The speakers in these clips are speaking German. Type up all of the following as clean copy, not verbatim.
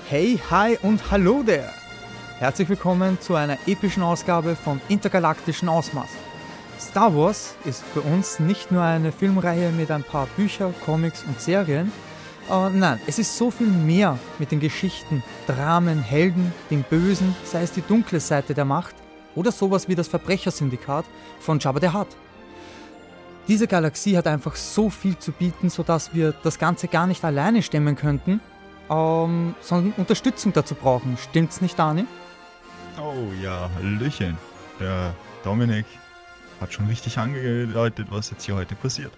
Hey, hi und hallo there! Herzlich willkommen zu einer epischen Ausgabe vom intergalaktischen Ausmaß. Star Wars ist für uns nicht nur eine Filmreihe mit ein paar Bücher, Comics und Serien. Nein, es ist so viel mehr mit den Geschichten, Dramen, Helden, dem Bösen, sei es die dunkle Seite der Macht oder sowas wie das Verbrechersyndikat von Jabba the Hutt. Diese Galaxie hat einfach so viel zu bieten, sodass wir das Ganze gar nicht alleine stemmen könnten, sondern Unterstützung dazu brauchen. Stimmt's nicht, Dani? Oh ja, Hallöchen. Der Dominik hat schon richtig angedeutet, was jetzt hier heute passiert.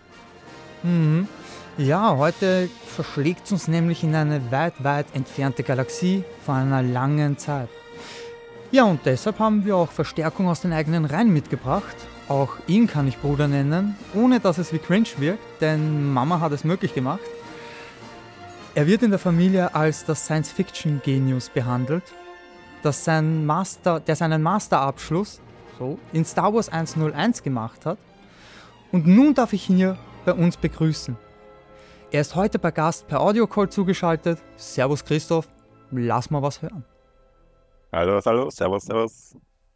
Ja, heute verschlägt es uns nämlich in eine weit, weit entfernte Galaxie vor einer langen Zeit. Ja, und deshalb haben wir auch Verstärkung aus den eigenen Reihen mitgebracht. Auch ihn kann ich Bruder nennen, ohne dass es wie cringe wirkt, denn Mama hat es möglich gemacht. Er wird in der Familie als das Science-Fiction-Genius behandelt, der seinen Masterabschluss in Star Wars 101 gemacht hat. Und nun darf ich ihn hier bei uns begrüßen. Er ist heute bei Gast per Audiocall zugeschaltet. Servus Christoph, lass mal was hören. Hallo, servus.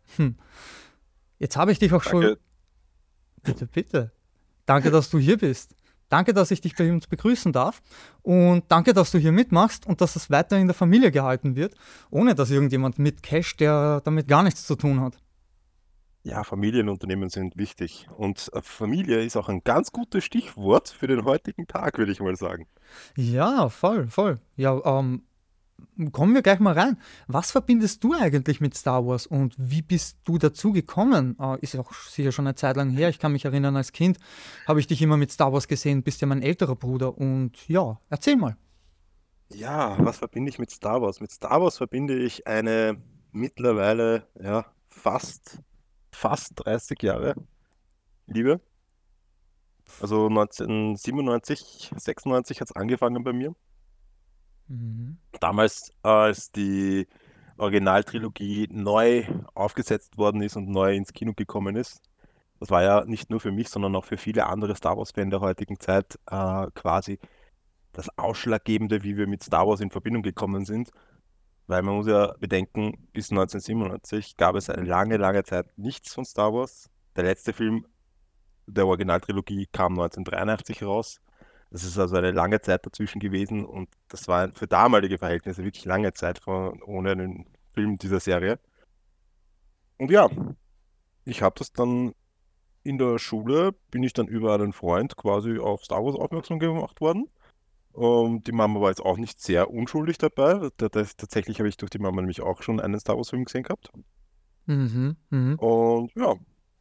Jetzt habe ich dich auch schon... Bitte. Danke, dass du hier bist. Danke, dass ich dich bei uns begrüßen darf. Und danke, dass du hier mitmachst und dass es weiter in der Familie gehalten wird, ohne dass irgendjemand mitcasht, der damit gar nichts zu tun hat. Ja, Familienunternehmen sind wichtig. Und Familie ist auch ein ganz gutes Stichwort für den heutigen Tag, würde ich mal sagen. Ja, voll. Ja, kommen wir gleich mal rein. Was verbindest du eigentlich mit Star Wars und wie bist du dazu gekommen? Ist ja auch sicher schon eine Zeit lang her. Ich kann mich erinnern, als Kind habe ich dich immer mit Star Wars gesehen, bist ja mein älterer Bruder. Und ja, erzähl mal. Ja, was verbinde ich mit Star Wars? Mit Star Wars verbinde ich eine mittlerweile, fast 30 Jahre Liebe. Also 1997, 96 hat es angefangen bei mir. Mhm. Damals, als die Originaltrilogie neu aufgesetzt worden ist und neu ins Kino gekommen ist. Das war ja nicht nur für mich, sondern auch für viele andere Star Wars-Fans der heutigen Zeit quasi das Ausschlaggebende, wie wir mit Star Wars in Verbindung gekommen sind. Weil man muss ja bedenken, bis 1997 gab es eine lange, lange Zeit nichts von Star Wars. Der letzte Film der Originaltrilogie kam 1983 raus. Das ist also eine lange Zeit dazwischen gewesen und das war für damalige Verhältnisse wirklich lange Zeit ohne einen Film dieser Serie. Und ja, ich habe das dann in der Schule, bin ich dann über einen Freund quasi auf Star Wars aufmerksam gemacht worden. Die Mama war jetzt auch nicht sehr unschuldig dabei. Tatsächlich habe ich durch die Mama nämlich auch schon einen Star Wars-Film gesehen gehabt. Mhm. Und ja,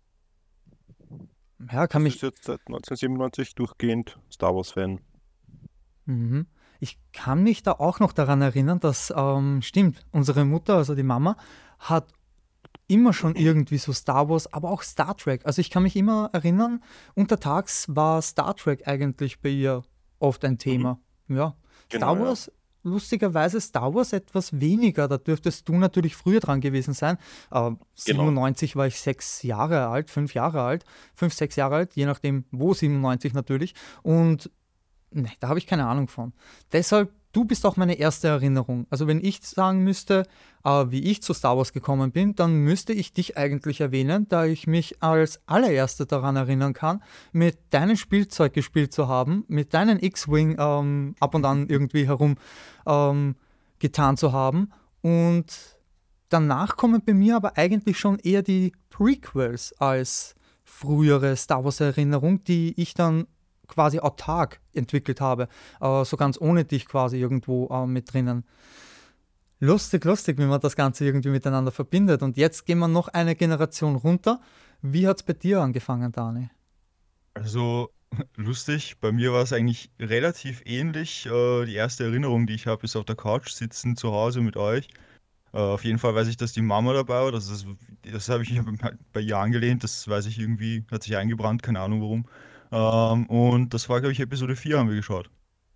Ja, kann das mich ist jetzt seit 1997 durchgehend Star Wars-Fan. Mhm. Ich kann mich da auch noch daran erinnern, dass, stimmt, unsere Mutter, also die Mama, hat immer schon irgendwie so Star Wars, aber auch Star Trek. Also ich kann mich immer erinnern, untertags war Star Trek eigentlich bei ihr oft ein Mhm. Thema. Ja, Genau, Star ja. Wars, lustigerweise Star Wars etwas weniger, da dürftest du natürlich früher dran gewesen sein. Genau. 97 war ich 6 Jahre alt, 5 Jahre alt, 5, 6 Jahre alt, je nachdem wo 97 natürlich. Und ne, da habe ich keine Ahnung von. Deshalb, du bist auch meine erste Erinnerung. Also wenn ich sagen müsste, wie ich zu Star Wars gekommen bin, dann müsste ich dich eigentlich erwähnen, da ich mich als allererster daran erinnern kann, mit deinem Spielzeug gespielt zu haben, mit deinen X-Wing ab und an irgendwie herum getan zu haben. Und danach kommen bei mir aber eigentlich schon eher die Prequels als frühere Star Wars-Erinnerung, die ich dann quasi autark entwickelt habe, so ganz ohne dich quasi irgendwo mit drinnen. Lustig, wie man das Ganze irgendwie miteinander verbindet. Und jetzt gehen wir noch eine Generation runter. Wie hat es bei dir angefangen, Dani? Also lustig, bei mir war es eigentlich relativ ähnlich. Die erste Erinnerung, die ich habe, ist auf der Couch sitzen zu Hause mit euch. Auf jeden Fall weiß ich, dass die Mama dabei war. Das habe ich bei ihr angelehnt. Das weiß ich irgendwie, hat sich eingebrannt, keine Ahnung warum. Und das war, glaube ich, Episode 4 haben wir geschaut.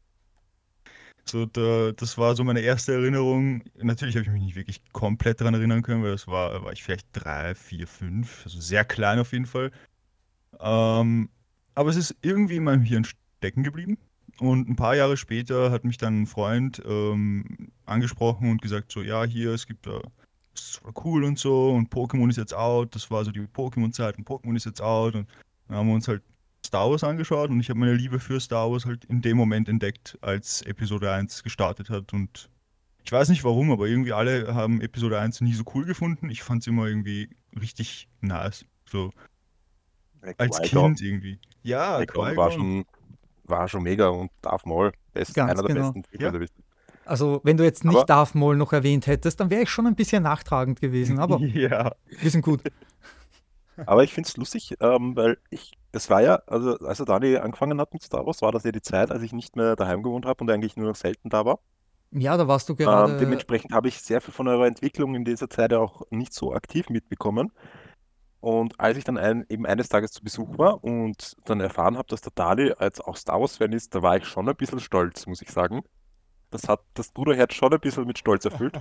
Das war so meine erste Erinnerung. Natürlich habe ich mich nicht wirklich komplett daran erinnern können, weil war ich vielleicht 3, 4, 5, also sehr klein auf jeden Fall. Ähm, aber es ist irgendwie in meinem Hirn stecken geblieben. Und ein paar Jahre später hat mich dann ein Freund angesprochen und gesagt, so, ja, hier, es gibt das ist voll cool und so und Pokémon ist jetzt out. Das war so die Pokémon-Zeit und Pokémon ist jetzt out. Und dann haben wir uns halt Star Wars angeschaut und ich habe meine Liebe für Star Wars halt in dem Moment entdeckt, als Episode 1 gestartet hat. Und ich weiß nicht warum, aber irgendwie alle haben Episode 1 nie so cool gefunden. Ich fand es immer irgendwie richtig nice. So als Qui-Gon Kind irgendwie. Ja, Qui-Gon war Qui-Gon. schon mega und Darth Maul, Ganz einer der genau. besten Ja. Filmbösewichte. Also, wenn du jetzt Aber- nicht Darth Maul noch erwähnt hättest, dann wäre ich schon ein bisschen nachtragend gewesen, aber Ja. wir sind gut. Aber ich finde es lustig, weil das war ja, also als der Dani angefangen hat mit Star Wars, war das ja die Zeit, als ich nicht mehr daheim gewohnt habe und eigentlich nur noch selten da war. Ja, da warst du gerade. Dementsprechend habe ich sehr viel von eurer Entwicklung in dieser Zeit ja auch nicht so aktiv mitbekommen. Und als ich dann eben eines Tages zu Besuch war und dann erfahren habe, dass der Dani als auch Star Wars-Fan ist, da war ich schon ein bisschen stolz, muss ich sagen. Das hat das Bruderherz schon ein bisschen mit Stolz erfüllt.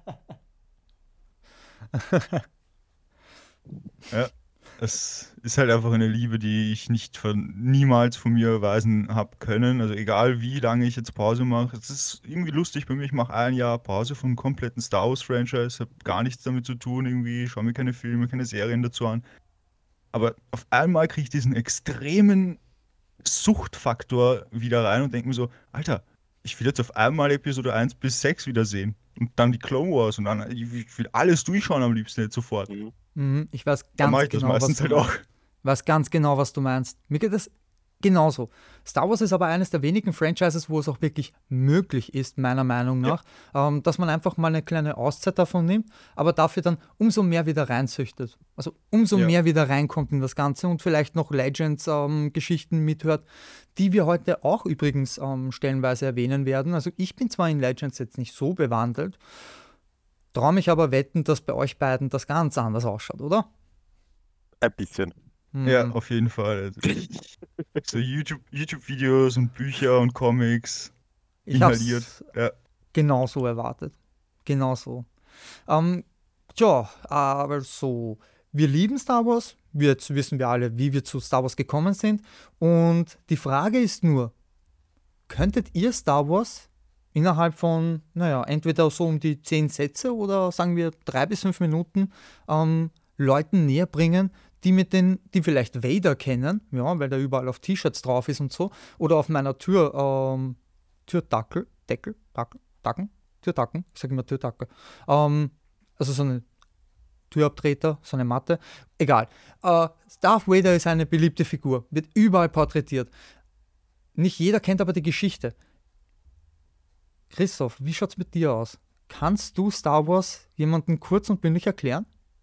Ja, es ist halt einfach eine Liebe, die ich niemals von mir weisen habe können. Also egal wie lange ich jetzt Pause mache. Es ist irgendwie lustig bei mir. Ich mache ein Jahr Pause vom kompletten Star Wars Franchise, habe gar nichts damit zu tun irgendwie, schaue mir keine Filme, keine Serien dazu an. Aber auf einmal kriege ich diesen extremen Suchtfaktor wieder rein und denke mir so, Alter, ich will jetzt auf einmal Episode 1 bis 6 wiedersehen. Und dann die Clone Wars und dann, ich will alles durchschauen am liebsten jetzt sofort. Mhm. Ich weiß Dann ganz mache ich das genau, was meistens du halt meinst. auch. Weiß ganz genau, was du meinst. Mir geht das genauso. Star Wars ist aber eines der wenigen Franchises, wo es auch wirklich möglich ist, meiner Meinung nach, dass man einfach mal eine kleine Auszeit davon nimmt, aber dafür dann umso mehr wieder reinzüchtet. Also umso Ja. mehr wieder reinkommt in das Ganze und vielleicht noch Legends-Geschichten mithört, die wir heute auch übrigens stellenweise erwähnen werden. Also ich bin zwar in Legends jetzt nicht so bewandelt, traue mich aber wetten, dass bei euch beiden das ganz anders ausschaut, oder? Ein bisschen. Ja, auf jeden Fall. Also so YouTube-Videos und Bücher und Comics Ich habe inhaliert. es Ja. genauso erwartet. Genauso. Tja, aber so, wir lieben Star Wars. Jetzt wissen wir alle, wie wir zu Star Wars gekommen sind. Und die Frage ist nur, könntet ihr Star Wars innerhalb von, entweder so um die 10 Sätze oder sagen wir 3 bis 5 Minuten Leuten näher bringen, die vielleicht Vader kennen, ja, weil der überall auf T-Shirts drauf ist und so, oder auf meiner Türtacken, ich sage immer Türtackel, also so eine Türabtreter, so eine Matte, egal. Darth Vader ist eine beliebte Figur, wird überall porträtiert. Nicht jeder kennt aber die Geschichte. Christoph, wie schaut es mit dir aus? Kannst du Star Wars jemandem kurz und bündig erklären?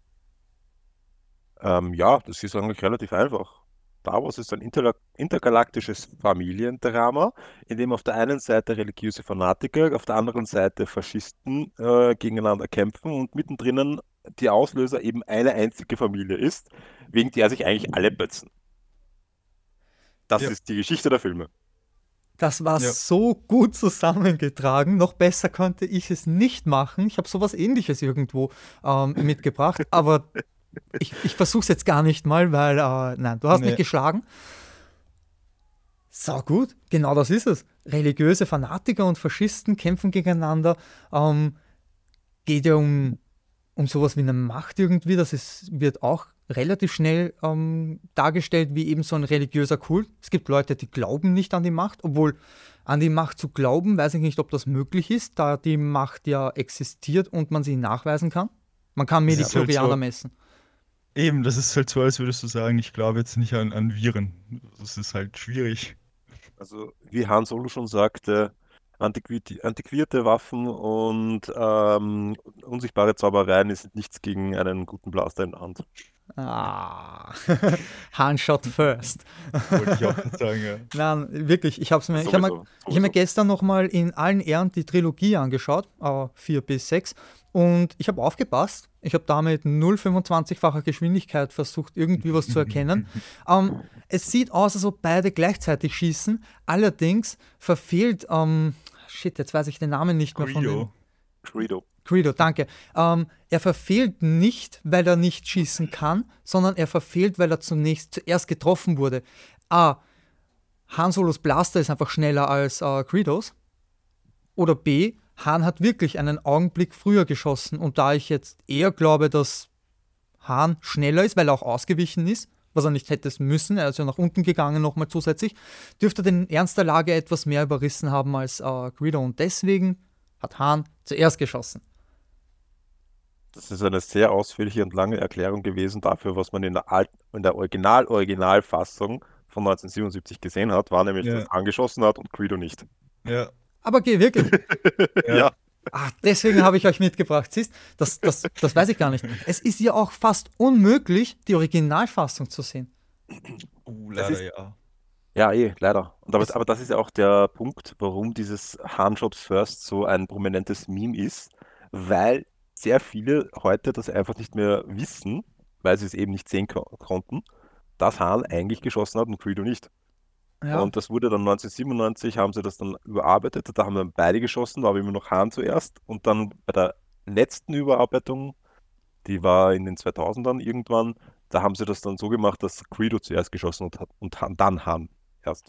Ja, das ist eigentlich relativ einfach. Star Wars ist ein intergalaktisches Familiendrama, in dem auf der einen Seite religiöse Fanatiker, auf der anderen Seite Faschisten gegeneinander kämpfen und mittendrin die Auslöser eben eine einzige Familie ist, wegen der sich eigentlich alle bötzen. Das Ja. ist die Geschichte der Filme. Das war Ja. so gut zusammengetragen. Noch besser konnte ich es nicht machen. Ich habe sowas Ähnliches irgendwo mitgebracht, aber ich versuche es jetzt gar nicht mal, weil, nein, du hast mich Nee. geschlagen. So gut, genau das ist es. Religiöse Fanatiker und Faschisten kämpfen gegeneinander. Geht ja um sowas wie eine Macht irgendwie. Wird auch relativ schnell dargestellt wie eben so ein religiöser Kult. Es gibt Leute, die glauben nicht an die Macht, obwohl an die Macht zu glauben, weiß ich nicht, ob das möglich ist, da die Macht ja existiert und man sie nachweisen kann. Man kann Das ist halt Midi-Chlorianer so. messen. Eben, das ist halt so, als würdest du sagen, ich glaube jetzt nicht an Viren. Das ist halt schwierig. Also, wie Han Solo schon sagte, antiquierte Waffen und unsichtbare Zaubereien ist nichts gegen einen guten Blaster in der Hand. Handshot first. Wollte ich auch gerade sagen, ja. Nein, wirklich, ich habe mir Sowieso. gestern nochmal in allen Ehren die Trilogie angeschaut, 4 bis 6, und ich habe aufgepasst. Ich habe da mit 0,25-facher Geschwindigkeit versucht, irgendwie was zu erkennen. Es sieht aus, als ob beide gleichzeitig schießen, allerdings verfehlt, jetzt weiß ich den Namen nicht mehr von dem. Greedo, danke. Er verfehlt nicht, weil er nicht schießen kann, sondern er verfehlt, weil er zuerst getroffen wurde. Han Solos Blaster ist einfach schneller als Greedos. Oder B, Han hat wirklich einen Augenblick früher geschossen. Und da ich jetzt eher glaube, dass Han schneller ist, weil er auch ausgewichen ist, was er nicht hätte müssen, er ist ja nach unten gegangen nochmal zusätzlich, dürfte er in ernster Lage etwas mehr überrissen haben als Greedo. Und deswegen hat Han zuerst geschossen. Das ist eine sehr ausführliche und lange Erklärung gewesen dafür, was man in der Originalfassung von 1977 gesehen hat, war nämlich, Ja. dass Han geschossen hat und Greedo nicht. Ja. Aber geh wirklich. Ja. Ach, deswegen habe ich euch mitgebracht. Siehst, das weiß ich gar nicht. Es ist ja auch fast unmöglich, die Originalfassung zu sehen. Leider ja. Ja, leider. Aber das ist ja auch der Punkt, warum dieses Han Shot First so ein prominentes Meme ist, weil sehr viele heute das einfach nicht mehr wissen, weil sie es eben nicht sehen konnten, dass Han eigentlich geschossen hat und Greedo nicht. Ja. Und das wurde dann 1997, haben sie das dann überarbeitet, da haben dann beide geschossen, war aber immer noch Han zuerst. Und dann bei der letzten Überarbeitung, die war in den 2000ern irgendwann, da haben sie das dann so gemacht, dass Greedo zuerst geschossen hat und dann Han erst.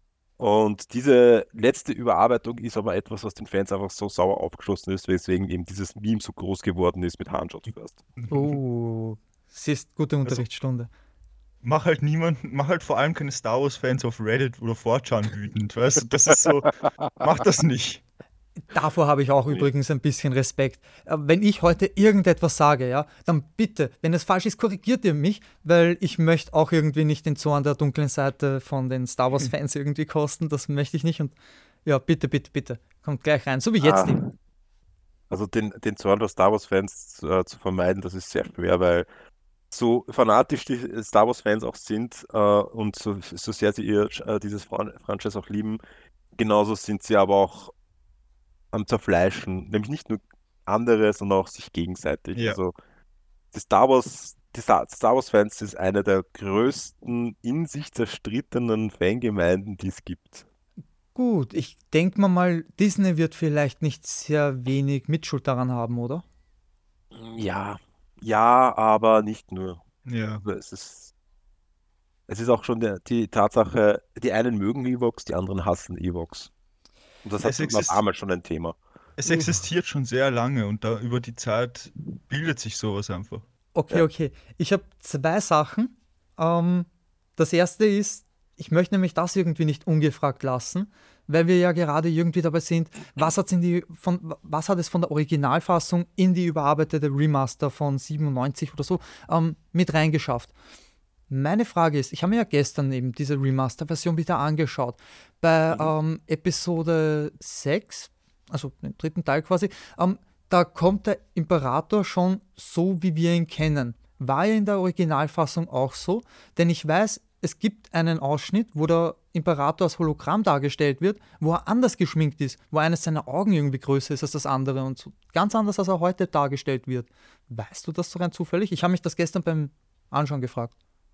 Und diese letzte Überarbeitung ist aber etwas, was den Fans einfach so sauer aufgeschlossen ist, weswegen eben dieses Meme so groß geworden ist mit Han Shot First. Oh, siehst, gute Unterrichtsstunde. Mach halt vor allem keine Star Wars-Fans auf Reddit oder 4chan wütend, weißt du? Das ist so, mach das nicht. Davor habe ich auch übrigens ein bisschen Respekt. Wenn ich heute irgendetwas sage, ja, dann bitte, wenn es falsch ist, korrigiert ihr mich, weil ich möchte auch irgendwie nicht den Zorn der dunklen Seite von den Star Wars-Fans irgendwie kosten. Das möchte ich nicht. Und ja, bitte, bitte, bitte, kommt gleich rein. So wie jetzt eben. Also den Zorn der Star Wars-Fans zu vermeiden, das ist sehr schwer, weil so fanatisch die Star Wars-Fans auch sind und so sehr sie dieses Franchise auch lieben, genauso sind sie aber auch am Zerfleischen, nämlich nicht nur andere, sondern auch sich gegenseitig. Ja. Also die Star Wars-Fans ist eine der größten in sich zerstrittenen Fangemeinden, die es gibt. Gut, ich denke mal, Disney wird vielleicht nicht sehr wenig Mitschuld daran haben, oder? Ja, aber nicht nur. Ja. Aber es ist auch schon die Tatsache, die einen mögen Ewoks, die anderen hassen Ewoks. Und das war damals schon ein Thema. Es existiert schon sehr lange und da über die Zeit bildet sich sowas einfach. Okay. Ich habe 2 Sachen. Das erste ist, ich möchte nämlich das irgendwie nicht ungefragt lassen, weil wir ja gerade irgendwie dabei sind, was hat es von der Originalfassung in die überarbeitete Remaster von 97 oder so mit reingeschafft. Meine Frage ist, ich habe mir ja gestern eben diese Remaster-Version wieder angeschaut. Bei Episode 6, also im 3. Teil quasi, da kommt der Imperator schon so, wie wir ihn kennen. War er in der Originalfassung auch so? Denn ich weiß, es gibt einen Ausschnitt, wo der Imperator als Hologramm dargestellt wird, wo er anders geschminkt ist, wo eines seiner Augen irgendwie größer ist als das andere und so ganz anders, als er heute dargestellt wird. Weißt du das so rein zufällig? Ich habe mich das gestern beim Anschauen gefragt.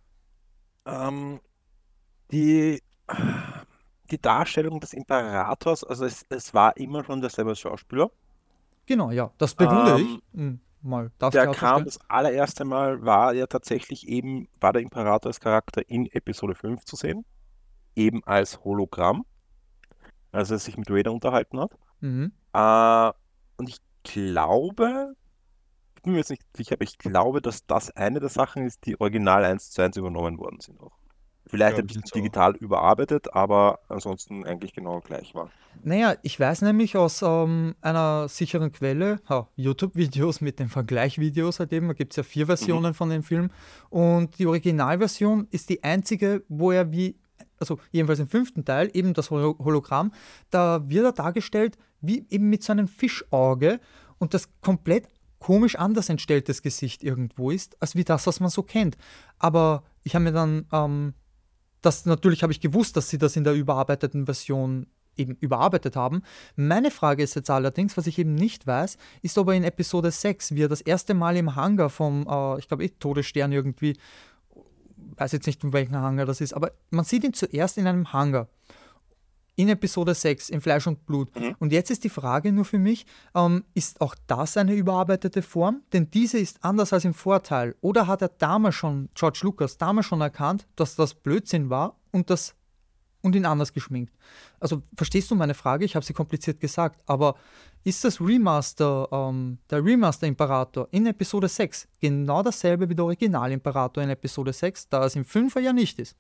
Die Darstellung des Imperators, also es war immer schon derselbe Schauspieler. Genau, ja, das bewundere ich. Mal darf Der ich kam das allererste Mal, war der Imperator als Charakter in Episode 5 zu sehen, eben als Hologramm, als er sich mit Vader unterhalten hat. Mhm. Und ich glaube, ich bin mir jetzt nicht sicher, aber ich glaube, dass das eine der Sachen ist, die original 1:1 übernommen worden sind auch. Vielleicht ein bisschen digital überarbeitet, aber ansonsten eigentlich genau gleich war. Naja, ich weiß nämlich aus einer sicheren Quelle, YouTube-Videos mit den Vergleichvideos halt eben, da gibt es ja 4 Versionen von dem Film und die Originalversion ist die einzige, wo er also jedenfalls im 5. Teil, eben das Hologramm, da wird er dargestellt wie eben mit so einem Fischauge und das komplett komisch anders entstelltes Gesicht irgendwo ist, als wie das, was man so kennt. Aber ich habe mir dann natürlich habe ich gewusst, dass sie das in der überarbeiteten Version eben überarbeitet haben. Meine Frage ist jetzt allerdings, was ich eben nicht weiß, ist, ob er in Episode 6, wie er das erste Mal im Hangar vom, ich glaube, Todesstern irgendwie, weiß jetzt nicht, in welchem Hangar das ist, aber man sieht ihn zuerst in einem Hangar. In Episode 6, in Fleisch und Blut. Und jetzt ist die Frage nur für mich, ist auch das eine überarbeitete Form? Denn diese ist anders als im Vorteil. Oder hat er George Lucas damals schon erkannt, dass das Blödsinn war und das und ihn anders geschminkt. Also verstehst du meine Frage? Ich habe sie kompliziert gesagt, aber ist das Remaster, der Remaster-Imperator in Episode 6 genau dasselbe wie der Original-Imperator in Episode 6, da es im 5er ja nicht ist?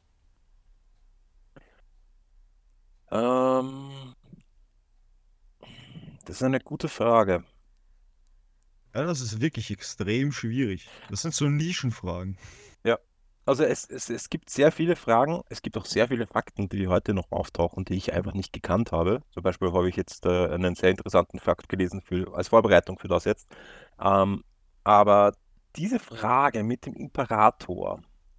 Das ist eine gute Frage. Ja, das ist wirklich extrem schwierig. Das sind so Nischenfragen. Ja, also es gibt sehr viele Fragen, es gibt auch sehr viele Fakten, die heute noch auftauchen, die ich einfach nicht gekannt habe. Zum Beispiel habe ich jetzt einen sehr interessanten Fakt gelesen als Vorbereitung für das jetzt. Aber diese Frage mit dem Imperator,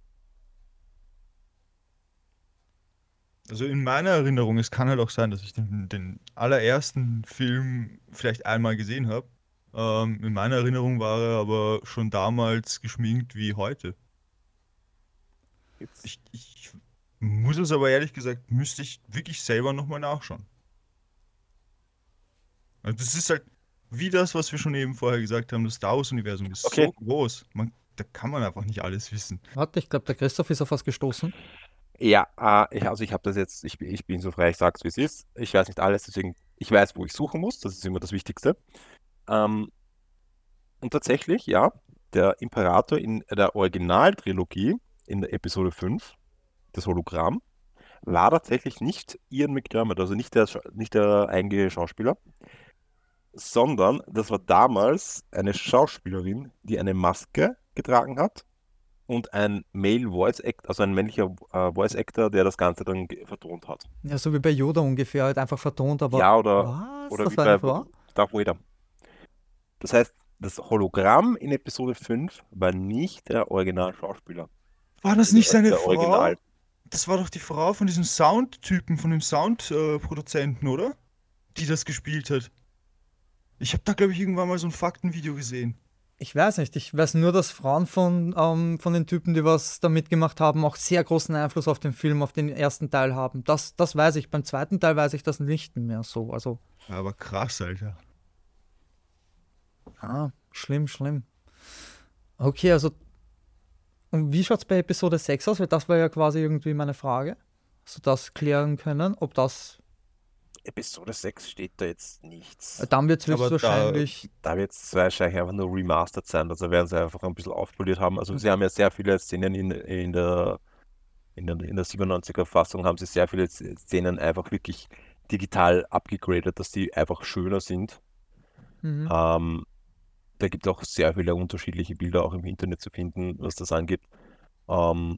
Also in meiner Erinnerung, es kann halt auch sein, dass ich den allerersten Film vielleicht einmal gesehen habe. In meiner Erinnerung war er aber schon damals geschminkt wie heute. gibt's, Ich muss es aber ehrlich gesagt, müsste ich wirklich selber nochmal nachschauen. Also das ist halt wie das, was wir schon eben vorher gesagt haben, das Star Wars-Universum ist okay, so groß. Da kann man einfach nicht alles wissen. Warte, ich glaube, der Christoph ist auf was gestoßen. ja, also ich habe das jetzt, ich bin so frei, ich sag's wie es ist. Ich weiß nicht alles, deswegen, ich weiß, wo ich suchen muss, das ist immer das Wichtigste. Ähm, und tatsächlich, ja, der Imperator in der Originaltrilogie, in der Episode 5, das Hologramm, war tatsächlich nicht Ian McDermott, also nicht der eigentliche Schauspieler, sondern das war damals eine Schauspielerin, die eine Maske getragen hat und ein Male Voice Actor, also ein männlicher Voice Actor, der das Ganze dann vertont hat. Ja, so wie bei Yoda ungefähr, halt einfach vertont, aber Ja, was? oder Das wie war eine bei Frau? Darth Vader. Das heißt, das Hologramm in Episode 5 war nicht der Originalschauspieler. War das nicht seine Der Frau? Original. Das war doch die Frau von diesem Soundtypen, von dem Soundproduzenten, oder? Die das gespielt hat. Ich habe da, glaube ich, irgendwann mal so ein Faktenvideo gesehen. Ich weiß nicht. Ich weiß nur, dass Frauen von den Typen, die was da mitgemacht haben, auch sehr großen Einfluss auf den Film, auf den ersten Teil haben. Das weiß ich. Beim zweiten Teil weiß ich das nicht mehr so. Also, Aber krass, Alter. schlimm, schlimm. Okay, also, und wie schaut es bei Episode 6 aus? Weil das war ja quasi irgendwie meine Frage. Hast du das klären können, ob das. Episode 6 steht da jetzt nichts. Dann wird es Aber höchstwahrscheinlich. Da wird es wahrscheinlich einfach nur remastered sein. Also werden sie einfach ein bisschen aufpoliert haben. Also sie haben ja sehr viele Szenen in der 97er Fassung haben sie sehr viele Szenen einfach wirklich digital abgegradet, dass die einfach schöner sind. Mhm. Da gibt es auch sehr viele unterschiedliche Bilder auch im Internet zu finden, was das angeht. Ähm,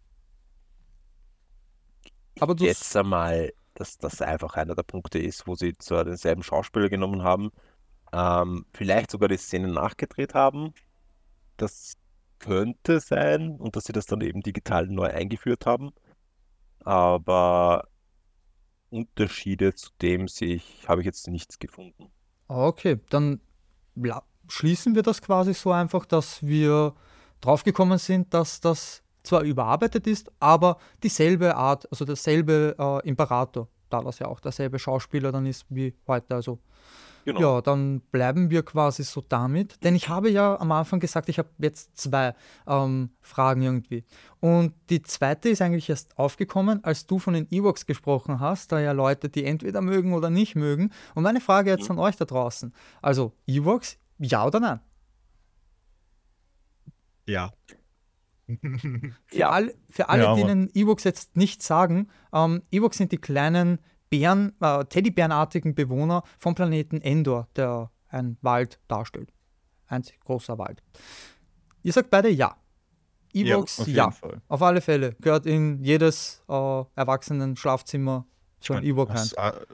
Aber du. Jetzt einmal, dass das einfach einer der Punkte ist, wo sie zwar denselben Schauspieler genommen haben, vielleicht sogar die Szenen nachgedreht haben. Das könnte sein und dass sie das dann eben digital neu eingeführt haben. Aber Unterschiede zu dem habe ich jetzt nichts gefunden. Okay, dann schließen wir das quasi so einfach, dass wir draufgekommen sind, dass das zwar überarbeitet ist, aber dieselbe Art, also derselbe Imperator, da das ja auch derselbe Schauspieler dann ist wie heute. Also Genau. ja, dann bleiben wir quasi so damit. Denn ich habe ja am Anfang gesagt, ich habe jetzt zwei Fragen irgendwie. Und die zweite ist eigentlich erst aufgekommen, als du von den Ewoks gesprochen hast, da ja Leute, die entweder mögen oder nicht mögen. Und meine Frage jetzt an euch da draußen. Also, Ewoks, ja oder nein? Ja. Für Ja. alle, Ja, denen Ewoks jetzt nichts sagen, Ewoks sind die kleinen Bären, Teddybärenartigen Bewohner vom Planeten Endor, der einen Wald darstellt. Ein großer Wald. Ihr sagt beide ja. Ewoks, auf ja. jeden Fall. Auf alle Fälle. Gehört in jedes Erwachsenen-Schlafzimmer so ein Ewok rein.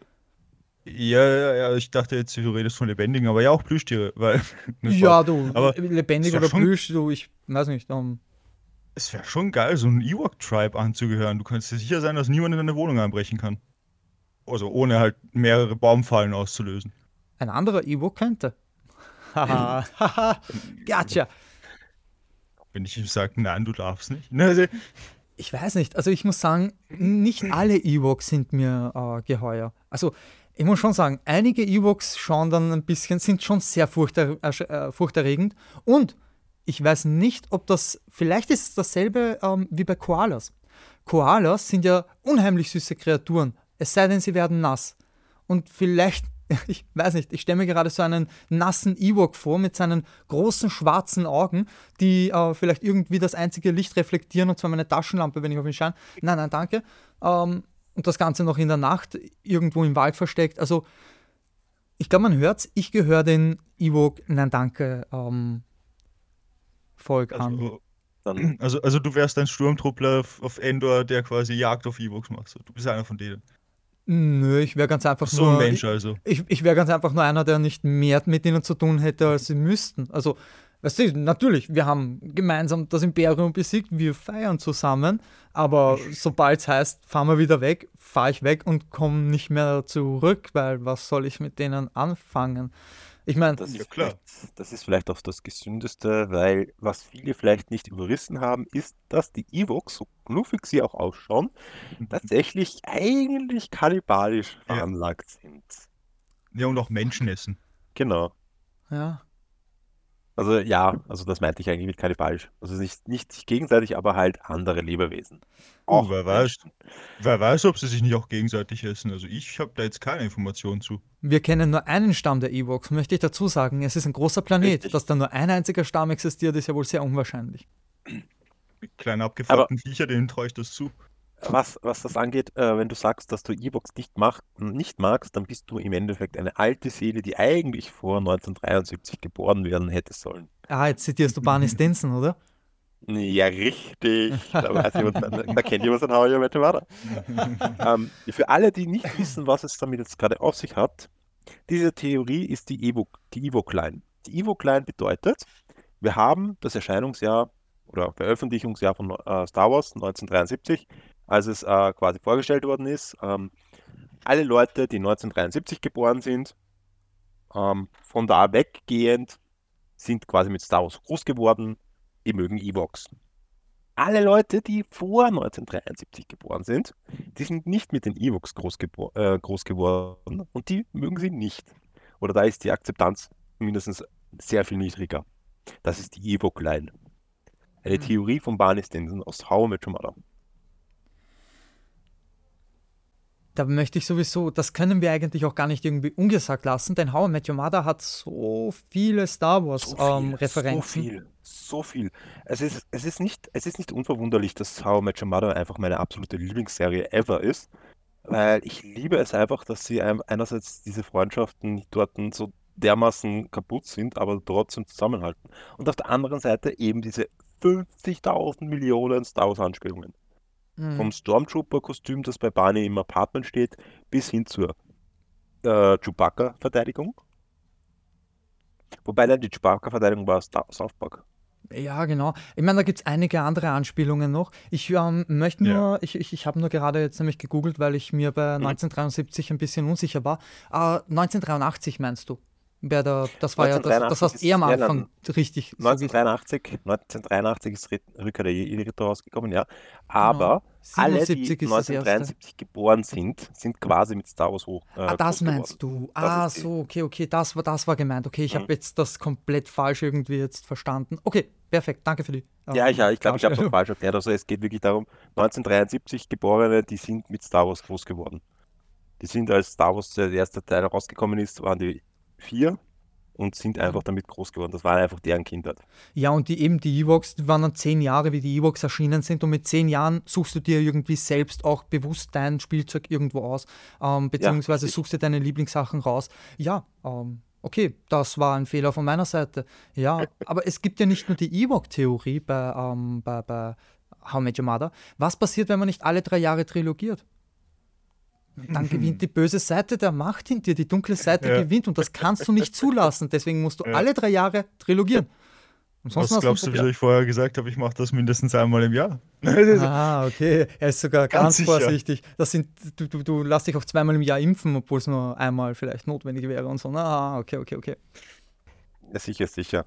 Ja, ich dachte jetzt, du redest von Lebendigen, aber ja auch Plüschtiere, weil. Ja, du, Aber lebendig es wär oder schon- Plüsch, du, ich weiß nicht. Es wäre schon geil, so einem Ewok-Tribe anzugehören. Du kannst dir sicher sein, dass niemand in deine Wohnung einbrechen kann. Also ohne halt mehrere Baumfallen auszulösen. Ein anderer Ewok könnte. Haha, haha, gotcha. Wenn ich ihm sage, nein, du darfst nicht. Ne, also, Ich weiß nicht, also ich muss sagen, nicht alle Ewoks sind mir geheuer. Also ich muss schon sagen, einige Ewoks schauen dann ein bisschen, sind schon sehr furchterregend. Und ich weiß nicht, ob das, vielleicht ist es dasselbe wie bei Koalas. Koalas sind ja unheimlich süße Kreaturen, Es sei denn, sie werden nass. Und vielleicht, ich weiß nicht, ich stelle mir gerade so einen nassen Ewok vor mit seinen großen schwarzen Augen, die vielleicht irgendwie das einzige Licht reflektieren, und zwar meine Taschenlampe, wenn ich auf ihn schaue. Nein, danke. Und das Ganze noch in der Nacht irgendwo im Wald versteckt. Also, ich glaube, man hört's. Ich gehöre den Ewok, nein, danke, Volk an. Also, Dann, also du wärst ein Sturmtruppler auf Endor, der quasi Jagd auf Ewoks macht. So. Du bist einer von denen. Nö, ich wäre ganz einfach So ein nur. Mensch also. Ich wäre ganz einfach nur einer, der nicht mehr mit ihnen zu tun hätte, als sie müssten. Also, weißt du, natürlich, wir haben gemeinsam das Imperium besiegt, wir feiern zusammen, aber sobald es heißt, fahren wir wieder weg, fahre ich weg und komme nicht mehr zurück, weil was soll ich mit denen anfangen? Ich meine, das Ja, ist klar. das ist vielleicht auch das Gesündeste, weil was viele vielleicht nicht überrissen haben, ist, dass die Ewoks, so knuffig sie auch ausschauen, tatsächlich eigentlich kannibalisch Ja. veranlagt sind. Ja, und auch Menschen essen. Genau. ja. Also ja, also das meinte ich eigentlich mit kannibalisch. Also nicht sich gegenseitig, aber halt andere Lebewesen. Auch Wer weiß. Menschen. Wer weiß, ob sie sich nicht auch gegenseitig essen. Also ich habe da jetzt keine Informationen zu. Wir kennen nur einen Stamm der Ewoks, möchte ich dazu sagen. Es ist ein großer Planet. Richtig. Dass da nur ein einziger Stamm existiert, ist ja wohl sehr unwahrscheinlich. Mit kleinen abgefuckten Viecher, denen traue ich das zu. Was das angeht, wenn du sagst, dass du Ewoks nicht magst, dann bist du im Endeffekt eine alte Seele, die eigentlich vor 1973 geboren werden hätte sollen. Ah, jetzt zitierst du Barney Stinson, oder? Ja, richtig. Da kennt jemand sein How I Met Your Mother. Für alle, die nicht wissen, was es damit jetzt gerade auf sich hat, diese Theorie ist die Ewok-Line. Die Ewok-Line bedeutet, wir haben das Erscheinungsjahr oder Veröffentlichungsjahr von Star Wars 1973, als es quasi vorgestellt worden ist. Alle Leute, die 1973 geboren sind, von da weggehend, sind quasi mit Star Wars groß geworden, die mögen Ewoks. Alle Leute, die vor 1973 geboren sind, die sind nicht mit den Ewoks groß geworden und die mögen sie nicht. Oder da ist die Akzeptanz mindestens sehr viel niedriger. Das ist die Ewok-Line. Eine Theorie von Barney Stinson aus How I Met Your Mother. Da möchte ich sowieso, das können wir eigentlich auch gar nicht irgendwie ungesagt lassen, denn How I Met Your Mother hat so viele Star Wars Referenzen. So viel. Es ist nicht unverwunderlich, dass How I Met Your Mother einfach meine absolute Lieblingsserie ever ist, weil ich liebe es einfach, dass sie einerseits diese Freundschaften dort so dermaßen kaputt sind, aber trotzdem zusammenhalten. Und auf der anderen Seite eben diese 50.000 Millionen Star Wars Anspielungen. Vom Stormtrooper-Kostüm, das bei Barney im Apartment steht, bis hin zur Chewbacca-Verteidigung. Wobei dann die Chewbacca-Verteidigung war South Park. Ja, genau. Ich meine, da gibt es einige andere Anspielungen noch. Ich möchte nur, ich habe nur gerade jetzt nämlich gegoogelt, weil ich mir bei 1973 ein bisschen unsicher war. 1983 meinst du? Das war ja, das hast am Anfang richtig. 1983 ist Rückkehr der Jedi-Ritter rausgekommen, ja. Aber alle, die 1973 geboren sind quasi mit Star Wars hoch. Das meinst du. Okay, das war gemeint. Okay, ich habe jetzt das komplett falsch irgendwie jetzt verstanden. Okay, perfekt, danke für die. Ja, ich glaube, ich habe es auch falsch erklärt. Also es geht wirklich darum, 1973 Geborene, die sind mit Star Wars groß geworden. Die sind, als Star Wars der erste Teil rausgekommen ist, waren die 4 und sind einfach damit groß geworden. Das war einfach deren Kindheit. Ja, und die Ewoks, die waren dann 10 Jahre, wie die Ewoks erschienen sind, und mit 10 Jahren suchst du dir irgendwie selbst auch bewusst dein Spielzeug irgendwo aus, beziehungsweise suchst dir deine Lieblingssachen raus. Ja, okay, das war ein Fehler von meiner Seite. Ja, aber es gibt ja nicht nur die Ewok-Theorie bei How I Met Your Mother. Was passiert, wenn man nicht alle 3 Jahre trilogiert? Dann gewinnt die böse Seite der Macht in dir, die dunkle Seite gewinnt, und das kannst du nicht zulassen. Deswegen musst du alle 3 Jahre trilogieren. Was glaubst du, wieso ich vorher gesagt habe, ich mache das mindestens einmal im Jahr? Okay. Er ist sogar ganz sicher. vorsichtig. Du lass dich auch 2-mal im Jahr impfen, obwohl es nur einmal vielleicht notwendig wäre und so. Okay. Ja, sicher.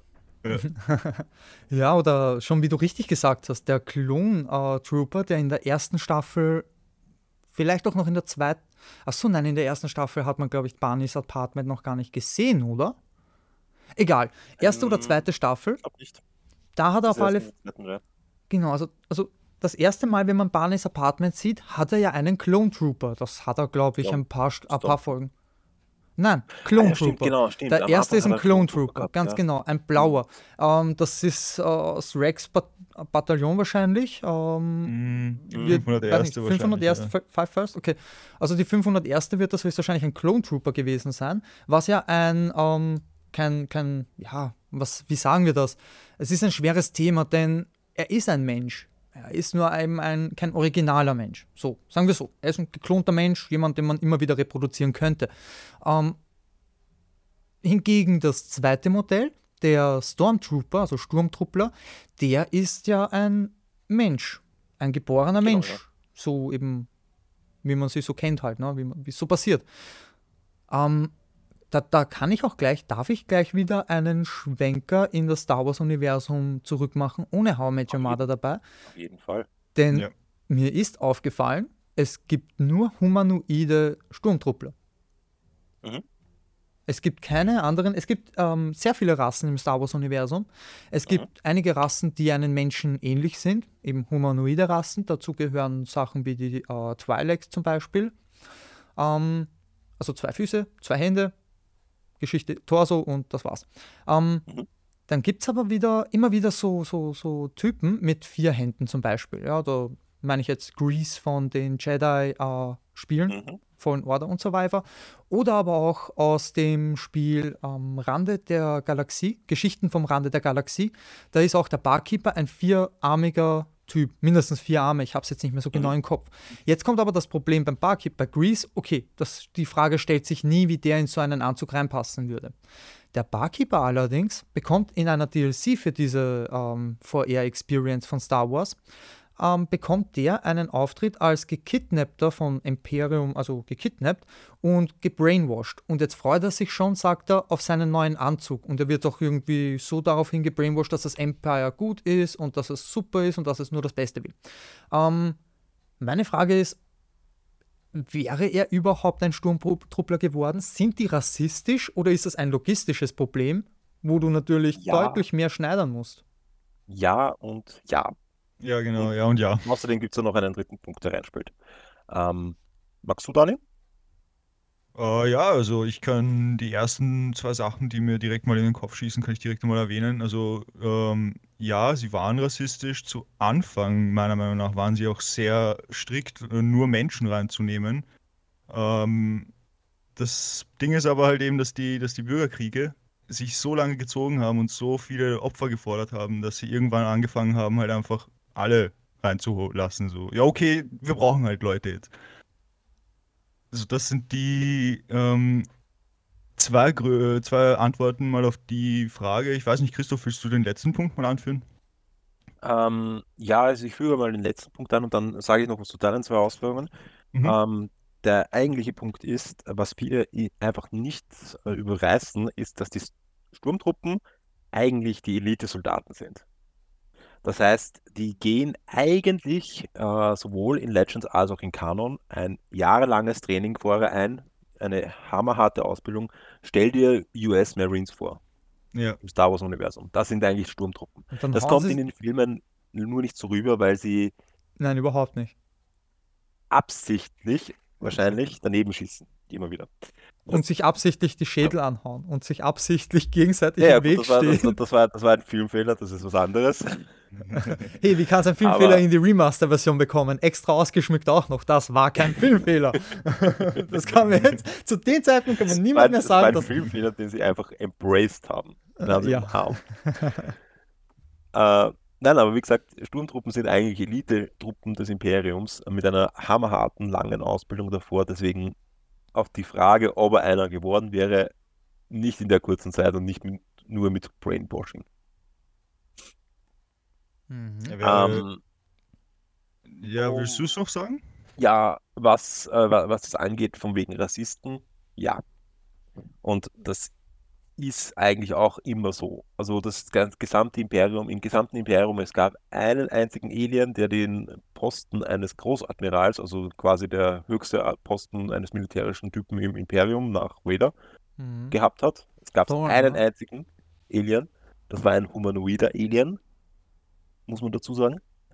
Ja, oder schon wie du richtig gesagt hast, der Clone-Trooper, der in der ersten Staffel, vielleicht auch noch in der zweiten, in der ersten Staffel hat man, glaube ich, Barneys Apartment noch gar nicht gesehen, oder? Egal, erste oder zweite Staffel, Ich glaube nicht. da hat er auf alle... Ja. Genau, also das erste Mal, wenn man Barneys Apartment sieht, hat er ja einen Clone Trooper. Das hat er, glaube ich, Ja, ein paar Storm. Folgen. Nein, Ah Clone ja, stimmt, Trooper. genau, stimmt. Der Am erste Anfang ist hat ein er einen Clone Clone Trooper Trooper, gehabt, ganz ja. genau, ein blauer. Das ist das Rex-Bataillon wahrscheinlich. Die Mhm. Weiß nicht, 501. 501. wahrscheinlich, ja. Five First? Okay. Also die 501. wird das höchstwahrscheinlich ein Clone Trooper gewesen sein, was ja wie sagen wir das? Es ist ein schweres Thema, denn er ist ein Mensch. Er ist nur kein originaler Mensch. So, sagen wir so. Er ist ein geklonter Mensch, jemand, den man immer wieder reproduzieren könnte. Hingegen das zweite Modell, der Stormtrooper, also Sturmtruppler, der ist ja ein Mensch, ein geborener Genau, Mensch. ja. So eben, wie man sie so kennt halt, ne? Wie es so passiert. Ähm, darf ich gleich wieder einen Schwenker in das Star Wars-Universum zurückmachen, ohne How I Met Your Auf Mother jeden, dabei. auf jeden Fall. Denn Ja. mir ist aufgefallen, es gibt nur humanoide Sturmtruppler. Mhm. Es gibt keine anderen, es gibt sehr viele Rassen im Star Wars-Universum. Es gibt einige Rassen, die einen Menschen ähnlich sind, eben humanoide Rassen. Dazu gehören Sachen wie die Twi'leks zum Beispiel. Also 2 Füße, 2 Hände, Geschichte, Torso und das war's. Mhm. Dann gibt es aber immer wieder so Typen mit 4 Händen zum Beispiel. Ja, da meine ich jetzt Grease von den Jedi-Spielen, Mhm. Fallen Order und so weiter. Oder aber auch aus dem Spiel Rande der Galaxie, Geschichten vom Rande der Galaxie. Da ist auch der Barkeeper ein 4-armiger Typ, mindestens 4 Arme, ich habe es jetzt nicht mehr so genau im Kopf. Jetzt kommt aber das Problem beim Barkeeper, Grease, okay, die Frage stellt sich nie, wie der in so einen Anzug reinpassen würde. Der Barkeeper allerdings bekommt in einer DLC für diese VR-Experience von Star Wars, bekommt der einen Auftritt als gekidnappter vom Imperium, also gekidnappt und gebrainwashed. Und jetzt freut er sich schon, sagt er, auf seinen neuen Anzug. Und er wird auch irgendwie so daraufhin gebrainwashed, dass das Empire gut ist und dass es super ist und dass es nur das Beste will. Meine Frage ist, wäre er überhaupt ein Sturmtruppler geworden? Sind die rassistisch oder ist das ein logistisches Problem, wo du natürlich Ja. deutlich mehr schneidern musst? Ja und ja. Ja, genau, ja und ja. Außerdem gibt es noch einen dritten Punkt, der reinspielt. Magst du, Daniel? Ja, also ich kann die ersten 2 Sachen, die mir direkt mal in den Kopf schießen, kann ich direkt mal erwähnen. Also ja, sie waren rassistisch. Zu Anfang, meiner Meinung nach, waren sie auch sehr strikt, nur Menschen reinzunehmen. Das Ding ist aber halt eben, dass die Bürgerkriege sich so lange gezogen haben und so viele Opfer gefordert haben, dass sie irgendwann angefangen haben, halt einfach alle reinzulassen. So, ja, okay, wir brauchen halt Leute jetzt. Also das sind die zwei Antworten mal auf die Frage. Ich weiß nicht, Christoph, willst du den letzten Punkt mal anführen? Ja, also ich führe mal den letzten Punkt an und dann sage ich noch was zu deinen 2 Ausführungen. Mhm. Der eigentliche Punkt ist, was viele einfach nicht überreißen, ist, dass die Sturmtruppen eigentlich die Elite-Soldaten sind. Das heißt, die gehen eigentlich sowohl in Legends als auch in Kanon ein jahrelanges Training vorher ein, eine hammerharte Ausbildung. Stell dir US Marines vor Ja. im Star Wars-Universum. Das sind eigentlich Sturmtruppen. Und dann Das hauen kommt sie in den Filmen nur nicht so rüber, weil sie Nein, überhaupt nicht. absichtlich wahrscheinlich daneben schießen. Immer wieder. Und sich absichtlich die Schädel anhauen und sich absichtlich gegenseitig Ja, im gut, Weg stehen. das war ein Filmfehler, das ist was anderes. Hey, wie kannst du einen Filmfehler in die Remaster-Version bekommen? Extra ausgeschmückt auch noch. Das war kein Filmfehler. Das kann man jetzt, zu dem Zeitpunkt kann man niemand mehr Das war sagen, ein dass. Filmfehler, den sie einfach embraced haben. Den haben sie Ja. umarmt. Nein, aber wie gesagt, Sturmtruppen sind eigentlich Elite-Truppen des Imperiums mit einer hammerharten, langen Ausbildung davor. Deswegen auf die Frage, ob er einer geworden wäre, nicht in der kurzen Zeit und nicht nur mit Brainwashing. Ja, willst du es noch sagen? Ja, was das angeht, von wegen Rassisten, ja. Und das ist eigentlich auch immer so. Also das gesamte Imperium, im gesamten Imperium, es gab einen einzigen Alien, der den Posten eines Großadmirals, also quasi der höchste Posten eines militärischen Typen im Imperium nach Vader, gehabt hat. Es gab Thorn, einen ne? einzigen Alien, das war ein humanoider Alien, muss man dazu sagen.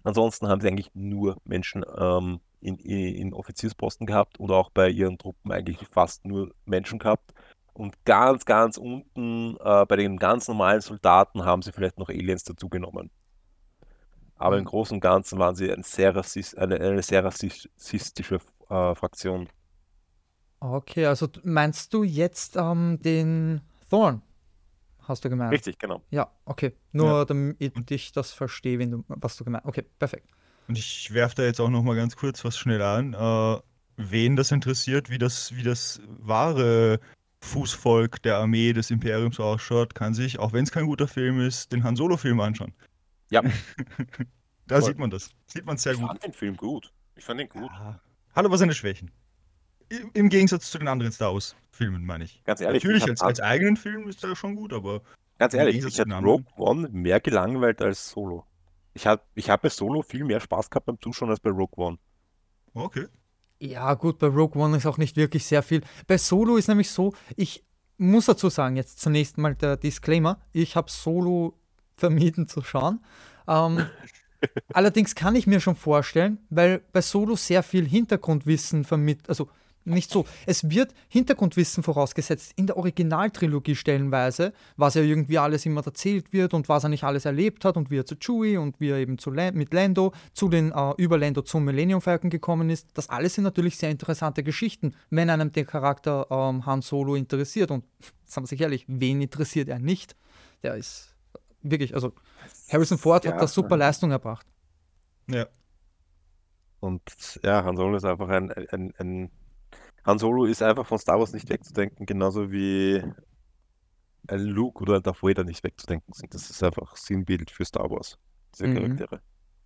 Ansonsten haben sie eigentlich nur Menschen in Offiziersposten gehabt oder auch bei ihren Truppen eigentlich fast nur Menschen gehabt. Und ganz, ganz unten bei den ganz normalen Soldaten haben sie vielleicht noch Aliens dazugenommen. Aber im Großen und Ganzen waren sie eine sehr rassistische Fraktion. Okay, also meinst du jetzt den Thorn, hast du gemeint? Richtig, genau. Ja, okay. Ja. Nur damit ich das verstehe, was du gemeint hast. Okay, perfekt. Und ich werfe da jetzt auch noch mal ganz kurz was schnell an. Wen das interessiert, wie das wahre Fußvolk der Armee des Imperiums ausschaut, kann sich, auch wenn es kein guter Film ist, den Han Solo-Film anschauen. Ja, Da voll. sieht man das. Sieht man sehr Ich gut. fand den Film gut. Ich fand ihn gut. Ja. Hat aber seine Schwächen. Im Gegensatz zu den anderen Star Wars-Filmen, meine ich. Ganz ehrlich, Natürlich, mich hat als eigenen Film ist er schon gut, aber Ganz im ehrlich, Gegensatz mich zu den hat anderen. Rogue One mehr gelangweilt als Solo. Ich hab bei Solo viel mehr Spaß gehabt beim Zuschauen als bei Rogue One. Okay. Ja, gut, bei Rogue One ist auch nicht wirklich sehr viel. Bei Solo ist nämlich so, ich muss dazu sagen, jetzt zunächst mal der Disclaimer, ich habe Solo vermieden zu schauen. Allerdings kann ich mir schon vorstellen, weil bei Solo sehr viel Hintergrundwissen vermittelt, also nicht so, es wird Hintergrundwissen vorausgesetzt in der Originaltrilogie stellenweise, was ja irgendwie alles immer erzählt wird und was er nicht alles erlebt hat und wie er zu Chewie und wie er eben mit Lando, über Lando zum Millennium Falcon gekommen ist. Das alles sind natürlich sehr interessante Geschichten, wenn einem der Charakter Han Solo interessiert. Und sagen wir sich ehrlich, wen interessiert er nicht? Der ist wirklich, also Harrison Ford hat Ja. da super Leistung erbracht. Ja. Und ja, Han Solo ist einfach Han Solo ist einfach von Star Wars nicht wegzudenken, genauso wie ein Luke oder ein Darth Vader nicht wegzudenken sind. Das ist einfach Sinnbild für Star Wars, diese Mhm. Charaktere.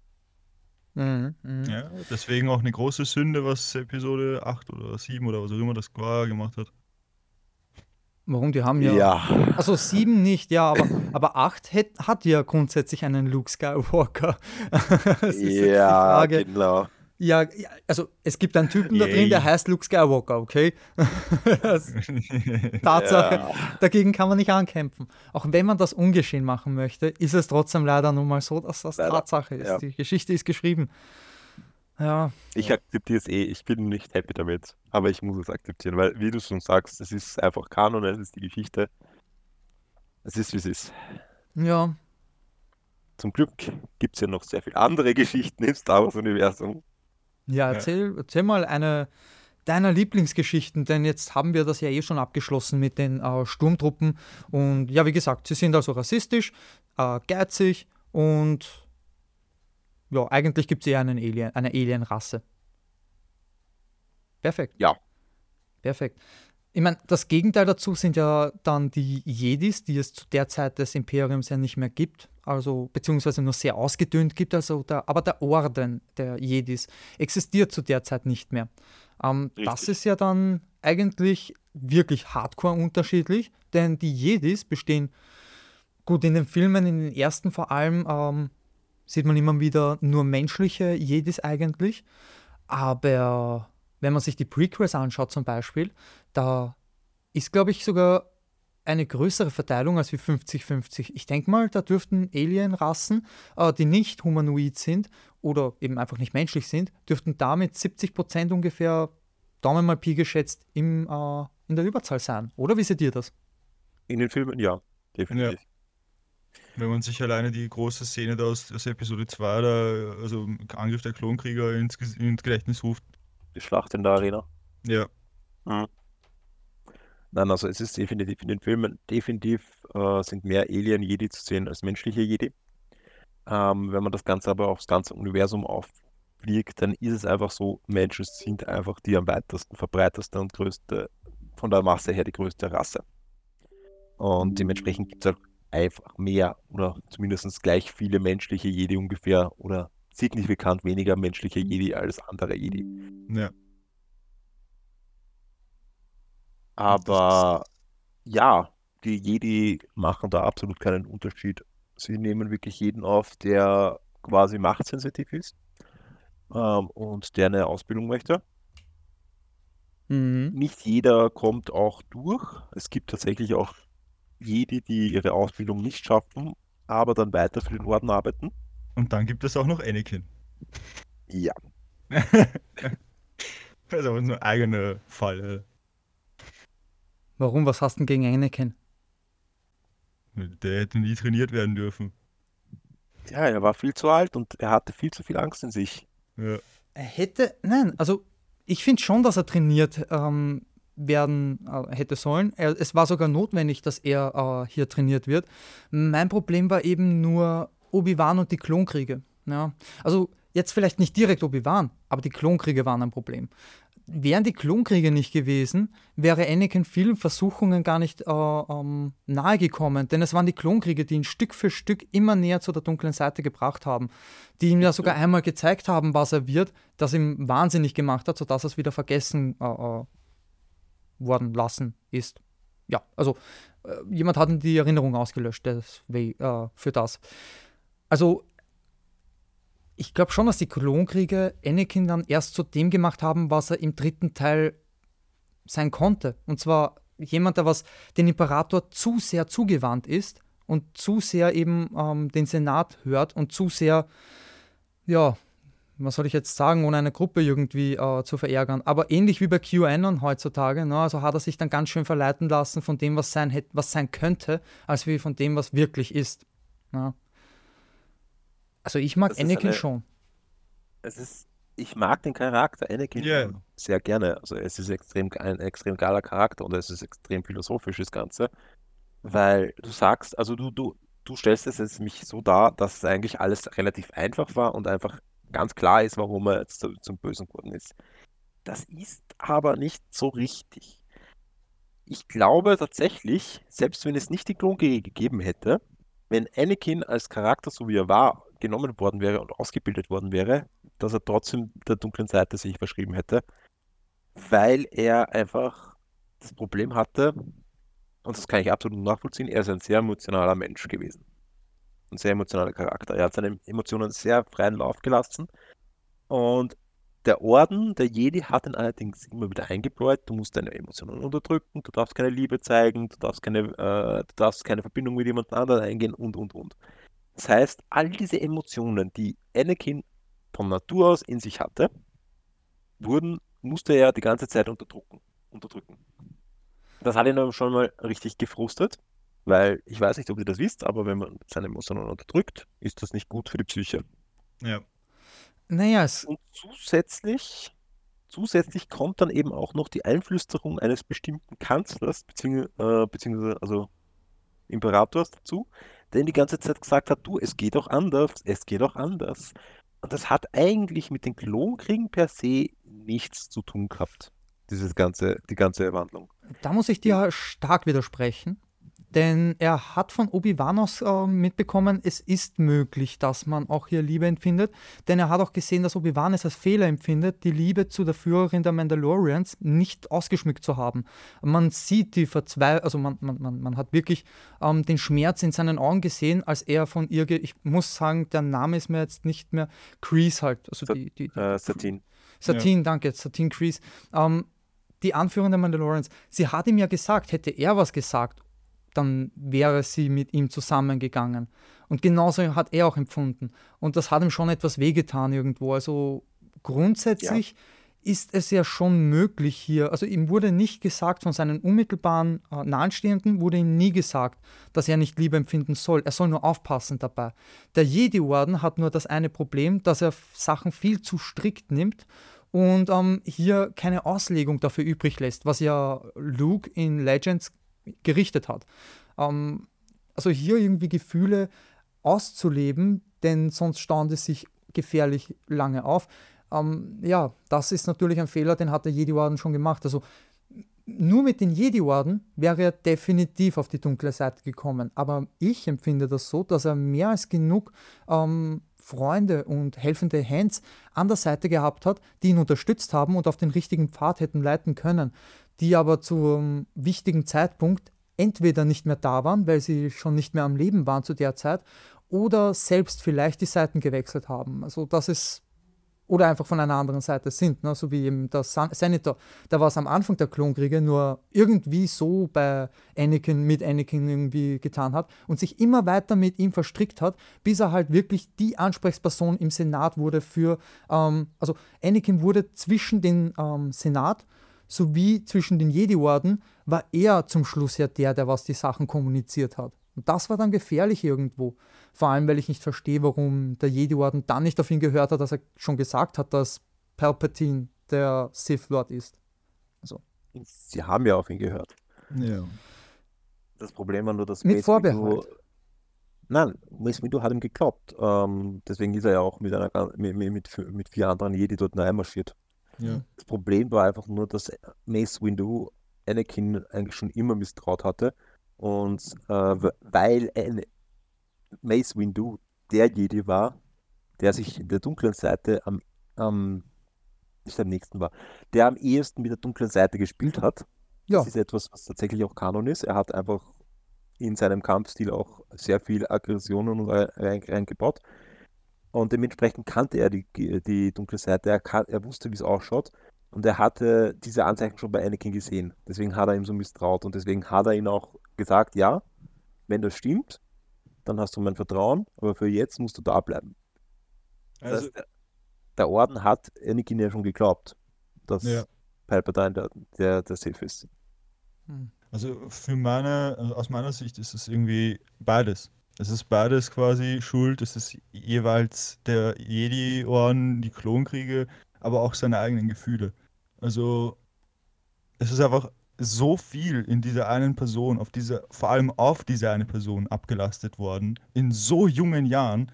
Ja, deswegen auch eine große Sünde, was Episode 8 oder 7 oder was auch immer das war, gemacht hat. Warum? Die haben ja. Ja, Also 7 nicht, ja, aber 8 hat ja grundsätzlich einen Luke Skywalker. Das ist jetzt die ja, Frage. genau. Ja, also es gibt einen Typen da drin, Yay. der heißt Luke Skywalker, okay? Das Tatsache, Ja. dagegen kann man nicht ankämpfen. Auch wenn man das ungeschehen machen möchte, ist es trotzdem leider nun mal so, dass das Leider, Tatsache ist. ja. Die Geschichte ist geschrieben. Ja, Ich akzeptiere es eh, ich bin nicht happy damit, aber ich muss es akzeptieren, weil, wie du schon sagst, es ist einfach Kanon, es ist die Geschichte. Es ist, wie es ist. ja. Zum Glück gibt es ja noch sehr viele andere Geschichten im Star Wars-Universum. Ja, erzähl mal eine deiner Lieblingsgeschichten, denn jetzt haben wir das ja eh schon abgeschlossen mit den Sturmtruppen. Und ja, wie gesagt, sie sind also rassistisch, geizig und ja, eigentlich gibt es eher eine Alien-Rasse. Perfekt. Ja. Perfekt. Ich meine, das Gegenteil dazu sind ja dann die Jedis, die es zu der Zeit des Imperiums ja nicht mehr gibt, also beziehungsweise nur sehr ausgedünnt gibt, aber der Orden der Jedis existiert zu der Zeit nicht mehr. Das Richtig. ist ja dann eigentlich wirklich hardcore unterschiedlich, denn die Jedis bestehen, gut, in den Filmen, in den ersten vor allem, sieht man immer wieder nur menschliche Jedis eigentlich, aber wenn man sich die Prequels anschaut zum Beispiel, da ist, glaube ich, sogar eine größere Verteilung als wie 50-50. Ich denke mal, da dürften Alien-Rassen, die nicht humanoid sind oder eben einfach nicht menschlich sind, dürften damit 70% ungefähr, Daumen mal Pi geschätzt, in der Überzahl sein. Oder wie seht ihr das? In den Filmen, ja, definitiv. Wenn man sich alleine die große Szene da aus Episode 2, da, also Angriff der Klonkrieger ins Gedächtnis ruft. Die Schlacht in der Arena. Ja. Mhm. Nein, also es ist definitiv in den Filmen, sind mehr Alien-Jedi zu sehen als menschliche Jedi. Wenn man das Ganze aber aufs ganze Universum aufblickt, dann ist es einfach so, Menschen sind einfach die am weitesten verbreitetste und größte, von der Masse her die größte Rasse. Und dementsprechend gibt es auch einfach mehr oder zumindest gleich viele menschliche Jedi ungefähr oder signifikant weniger menschliche Jedi als andere Jedi. Ja. Aber ja, die Jedi machen da absolut keinen Unterschied. Sie nehmen wirklich jeden auf, der quasi machtsensitiv ist und der eine Ausbildung möchte. Mhm. Nicht jeder kommt auch durch. Es gibt tatsächlich auch Jedi, die ihre Ausbildung nicht schaffen, aber dann weiter für den Orden arbeiten. Und dann gibt es auch noch Anakin. Ja. Das ist aber nur eigene Falle. Warum? Was hast du denn gegen Anakin? Der hätte nie trainiert werden dürfen. Ja, er war viel zu alt und er hatte viel zu viel Angst in sich. Ja. Er hätte, nein, also ich finde schon, dass er trainiert werden hätte sollen. Es war sogar notwendig, dass er hier trainiert wird. Mein Problem war eben nur Obi-Wan und die Klonkriege. Ja? Also jetzt vielleicht nicht direkt Obi-Wan, aber die Klonkriege waren ein Problem. Wären die Klonkriege nicht gewesen, wäre Anakin vielen Versuchungen gar nicht nahe gekommen, denn es waren die Klonkriege, die ihn Stück für Stück immer näher zu der dunklen Seite gebracht haben, die ihm ja sogar einmal gezeigt haben, was er wird, das ihm wahnsinnig gemacht hat, sodass er es wieder vergessen worden lassen ist. Ja, also jemand hat ihm die Erinnerung ausgelöscht für das. Also ich glaube schon, dass die Klonkriege Anakin dann erst zu dem gemacht haben, was er im dritten Teil sein konnte. Und zwar jemand, der was den Imperator zu sehr zugewandt ist und zu sehr eben den Senat hört und zu sehr, ja, was soll ich jetzt sagen, ohne eine Gruppe irgendwie zu verärgern. Aber ähnlich wie bei QAnon heutzutage, ne, also hat er sich dann ganz schön verleiten lassen von dem, was sein könnte, als wie von dem, was wirklich ist. Ja. Also ich mag Das ist Anakin eine, schon. es ist, ich mag den Charakter Anakin Ja. sehr gerne. Also es ist ein extrem geiler Charakter und es ist extrem philosophisch, das Ganze. Weil du sagst, also du stellst es jetzt mich so dar, dass eigentlich alles relativ einfach war und einfach ganz klar ist, warum er jetzt zum Bösen geworden ist. Das ist aber nicht so richtig. Ich glaube tatsächlich, selbst wenn es nicht die Klonkriege gegeben hätte, wenn Anakin als Charakter, so wie er war, genommen worden wäre und ausgebildet worden wäre, dass er trotzdem der dunklen Seite sich verschrieben hätte, weil er einfach das Problem hatte, und das kann ich absolut nachvollziehen, er ist ein sehr emotionaler Mensch gewesen. Ein sehr emotionaler Charakter. Er hat seine Emotionen sehr freien Lauf gelassen und der Orden, der Jedi, hat ihn allerdings immer wieder eingebläut, du musst deine Emotionen unterdrücken, du darfst keine Liebe zeigen, du darfst keine Verbindung mit jemand anderem eingehen und. Das heißt, all diese Emotionen, die Anakin von Natur aus in sich hatte, musste er die ganze Zeit unterdrücken. Das hat ihn dann schon mal richtig gefrustet, weil ich weiß nicht, ob ihr das wisst, aber wenn man seine Emotionen unterdrückt, ist das nicht gut für die Psyche. Ja. Naja, Und zusätzlich kommt dann eben auch noch die Einflüsterung eines bestimmten Kanzlers, beziehungsweise also Imperators dazu, der die ganze Zeit gesagt hat, du, es geht auch anders, es geht auch anders. Und das hat eigentlich mit den Klonkriegen per se nichts zu tun gehabt, die ganze Wandlung. da muss ich dir stark widersprechen, denn er hat von Obi-Wan aus mitbekommen, es ist möglich, dass man auch hier Liebe empfindet, denn er hat auch gesehen, dass Obi-Wan es als Fehler empfindet, die Liebe zu der Führerin der Mandalorians nicht ausgeschmückt zu haben. Man sieht die Verzweiflung, also man hat wirklich den Schmerz in seinen Augen gesehen, als er von ihr, ich muss sagen, der Name ist mir jetzt nicht mehr, Kreese halt, also Satine. Satine, danke, Satine Kreese, die Anführerin der Mandalorians, sie hat ihm ja gesagt, hätte er was gesagt, dann wäre sie mit ihm zusammengegangen. Und genauso hat er auch empfunden. Und das hat ihm schon etwas wehgetan irgendwo. Also grundsätzlich ist es ja schon möglich hier. Also ihm wurde nicht gesagt, von seinen unmittelbaren Nahestehenden wurde ihm nie gesagt, dass er nicht Liebe empfinden soll. Er soll nur aufpassen dabei. Der Jedi-Orden hat nur das eine Problem, dass er Sachen viel zu strikt nimmt und hier keine Auslegung dafür übrig lässt, was ja Luke in Legends gerichtet hat. Also hier irgendwie Gefühle auszuleben, denn sonst stauen es sich gefährlich lange auf. Ja, das ist natürlich ein Fehler, den hat der Jedi-Orden schon gemacht. Also nur mit den Jedi-Orden wäre er definitiv auf die dunkle Seite gekommen. Aber ich empfinde das so, dass er mehr als genug Freunde und helfende Hands an der Seite gehabt hat, die ihn unterstützt haben und auf den richtigen Pfad hätten leiten können, die aber zum wichtigen Zeitpunkt entweder nicht mehr da waren, weil sie schon nicht mehr am Leben waren zu der Zeit, oder selbst vielleicht die Seiten gewechselt haben. Also das ist oder einfach von einer anderen Seite sind, ne? So wie eben der Senator. Da war es am Anfang der Klonkriege nur irgendwie so mit Anakin irgendwie getan hat und sich immer weiter mit ihm verstrickt hat, bis er halt wirklich die Ansprechperson im Senat wurde also Anakin wurde zwischen den Senat sowie zwischen den Jedi-Orden, war er zum Schluss ja der was die Sachen kommuniziert hat. Und das war dann gefährlich irgendwo. Vor allem, weil ich nicht verstehe, warum der Jedi-Orden dann nicht auf ihn gehört hat, dass er schon gesagt hat, dass Palpatine der Sith Lord ist. Also, Sie haben ja auf ihn gehört. Ja. Das Problem war nur, dass mit Mace Vorbehalt. Windu. Nein, Mace Windu hat ihm geglaubt. Deswegen ist er ja auch mit 4 anderen Jedi dort einmarschiert. Ja. Das Problem war einfach nur, dass Mace Windu Anakin eigentlich schon immer misstraut hatte. Und weil Mace Windu der Jedi war, der sich in der dunklen Seite nicht am nächsten war, der am ehesten mit der dunklen Seite gespielt hat. Ja, Das ist etwas, was tatsächlich auch Kanon ist. Er hat einfach in seinem Kampfstil auch sehr viel Aggressionen reingebaut. Und dementsprechend kannte er die dunkle Seite. Er wusste, wie es ausschaut. Und er hatte diese Anzeichen schon bei Anakin gesehen. Deswegen hat er ihm so misstraut. Und deswegen hat er ihn auch gesagt, ja, wenn das stimmt, dann hast du mein Vertrauen. Aber für jetzt musst du da bleiben. Das Also, heißt, der Orden hat Anakin ja schon geglaubt, dass ja. Palpatine der Sith ist. Also aus meiner Sicht ist es irgendwie beides. Es ist beides quasi schuld. Es ist jeweils der Jedi-Orden, die Klonkriege, aber auch seine eigenen Gefühle. Also es ist einfach so viel in dieser einen Person, vor allem auf diese eine Person abgelastet worden, in so jungen Jahren.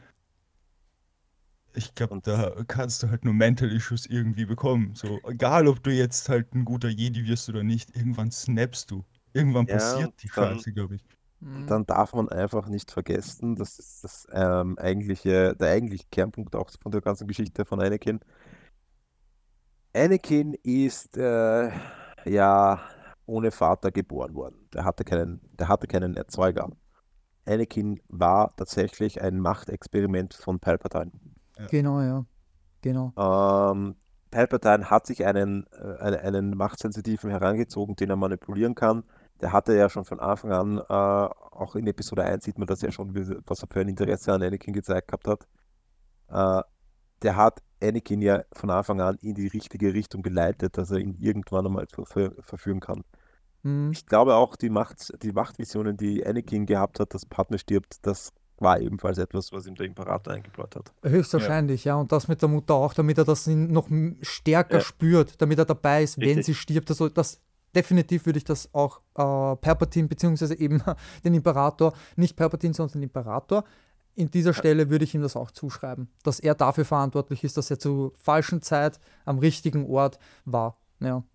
Ich glaube, Und da kannst du halt nur Mental Issues irgendwie bekommen. So, egal ob du jetzt halt ein guter Jedi wirst oder nicht, irgendwann snappst du. Irgendwann ja, passiert die Scheiße, glaube ich. dann darf man einfach nicht vergessen, das ist der eigentliche Kernpunkt auch von der ganzen Geschichte von Anakin. Anakin ist ja ohne Vater geboren worden. Der hatte keinen Erzeuger. Anakin war tatsächlich ein Machtexperiment von Palpatine. genau, ja. Genau. Palpatine hat sich einen Machtsensitiven herangezogen, den er manipulieren kann. Der hatte ja schon von Anfang an, auch in Episode 1 sieht man das ja schon, was er für ein Interesse an Anakin gezeigt gehabt hat. Der hat Anakin ja von Anfang an in die richtige Richtung geleitet, dass er ihn irgendwann einmal verführen kann. Mhm. Ich glaube auch, die Machtvisionen, die Anakin gehabt hat, dass Padme stirbt, das war ebenfalls etwas, was ihm der Imperator eingebläut hat. Höchstwahrscheinlich, ja. Und das mit der Mutter auch, damit er das noch stärker Ja. spürt, damit er dabei ist, wenn Richtig. sie stirbt. Also definitiv würde ich das auch Palpatine, beziehungsweise eben den Imperator, nicht Palpatine, sondern den Imperator, in dieser Stelle würde ich ihm das auch zuschreiben, dass er dafür verantwortlich ist, dass er zur falschen Zeit am richtigen Ort war. Ja,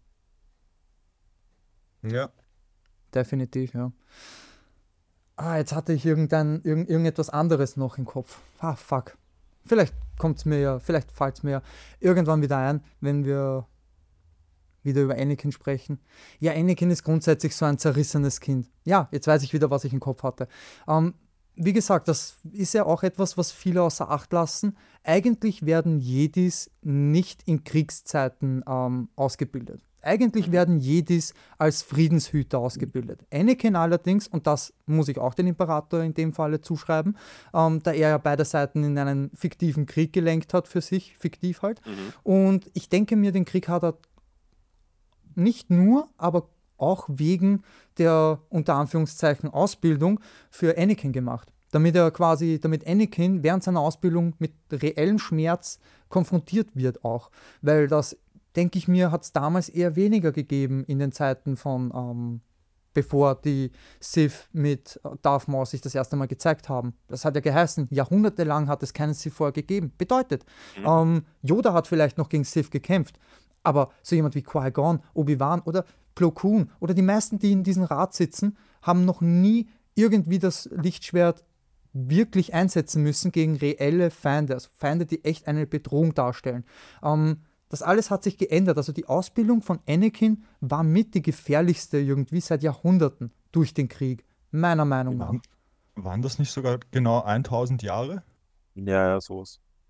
Ja. definitiv, ja. Jetzt hatte ich irgendetwas anderes noch im Kopf. Fuck. Vielleicht fällt es mir ja irgendwann wieder ein, wenn wir wieder über Anakin sprechen. Ja, Anakin ist grundsätzlich so ein zerrissenes Kind. Ja, jetzt weiß ich wieder, was ich im Kopf hatte. Wie gesagt, das ist ja auch etwas, was viele außer Acht lassen. Eigentlich werden Jedis nicht in Kriegszeiten ausgebildet. Eigentlich werden Jedis als Friedenshüter ausgebildet. Anakin allerdings, und das muss ich auch den Imperator in dem Falle zuschreiben, da er ja beide Seiten in einen fiktiven Krieg gelenkt hat für sich, fiktiv halt. Und ich denke mir, den Krieg hat er nicht nur, aber auch wegen der unter Anführungszeichen Ausbildung für Anakin gemacht. Damit Anakin während seiner Ausbildung mit reellem Schmerz konfrontiert wird auch. Weil das, denke ich mir, hat es damals eher weniger gegeben in den Zeiten von, bevor die Sith mit Darth Maul sich das erste Mal gezeigt haben. Das hat ja geheißen, jahrhundertelang hat es keinen Sith vorher gegeben. Bedeutet, Yoda hat vielleicht noch gegen Sith gekämpft, aber so jemand wie Qui-Gon, Obi-Wan oder Plo Koon oder die meisten, die in diesem Rat sitzen, haben noch nie irgendwie das Lichtschwert wirklich einsetzen müssen gegen reelle Feinde, also Feinde, die echt eine Bedrohung darstellen. Das alles hat sich geändert. Also die Ausbildung von Anakin war mit die gefährlichste irgendwie seit Jahrhunderten durch den Krieg, meiner Meinung nach. Waren das nicht sogar genau 1000 Jahre? Ja, sowas.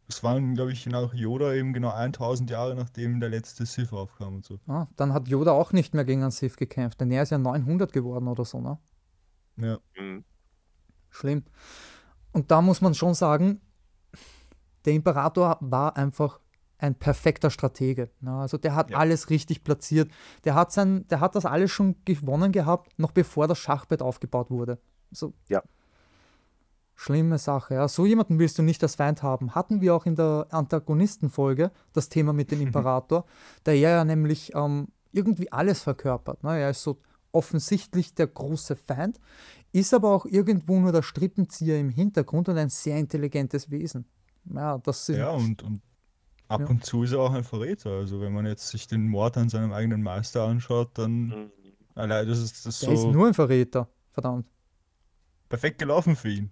Das waren, glaube ich, nach Yoda eben genau 1000 Jahre, nachdem der letzte Sith aufkam und so. Ah, dann hat Yoda auch nicht mehr gegen einen Sith gekämpft, denn er ist ja 900 geworden oder so, ne? Ja. Mhm. Schlimm. Und da muss man schon sagen, der Imperator war einfach ein perfekter Stratege. Ja, also der hat Ja. alles richtig platziert. Der hat das alles schon gewonnen gehabt, noch bevor das Schachbrett aufgebaut wurde. So Ja. schlimme Sache. Ja. So jemanden willst du nicht als Feind haben. Hatten wir auch in der Antagonistenfolge das Thema mit dem Imperator, der ja nämlich irgendwie alles verkörpert. Ne? Er ist so offensichtlich der große Feind, ist aber auch irgendwo nur der Strippenzieher im Hintergrund und ein sehr intelligentes Wesen. Ja, das sind. Ja, und ab Ja. und zu ist er auch ein Verräter. Also wenn man jetzt sich den Mord an seinem eigenen Meister anschaut, dann Mhm. allein das Der ist so nur ein Verräter, verdammt. perfekt gelaufen für ihn.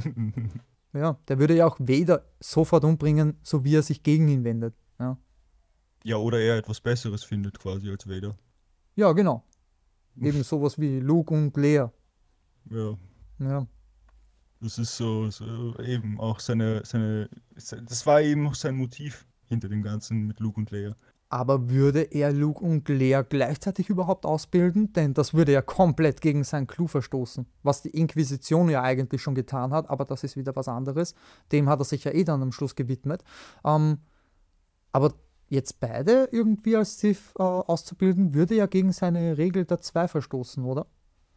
Ja, der würde ja auch Vader sofort umbringen, so wie er sich gegen ihn wendet. Ja, Ja, oder er etwas Besseres findet quasi als Vader. ja genau. Eben sowas wie Luke und Leia. Ja, Ja. das ist so eben auch das war eben auch sein Motiv hinter dem Ganzen mit Luke und Leia. Aber würde er Luke und Leia gleichzeitig überhaupt ausbilden? Denn das würde ja komplett gegen seinen Clou verstoßen. Was die Inquisition ja eigentlich schon getan hat, aber das ist wieder was anderes. Dem hat er sich ja eh dann am Schluss gewidmet. Aber jetzt beide irgendwie als Sith auszubilden, würde ja gegen seine Regel der zwei verstoßen, oder?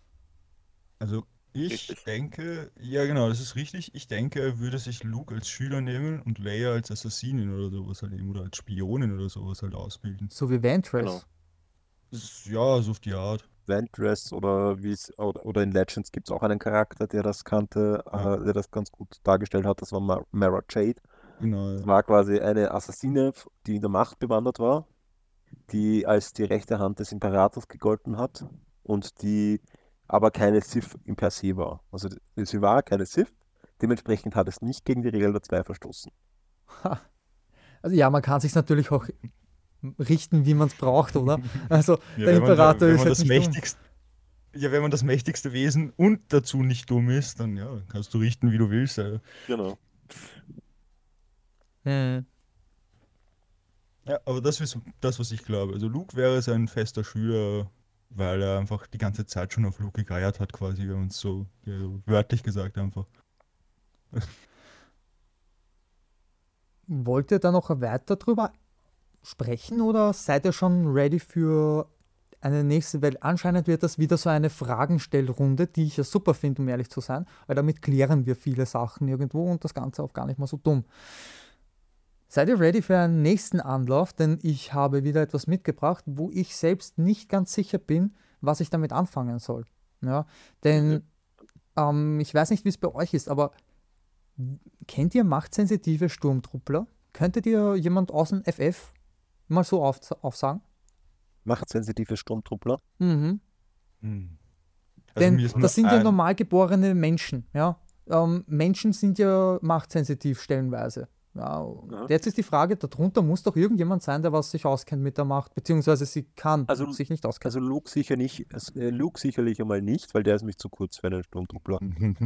Also ich Richtig. denke, ja genau, das ist richtig. Ich denke, er würde sich Luke als Schüler nehmen und Leia als Assassinin oder sowas halt eben oder als Spionin oder sowas halt ausbilden. So wie Genau. Ventress. Ja, so auf die Art. Ventress oder in Legends gibt es auch einen Charakter, der das kannte, Ja, der das ganz gut dargestellt hat. Das war Mara Jade. genau. Das Ja. war quasi eine Assassine, die in der Macht bewandert war, die als die rechte Hand des Imperators gegolten hat und die aber keine Sith im per se war. Also sie war keine Sith, dementsprechend hat es nicht gegen die Regel der zwei verstoßen. Ha. Also ja, man kann sich natürlich auch richten, wie man es braucht, oder? Also Ja, der Imperator wenn ist man halt das nicht dumm. mächtigste, ja, wenn man das mächtigste Wesen und dazu nicht dumm ist, dann ja, kannst du richten, wie du willst. Genau. Hm. Ja, aber das ist das, was ich glaube. Also Luke wäre sein fester Schüler, weil er einfach die ganze Zeit schon auf Luke gegeiert hat, quasi, wenn man es so ja, so wörtlich gesagt einfach. Wollt ihr da noch weiter drüber sprechen oder seid ihr schon ready für eine nächste Welle? Anscheinend wird das wieder so eine Fragenstellrunde, die ich ja super finde, um ehrlich zu sein, weil damit klären wir viele Sachen irgendwo und das Ganze auch gar nicht mal so dumm. Seid ihr ready für einen nächsten Anlauf? Denn ich habe wieder etwas mitgebracht, wo ich selbst nicht ganz sicher bin, was ich damit anfangen soll. Ja, denn ich weiß nicht, wie es bei euch ist, aber kennt ihr machtsensitive Sturmtruppler? Könntet ihr jemand aus dem FF mal so aufsagen? Machtsensitive Sturmtruppler. Mhm. Hm. Also Denn mir ist das nur sind ja ein, normal geborene Menschen. Ja? Menschen sind ja machtsensitiv stellenweise. Ja, und Aha. jetzt ist die Frage, darunter muss doch irgendjemand sein, der was sich auskennt mit der Macht, beziehungsweise sie kann Also, sich nicht auskennen. also Luke sicher nicht, Luke sicherlich einmal nicht, weil der ist mich zu kurz für einen Sturmtruppler.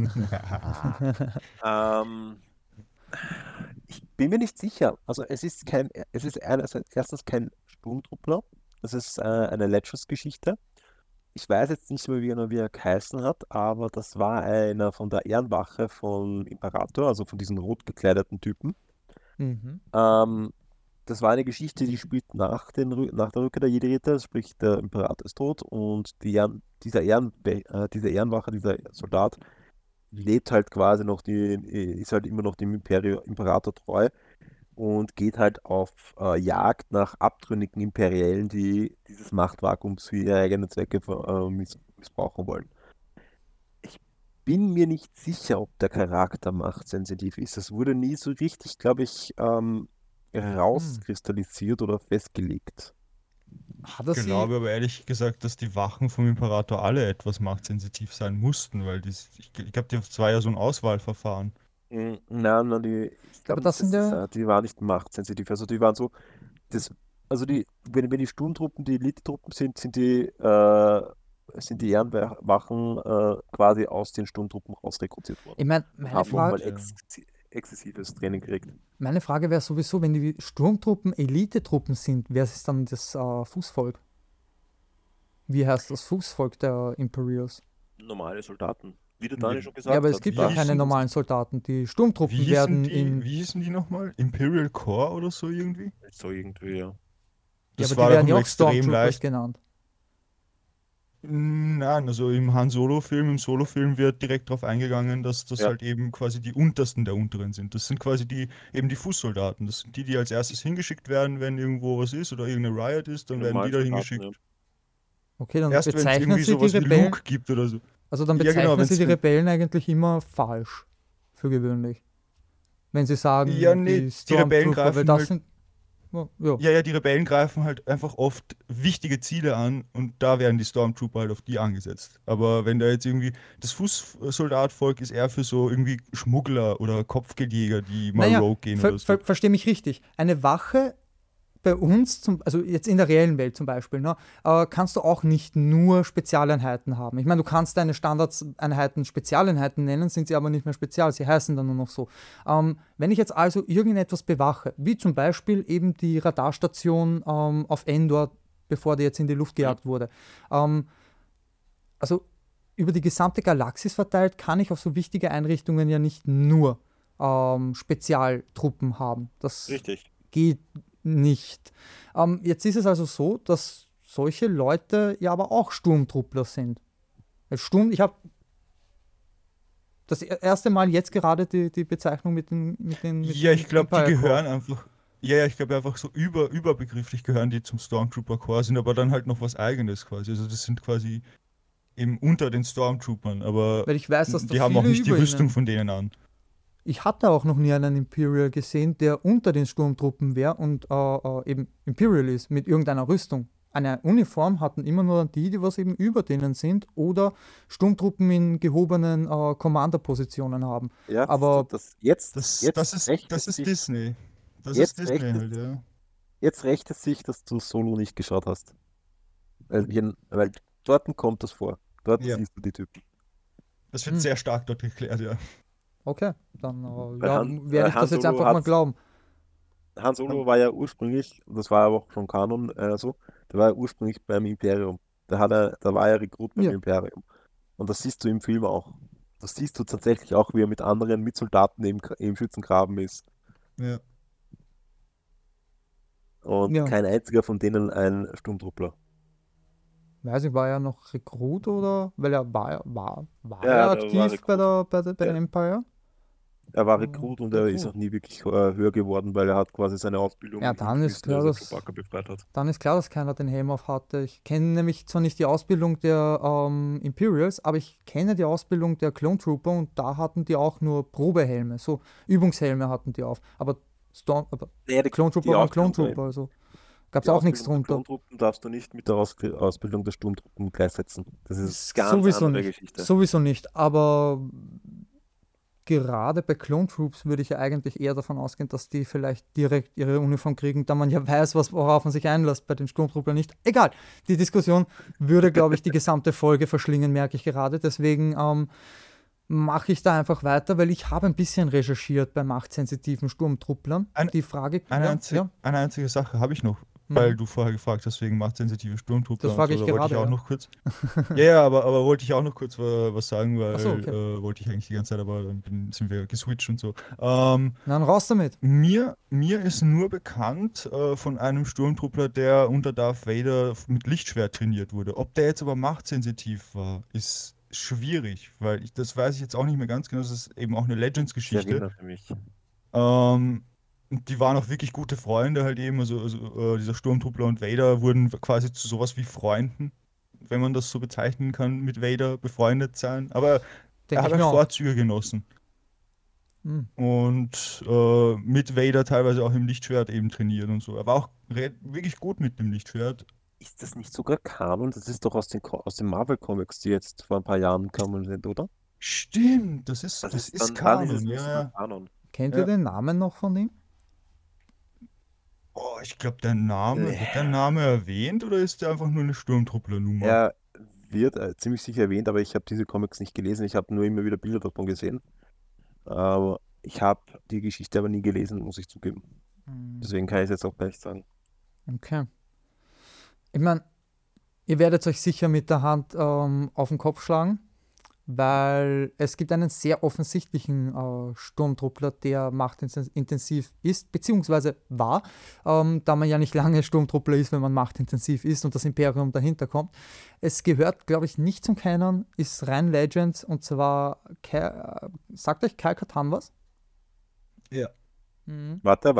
Ähm, Ich bin mir nicht sicher. Also es ist erstens kein Sturmtruppler. Es ist eine Legends-Geschichte. Ich weiß jetzt nicht mehr, wie er geheißen hat, aber das war einer von der Ehrenwache vom Imperator, also von diesen rot gekleideten Typen. Mhm. Ähm, Das war eine Geschichte, die spielt nach der Rückkehr der Jedi-Ritter, sprich der Imperator ist tot und diese Ehrenwache, dieser Soldat lebt halt quasi noch, ist halt immer noch dem Imperator treu und geht halt auf Jagd nach abtrünnigen Imperiellen, die dieses Machtvakuum für ihre eigenen Zwecke missbrauchen wollen. Ich bin mir nicht sicher, ob der Charakter machtsensitiv ist. Das wurde nie so richtig, glaube ich, Hm. rauskristallisiert oder festgelegt. Hat ich er sie. glaube aber ehrlich gesagt, dass die Wachen vom Imperator alle etwas machtsensitiv sein mussten, weil ich glaube, das war ja so ein Auswahlverfahren. Nein, nein, ich Aber glaube das nicht, sind ja. die waren nicht machtsensitiv. Also die waren so, das, also wenn die Sturmtruppen die Elitetruppen sind, sind die Ehrenwachen quasi aus den Sturmtruppen rausrekrutiert worden Ich meine, und meine haben Frage. nochmal Ja. exzessives Training kriegt. Meine Frage wäre sowieso, wenn die Sturmtruppen Elitetruppen sind, wer ist dann das Fußvolk? Wie heißt das Fußvolk der Imperials? Normale Soldaten. Wie der Ja, Daniel schon Ja, gesagt aber es hat. gibt wie ja Da, keine hießen, normalen Soldaten. Die wie Sturmtruppen hießen werden wie hießen die nochmal? Imperial Corps oder so irgendwie? so irgendwie, ja. ja, Das aber die war doch werden ja nur auch extrem Stormtroopers leicht. genannt. Nein, also im Solo-Film wird direkt darauf eingegangen, dass das Ja, halt eben quasi die untersten der unteren sind. Das sind quasi eben die Fußsoldaten. Das sind die, die als erstes hingeschickt werden, wenn irgendwo was ist oder irgendeine Riot ist, die dann werden die normalen da Soldaten, ja. hingeschickt. Okay, dann Erst wenn es bezeichnen irgendwie sie die sowas wie Rebellen, Luke gibt oder so. also dann Ja, genau, bezeichnen sie die wenn Rebellen eigentlich immer falsch, für gewöhnlich. Wenn sie ja, sagen, nee, die die Rebellen Stormtrooper, weil greifen das halt, sind, ja, ja, die Rebellen greifen halt einfach oft wichtige Ziele an und da werden die Stormtrooper halt auf die angesetzt. Aber wenn da jetzt irgendwie, das Fußsoldatvolk ist eher für so irgendwie Schmuggler oder Kopfgeldjäger, die mal naja, rogue gehen oder so. verstehe mich richtig. Eine Wache bei uns, also jetzt in der reellen Welt zum Beispiel, ne, kannst du auch nicht nur Spezialeinheiten haben. Ich meine, du kannst deine Standardeinheiten Spezialeinheiten nennen, sind sie aber nicht mehr spezial, sie heißen dann nur noch so. Wenn ich jetzt also irgendetwas bewache, wie zum Beispiel eben die Radarstation auf Endor, bevor die jetzt in die Luft gejagt wurde, also über die gesamte Galaxis verteilt, kann ich auf so wichtige Einrichtungen ja nicht nur Spezialtruppen haben. Das Richtig. geht nicht. Jetzt ist es also so, dass solche Leute ja aber auch Sturmtruppler sind. Ich habe das erste Mal jetzt gerade die Bezeichnung mit Ja, ich den glaube, die Empire gehören Corps. einfach, ja, ich glaube einfach so überbegrifflich gehören die zum Stormtrooper Corps, sind aber dann halt noch was Eigenes quasi. Also das sind quasi eben unter den Stormtroopern, aber Weil ich weiß, dass da die haben auch viele nicht die über Rüstung ihnen. von denen an. Ich hatte auch noch nie einen Imperial gesehen, der unter den Sturmtruppen wäre und eben Imperial ist, mit irgendeiner Rüstung. Eine Uniform hatten immer nur die was eben über denen sind oder Sturmtruppen in gehobenen Commander-Positionen haben. Ja, siehst du, Aber Das ist Disney. Das ist jetzt Disney rächt halt, es, ja. jetzt rächt es sich, dass du Solo nicht geschaut hast. Weil dort kommt das vor. Dort Ja, siehst du die Typen. das wird hm, sehr stark dort geklärt, ja. okay, dann Weil ja, werde ich Han das jetzt Solo einfach mal glauben. Han Solo war ja ursprünglich, und das war aber auch schon Kanon so, der war ja ursprünglich beim Imperium. Da war er Rekrut beim Ja, Imperium. Und das siehst du im Film auch. Das siehst du tatsächlich auch, wie er mit anderen Mitsoldaten im Schützengraben ist. Ja. Und ja. kein einziger von denen ein Sturmtruppler. Weiß ich, war er noch Rekrut oder? Weil war er Ja, der war aktiv Rekrut. bei der Ja, Empire? er war Rekrut und er ist Rekrut. auch nie wirklich höher geworden, weil er hat quasi seine Ja, Ausbildung hinter müssen, als er Chewbacca befreit hat. dann ist klar, dass keiner den Helm auf hatte. Ich kenne nämlich zwar nicht die Ausbildung der Imperials, aber ich kenne die Ausbildung der Clone Trooper und da hatten die auch nur Probehelme, so Übungshelme hatten die auf. Aber Ja, Clone Trooper die waren Clone Ausbildung Trooper, also gab es Die auch nichts Ausbildung der drunter. Klontruppen darfst du nicht mit der Ausbildung der Sturmtruppen gleichsetzen. Das ist eine ganz Sowieso andere nicht. Geschichte. Sowieso nicht. Aber gerade bei Clone Troops würde ich ja eigentlich eher davon ausgehen, dass die vielleicht direkt ihre Uniform kriegen, da man ja weiß, worauf man sich einlässt, bei den Sturmtrooplern nicht. Egal, die Diskussion würde, glaube ich, die gesamte Folge verschlingen, merke ich gerade. Deswegen mache ich da einfach weiter, weil ich habe ein bisschen recherchiert bei machtsensitiven Sturmtrupplern. Ein, Die Frage, eine ja, einzige Sache habe ich noch, weil mhm. du vorher gefragt hast, wegen machtsensitive Sturmtruppler Das und frage so, ich da wollte ich gerade, auch ja. noch kurz. Ja, aber wollte ich auch noch kurz was sagen, Ach so, weil okay. wollte ich eigentlich die ganze Zeit, aber dann sind wir geswitcht und so. Dann raus damit. Mir ist nur bekannt von einem Sturmtruppler, der unter Darth Vader mit Lichtschwert trainiert wurde. Ob der jetzt aber machtsensitiv war, ist schwierig, weil das weiß ich jetzt auch nicht mehr ganz genau. Das ist eben auch eine Ich Legends-Geschichte. erinnere mich. Und die waren auch wirklich gute Freunde halt eben. Also dieser Sturmtruppler und Vader wurden quasi zu sowas wie Freunden, wenn man das so bezeichnen kann, mit Vader befreundet sein. Aber er Denke hat ich halt mir auch. Vorzüge genossen. Hm. Und mit Vader teilweise auch im Lichtschwert eben trainiert und so. Er war auch wirklich gut mit dem Lichtschwert. Ist das nicht sogar Kanon? Das ist doch aus den Marvel Comics, die jetzt vor ein paar Jahren gekommen sind, oder? Stimmt, Das das ist ist dann ist Kanon, es nicht sogar ja. Kanon. Kennt ihr Ja. den Namen noch von ihm? Oh, ich glaube, wird der Äh, Name erwähnt oder ist der einfach nur eine Sturmtruppler-Nummer? Er wird ziemlich sicher erwähnt, aber ich habe diese Comics nicht gelesen. Ich habe nur immer wieder Bilder davon gesehen. Aber Ich habe die Geschichte aber nie gelesen, muss ich zugeben. Deswegen kann ich es jetzt auch gar nicht sagen. Okay. Ich meine, ihr werdet euch sicher mit der Hand auf den Kopf schlagen, weil es gibt einen sehr offensichtlichen Sturmtruppler, der machtintensiv ist, beziehungsweise war, da man ja nicht lange Sturmtruppler ist, wenn man machtintensiv ist und das Imperium dahinter kommt. Es gehört, glaube ich, nicht zum Canon, ist rein Legends, und zwar, sagt euch Kyle Katarn was? Ja. Warte.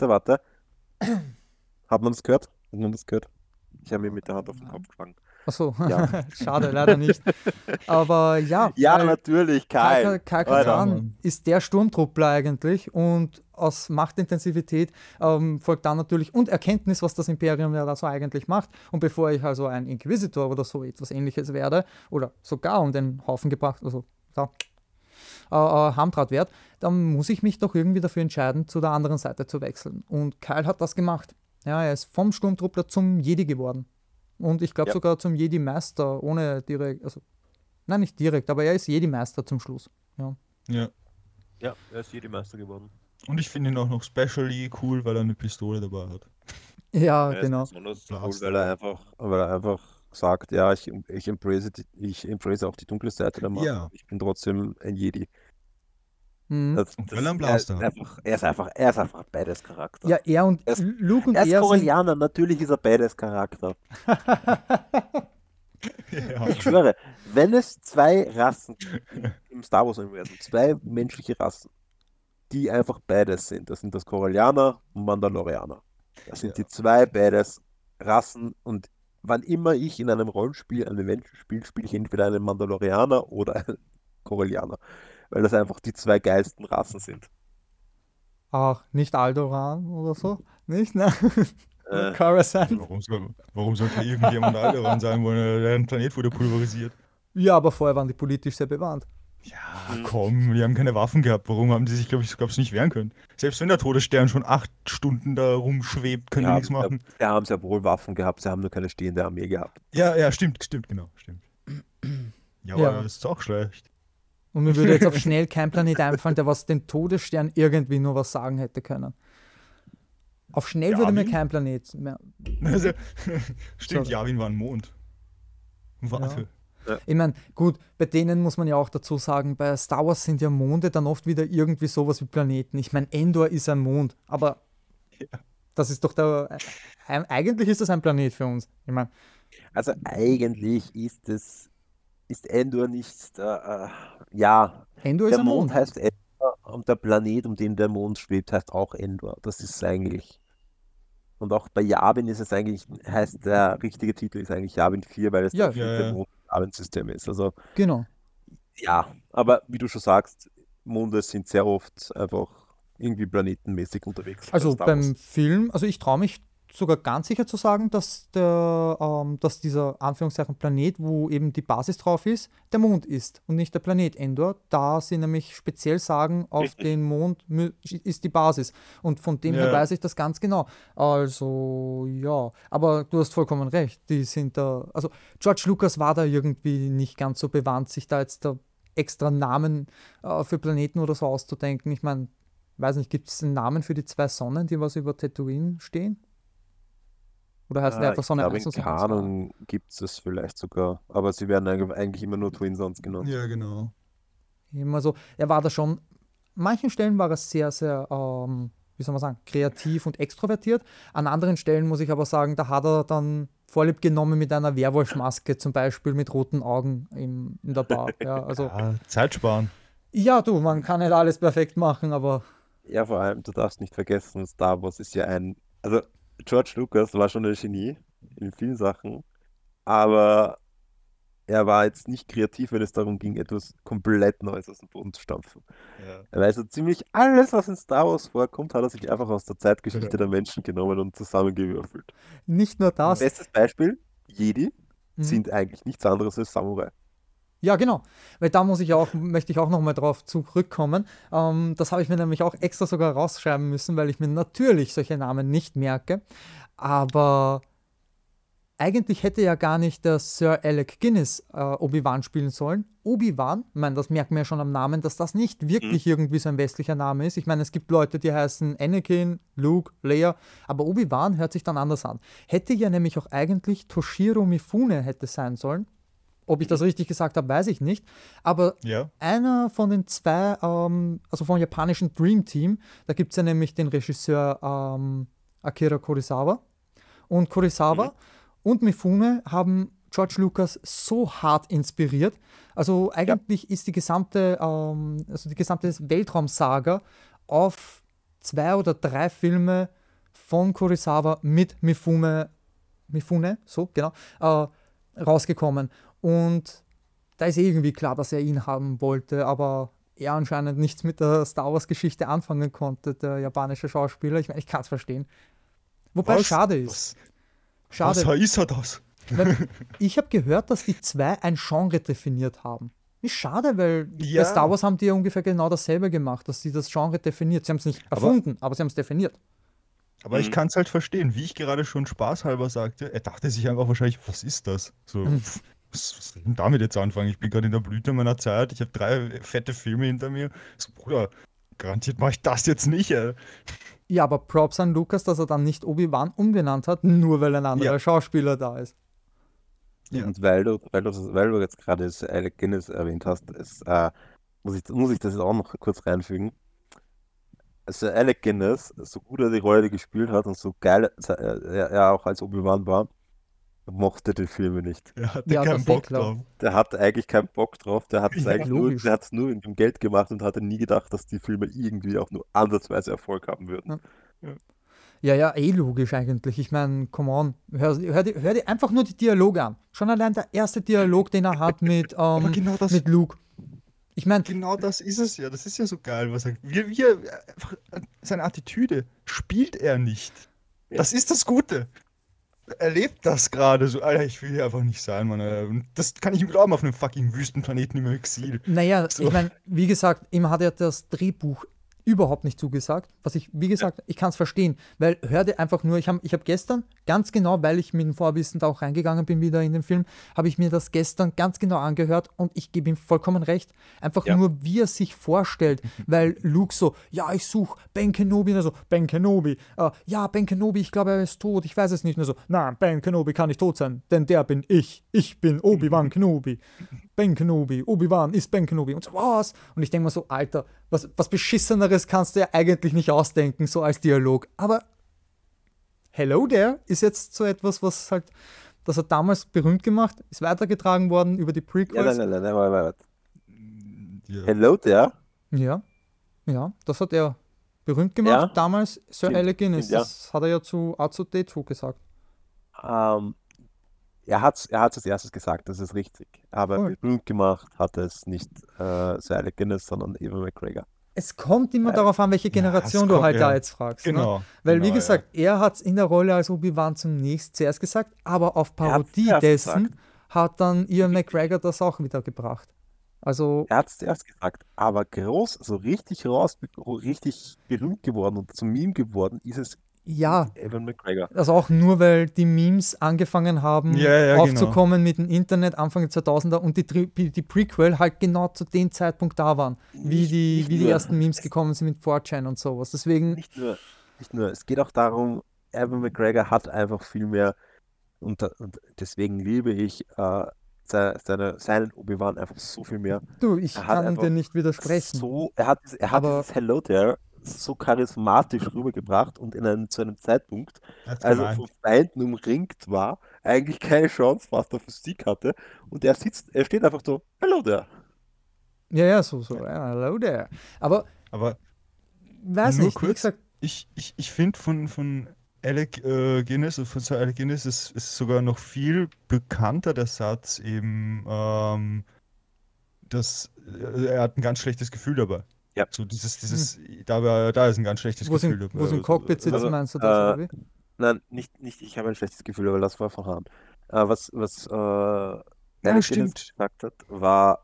Hat man das gehört? Hat man das gehört? Ich habe mir mit der Hand auf den Kopf geschlagen. Achso, Ja. schade, leider nicht. Aber ja, Ja, weil natürlich, Kyle. Kyle Alter. Katarn ist der Sturmtruppler eigentlich, und aus Machtintensivität folgt dann natürlich und Erkenntnis, was das Imperium ja da so eigentlich macht. Und bevor ich also ein Inquisitor oder so etwas Ähnliches werde oder sogar um den Haufen gebracht, also da, Hamdrat werde, dann muss ich mich doch irgendwie dafür entscheiden, zu der anderen Seite zu wechseln. Und Kyle hat das gemacht. Ja, er ist vom Sturmtruppler zum Jedi geworden. Und ich glaube Ja. sogar zum Jedi-Meister, ohne direkt, also, nein, nicht direkt, aber er ist Jedi-Meister zum Schluss. Ja. Ja. Ja, er ist Jedi-Meister geworden. Und ich finde ihn auch noch specially cool, weil er eine Pistole dabei hat. Ja, Er ist genau. besonders cool, Blaster. weil er einfach sagt, ja, ich embrace auch die dunkle Seite der Macht. Ja. Ich bin trotzdem ein Jedi. Mhm. Und weil er einen Blaster hat. Er ist einfach ein beides Charakter. Ja, er und Er ist- Luke und Er ist er sind, Corellianer, natürlich ist er beides Charakter. Ja. Ich schwöre, wenn es zwei Rassen im Star Wars-Universum, zwei menschliche Rassen, die einfach beides sind, das sind das Corellianer und Mandalorianer. Das sind Ja. die zwei beides Rassen, und wann immer ich in einem Rollenspiel einen Menschen spiele, spiele ich entweder einen Mandalorianer oder einen Corellianer, weil das einfach die zwei geilsten Rassen sind. ach, nicht Alderaan oder so, nicht, ne? Äh, Coruscant. Warum sollte irgendjemand Alderaan sein wollen? Der Planet wurde pulverisiert. Ja, aber vorher waren die politisch sehr bewandt. Ja, komm, die haben keine Waffen gehabt. Warum haben die sich, glaube ich, nicht wehren können? Selbst wenn der Todesstern schon 8 Stunden da rumschwebt, können die nichts machen. sie haben ja wohl Waffen gehabt, sie haben nur keine stehende Armee gehabt. Ja, stimmt, genau, stimmt. Ja, aber Ja. das ist auch schlecht. Und mir würde jetzt auf schnell kein Planet einfallen, der was den Todesstern irgendwie nur was sagen hätte können. Auf schnell würde mir Yavin? kein Planet mehr. Also, stimmt, Sorry. Yavin war ein Mond. Warte. Ich meine, gut, bei denen muss man ja auch dazu sagen, bei Star Wars sind ja Monde dann oft wieder irgendwie sowas wie Planeten. Ich meine, Endor ist ein Mond, aber das ist doch eigentlich ist das ein Planet für uns. Ich meine, Also eigentlich ist Endor nicht, ja, Endor ist der ein Mond Mond. heißt Endor und der Planet, um den der Mond schwebt, heißt auch Endor. Das ist eigentlich. Und auch bei Yavin ist es eigentlich, heißt der richtige Titel ist eigentlich Yavin 4, weil es Ja. der vierte Ja. Mond im Yavin-System ist. Also Genau. ja, aber wie du schon sagst, Monde sind sehr oft einfach irgendwie planetenmäßig unterwegs. bei Also Star beim Wars. Film, also ich traue mich sogar ganz sicher zu sagen, dass dass dieser Anführungszeichen Planet, wo eben die Basis drauf ist, der Mond ist und nicht der Planet Endor, da sie nämlich speziell sagen, auf Richtig. den Mond ist die Basis. Und von dem her Ja. weiß ich das ganz genau. Also ja, aber du hast vollkommen recht. Die sind da, also George Lucas war da irgendwie nicht ganz so bewandt, sich da jetzt da extra Namen für Planeten oder so auszudenken. Ich meine, weiß nicht, gibt es einen Namen für die zwei Sonnen, die was über Tatooine stehen? Oder heißt der einfach Ich Sonne glaube, 1 in und Sonne 2? Kanon gibt es das vielleicht sogar, aber sie werden eigentlich immer nur Twin Suns genannt. Ja, genau. Immer so, er war da schon, manchen Stellen war er sehr, sehr, wie soll man sagen, kreativ und extrovertiert. An anderen Stellen muss ich aber sagen, da hat er dann Vorlieb genommen mit einer Werwolfmaske, zum Beispiel mit roten Augen in der Bar. Ja, also, Ja, Zeit sparen. ja, du, man kann nicht alles perfekt machen, aber Ja, vor allem, du darfst nicht vergessen, Star Wars ist ja also George Lucas war schon ein Genie in vielen Sachen, aber er war jetzt nicht kreativ, wenn es darum ging, etwas komplett Neues aus dem Boden zu stampfen. Ja. Er weiß so ziemlich alles, was in Star Wars vorkommt, hat er sich einfach aus der Zeitgeschichte Ja. der Menschen genommen und zusammengewürfelt. nicht nur das. Bestes Beispiel, Jedi Mhm. sind eigentlich nichts anderes als Samurai. Ja, genau. Weil da möchte ich auch nochmal drauf zurückkommen. Das habe ich mir nämlich auch extra sogar rausschreiben müssen, weil ich mir natürlich solche Namen nicht merke. Aber eigentlich hätte ja gar nicht der Sir Alec Guinness Obi-Wan spielen sollen. Obi-Wan, ich meine, das merkt man ja schon am Namen, dass das nicht wirklich irgendwie so ein westlicher Name ist. Ich meine, es gibt Leute, die heißen Anakin, Luke, Leia, aber Obi-Wan hört sich dann anders an. Hätte ja nämlich auch eigentlich Toshiro Mifune hätte sein sollen. Ob ich das richtig gesagt habe, weiß ich nicht. Aber Ja. einer von den zwei, also vom japanischen Dream Team, da gibt es ja nämlich den Regisseur Akira Kurosawa. Und Kurosawa und Mifune haben George Lucas so hart inspiriert. Also eigentlich ist die gesamte Weltraumsaga auf 2 oder 3 Filme von Kurosawa mit Mifune, so genau, rausgekommen. Und da ist irgendwie klar, dass er ihn haben wollte, aber er anscheinend nichts mit der Star Wars-Geschichte anfangen konnte, der japanische Schauspieler. Ich meine, ich kann es verstehen. Wobei schade ist. Schade. Was ist er das? Weil ich habe gehört, dass die 2 ein Genre definiert haben. Ist schade, weil bei Star Wars haben die ja ungefähr genau dasselbe gemacht, dass sie das Genre definiert. Sie haben es nicht erfunden, aber sie haben es definiert. Aber ich kann es halt verstehen, wie ich gerade schon spaßhalber sagte. Er dachte sich einfach wahrscheinlich, was ist das? So, was soll ich denn damit jetzt anfangen? Ich bin gerade in der Blüte meiner Zeit, ich habe 3 fette Filme hinter mir. So, Bruder, garantiert mache ich das jetzt nicht, ey. Ja, aber Props an Lucas, dass er dann nicht Obi-Wan umbenannt hat, nur weil ein anderer Schauspieler da ist. Ja. Und weil du jetzt gerade das Alec Guinness erwähnt hast, muss ich das jetzt auch noch kurz reinfügen. Also Alec Guinness, so gut er die Rolle gespielt hat und so geil er auch als Obi-Wan war, mochte die Filme nicht. Er hatte keinen Bock drauf. Der hatte eigentlich keinen Bock drauf, der hat es nur in dem Geld gemacht und hatte nie gedacht, dass die Filme irgendwie auch nur ansatzweise Erfolg haben würden. Ja, logisch eigentlich. Ich meine, come on, hör dir einfach nur die Dialoge an. Schon allein der erste Dialog, den er hat mit Luke. Ich meine, genau das ist es ja. Das ist ja so geil, was er. Einfach seine Attitüde spielt er nicht. Ja. Das ist das Gute. Er lebt das gerade so. Alter, ich will hier einfach nicht sein, Mann. Und das kann ich ihm glauben auf einem fucking Wüstenplaneten im Exil. Naja, so. Ich meine, wie gesagt, ihm hat ja das Drehbuch überhaupt nicht zugesagt. Wie gesagt, ich kann es verstehen, weil hör dir einfach nur, ich hab gestern ganz genau, weil ich mit dem Vorwissen da auch reingegangen bin wieder in den Film, habe ich mir das gestern ganz genau angehört und ich gebe ihm vollkommen recht. Einfach nur, wie er sich vorstellt, weil Luke so, ja, ich suche Ben Kenobi, also Ben Kenobi, Ben Kenobi, ich glaube, er ist tot, ich weiß es nicht, nur so, nein, Ben Kenobi kann nicht tot sein, denn der bin ich bin Obi-Wan Kenobi. Ben Kenobi, Obi-Wan ist Ben Kenobi und so, was? Und ich denke mir so, Alter, was Beschisseneres kannst du ja eigentlich nicht ausdenken, so als Dialog. Aber Hello There ist jetzt so etwas, was halt, das hat damals berühmt gemacht, ist weitergetragen worden über die Prequels. Nein, warte. Hello There? Ja, das hat er berühmt gemacht, damals Sir Alec Guinness, das hat er ja zu R2D2 gesagt. Er hat es als erstes gesagt, das ist richtig. Aber berühmt gemacht hat es nicht Sir Alec Guinness, sondern Ewan McGregor. Es kommt immer darauf an, welche Generation du halt da jetzt fragst. Genau. Ne? Weil, wie gesagt, er hat es in der Rolle als Obi-Wan zuerst gesagt, aber auf Parodie dessen hat dann Ewan McGregor das auch wieder gebracht. Also, er hat es zuerst gesagt, aber richtig berühmt geworden und zum Meme geworden ist es Ewan McGregor. Also auch nur, weil die Memes angefangen haben aufzukommen mit dem Internet Anfang der 2000er und die Prequel halt genau zu dem Zeitpunkt da waren, wie die ersten Memes gekommen sind mit 4chan und sowas. Deswegen nicht nur, es geht auch darum, Ewan McGregor hat einfach viel mehr und deswegen liebe ich seinen Obi-Wan einfach so viel mehr. Du, ich kann dir nicht widersprechen. Er hat dieses Hello There so charismatisch rübergebracht und zu einem Zeitpunkt, als er von Feinden umringt war, eigentlich keine Chance fast auf Physik hatte und er steht einfach so, Hello There. Ja, so, Hello There. Aber weiß nicht, kurz, wie gesagt, ich finde von Alec Guinness, von Sir Alec Guinness ist sogar noch viel bekannter der Satz eben, dass er hat ein ganz schlechtes Gefühl dabei. Ja. So da ist ein ganz schlechtes Gefühl dabei. Wo sie im Cockpit sitzen, meinst du das, oder wie? Nein, nicht ich habe ein schlechtes Gefühl, aber das war von Hahn. Was Alec Guinness gesagt hat, war,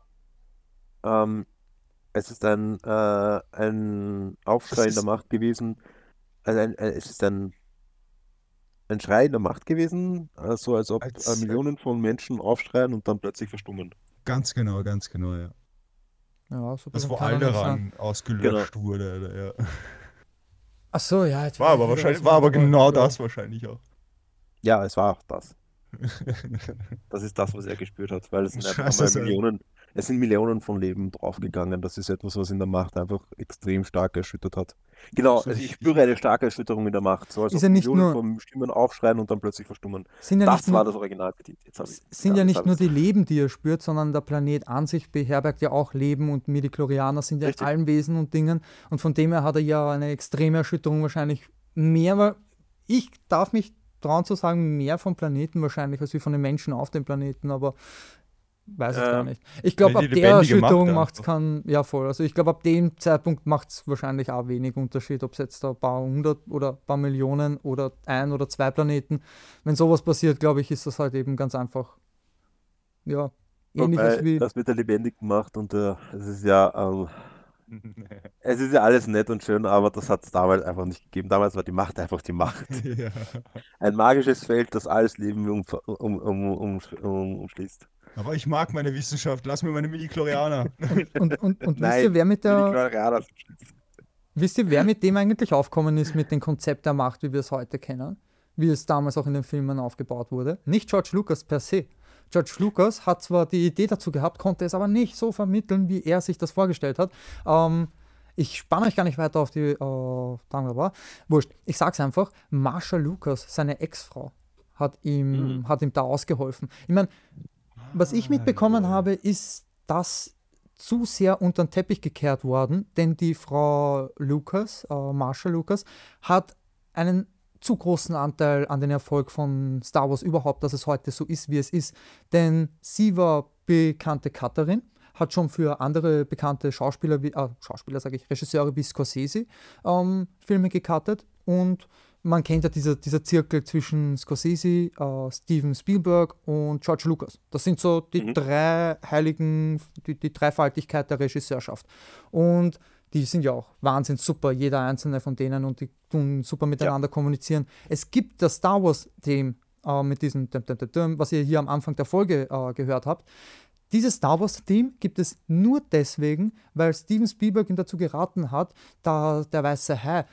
es ist ein Aufschrei in der Macht gewesen, es ist ein ein Schrei in der Macht gewesen, so als ob Als, Millionen von Menschen aufschreien und dann plötzlich verstummen. ganz genau, ja. Ja, so Das, blöd wo kann er nicht sein. Alderaan Genau. ausgelöscht wurde, oder, ja. Ach so, ja, jetzt War weiß ich aber wieder, was wahrscheinlich, ich war aber meinte, genau ja. das wahrscheinlich auch. Ja, es war auch das. Das ist das, was er gespürt hat, weil es sind einfach Scheiße einmal sein. es sind Millionen von Leben draufgegangen. Das ist etwas, was in der Macht einfach extrem stark erschüttert hat. Genau, Also also ich ich spüre eine starke Erschütterung in der Macht, so als Ist ja ob nicht Millionen nur, von Stimmen aufschreien und dann plötzlich verstummen. sind ja nicht Das war nur das Originalbedient. sind ja nicht nur Jetzt die habe ich Leben, die er spürt, sondern der Planet an sich beherbergt ja auch Leben und Midichlorianer sind ja in richtig. allen Wesen und Dingen und von dem her hat er ja eine extreme Erschütterung wahrscheinlich mehr, weil ich darf mich trauen zu sagen, mehr vom Planeten wahrscheinlich als wie von den Menschen auf dem Planeten, aber weiß es gar Ähm, nicht. Ich weil glaube, die ab der lebendige Macht Erschütterung macht es einfach. keinen, ja voll, also ich glaube, ab dem Zeitpunkt macht es wahrscheinlich auch wenig Unterschied, ob es jetzt ein paar hundert oder ein paar Millionen oder ein oder zwei Planeten, wenn sowas passiert, glaube ich, ist das halt eben ganz einfach ja, ähnliches Wobei wie. das mit der lebendigen Macht und es ist ja alles nett und schön, aber das hat es damals einfach nicht gegeben. Damals war die Macht einfach die Macht. Ja. Ein magisches Feld, das alles Leben umschließt. Aber ich mag meine Wissenschaft. Lass mir meine Midi-Chlorianer. Und Nein, wie die Klarianer. wisst ihr, wer mit dem eigentlich aufgekommen ist, mit dem Konzept der Macht, wie wir es heute kennen? Wie es damals auch in den Filmen aufgebaut wurde? Nicht George Lucas per se. George Lucas hat zwar die Idee dazu gehabt, konnte es aber nicht so vermitteln, wie er sich das vorgestellt hat. Ich spanne euch gar nicht weiter auf die wurscht. Ich sag's einfach, Marsha Lucas, seine Ex-Frau, Hm. hat ihm da ausgeholfen. Ich meine, was ich Ah, mitbekommen lol. habe, ist, dass zu sehr unter den Teppich gekehrt worden, denn die Frau Lucas, Marsha Lucas, hat einen zu großen Anteil an den Erfolg von Star Wars überhaupt, dass es heute so ist, wie es ist. Denn sie war bekannte Cutterin, hat schon für andere bekannte Schauspieler sage ich, Regisseure wie Scorsese Filme gecuttet und man kennt ja dieser Zirkel zwischen Scorsese, Steven Spielberg und George Lucas. Das sind so die Mhm. drei Heiligen, die Dreifaltigkeit der Regisseurschaft. Und die sind ja auch wahnsinnig super, jeder einzelne von denen und die tun super Ja. miteinander kommunizieren. Es gibt das Star Wars-Thema mit diesem, was ihr hier am Anfang der Folge gehört habt. Dieses Star Wars-Team gibt es nur deswegen, weil Steven Spielberg ihn dazu geraten hat, da der weiße Hai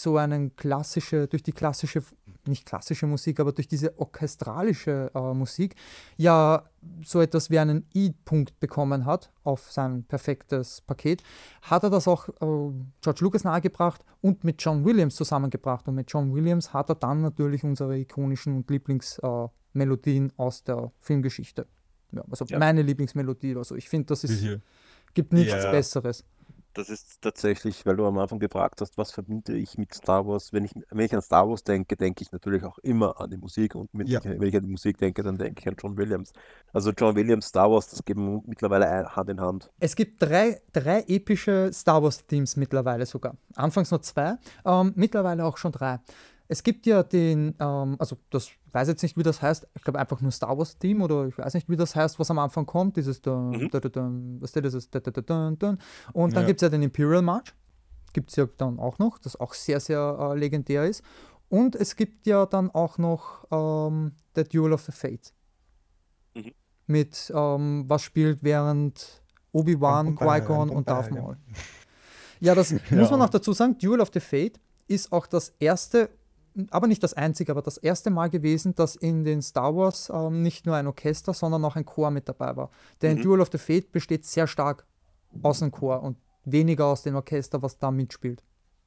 durch die klassische, nicht klassische Musik, aber durch diese orchestralische Musik, ja so etwas wie einen I-Punkt bekommen hat auf sein perfektes Paket, hat er das auch George Lucas nahegebracht und mit John Williams zusammengebracht. Und mit John Williams hat er dann natürlich unsere ikonischen und Lieblingsmelodien aus der Filmgeschichte. Ja, also Ja. meine Lieblingsmelodie oder so. Ich finde, Wie hier. gibt nichts Ja. Besseres. Das ist tatsächlich, weil du am Anfang gefragt hast, was verbinde ich mit Star Wars? Wenn ich an Star Wars denke, denke ich natürlich auch immer an die Musik und Ja. wenn ich an die Musik denke, dann denke ich an John Williams. Also John Williams, Star Wars, das geben mittlerweile Hand in Hand. Es gibt drei epische Star Wars-Themes mittlerweile sogar. Anfangs nur zwei, mittlerweile auch schon drei. Es gibt ja also das weiß jetzt nicht, wie das heißt, ich glaube einfach nur Star Wars-Theme oder ich weiß nicht, wie das heißt, was am Anfang kommt, dieses Mhm. was ist dieses und dann Ja. gibt es ja den Imperial March, gibt es ja dann auch noch, das auch sehr, sehr legendär ist. Und es gibt ja dann auch noch The Duel of the Fates. Mhm. Mit was spielt während Obi-Wan, Qui-Gon und Darth Maul. Ja, das muss man Ja. auch dazu sagen, Duel of the Fate ist auch das erste, aber nicht das einzige, aber das erste Mal gewesen, dass in den Star Wars nicht nur ein Orchester, sondern auch ein Chor mit dabei war. Denn Mhm. Duel of the Fate besteht sehr stark aus dem Chor und weniger aus dem Orchester, was da mitspielt.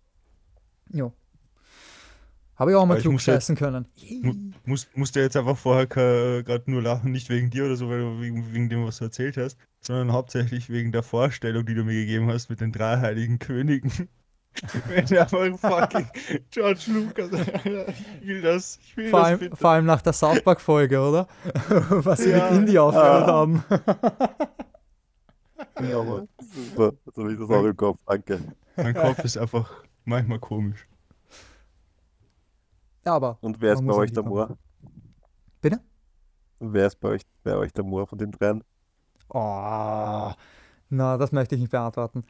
Ja. Habe ich auch mal Aber ich klug muss jetzt- scheißen können. Musste jetzt einfach vorher gerade nur lachen, nicht wegen dir oder so, weil du wegen dem, was du erzählt hast, sondern hauptsächlich wegen der Vorstellung, die du mir gegeben hast mit den drei heiligen Königen. Wenn der einfach fucking George Lucas. Ich will das bitte. Vor allem nach der South Park-Folge, oder? Was sie Ja. mit Indie aufgehört Ah. haben. Aber super, jetzt habe ich das auch im Kopf, danke. Mein Kopf ist einfach manchmal komisch. Ja, aber. Und wer ist man bei muss euch ja der liefern. Moor? Bitte? Und wer ist bei euch der Moor von den dreien? Oh, na, das möchte ich nicht beantworten.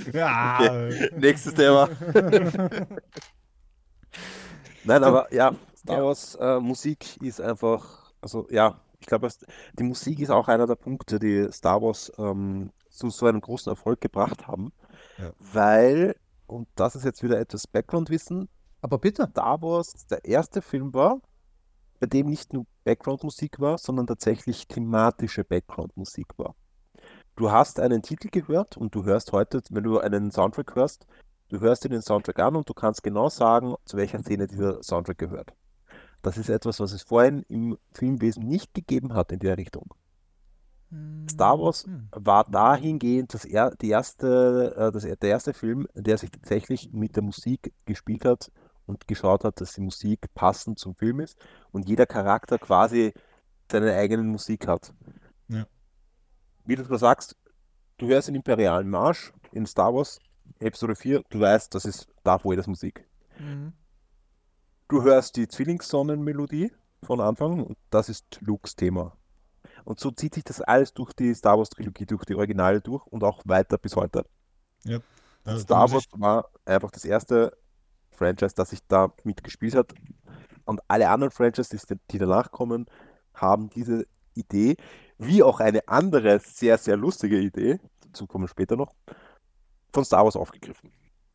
Ja. Nächstes Thema. Nein, aber ja, Star Wars Musik ist einfach, also ja, ich glaube, die Musik ist auch einer der Punkte, die Star Wars zu so einem großen Erfolg gebracht haben, Ja. weil, und das ist jetzt wieder etwas Background-Wissen, Aber bitte. Star Wars der erste Film war, bei dem nicht nur Background-Musik war, sondern tatsächlich thematische Background-Musik war. Du hast einen Titel gehört und du hörst heute, wenn du einen Soundtrack hörst, du hörst dir den Soundtrack an und du kannst genau sagen, zu welcher Szene dieser Soundtrack gehört. Das ist etwas, was es vorhin im Filmwesen nicht gegeben hat in der Richtung. Star Wars war dahingehend der erste Film, der sich tatsächlich mit der Musik gespielt hat und geschaut hat, dass die Musik passend zum Film ist und jeder Charakter quasi seine eigene Musik hat. Ja. Wie du schon sagst, du hörst den Imperialen Marsch in Star Wars Episode 4, du weißt, das ist Darth Vaders Musik. Mhm. Du hörst die Zwillingssonnenmelodie von Anfang und das ist Lukes Thema. Und so zieht sich das alles durch die Star Wars Trilogie, durch die Originale durch und auch weiter bis heute. Ja. Und Da Star muss Wars ich, war einfach das erste Franchise, das sich da mitgespielt hat. Und alle anderen Franchises, die danach kommen, haben diese Idee, wie auch eine andere sehr, sehr lustige Idee, dazu kommen wir später noch, von Star Wars aufgegriffen.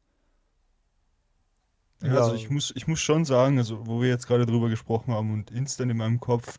ja, also ich muss schon sagen, also wo wir jetzt gerade drüber gesprochen haben und instant in meinem Kopf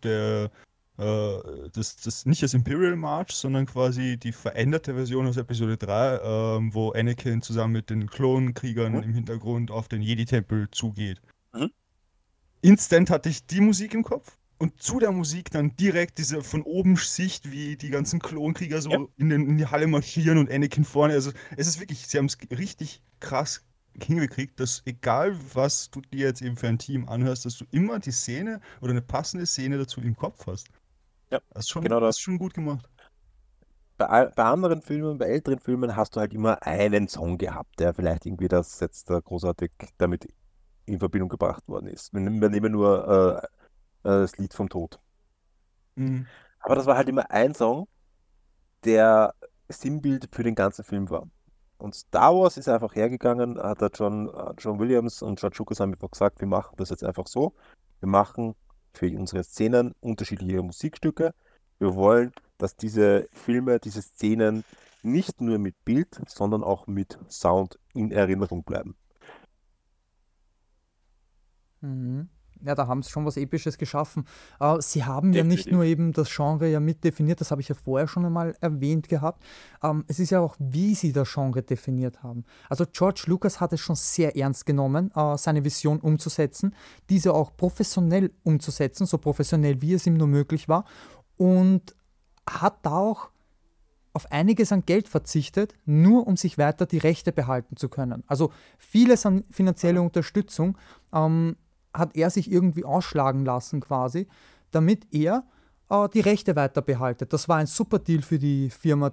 das nicht das Imperial March, sondern quasi die veränderte Version aus Episode 3, wo Anakin zusammen mit den Klonkriegern Mhm. im Hintergrund auf den Jedi-Tempel zugeht. Mhm. Instant hatte ich die Musik im Kopf und zu der Musik dann direkt diese von oben Sicht, wie die ganzen Klonkrieger so Ja. in die Halle marschieren und Anakin vorne. Also es ist wirklich, sie haben es richtig krass hingekriegt, dass egal was du dir jetzt eben für ein Team anhörst, dass du immer die Szene oder eine passende Szene dazu im Kopf hast. Ja, Das genau das. ist schon gut gemacht. Bei anderen Filmen, bei älteren Filmen hast du halt immer einen Song gehabt, der vielleicht irgendwie das jetzt großartig damit in Verbindung gebracht worden ist. Wir nehmen nur das Lied vom Tod. Mhm. Aber das war halt immer ein Song, der Sinnbild für den ganzen Film war. Und Star Wars ist einfach hergegangen, hat der John Williams und George Lucas haben einfach gesagt, wir machen das jetzt einfach so. Wir machen für unsere Szenen unterschiedliche Musikstücke. Wir wollen, dass diese Filme, diese Szenen nicht nur mit Bild, sondern auch mit Sound in Erinnerung bleiben. Mhm. Ja, da haben sie schon was Episches geschaffen. Sie haben ja nicht Definitiv. nur eben das Genre ja mitdefiniert, das habe ich ja vorher schon einmal erwähnt gehabt. Es ist ja auch, wie sie das Genre definiert haben. Also George Lucas hat es schon sehr ernst genommen, seine Vision umzusetzen, diese auch professionell umzusetzen, so professionell wie es ihm nur möglich war. Und hat da auch auf einiges an Geld verzichtet, nur um sich weiter die Rechte behalten zu können. Also vieles an finanzieller Unterstützung hat er sich irgendwie ausschlagen lassen quasi, damit er die Rechte weiter behaltet. Das war ein super Deal für die Firma,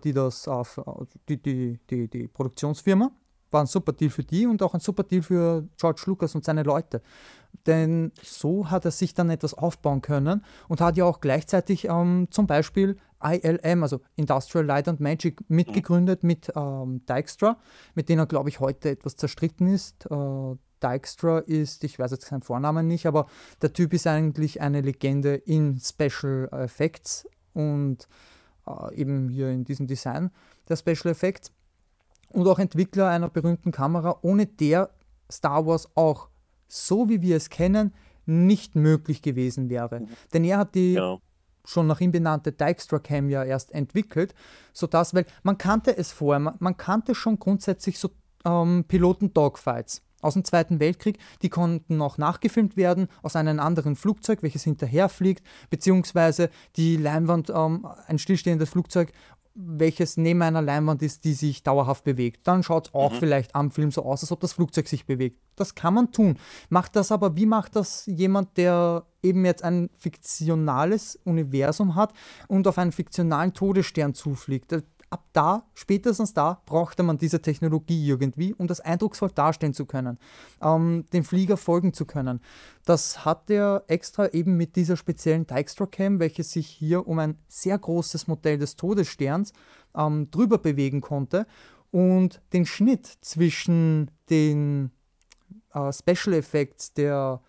die Produktionsfirma, war ein super Deal für die und auch ein super Deal für George Lucas und seine Leute. Denn so hat er sich dann etwas aufbauen können und hat ja auch gleichzeitig zum Beispiel ILM, also Industrial Light and Magic, mitgegründet mit Dykstra, mit denen er, glaube ich, heute etwas zerstritten ist. Dykstra ist, ich weiß jetzt seinen Vornamen nicht, aber der Typ ist eigentlich eine Legende in Special Effects und eben hier in diesem Design der Special Effects und auch Entwickler einer berühmten Kamera, ohne der Star Wars auch, so wie wir es kennen, nicht möglich gewesen wäre. Denn er hat die Genau. schon nach ihm benannte Dykstra Cam ja erst entwickelt, sodass, weil man kannte es vorher, man kannte schon grundsätzlich so Piloten-Dogfights aus dem Zweiten Weltkrieg, die konnten auch nachgefilmt werden aus einem anderen Flugzeug, welches hinterherfliegt, beziehungsweise die Leinwand, ein stillstehendes Flugzeug, welches neben einer Leinwand ist, die sich dauerhaft bewegt. Dann schaut es auch vielleicht am Film so aus, als ob das Flugzeug sich bewegt. Das kann man tun. Macht das aber, wie macht das jemand, der eben jetzt ein fiktionales Universum hat und auf einen fiktionalen Todesstern zufliegt? Ab da, spätestens da, brauchte man diese Technologie irgendwie, um das eindrucksvoll darstellen zu können, dem Flieger folgen zu können. Das hat er extra eben mit dieser speziellen Dykstra Cam, welches sich hier um ein sehr großes Modell des Todessterns drüber bewegen konnte und den Schnitt zwischen den Special Effects der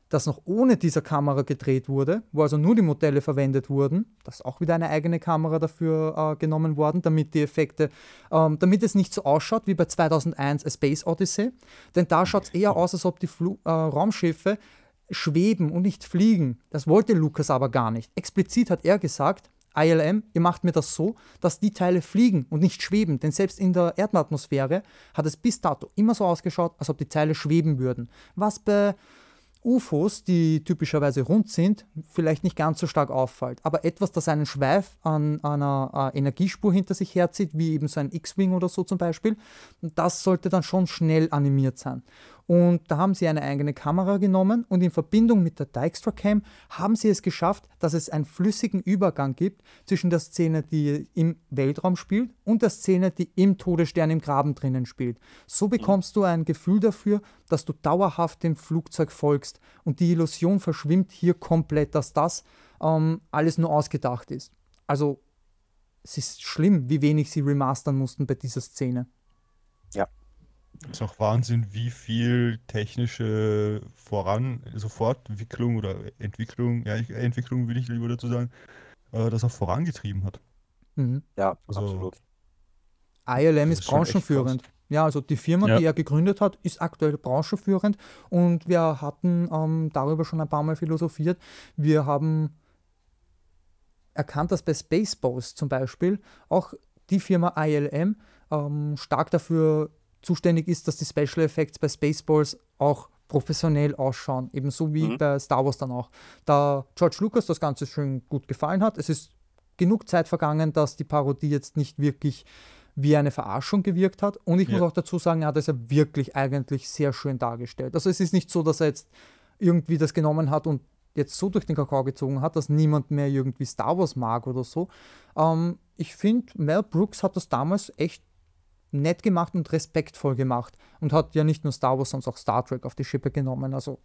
das noch ohne dieser Kamera gedreht wurde, wo also nur die Modelle verwendet wurden. Da ist auch wieder eine eigene Kamera dafür genommen worden, damit die Effekte, damit es nicht so ausschaut wie bei 2001 A Space Odyssey. Denn da schaut es eher aus, als ob die Raumschiffe schweben und nicht fliegen. Das wollte Lucas aber gar nicht. Explizit hat er gesagt, ILM, ihr macht mir das so, dass die Teile fliegen und nicht schweben. Denn selbst in der Erdatmosphäre hat es bis dato immer so ausgeschaut, als ob die Teile schweben würden. Was bei UFOs, die typischerweise rund sind, vielleicht nicht ganz so stark auffällt. Aber etwas, das einen Schweif an einer Energiespur hinter sich herzieht, wie eben so ein X-Wing oder so zum Beispiel, das sollte dann schon schnell animiert sein. Und da haben sie eine eigene Kamera genommen und in Verbindung mit der Dijkstra-Cam haben sie es geschafft, dass es einen flüssigen Übergang gibt zwischen der Szene, die im Weltraum spielt und der Szene, die im Todesstern im Graben drinnen spielt. So bekommst du ein Gefühl dafür, dass du dauerhaft dem Flugzeug folgst und die Illusion verschwimmt hier komplett, dass das alles nur ausgedacht ist. Also es ist schlimm, wie wenig sie remastern mussten bei dieser Szene. Ja, Ist auch Wahnsinn, wie viel technische Fortentwicklung oder Entwicklung, ja, Entwicklung will ich lieber dazu sagen, das auch vorangetrieben hat. Mhm. ja, Also, absolut. ILM das ist ist schon echt krass. branchenführend. Ja, also die Firma, Ja. die er gegründet hat, ist aktuell branchenführend und wir hatten darüber schon ein paar Mal philosophiert. Wir haben erkannt, dass bei Spaceballs zum Beispiel auch die Firma ILM stark dafür zuständig ist, dass die Special Effects bei Spaceballs auch professionell ausschauen, ebenso wie Mhm. bei Star Wars dann auch. Da George Lucas das Ganze schön gut gefallen hat, es ist genug Zeit vergangen, dass die Parodie jetzt nicht wirklich wie eine Verarschung gewirkt hat. Und ich muss Ja. auch dazu sagen, er hat es ja wirklich eigentlich sehr schön dargestellt. Also es ist nicht so, dass er jetzt irgendwie das genommen hat und jetzt so durch den Kakao gezogen hat, dass niemand mehr irgendwie Star Wars mag oder so. Ich finde, Mel Brooks hat das damals echt nett gemacht und respektvoll gemacht und hat ja nicht nur Star Wars, sondern auch Star Trek auf die Schippe genommen. Also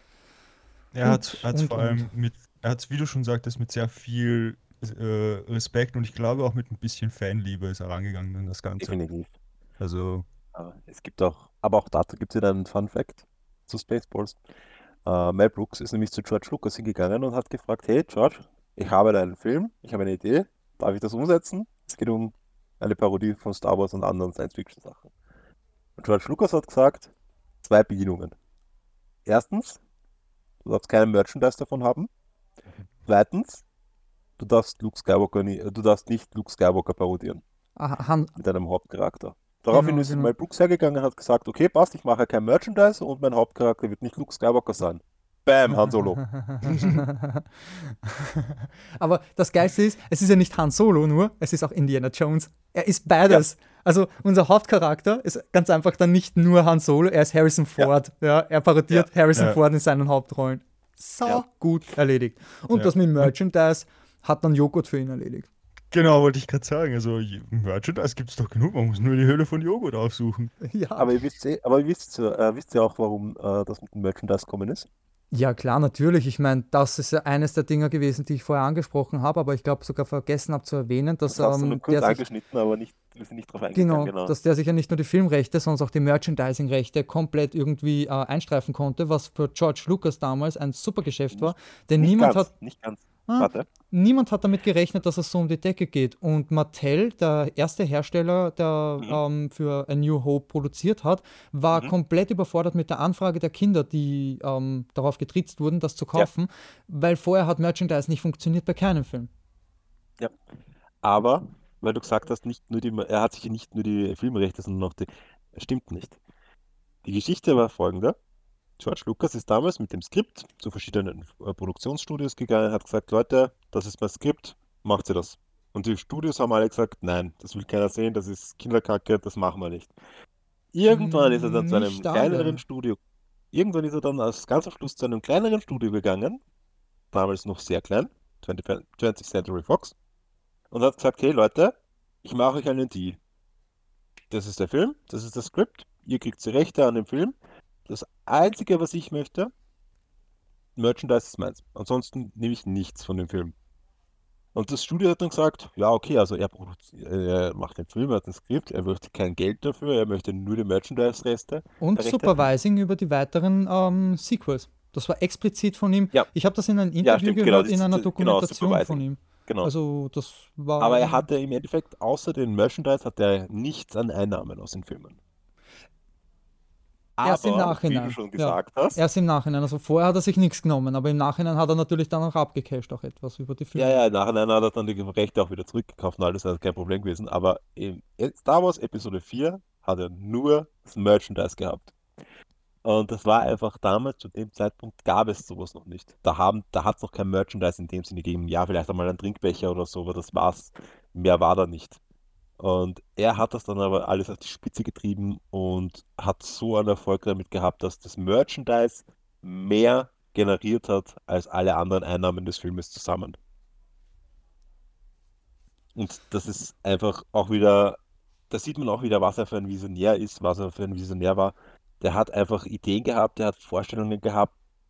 Er hat es und, vor allem er hat es, wie du schon sagtest, mit sehr viel Respekt und ich glaube auch mit ein bisschen Fanliebe ist er rangegangen an das Ganze. Definitiv. Also, Es gibt auch, aber auch dazu gibt es wieder einen Fun Fact zu Spaceballs. Mel Brooks ist nämlich zu George Lucas hingegangen und hat gefragt, hey George, ich habe da einen Film, ich habe eine Idee, darf ich das umsetzen? Es geht um eine Parodie von Star Wars und anderen Science-Fiction-Sachen. Und George Lucas hat gesagt, 2 Bedingungen. Erstens, du darfst keinen Merchandise davon haben. Zweitens, du darfst du darfst nicht Luke Skywalker parodieren mit einem Hauptcharakter. Daraufhin Genau, ist genau. Mel Brooks hergegangen und hat gesagt, okay, passt, ich mache kein Merchandise und mein Hauptcharakter wird nicht Luke Skywalker sein. Bam, Han Solo. Aber das Geilste ist, es ist ja nicht Han Solo nur, es ist auch Indiana Jones. Er ist beides. Also unser Hauptcharakter ist ganz einfach dann nicht nur Han Solo, er ist Harrison Ford. Ja, er parodiert Harrison Ja. Ford in seinen Hauptrollen. So Ja. gut erledigt. Und Ja. das mit Merchandise hat dann Joghurt für ihn erledigt. genau, wollte ich gerade sagen. Also, Merchandise gibt es doch genug, man muss nur die Höhle von Joghurt aufsuchen. Ja. Aber ihr wisst ja auch, warum das mit dem Merchandise kommen ist. Ja, klar, natürlich. Ich meine, das ist ja eines der Dinge gewesen, die ich vorher angesprochen habe, aber ich glaube sogar vergessen habe zu erwähnen, dass Das hast du nur kurz der sich angeschnitten, aber wir sind nicht drauf eingegangen. Genau, dass der sich ja nicht nur die Filmrechte, sondern auch die Merchandising-Rechte komplett irgendwie einstreifen konnte, was für George Lucas damals ein super Geschäft war, denn Nicht ganz. Ah. Warte. niemand hat damit gerechnet, dass es so um die Decke geht. Und Mattel, der erste Hersteller, der für A New Hope produziert hat, war komplett überfordert mit der Anfrage der Kinder, die darauf getriezt wurden, das zu kaufen, weil vorher hat Merchandise nicht funktioniert bei keinem Film. Ja. Aber, weil du gesagt hast, er hat sich nicht nur die Filmrechte, sondern auch die. Stimmt nicht. Die Geschichte war folgende. George Lucas ist damals mit dem Skript zu verschiedenen Produktionsstudios gegangen und hat gesagt, Leute, das ist mein Skript, macht ihr das. Und die Studios haben alle gesagt, nein, das will keiner sehen, das ist Kinderkacke, das machen wir nicht. Irgendwann ist er dann zu einem Nicht alle. kleineren Studio. Irgendwann ist er dann als ganz am Schluss zu einem kleineren Studio gegangen, damals noch sehr klein, 20th Century Fox, und hat gesagt, hey Leute, ich mache euch einen Deal. Das ist der Film, das ist das Skript, ihr kriegt die Rechte an dem Film. Das Einzige, was ich möchte, Merchandise ist meins. Ansonsten nehme ich nichts von dem Film. Und das Studio hat dann gesagt, ja, okay, also er macht den Film, er hat ein Skript, er möchte kein Geld dafür, er möchte nur die Merchandise-Reste. Und Rechte. Supervising über die weiteren Sequels. Das war explizit von ihm. Ja, Ich habe das in einem ja, Interview stimmt, genau, gehört, in einer genau, Dokumentation von Supervising. ihm. Genau. Also das war Aber er hatte im Endeffekt, außer den Merchandise, hat er nichts an Einnahmen aus den Filmen. erst im Aber, wie du Nachhinein. schon Ja, gesagt hast, erst im Nachhinein. Also vorher hat er sich nichts genommen, aber im Nachhinein hat er natürlich dann auch abgecasht auch etwas über die ja, Filme. ja, im Nachhinein hat er dann die Rechte auch wieder zurückgekauft und alles, das ist kein Problem gewesen. Aber in Star Wars Episode 4 hat er nur das Merchandise gehabt. Und das war einfach damals, zu dem Zeitpunkt gab es sowas noch nicht. Da hat es noch kein Merchandise in dem Sinne gegeben. Ja, vielleicht einmal ein Trinkbecher oder so, aber das war's. Mehr war da nicht. Und er hat das dann aber alles auf die Spitze getrieben und hat so einen Erfolg damit gehabt, dass das Merchandise mehr generiert hat als alle anderen Einnahmen des Filmes zusammen. Und das ist einfach auch wieder, da sieht man auch wieder, was er für ein Visionär ist, was er für ein Visionär war. Der hat einfach Ideen gehabt, der hat Vorstellungen gehabt,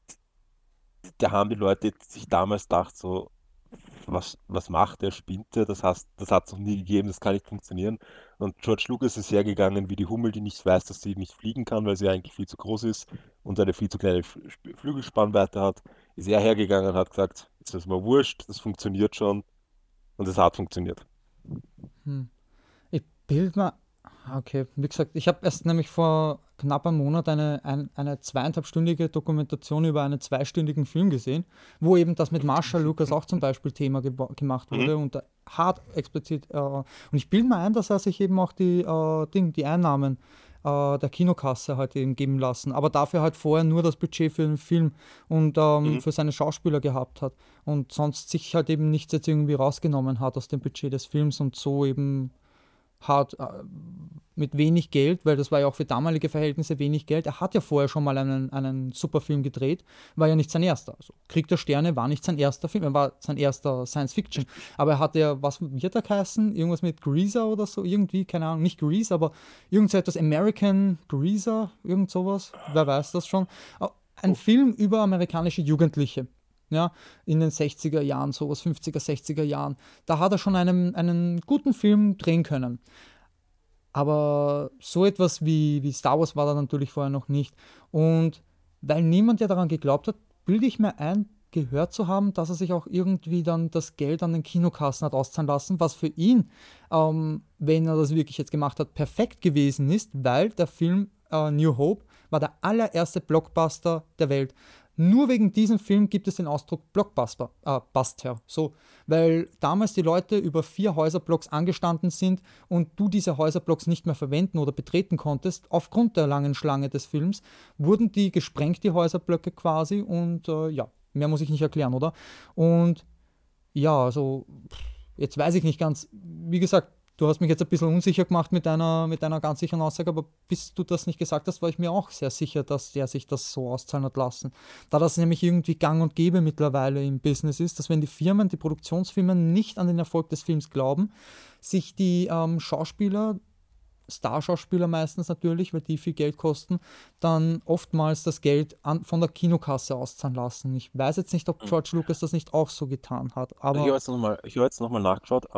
da haben die Leute sich damals gedacht, so, was macht der, spinnt der, das hat es noch nie gegeben, das kann nicht funktionieren. Und George Lucas ist hergegangen wie die Hummel, die nicht weiß, dass sie nicht fliegen kann, weil sie eigentlich viel zu groß ist und eine viel zu kleine Flügelspannweite hat. Ist er hergegangen und hat gesagt, ist das mal wurscht, das funktioniert schon und es hat funktioniert. Hm. Ich bild mal. Okay, wie gesagt, ich habe erst nämlich vor knapp einem Monat eine 2,5-stündige Dokumentation über einen 2-stündigen Film gesehen, wo eben das mit Marshall Lucas auch zum Beispiel Thema gemacht Mhm. wurde und hart explizit. Und ich bilde mir ein, dass er sich eben auch die Einnahmen der Kinokasse halt eben geben lassen, aber dafür halt vorher nur das Budget für den Film und Mhm. für seine Schauspieler gehabt hat und sonst sich halt eben nichts jetzt irgendwie rausgenommen hat aus dem Budget des Films und so eben hart mit wenig Geld, weil das war ja auch für damalige Verhältnisse wenig Geld. Er hat ja vorher schon mal einen super Film gedreht, war ja nicht sein erster. Also Krieg der Sterne war nicht sein erster Film, er war sein erster Science-Fiction. Aber er hatte ja, wie hat er geheißen? Irgendwas mit Greaser oder so, irgendwie, keine Ahnung, nicht Grease, aber irgend so etwas American Greaser, irgend sowas, wer weiß das schon. Ein Film über amerikanische Jugendliche. Ja, in den 60er Jahren, sowas, 50er, 60er Jahren. Da hat er schon einen guten Film drehen können. Aber so etwas wie Star Wars war da natürlich vorher noch nicht. Und weil niemand ja daran geglaubt hat, bilde ich mir ein, gehört zu haben, dass er sich auch irgendwie dann das Geld an den Kinokassen hat auszahlen lassen, was für ihn, wenn er das wirklich jetzt gemacht hat, perfekt gewesen ist, weil der Film New Hope war der allererste Blockbuster der Welt. Nur wegen diesem Film gibt es den Ausdruck Blockbuster, Buster, so, weil damals die Leute über 4 Häuserblocks angestanden sind und du diese Häuserblocks nicht mehr verwenden oder betreten konntest, aufgrund der langen Schlange des Films, wurden die gesprengt, die Häuserblöcke quasi und ja, mehr muss ich nicht erklären, oder? Und ja, also jetzt weiß ich nicht ganz, wie gesagt, du hast mich jetzt ein bisschen unsicher gemacht mit deiner ganz sicheren Aussage, aber bis du das nicht gesagt hast, war ich mir auch sehr sicher, dass der sich das so auszahlen hat lassen. Da das nämlich irgendwie gang und gäbe mittlerweile im Business ist, dass wenn die Produktionsfirmen nicht an den Erfolg des Films glauben, sich die Schauspieler, Starschauspieler meistens natürlich, weil die viel Geld kosten, dann oftmals das Geld von der Kinokasse auszahlen lassen. Ich weiß jetzt nicht, ob George Lucas das nicht auch so getan hat, Ich habe aber jetzt noch mal nachgeschaut.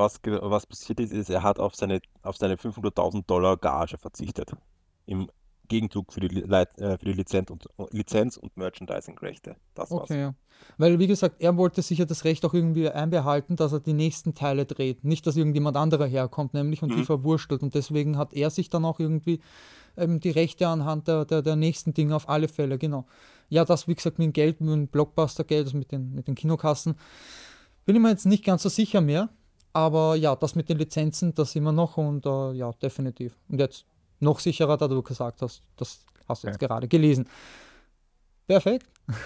Was passiert ist, er hat auf seine $500.000 Gage verzichtet. Im Gegenzug für für die Lizenz und Merchandising-Rechte. Das war's. okay, ja. Weil, wie gesagt, er wollte sich ja das Recht auch irgendwie einbehalten, dass er die nächsten Teile dreht. Nicht, dass irgendjemand anderer herkommt, nämlich und die Mhm. verwurstelt. Und deswegen hat er sich dann auch irgendwie die Rechte anhand der nächsten Dinge auf alle Fälle, genau. Ja, das, wie gesagt, mit dem Geld, mit dem Blockbuster-Geld, also mit den Kinokassen, bin ich mir jetzt nicht ganz so sicher mehr. Aber ja, das mit den Lizenzen, das immer noch und ja, definitiv. Und jetzt noch sicherer, da du gesagt hast, das hast du jetzt gerade gelesen. Perfekt.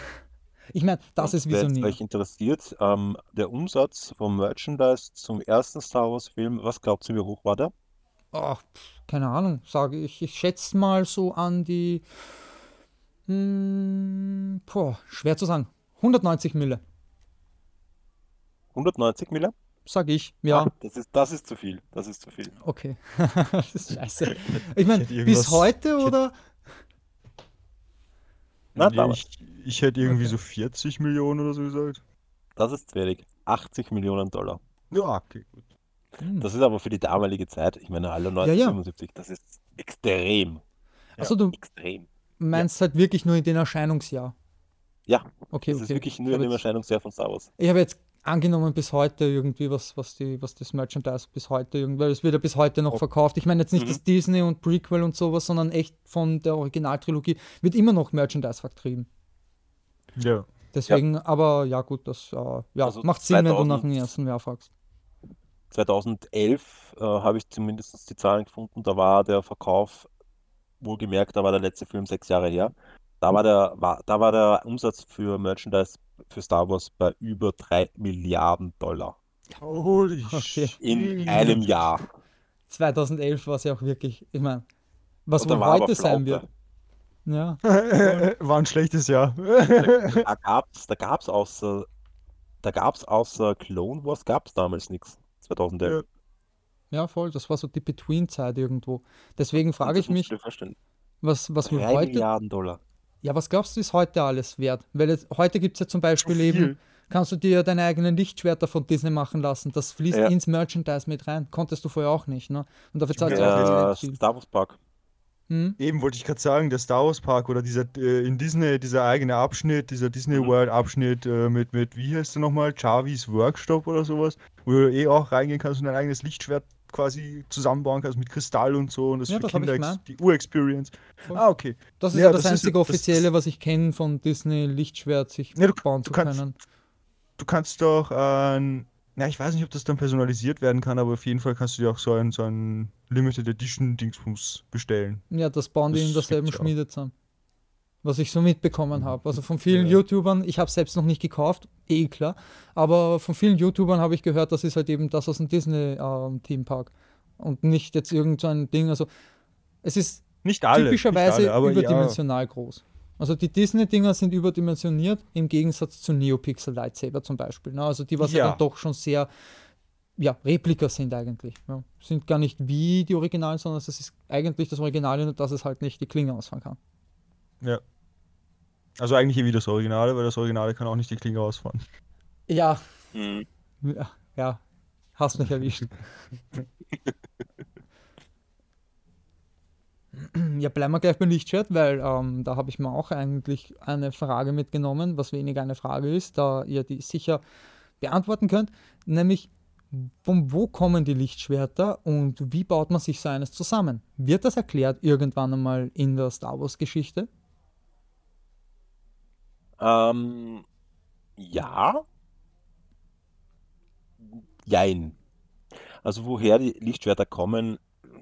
Ich meine, das ist Und wer jetzt Visionier. euch interessiert, der Umsatz vom Merchandise zum ersten Star Wars-Film, was glaubt ihr, wie hoch war der? Ach, keine Ahnung, sage ich. Ich schätze mal so an die, schwer zu sagen, 190 Mille, 190 Mille? sage ich. Ja, Das ist zu viel. Das ist zu viel. okay. Das ist scheiße. Ich meine, hätte bis irgendwas- heute ich hätte- oder? Na, Nee, damals. ich hätte irgendwie Okay. so 40 Millionen oder so gesagt. Das ist zu wenig. 80 Millionen Dollar. Ja, okay, gut. Hm. Das ist aber für die damalige Zeit, ich meine, alle Ja, ja. 1977, das ist extrem. Also du Extrem. meinst halt wirklich nur in den Erscheinungsjahr. Ja, Okay, es ist okay. wirklich Ich nur habe eine jetzt, Erscheinungsjahr von Star Wars. ich habe jetzt angenommen bis heute irgendwie was das Merchandise bis heute irgendwie, weil es wird ja bis heute noch Oh. verkauft. Ich meine jetzt nicht Mhm. das Disney und Prequel und sowas, sondern echt von der Originaltrilogie wird immer noch Merchandise vertrieben. Ja. Deswegen, aber ja gut, das Also macht Sinn, wenn du nach 2000, dem ersten Jahr fragst. 2011 habe ich zumindest die Zahlen gefunden, da war der Verkauf, wohlgemerkt, da war der letzte Film 6 Jahre her, da war der Umsatz für Merchandise für Star Wars bei über 3 Milliarden Dollar Holy Okay. in einem shit. Jahr. 2011 war es ja auch wirklich, ich meine, was Und da wohl war aber heute sein wird. Flaute. Ja, voll. War ein schlechtes Jahr. Da gab's außer Clone Wars gab's damals nichts. 2011. Ja. Ja, voll. Das war so die Between-Zeit irgendwo. Deswegen Und frage das ich musst du mich, dir vorstellen. was wohl 3 heute. Milliarden Dollar. Ja, was glaubst du, ist heute alles wert? Weil jetzt, heute gibt es ja zum Zu Beispiel eben, viel. kannst du dir deine eigenen Lichtschwerter von Disney machen lassen. Das fließt Ja, ins Merchandise mit rein. Konntest du vorher auch nicht, ne? Und dafür Ich wollte zahlst du auch gerade extrem der viel. Star Wars Park. Hm? Eben wollte ich gerade sagen, der Star Wars Park oder dieser in Disney, dieser eigene Abschnitt, dieser Disney Mhm. World Abschnitt mit, wie heißt der nochmal, Jarvis Workshop oder sowas, wo du auch reingehen kannst und dein eigenes Lichtschwert quasi zusammenbauen kannst mit Kristall und so und das Ja, für das habe ich Kinder gemeint. die Ur-Experience. Voll. Ah, okay. Das ist ja Ja, das das ist einzige das, Offizielle, was ich kenne von Disney Lichtschwert sich ja, bauen du zu kannst können. du kannst doch na, ich weiß nicht, ob das dann personalisiert werden kann, aber auf jeden Fall kannst du dir auch so ein Limited Edition Dingsbums bestellen. Ja, das bauen die in Das derselben gibt's ja auch. Schmiede zusammen. Was ich so mitbekommen habe. Also von vielen Ja. YouTubern, ich habe selbst noch nicht gekauft, eh klar, aber von vielen YouTubern habe ich gehört, das ist halt eben das aus dem Disney Themepark und nicht jetzt irgend so ein Ding. Also es ist Nicht alle, typischerweise aber ja. überdimensional groß. Also die Disney-Dinger sind überdimensioniert im Gegensatz zu Neopixel Lightsaber zum Beispiel. Ne? Also die, was ja dann Ja. doch schon sehr, ja, Replika sind eigentlich. Ja. Sind gar nicht wie die Originalen, sondern es ist eigentlich das Original, nur dass es halt nicht die Klinge ausfahren kann. Ja. Also eigentlich wie das Originale, weil das Originale kann auch nicht die Klinge ausfahren. Ja, Mhm. ja, hast mich erwischt. Ja, bleiben wir gleich beim Lichtschwert, weil da habe ich mir auch eigentlich eine Frage mitgenommen, was weniger eine Frage ist, da ihr die sicher beantworten könnt, nämlich von wo kommen die Lichtschwerter und wie baut man sich so eines zusammen? Wird das erklärt irgendwann einmal in der Star Wars Geschichte? Ja, jein. Also woher die Lichtschwerter kommen,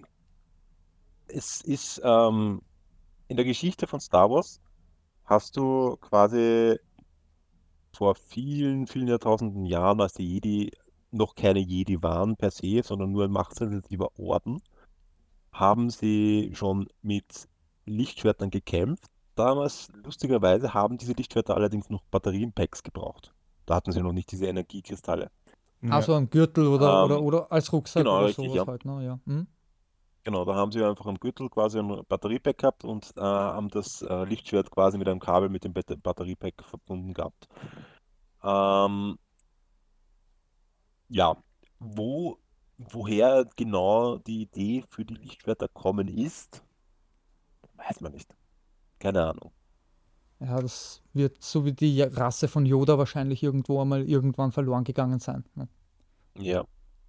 es ist in der Geschichte von Star Wars hast du quasi vor vielen, vielen Jahrtausenden Jahren, als die Jedi noch keine Jedi waren per se, sondern nur ein machtsensitiver Orden, haben sie schon mit Lichtschwertern gekämpft. Damals, lustigerweise, haben diese Lichtschwerter allerdings noch Batterienpacks gebraucht. Da hatten sie noch nicht diese Energiekristalle. Ja. Also am Gürtel oder, Ähm, oder als Rucksack genau, oder richtig, sowas ja. halt, ne? Ja. Hm? Genau, da haben sie einfach am Gürtel quasi ein Batteriepack gehabt und haben das Lichtschwert quasi mit einem Kabel mit dem Batteriepack verbunden gehabt. Ähm, ja, woher genau die Idee für die Lichtschwerter kommen ist, weiß man nicht. Keine Ahnung. Ja, das wird so wie die Rasse von Yoda wahrscheinlich irgendwo einmal irgendwann verloren gegangen sein. Ne? Ja.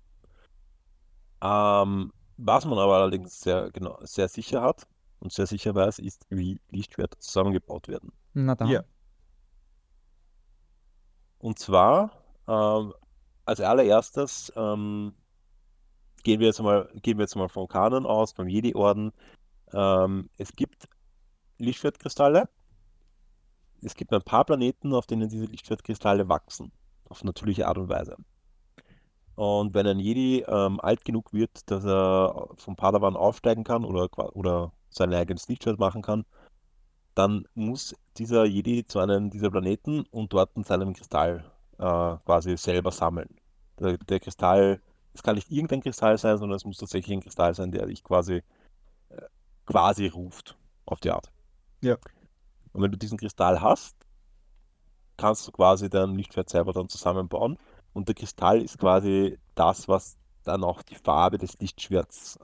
Was man aber allerdings sehr sicher hat und sehr sicher weiß, ist, wie Lichtschwerter zusammengebaut werden. Na dann. Ja. Und zwar, als allererstes gehen wir jetzt mal vom Kanon aus, vom Jedi-Orden. Es gibt Lichtschwertkristalle. Es gibt ein paar Planeten, auf denen diese Lichtschwertkristalle wachsen. Auf natürliche Art und Weise. Und wenn ein Jedi alt genug wird, dass er vom Padawan aufsteigen kann oder sein eigenes Lichtschwert machen kann, dann muss dieser Jedi zu einem dieser Planeten und dort seinen Kristall quasi selber sammeln. Der Kristall, es kann nicht irgendein Kristall sein, sondern es muss tatsächlich ein Kristall sein, der dich quasi ruft, auf die Art. Ja. Und wenn du diesen Kristall hast, kannst du quasi dein Lichtschwert selber dann zusammenbauen. Und der Kristall ist quasi das, was dann auch die Farbe des Lichtschwerts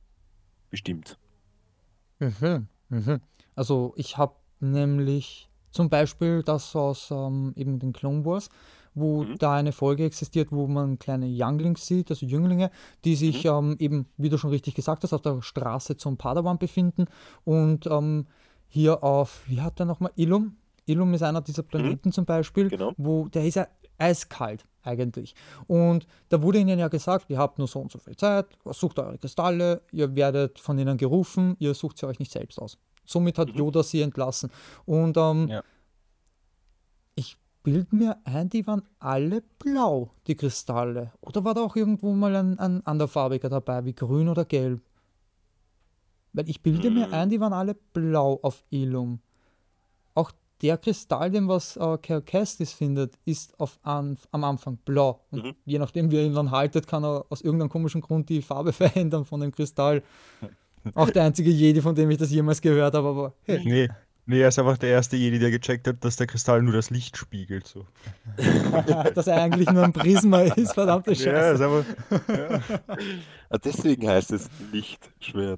bestimmt. Mhm. Mhm. Also ich habe nämlich Zum Beispiel das aus eben den Clone Wars, wo Mhm. da eine Folge existiert, wo man kleine Younglings sieht, also Jünglinge, die sich eben, wie du schon richtig gesagt hast, auf der Straße zum Padawan befinden und hier auf, wie hat der nochmal, Ilum? Ilum ist einer dieser Planeten zum Beispiel, Genau. wo der ist ja eiskalt eigentlich. Und da wurde ihnen ja gesagt, ihr habt nur so und so viel Zeit, sucht eure Kristalle, ihr werdet von ihnen gerufen, ihr sucht sie euch nicht selbst aus. Somit hat Mhm. Yoda sie entlassen. Und Ja. ich bilde mir ein, die waren alle blau, die Kristalle. Oder war da auch irgendwo mal ein anderfarbiger dabei, wie grün oder gelb? Weil ich bilde mir ein, die waren alle blau auf Ilum. Auch der Kristall, den was Cal Kestis findet, ist am Anfang blau. Und Mhm. je nachdem, wie er ihn dann haltet, kann er aus irgendeinem komischen Grund die Farbe verändern von dem Kristall. Auch der einzige Jedi, von dem ich das jemals gehört habe, aber hey. Nee, er ist einfach der erste Jedi, der gecheckt hat, dass der Kristall nur das Licht spiegelt. So. Dass er eigentlich nur ein Prisma ist, verdammte Ja, Scheiße. ist einfach. Ja. Deswegen heißt es Lichtschwert.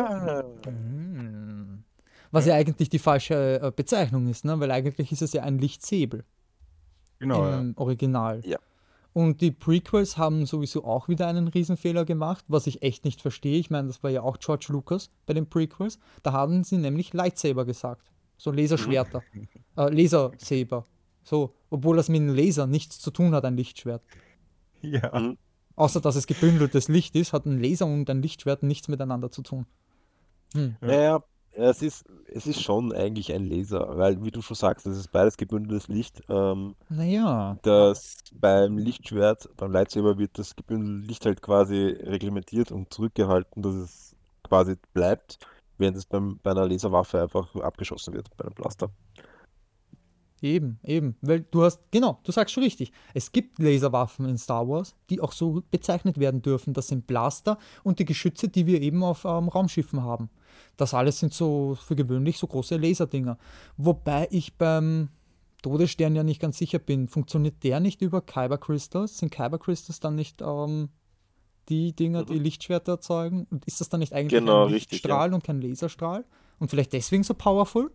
Was ja eigentlich die falsche Bezeichnung ist, ne? Weil eigentlich ist es ja ein Lichtsäbel Genau, ja. im Original. Ja. Und die Prequels haben sowieso auch wieder einen Riesenfehler gemacht, was ich echt nicht verstehe. Ich meine, das war ja auch George Lucas bei den Prequels. Da haben sie nämlich Lightsaber gesagt. So Laserschwerter. Lasersaber. So, obwohl das mit einem Laser nichts zu tun hat, ein Lichtschwert. Ja. Mhm. Außer dass es gebündeltes Licht ist, hat ein Laser und ein Lichtschwert nichts miteinander zu tun. Naja, es ist schon eigentlich ein Laser, weil, wie du schon sagst, das ist beides gebündeltes Licht. Naja. Das beim Lichtschwert, beim Lightsaber wird das gebündelte Licht halt quasi reglementiert und zurückgehalten, dass es quasi bleibt, während es bei einer Laserwaffe einfach abgeschossen wird, bei einem Blaster. Eben. Weil du sagst schon richtig. Es gibt Laserwaffen in Star Wars, die auch so bezeichnet werden dürfen. Das sind Blaster und die Geschütze, die wir eben auf Raumschiffen haben. Das alles sind so für gewöhnlich so große Laserdinger. Wobei ich beim Todesstern ja nicht ganz sicher bin. Funktioniert der nicht über Kyber Crystals? Sind Kyber Crystals dann nicht die Dinger, die Lichtschwerter erzeugen? Und ist das dann nicht eigentlich Genau, ein richtig, Lichtstrahl und kein Laserstrahl? Und vielleicht deswegen so powerful?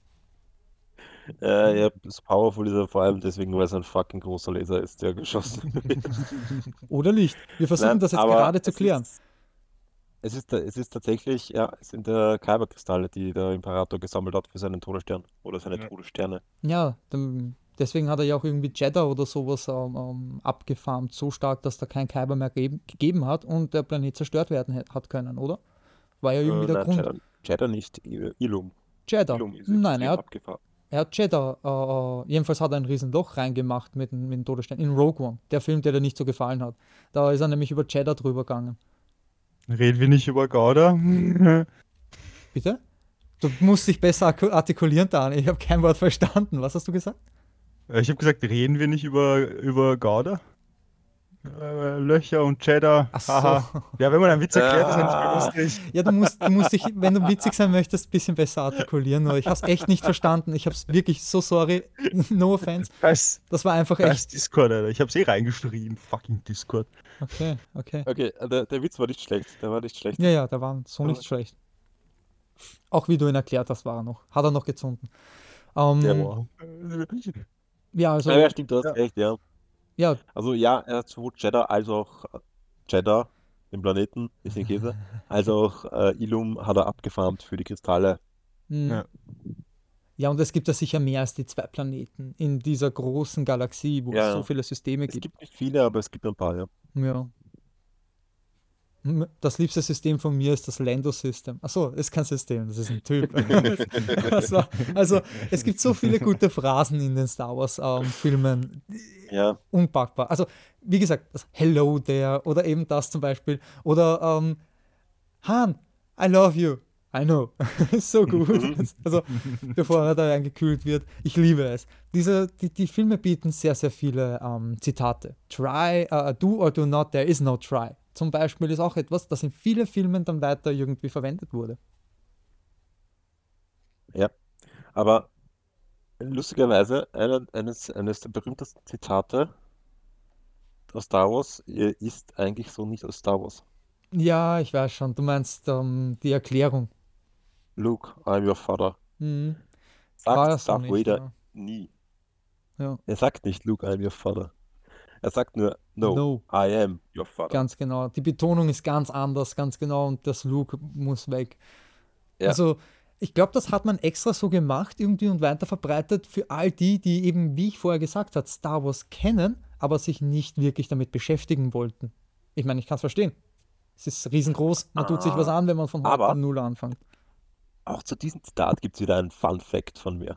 Ja, so powerful ist er vor allem deswegen, weil es ein fucking großer Laser ist, der geschossen wird. Oder Licht? Wir versuchen Nein, das jetzt aber gerade zu klären. es ist tatsächlich, ja, es sind Kyberkristalle, die der Imperator gesammelt hat für seinen Todesstern oder seine Ja. Todessterne. Ja, deswegen hat er ja auch irgendwie Jeddah oder sowas abgefarmt, so stark, dass da kein Kyber mehr gegeben hat und der Planet zerstört werden hat können, oder? War ja irgendwie der Nein, Grund. Jeddah nicht, Ilum. Jeddah. Ilum ist Nein, extrem abgefahren. er hat Jeddah, jedenfalls hat er ein Riesenloch reingemacht mit dem Todesstern. In Rogue One, der Film, der dir nicht so gefallen hat. Da ist er nämlich über Jeddah drüber gegangen. Reden wir nicht über Gouda? Bitte? Du musst dich besser artikulieren, Dani. Ich habe kein Wort verstanden. Was hast du gesagt? Ich habe gesagt, reden wir nicht über Gouda? Löcher und Cheddar. Ach so. Haha. Ja, wenn man einen Witz erklärt, ist er nicht Ah. mehr lustig. Ja, du musst dich, wenn du witzig sein möchtest, ein bisschen besser artikulieren. Aber ich habe es echt nicht verstanden. Ich habe es wirklich, so sorry, no offense. Scheiß Das war einfach echt. Discord, Alter. Ich hab's reingeschrien. Fucking Discord. Okay. Okay, der Witz war nicht schlecht. Der war nicht schlecht. Ja, der war so nicht schlecht. Auch wie du ihn erklärt hast, war er noch. Hat er noch gezunden. Der war. Ja, also, Ja, stimmt, du hast Ja. recht, ja. ja, Also ja, er hat sowohl Jeddah als auch Jeddah, den Planeten, ist ein Käse, als auch Ilum hat er abgefarmt für die Kristalle. ja. Ja. Und es gibt ja sicher mehr als die 2 Planeten in dieser großen Galaxie, wo es Ja. so viele Systeme Es gibt. gibt nicht viele, aber es gibt ein paar, ja. Ja. Das liebste System von mir ist das Lando-System. Achso, ist kein System, das ist ein Typ. Also, es gibt so viele gute Phrasen in den Star Wars-Filmen. Ja, Unpackbar. Also, wie gesagt, das Hello there oder eben das zum Beispiel. Oder Han, I love you. I know. So gut. Also, bevor er da reingekühlt wird. Ich liebe es. Die Filme bieten sehr, sehr viele Zitate. Try, do or do not, there is no try. Zum Beispiel ist auch etwas, das in vielen Filmen dann weiter irgendwie verwendet wurde. ja. Aber lustigerweise, eines der berühmtesten Zitate aus Star Wars ist eigentlich so nicht aus Star Wars. Ja, ich weiß schon. Du meinst die Erklärung. Luke, I'm your father. Mhm. War ja sagt so Darth nicht, Vader ja. nie. Ja. Er sagt nicht, Luke, I'm your father. Er sagt nur, no, No, I am your father. ganz genau. Die Betonung ist ganz anders, ganz genau, und das Luke muss weg. Ja, Also, ich glaube, das hat man extra so gemacht irgendwie und weiter verbreitet für all die, die eben, wie ich vorher gesagt habe, Star Wars kennen, aber sich nicht wirklich damit beschäftigen wollten. Ich meine, ich kann es verstehen. Es ist riesengroß, man tut sich was ah, an, wenn man von heute aber an Null anfängt. auch zu diesem Zitat gibt es wieder einen Fun Fact von mir.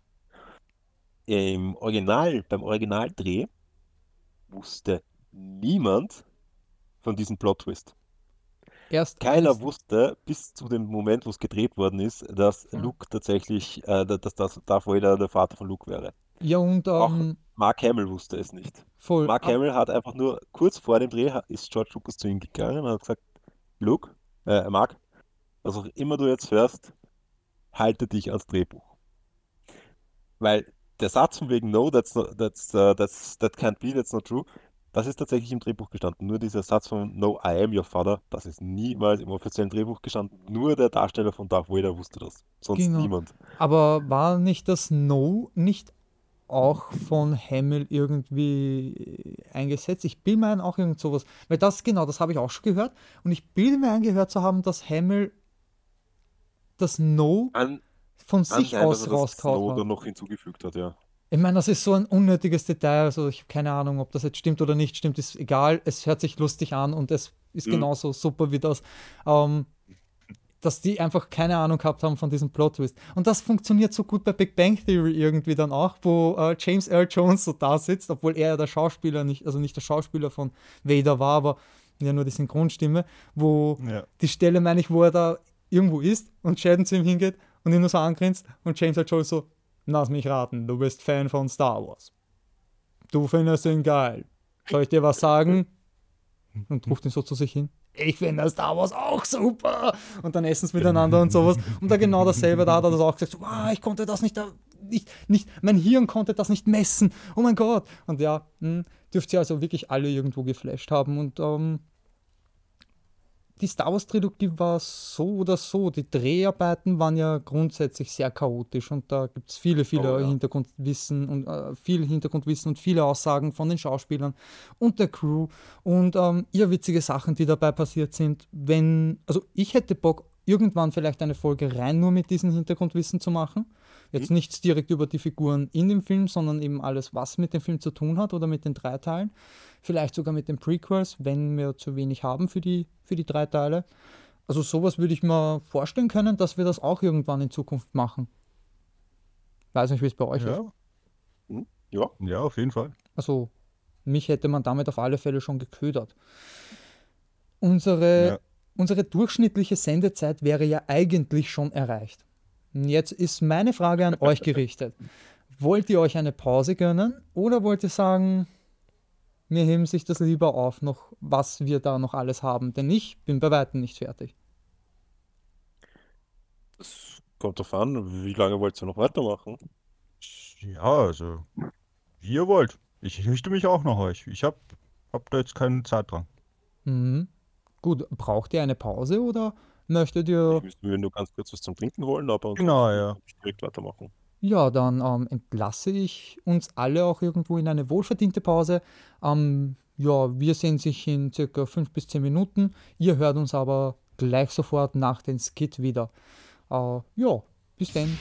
Beim Originaldreh wusste niemand von diesem Plot-Twist. Erst Keiner eines. wusste bis zu dem Moment, wo es gedreht worden ist, dass Luke tatsächlich, dass das Darth Vader der Vater von Luke wäre. Ja, und Auch Mark Hamill wusste es nicht. voll. Mark Hamill hat einfach nur kurz vor dem Dreh ist George Lucas zu ihm gegangen und hat gesagt, Luke, Mark, was auch immer du jetzt hörst, halte dich ans Drehbuch. Weil der Satz von wegen No, that can't be, that's not true, das ist tatsächlich im Drehbuch gestanden. Nur dieser Satz von No, I am your father, das ist niemals im offiziellen Drehbuch gestanden. Nur der Darsteller von Darth Vader wusste das. Sonst Genau. niemand. Aber war nicht das No nicht auch von Hamill irgendwie eingesetzt? Ich bilde mir ein, auch irgend sowas. Weil das, genau, das habe ich auch schon gehört. Und ich bilde mir ein, gehört zu haben, dass Hamill das No Kann, von kann sich sein, dass er aus das rausgehauen No hat. dann noch hinzugefügt hat, ja. Ich meine, das ist so ein unnötiges Detail. Also ich habe keine Ahnung, ob das jetzt stimmt oder nicht stimmt. Ist egal. Es hört sich lustig an und es ist Mhm. genauso super wie das. Ähm, dass die einfach keine Ahnung gehabt haben von diesem Plot-Twist. Und das funktioniert so gut bei Big Bang Theory irgendwie dann auch, wo James Earl Jones so da sitzt, obwohl er ja der Schauspieler nicht, also nicht der Schauspieler von Vader war, aber ja nur die Synchronstimme, wo Ja. die Stelle, meine ich, wo er da irgendwo ist und Sheldon zu ihm hingeht und ihn nur so angrinst und James Earl Jones so, lass mich raten, du bist Fan von Star Wars. Du findest ihn geil. Soll ich dir was sagen? Und ruft ihn so zu sich hin. Ich finde Star Wars auch super. Und dann essen sie miteinander und sowas. Und da genau dasselbe, da hat er das auch gesagt. So, ich konnte das nicht, mein Hirn konnte das nicht messen. Oh mein Gott. Und ja, dürft ihr also wirklich alle irgendwo geflasht haben. Und die Star Wars Trilogie war so oder so. Die Dreharbeiten waren ja grundsätzlich sehr chaotisch und da gibt es viele Oh, ja. Hintergrundwissen und viel Hintergrundwissen und viele Aussagen von den Schauspielern und der Crew und irrwitzige Sachen, die dabei passiert sind. Also ich hätte Bock, irgendwann vielleicht eine Folge rein nur mit diesem Hintergrundwissen zu machen. Jetzt nichts direkt über die Figuren in dem Film, sondern eben alles, was mit dem Film zu tun hat oder mit den 3 Teilen. Vielleicht sogar mit den Prequels, wenn wir zu wenig haben für die 3 Teile. Also sowas würde ich mir vorstellen können, dass wir das auch irgendwann in Zukunft machen. Weiß nicht, wie es bei euch ist. Ja, Ja, ja, auf jeden Fall. Also mich hätte man damit auf alle Fälle schon geködert. Unsere durchschnittliche Sendezeit wäre ja eigentlich schon erreicht. Und jetzt ist meine Frage an euch gerichtet. Wollt ihr euch eine Pause gönnen oder wollt ihr sagen, wir heben sich das lieber auf, noch was wir da noch alles haben? Denn ich bin bei weitem nicht fertig. das kommt drauf an, wie lange wollt ihr noch weitermachen? Ja, also, wie ihr wollt. Ich richte mich auch nach euch. Ich hab da jetzt keinen Zeitdrang. Mhm. Gut, braucht ihr eine Pause oder möchtet Ich ihr... müsste mir nur ganz kurz was zum Trinken holen, aber Genau, ansonsten ja. kann ich direkt weitermachen. Ja, dann entlasse ich uns alle auch irgendwo in eine wohlverdiente Pause. Ja, wir sehen sich in circa 5 bis 10 Minuten. Ihr hört uns aber gleich sofort nach dem Skit wieder. Ja, bis dann.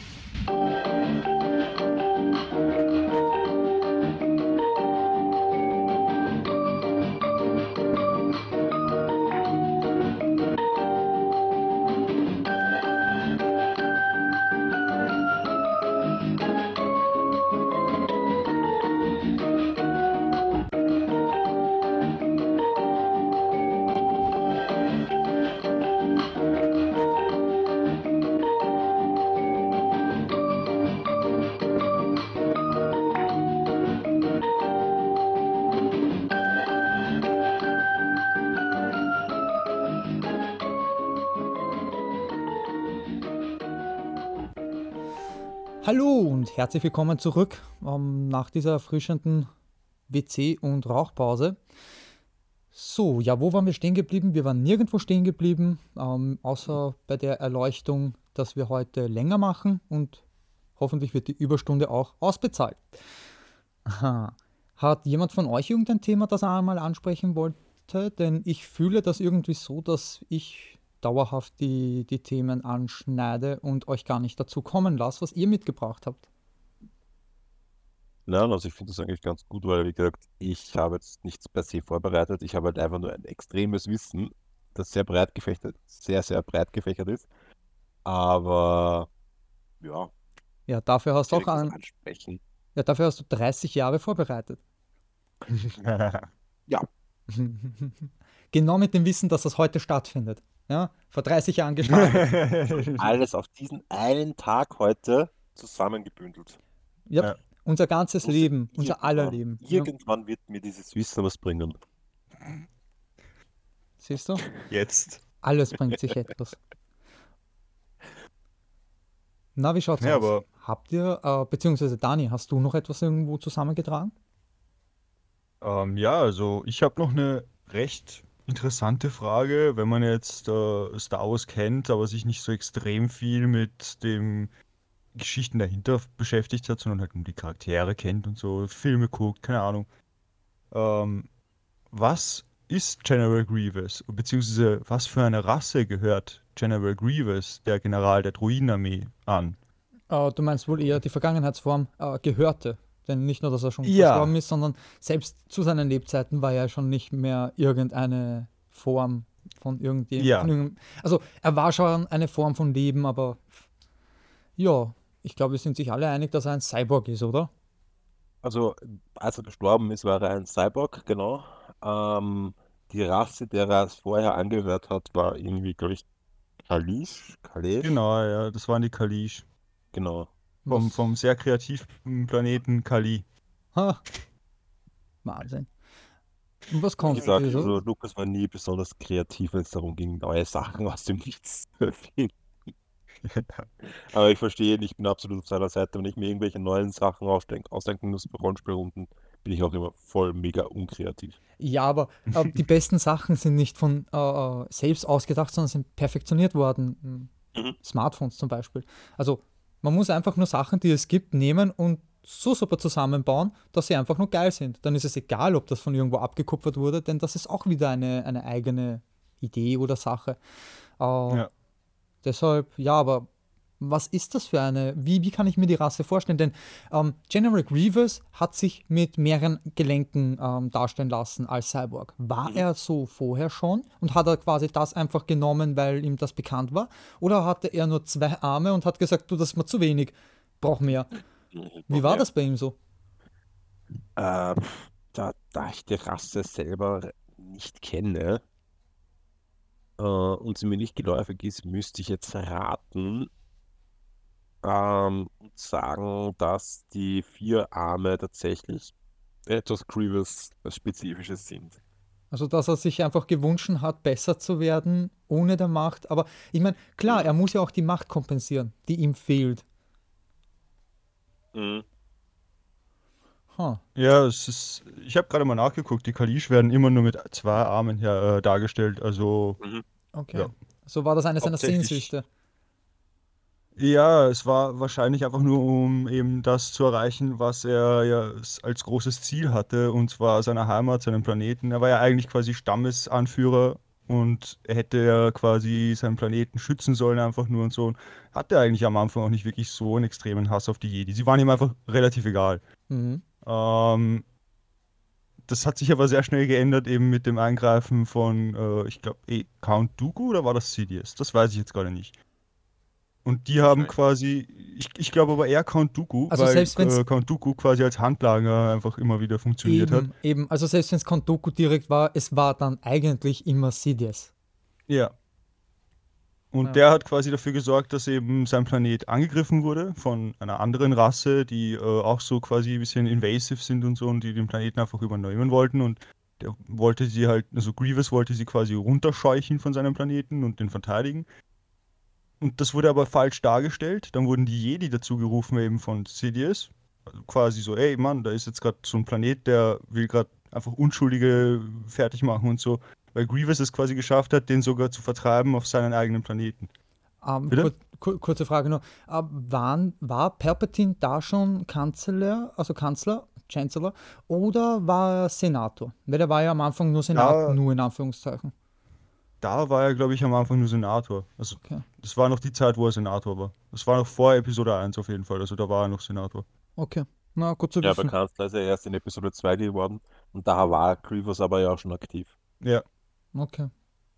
Hallo und herzlich willkommen zurück nach dieser erfrischenden WC- und Rauchpause. So, ja, wo waren wir stehen geblieben? Wir waren nirgendwo stehen geblieben, außer bei der Erleuchtung, dass wir heute länger machen und hoffentlich wird die Überstunde auch ausbezahlt. Aha. Hat jemand von euch irgendein Thema, das er einmal ansprechen wollte? Denn ich fühle das irgendwie so, dass ich dauerhaft die Themen anschneide und euch gar nicht dazu kommen lasse, was ihr mitgebracht habt. Nein, also ich finde das eigentlich ganz gut, weil, wie gesagt, ich habe jetzt nichts per se vorbereitet. Ich habe halt einfach nur ein extremes Wissen, das sehr, sehr breit gefächert ist. Aber ja, Ja, dafür hast du auch direkt das Ansprechen. ja, dafür hast du 30 Jahre vorbereitet. Ja, Genau mit dem Wissen, dass das heute stattfindet. Ja, vor 30 Jahren gestartet. alles auf diesen einen Tag heute zusammengebündelt. Ja, Ja. unser ganzes Wusste, Leben, unser aller Leben. Ja, irgendwann wird mir dieses Wissen was bringen. siehst du? Jetzt. Alles bringt sich etwas. Na, wie schaut's Ja, aus? aber Habt ihr, beziehungsweise Dani, hast du noch etwas irgendwo zusammengetragen? ja, also ich habe noch eine recht interessante Frage, wenn man jetzt Star Wars kennt, aber sich nicht so extrem viel mit den Geschichten dahinter beschäftigt hat, sondern halt nur die Charaktere kennt und so, Filme guckt, keine Ahnung. Ähm, Was ist General Grievous? Beziehungsweise was für eine Rasse gehört General Grievous, der General der Druidenarmee, an? Du meinst wohl eher die Vergangenheitsform gehörte. Denn nicht nur, dass er schon Ja, verstorben ist, sondern selbst zu seinen Lebzeiten war er schon nicht mehr irgendeine Form von ja. also er war schon eine Form von Leben, aber ja, ich glaube, wir sind sich alle einig, dass er ein Cyborg ist, oder? Also, als er gestorben ist, war er ein Cyborg, genau. Ähm, Die Rasse, der er es vorher angehört hat, war irgendwie, glaube ich, Kalesh, Genau, ja, das waren die Kalish. genau. Vom Was? sehr kreativen Planeten Kali. Ha, Wahnsinn. Und was Wie konnten die gesagt, so? also Lukas war nie besonders kreativ, wenn es darum ging, neue Sachen aus dem Nichts zu erfinden. Aber ich verstehe ihn, ich bin absolut auf seiner Seite. Wenn ich mir irgendwelche neuen Sachen ausdenken muss für Rollenspielrunden, bin ich auch immer voll mega unkreativ. Ja, aber die besten Sachen sind nicht von selbst ausgedacht, sondern sind perfektioniert worden. Mhm. Smartphones zum Beispiel. Also man muss einfach nur Sachen, die es gibt, nehmen und so super zusammenbauen, dass sie einfach nur geil sind. Dann ist es egal, ob das von irgendwo abgekupfert wurde, denn das ist auch wieder eine eigene Idee oder Sache. Äh, Ja. Deshalb, ja, aber was ist das für eine, wie kann ich mir die Rasse vorstellen? Denn General Grievous hat sich mit mehreren Gelenken darstellen lassen als Cyborg. War Mhm. er so vorher schon und hat er quasi das einfach genommen, weil ihm das bekannt war? Oder hatte er nur 2 Arme und hat gesagt, du, das ist mir zu wenig, brauch mehr? Wie war Ja. das bei ihm so? Da ich die Rasse selber nicht kenne und sie mir nicht geläufig ist, müsste ich jetzt raten und sagen, dass die 4 Arme tatsächlich etwas Grievous-Spezifisches sind. Also, dass er sich einfach gewünscht hat, besser zu werden ohne der Macht. Aber ich meine, klar, er muss ja auch die Macht kompensieren, die ihm fehlt. Mhm. Huh. Ja, ich habe gerade mal nachgeguckt, die Kalish werden immer nur mit 2 Armen her, dargestellt. Also, Mhm. Okay. ja, So war das eine seiner hauptsächlich. Sehnsüchte. Ja, es war wahrscheinlich einfach nur, um eben das zu erreichen, was er ja als großes Ziel hatte, und zwar seine Heimat, seinen Planeten. Er war ja eigentlich quasi Stammesanführer und er hätte ja quasi seinen Planeten schützen sollen, einfach nur und so. Hatte eigentlich am Anfang auch nicht wirklich so einen extremen Hass auf die Jedi. Sie waren ihm einfach relativ egal. Mhm. Ähm, Das hat sich aber sehr schnell geändert, eben mit dem Eingreifen von, ich glaube, Count Dooku, oder war das Sidious? Das weiß ich jetzt gerade nicht. Und die haben Wahrscheinlich. quasi, ich glaube aber eher Count Dooku, Also weil selbst wenn es Count Dooku quasi als Handlanger einfach immer wieder funktioniert hat. also selbst wenn es Kondoku direkt war, es war dann eigentlich immer Sidious. Ja. Und Ja. der hat quasi dafür gesorgt, dass eben sein Planet angegriffen wurde von einer anderen Rasse, die auch so quasi ein bisschen invasive sind und so, und die den Planeten einfach übernehmen wollten. Und der wollte sie halt, also Grievous wollte sie quasi runterscheuchen von seinem Planeten und den verteidigen. Und das wurde aber falsch dargestellt. Dann wurden die Jedi dazu gerufen, eben von Sidious. Also quasi so, ey Mann, da ist jetzt gerade so ein Planet, der will gerade einfach Unschuldige fertig machen und so. Weil Grievous es quasi geschafft hat, den sogar zu vertreiben auf seinen eigenen Planeten. Bitte? Kurze Frage nur. War Palpatine da schon Kanzler, also Kanzler, Chancellor, oder war er Senator? Weil der war ja am Anfang nur Senator, Da, nur in Anführungszeichen. da war er, glaube ich, am Anfang nur Senator. Also, Okay. das war noch die Zeit, wo er Senator war. Das war noch vor Episode 1 auf jeden Fall. Also, da war er noch Senator. Okay. Na, gut zu Ja, bei wissen. Kanzler ist er erst in Episode 2 geworden und da war Grievous aber ja auch schon aktiv. Ja, Okay.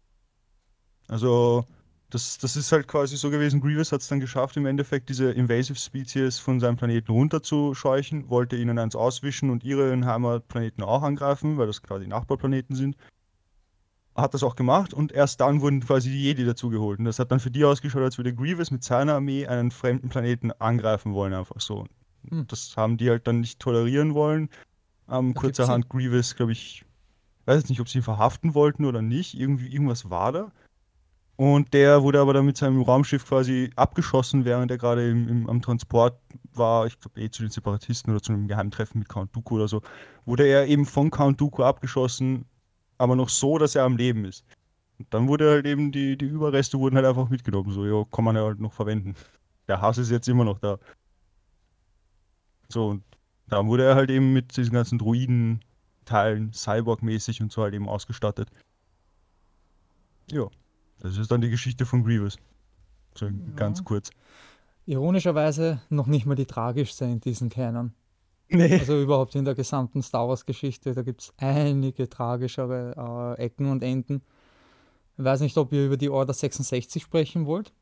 also, das ist halt quasi so gewesen. Grievous hat es dann geschafft, im Endeffekt diese Invasive Species von seinem Planeten runterzuscheuchen, wollte ihnen eins auswischen und ihren Heimatplaneten auch angreifen, weil das quasi Nachbarplaneten sind. Hat das auch gemacht und erst dann wurden quasi die Jedi dazugeholt. Und das hat dann für die ausgeschaut, als würde Grievous mit seiner Armee einen fremden Planeten angreifen wollen, einfach so. Hm. Das haben die halt dann nicht tolerieren wollen. Da gibt's Kurzerhand Grievous, glaube ich, weiß jetzt nicht, ob sie ihn verhaften wollten oder nicht. Irgendwas war da. Und der wurde aber dann mit seinem Raumschiff quasi abgeschossen, während er gerade am Transport war, ich glaube zu den Separatisten oder zu einem Geheimtreffen mit Count Dooku oder so, wurde er eben von Count Dooku abgeschossen, aber noch so, dass er am Leben ist. Und dann wurde halt eben die Überreste wurden halt einfach mitgenommen, so, ja, kann man ja halt noch verwenden. Der Hass ist jetzt immer noch da. So, und dann wurde er halt eben mit diesen ganzen Droiden-Teilen, Cyborg-mäßig und so halt eben ausgestattet. Ja, das ist dann die Geschichte von Grievous. So ganz Ja. kurz. Ironischerweise noch nicht mal die tragischste in diesen Canon. Nee. Also überhaupt in der gesamten Star Wars-Geschichte. Da gibt es einige tragischere Ecken und Enden. Ich weiß nicht, ob ihr über die Order 66 sprechen wollt.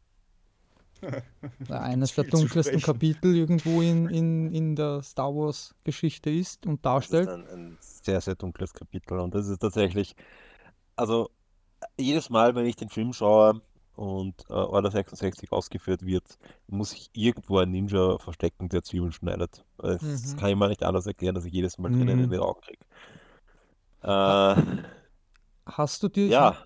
Eines Gibt's der viel zu dunkelsten sprechen. Kapitel irgendwo in der Star Wars-Geschichte ist und Das ist darstellt. ein sehr, sehr dunkles Kapitel und das ist tatsächlich, also jedes Mal, wenn ich den Film schaue und Order 66 ausgeführt wird, muss ich irgendwo einen Ninja verstecken, der Zwiebeln schneidet. Das Mhm. kann ich mir nicht anders erklären, dass ich jedes Mal Tränen in Mhm. die Augen kriege. Ha Äh, Hast du dir, ja.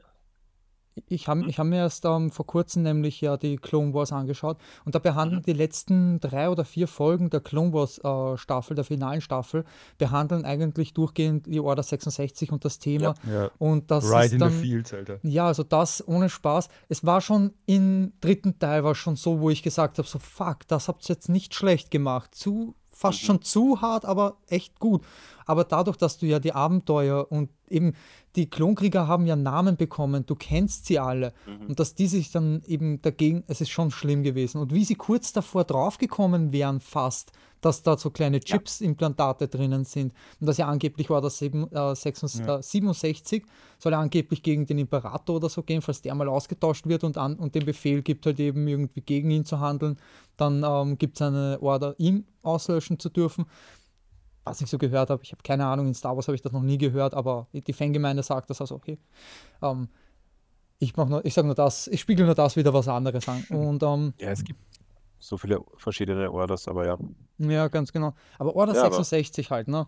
ich hab mir erst vor kurzem nämlich ja die Clone Wars angeschaut und da behandeln Mhm. die letzten 3 oder 4 Folgen der Clone Wars Staffel, der finalen Staffel, behandeln eigentlich durchgehend die Order 66 und das Ja. Thema. Ja, Und das right ist in the dann, fields, Alter. ja, also das ohne Spaß. Es war schon im dritten Teil war schon so, wo ich gesagt habe, so fuck, das habt ihr jetzt nicht schlecht gemacht. Fast Mhm. schon zu hart, aber echt gut. Aber dadurch, dass du ja die Abenteuer und eben die Klonkrieger haben ja Namen bekommen, du kennst sie alle. Mhm. Und dass die sich dann eben dagegen, es ist schon schlimm gewesen. Und wie sie kurz davor draufgekommen wären, fast, dass da so kleine Ja. Chips-Implantate drinnen sind. Und das ja angeblich war das Ja. 67, soll ja angeblich gegen den Imperator oder so gehen, falls der mal ausgetauscht wird und den Befehl gibt, halt eben irgendwie gegen ihn zu handeln. Dann gibt es eine Order, ihn auslöschen zu dürfen. Was ich so gehört habe, ich habe keine Ahnung, in Star Wars habe ich das noch nie gehört, aber die Fangemeinde sagt das also, okay. Ähm, ich sage nur das, ich spiegel nur das wieder, was andere sagen. Und Ja, es gibt so viele verschiedene Orders, aber ja. ja, ganz genau. Aber Order Ja, aber 66 halt, ne?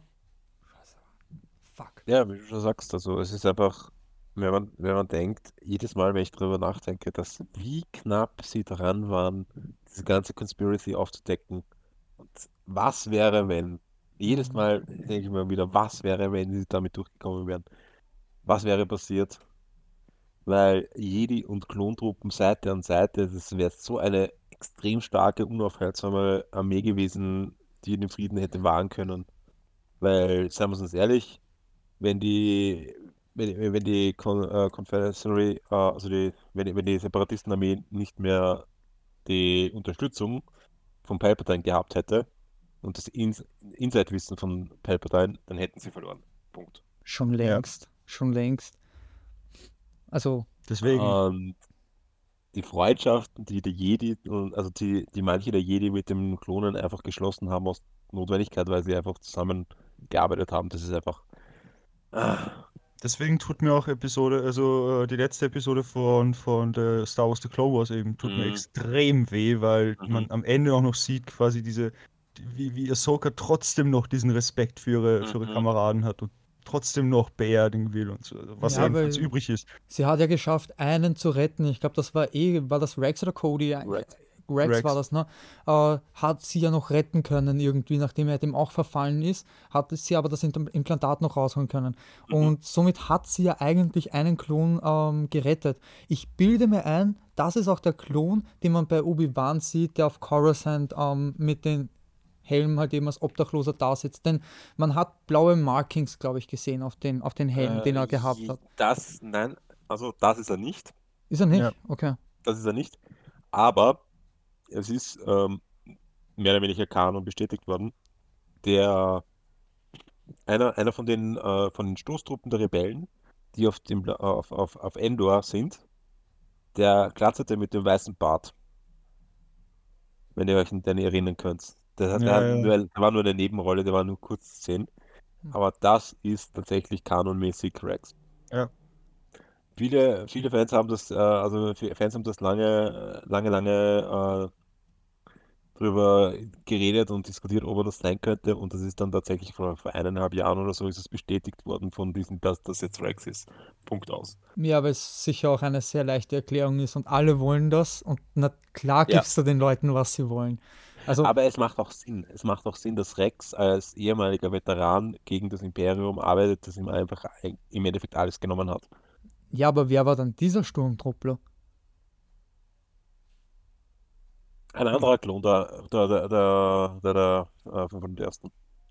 Fuck. ja, wie du schon sagst, also es ist einfach, wenn man denkt, jedes Mal, wenn ich darüber nachdenke, dass wie knapp sie dran waren, diese ganze Conspiracy aufzudecken. Und was wäre, wenn? Jedes Mhm. Mal denke ich mir wieder, was wäre, wenn sie damit durchgekommen wären? Was wäre passiert? Weil Jedi und Klontruppen Seite an Seite, das wäre so eine extrem starke, unaufhaltsame Armee gewesen, die den Frieden hätte wahren können. Weil, seien wir uns ehrlich, wenn die, wenn die Confederacy, also wenn die Separatistenarmee nicht mehr die Unterstützung von Palpatine gehabt hätte und das Inside-Wissen von Palpatine, dann hätten sie verloren. Punkt. Schon Ja, längst, schon längst. Also, deswegen. Und die Freundschaften, die der Jedi, also die manche der Jedi mit dem Klonen einfach geschlossen haben aus Notwendigkeit, weil sie einfach zusammengearbeitet haben, das ist einfach. Ah, Deswegen tut mir auch die letzte Episode von der Star Wars The Clone Wars eben, tut mir mhm, extrem weh, weil mhm, man am Ende auch noch sieht, quasi wie Ahsoka trotzdem noch diesen Respekt für ihre mhm. Kameraden hat und trotzdem noch beerdigen will und so, also was ja, ebenfalls weil übrig ist. sie hat ja geschafft, einen zu retten. Ich glaube, war das Rex oder Cody? Rex. Rex Rex. war das, ne? Hat sie ja noch retten können irgendwie, nachdem er dem auch verfallen ist, hat sie aber das Implantat noch rausholen können. Und somit hat sie ja eigentlich einen Klon gerettet. Ich bilde mir ein, das ist auch der Klon, den man bei Obi-Wan sieht, der auf Coruscant mit den Helm halt eben als Obdachloser da sitzt. Denn man hat blaue Markings, glaube ich, gesehen auf den Helm, den er gehabt hat. Nein, also das ist er nicht. Ist er nicht? Ja. Okay. Das ist er nicht. Aber es ist mehr oder weniger Kanon bestätigt worden. Einer von den Stoßtruppen der Rebellen, die auf Endor sind, der glatzerte mit dem weißen Bart. Wenn ihr euch an den erinnern könnt. Der war nur eine Nebenrolle, der war nur kurz zu sehen. Aber das ist tatsächlich kanonmäßig Rex. Ja. Viele Fans haben das, Fans haben das lange drüber geredet und diskutiert, ob er das sein könnte. Und das ist dann tatsächlich vor 1,5 Jahren oder so ist es bestätigt worden von diesen, dass das jetzt Rex ist. Punkt aus. Ja, weil es sicher auch eine sehr leichte Erklärung ist und alle wollen das und na klar Ja. gibst du den Leuten, was sie wollen. Also, Aber es macht auch Sinn. Es macht auch Sinn, dass Rex als ehemaliger Veteran gegen das Imperium arbeitet, das ihm einfach im Endeffekt alles genommen hat. ja, aber wer war dann dieser Sturmtruppler? Ein anderer Klon, von den ersten.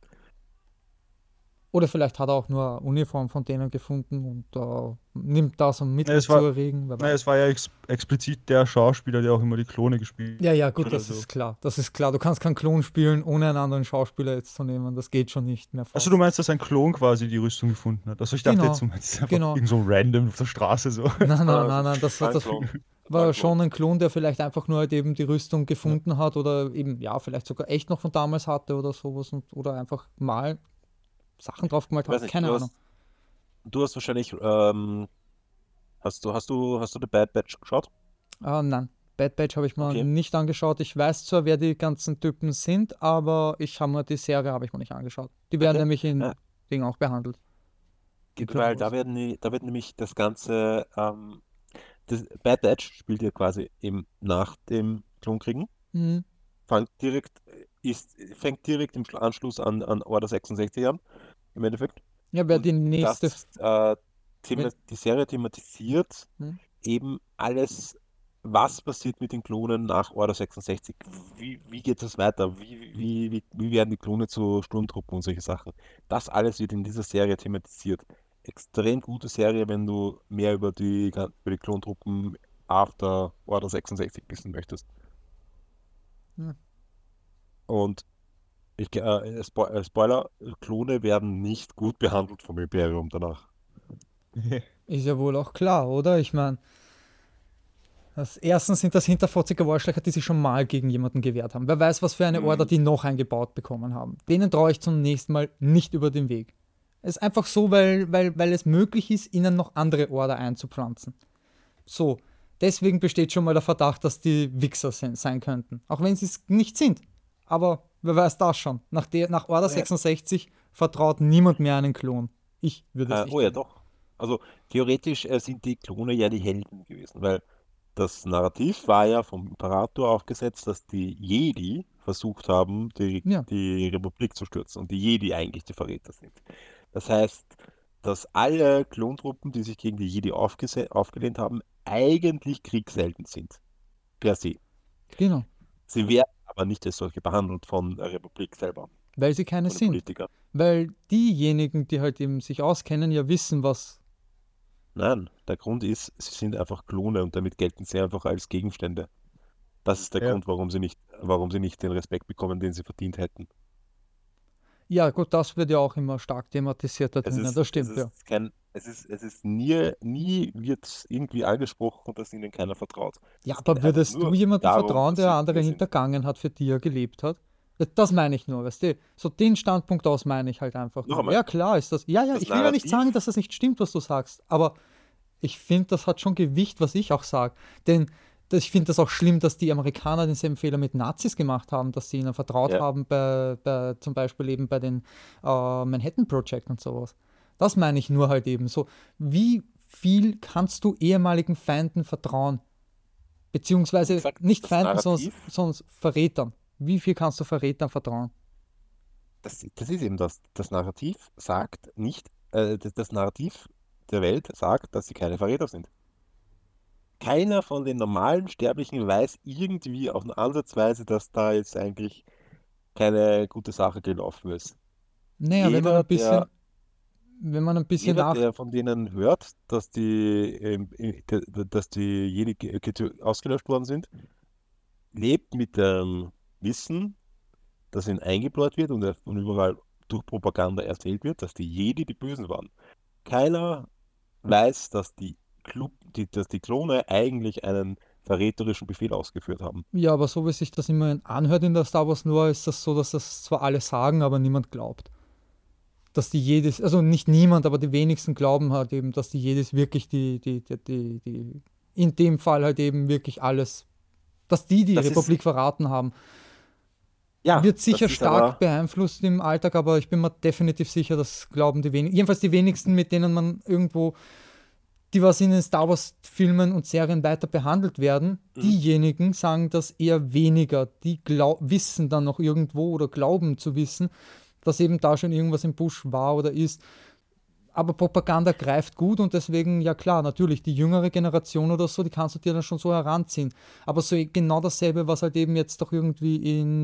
Oder vielleicht hat er auch nur eine Uniform von denen gefunden und nimmt das, um mit Ja, es zu war- erregen. wer weiß. Es war ja explizit der Schauspieler, der auch immer die Klone gespielt hat. Ja, gut, oder das so. ist klar. Das ist klar. Du kannst keinen Klon spielen, ohne einen anderen Schauspieler jetzt zu nehmen. Das geht schon nicht mehr. Also du meinst, dass ein Klon quasi die Rüstung gefunden hat? Also ich dachte Genau, jetzt, du meinst einfach genau. irgend so random auf der Straße so. Nein, das Ein war Klon. war Ein schon ein Klon, der vielleicht einfach nur halt eben die Rüstung gefunden hat oder eben, ja, vielleicht sogar echt noch von damals hatte oder sowas oder einfach mal Sachen drauf gemalt Ich weiß hat. nicht, Keine Ahnung. du hast wahrscheinlich, hast du The Bad Batch geschaut? Nein, Bad Batch habe ich mir Okay. nicht angeschaut. Ich weiß zwar, wer die ganzen Typen sind, aber die Serie habe ich mir nicht angeschaut. Die werden Okay. nämlich in Ja. Ding auch behandelt. Die Weil Clone Wars. da wird nämlich das Ganze, das Bad Batch spielt ja quasi eben nach dem Klonkriegen, Mhm. fängt direkt im Anschluss an Order 66 an, im Endeffekt. Ja, wer Und die nächste. die Serie thematisiert Hm? eben alles, was passiert mit den Klonen nach Order 66. Wie geht das weiter? Wie werden die Klone zu Sturmtruppen und solche Sachen? Das alles wird in dieser Serie thematisiert. Extrem gute Serie, wenn du mehr über die Klontruppen after Order 66 wissen möchtest. Hm. Und Spoiler, Klone werden nicht gut behandelt vom Imperium danach. Ist ja wohl auch klar, oder? Ich meine, erstens sind das hinterfotzige Arschlöcher, die sich schon mal gegen jemanden gewehrt haben. Wer weiß, was für eine Order die noch eingebaut bekommen haben. Denen traue ich zum nächsten Mal nicht über den Weg. Es ist einfach so, weil es möglich ist, ihnen noch andere Order einzupflanzen. So, deswegen besteht schon mal der Verdacht, dass die Wichser sein könnten. Auch wenn sie es nicht sind. Aber wer weiß das schon. Nach Order 66 vertraut niemand mehr einen Klon. Ich würde es nicht Oh ja, tun. doch. Also theoretisch sind die Klone ja die Helden gewesen, weil das Narrativ war ja vom Imperator aufgesetzt, dass die Jedi versucht haben, Ja. die Republik zu stürzen und die Jedi eigentlich die Verräter sind. Das heißt, dass alle Klontruppen, die sich gegen die Jedi aufgelehnt haben, eigentlich Kriegshelden sind. Per se. Genau. Sie werden aber nicht als solche behandelt von der Republik selber, Weil sie keine von den sind. Politikern. Weil diejenigen, die halt eben sich auskennen, ja wissen, was. Nein, der Grund ist, sie sind einfach Klone und damit gelten sie einfach als Gegenstände. Das ist der Ja. Grund, warum sie nicht den Respekt bekommen, den sie verdient hätten. Ja, gut, das wird ja auch immer stark thematisiert da drinnen. Das stimmt, ja. Es ist nie wird irgendwie angesprochen, dass ihnen keiner vertraut. Ja, Es aber geht würdest einfach du nur jemandem darum, vertrauen, dass der sie andere Dinge sind. hintergangen hat, für die er gelebt hat? Das meine ich nur, weißt du? So den Standpunkt aus meine ich halt einfach Noch nur. einmal. Ja, klar ist das. Ja, Das ich will ja nicht Narrativ- sagen, dass das nicht stimmt, was du sagst, aber ich finde, das hat schon Gewicht, was ich auch sage. Denn ich finde das auch schlimm, dass die Amerikaner denselben Fehler mit Nazis gemacht haben, dass sie ihnen vertraut Ja. haben, bei zum Beispiel eben bei den Manhattan Project und sowas. Das meine ich nur halt eben so. Wie viel kannst du ehemaligen Feinden vertrauen? Beziehungsweise Exakt, nicht das Feinden, Narrativ, sondern Verrätern. Wie viel kannst du Verrätern vertrauen? das ist eben das. Das Narrativ sagt nicht, das Narrativ der Welt sagt, dass sie keine Verräter sind. Keiner von den normalen Sterblichen weiß irgendwie auch nur ansatzweise, dass da jetzt eigentlich keine gute Sache gelaufen ist. Naja, Jeder, der, wenn man ein bisschen jeder, nach. der von denen hört, dass die Jedi ausgelöscht worden sind, lebt mit dem Wissen, das ihnen eingebläut wird und von überall durch Propaganda erzählt wird, dass die Jedi die Bösen waren. Keiner weiß, dass die Klone eigentlich einen verräterischen Befehl ausgeführt haben. Ja, aber so wie sich das immer anhört in der Star Wars Lore, ist das so, dass das zwar alle sagen, aber niemand glaubt. Dass die Jedis, also nicht niemand, aber die wenigsten glauben halt eben, dass die Jedis wirklich in dem Fall halt eben wirklich alles, dass die Das ist, Republik verraten haben. ja, Wird sicher das ist stark aber, beeinflusst im Alltag, aber ich bin mir definitiv sicher, das glauben die wenigsten, jedenfalls die wenigsten, mit denen man irgendwo, die was in den Star Wars Filmen und Serien weiter behandelt werden, mhm. diejenigen sagen das eher weniger. Die wissen dann noch irgendwo oder glauben zu wissen, dass eben da schon irgendwas im Busch war oder ist. Aber Propaganda greift gut und deswegen, ja klar, natürlich, die jüngere Generation oder so, die kannst du dir dann schon so heranziehen. Aber so genau dasselbe, was halt eben jetzt doch irgendwie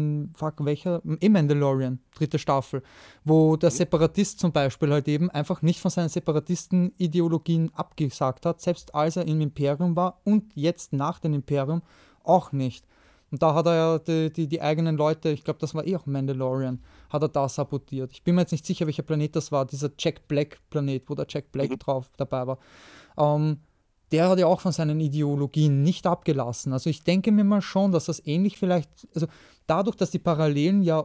im Mandalorian, 3. Staffel, wo der Mhm. Separatist zum Beispiel halt eben einfach nicht von seinen Separatisten-Ideologien abgesagt hat, selbst als er im Imperium war und jetzt nach dem Imperium auch nicht. Und da hat er ja die eigenen Leute, ich glaube, das war auch Mandalorian, hat er da sabotiert. Ich bin mir jetzt nicht sicher, welcher Planet das war, dieser Jack Black Planet, wo der Jack Mhm. Black drauf dabei war. Ähm, der hat ja auch von seinen Ideologien nicht abgelassen. Also ich denke mir mal schon, dass das ähnlich vielleicht, also dadurch, dass die Parallelen ja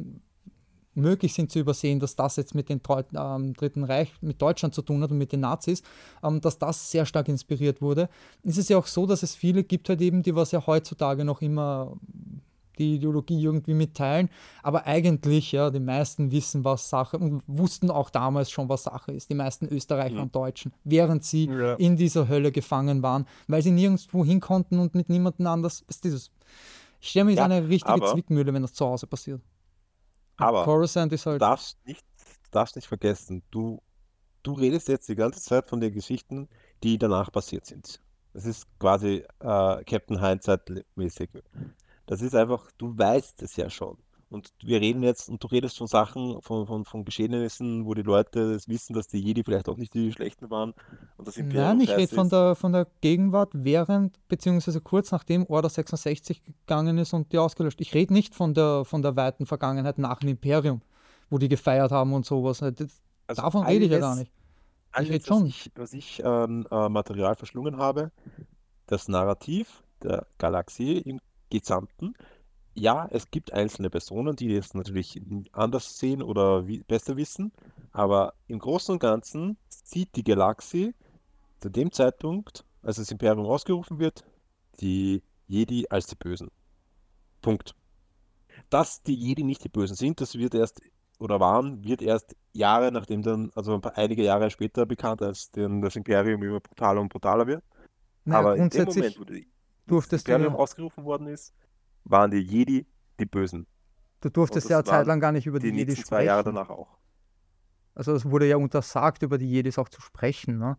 unmöglich sind zu übersehen, dass das jetzt mit dem Dritten Reich, mit Deutschland zu tun hat und mit den Nazis, dass das sehr stark inspiriert wurde, ist es ja auch so, dass es viele gibt halt eben, die was ja heutzutage noch immer die Ideologie irgendwie mitteilen, aber eigentlich, ja, die meisten wissen, was Sache und wussten auch damals schon, was Sache ist, die meisten Österreicher Mhm. und Deutschen, während sie Ja. in dieser Hölle gefangen waren, weil sie nirgendwo hin konnten und mit niemandem anders, ist dieses. Ich stelle mir jetzt Ja, eine richtige aber, Zwickmühle, wenn das zu Hause passiert. Und aber, Coruscant ist du halt, darfst nicht vergessen, du redest jetzt die ganze Zeit von den Geschichten, die danach passiert sind. Das ist quasi Captain Hindsight-mäßig. Das ist einfach, du weißt es ja schon. Und wir reden jetzt, und du redest von Sachen, von Geschehnissen, wo die Leute das wissen, dass die Jedi vielleicht auch nicht die Schlechten waren und das nein, Imperium ich rede scheiße ist. von der Gegenwart während, beziehungsweise kurz nachdem Order 66 gegangen ist und die ausgelöscht. Ich rede nicht von der weiten Vergangenheit nach dem Imperium, wo die gefeiert haben und sowas. Also Davon rede ich ja gar nicht. Ich rede alles, schon. was ich an Material verschlungen habe, das Narrativ der Galaxie im Gesamten. Ja, es gibt einzelne Personen, die das natürlich anders sehen oder besser wissen, aber im Großen und Ganzen sieht die Galaxie zu dem Zeitpunkt, als das Imperium ausgerufen wird, die Jedi als die Bösen. Punkt. Dass die Jedi nicht die Bösen sind, das wird erst oder waren, wird erst Jahre nachdem dann, also einige Jahre später bekannt, als dann das Imperium immer brutaler und brutaler wird. Naja, Aber in dem Moment, grundsätzlich wo das durftest du Imperium ja, ausgerufen worden ist, waren die Jedi die Bösen. du Und durftest ja das eine Zeit waren lang gar nicht über die die Jedi nächsten 2 Jahre sprechen. danach auch. Also es wurde ja untersagt, über die Jedis auch zu sprechen, ne?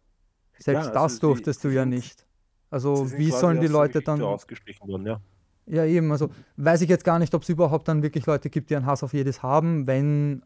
Ja, Selbst das durftest du ja nicht. sie Also sind wie quasi sollen die aus der Leute Geschichte dann. ausgestrichen worden, ja. Ja, eben, also weiß ich jetzt gar nicht, ob es überhaupt dann wirklich Leute gibt, die einen Hass auf jedes haben, wenn,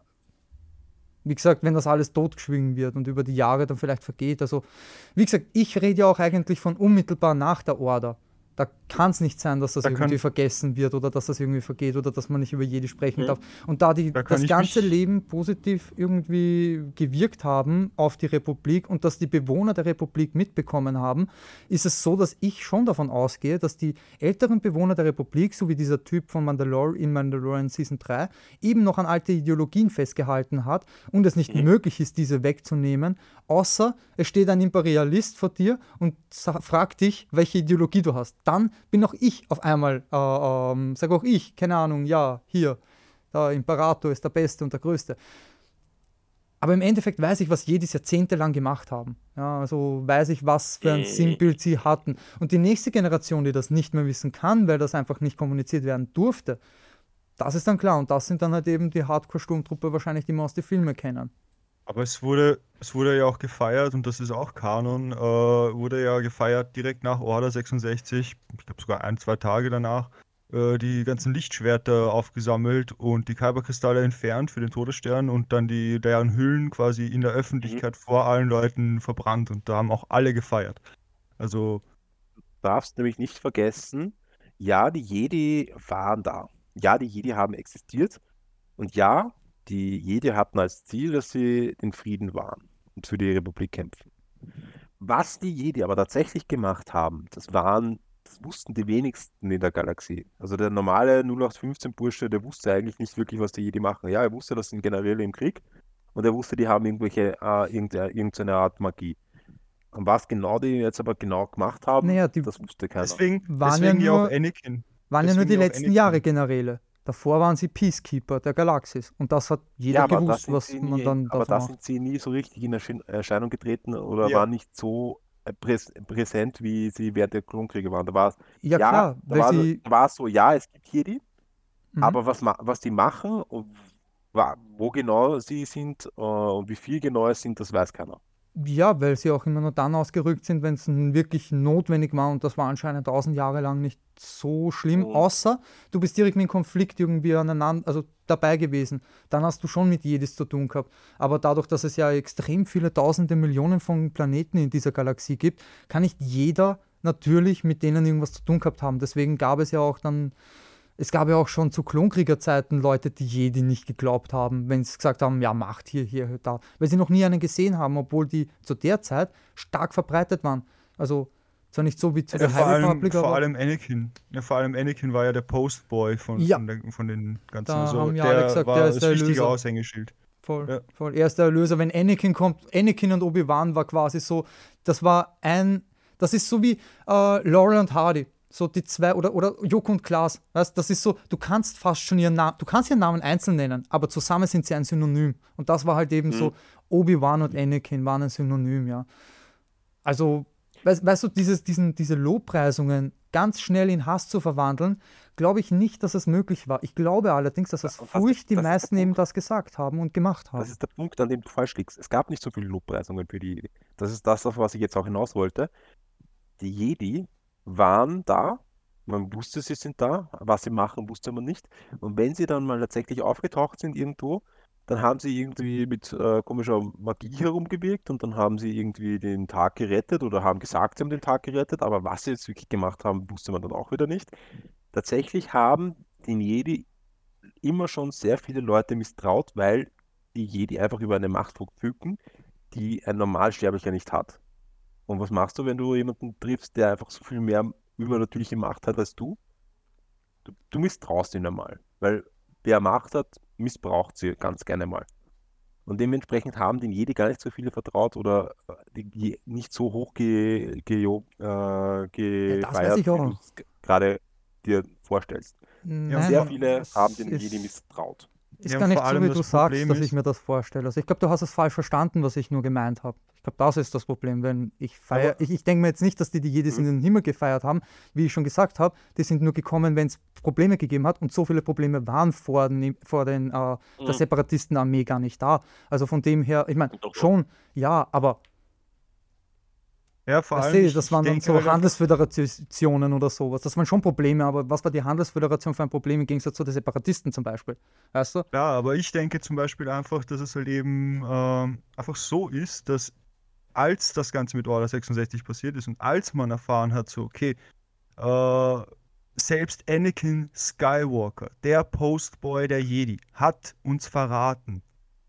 wie gesagt, wenn das alles totgeschwiegen wird und über die Jahre dann vielleicht vergeht. Also, wie gesagt, ich rede ja auch eigentlich von unmittelbar nach der Order. Da kann es nicht sein, dass das Da irgendwie kann, vergessen wird oder dass das irgendwie vergeht oder dass man nicht über jede sprechen Mhm. darf. Und da da kann das ich ganze mich. Leben positiv irgendwie gewirkt haben auf die Republik und dass die Bewohner der Republik mitbekommen haben, ist es so, dass ich schon davon ausgehe, dass die älteren Bewohner der Republik, so wie dieser Typ von Mandalorian Season 3, eben noch an alte Ideologien festgehalten hat und es nicht Mhm. möglich ist, diese wegzunehmen, außer es steht ein Imperialist vor dir und fragt dich, welche Ideologie du hast. Dann bin auch ich auf einmal, sage auch ich, keine Ahnung, ja, hier, der Imperator ist der Beste und der Größte. Aber im Endeffekt weiß ich, was Jedis jahrzehntelang gemacht haben. Ja, also weiß ich, was für ein Sinnbild sie hatten. Und die nächste Generation, die das nicht mehr wissen kann, weil das einfach nicht kommuniziert werden durfte, das ist dann klar. Und das sind dann halt eben die Hardcore-Sturmtruppe wahrscheinlich, die wir aus den Filmen kennen. Aber es wurde ja auch gefeiert, und das ist auch Kanon, wurde ja gefeiert direkt nach Order 66, ich glaube sogar 1, 2 Tage danach, die ganzen Lichtschwerter aufgesammelt und die Kyberkristalle entfernt für den Todesstern und dann deren Hüllen quasi in der Öffentlichkeit vor allen Leuten verbrannt, und da haben auch alle gefeiert. Also, Darfst nämlich nicht vergessen, ja, die Jedi waren da. Ja, die Jedi haben existiert. Und ja, die Jedi hatten als Ziel, dass sie den Frieden wahren und für die Republik kämpfen. Was die Jedi aber tatsächlich gemacht haben, das wussten die wenigsten in der Galaxie. Also der normale 0815-Bursche, der wusste eigentlich nicht wirklich, was die Jedi machen. Ja, er wusste, das sind Generäle im Krieg, und er wusste, die haben irgendeine Art Magie. Und was genau die jetzt aber genau gemacht haben, Naja, die das wusste keiner. deswegen, waren ja deswegen ja auch nur, Anakin. waren ja nur Deswegen die ja auch letzten Anakin. Jahre Generäle. Davor waren sie Peacekeeper der Galaxis. Und das hat jeder Ja, aber gewusst, was man dann aber davon da macht. sind sie nie so richtig in Erscheinung getreten oder Ja. waren nicht so präsent, wie sie während der Klonkriege waren. Da war Ja, ja, klar, da weil war, sie. da war es so, ja, es gibt Jedi, Mhm. aber was die machen und wo genau sie sind und wie viel genau es sind, das weiß keiner. Ja, weil sie auch immer nur dann ausgerückt sind, wenn es wirklich notwendig war. Und das war anscheinend 1000 Jahre lang nicht so schlimm. Mhm. Außer du bist direkt mit dem Konflikt irgendwie aneinander, also dabei gewesen. Dann hast du schon mit Jedis zu tun gehabt. Aber dadurch, dass es ja extrem viele Tausende, Millionen von Planeten in dieser Galaxie gibt, kann nicht jeder natürlich mit denen irgendwas zu tun gehabt haben. Deswegen gab es ja auch dann. Es gab ja auch schon zu Klonkriegerzeiten Leute, die Jedi nicht geglaubt haben, wenn sie gesagt haben, ja, macht hier, da. Weil sie noch nie einen gesehen haben, obwohl die zu der Zeit stark verbreitet waren. Also zwar nicht so wie zu Ja, der High Republic, vor aber allem Anakin. Ja, vor allem Anakin war ja der Postboy Ja. von den ganzen. Da Also haben ja alle der gesagt, war der ist das der wichtige Erlöser. Aushängeschild. voll, Ja. voll. Er ist der Erlöser. Wenn Anakin kommt, Anakin und Obi-Wan war quasi so, das ist so wie Laurel und Hardy. So die zwei, oder Joko und Klaas, weißt, das ist so, du kannst fast schon ihren Namen einzeln nennen, aber zusammen sind sie ein Synonym. Und das war halt eben so, Obi-Wan und Anakin waren ein Synonym, ja. Also, weißt du, diese Lobpreisungen ganz schnell in Hass zu verwandeln, glaube ich nicht, dass es möglich war. Ich glaube allerdings, dass aus Und Furcht die das ist der meisten eben Punkt. das gesagt haben und gemacht Das haben. ist der Punkt, an dem du falsch liegst. Es gab nicht so viele Lobpreisungen für die Jedi. Das ist das, auf was ich jetzt auch hinaus wollte. Die Jedi waren da, man wusste, sie sind da, was sie machen, wusste man nicht. Und wenn sie dann mal tatsächlich aufgetaucht sind irgendwo, dann haben sie irgendwie mit komischer Magie herumgewirkt und dann haben sie irgendwie den Tag gerettet oder haben gesagt, sie haben den Tag gerettet, aber was sie jetzt wirklich gemacht haben, wusste man dann auch wieder nicht. Tatsächlich haben den Jedi immer schon sehr viele Leute misstraut, weil die Jedi einfach über eine Macht verfügen, die ein Normalsterblicher nicht hat. Und was machst du, wenn du jemanden triffst, der einfach so viel mehr übernatürliche Macht hat als du? Du misstraust ihn einmal, weil wer Macht hat, missbraucht sie ganz gerne mal. Und dementsprechend haben den Jedi gar nicht so viele vertraut oder die nicht so hoch Ja, das weiß gefeiert, ich wie du auch. es gerade dir vorstellst. Ja, Sehr Nein, viele es haben den Jedi ist misstraut. Ist Ja, gar und nicht vor so, allem wie das du sagst, Problem dass ich ist, mir das vorstelle. Also ich glaube, du hast es falsch verstanden, was ich nur gemeint habe. Ich glaube, das ist das Problem. Wenn ich feiere, aber ich denke mir jetzt nicht, dass die Jedis in den Himmel gefeiert haben. Wie ich schon gesagt habe, die sind nur gekommen, wenn es Probleme gegeben hat. Und so viele Probleme waren vor der Separatistenarmee gar nicht da. Also von dem her, ich meine, Doch, schon, ja, aber ja, vor weißt allem, du, das ich waren dann denke so halt einfach, Handelsföderationen oder sowas. Das waren schon Probleme, aber was war die Handelsföderation für ein Problem im Gegensatz zu den Separatisten zum Beispiel? Weißt du? ja, aber ich denke zum Beispiel einfach, dass es halt eben einfach so ist, dass als das Ganze mit Order 66 passiert ist und als man erfahren hat, so, okay, äh, selbst Anakin Skywalker, der Postboy der Jedi, hat uns verraten.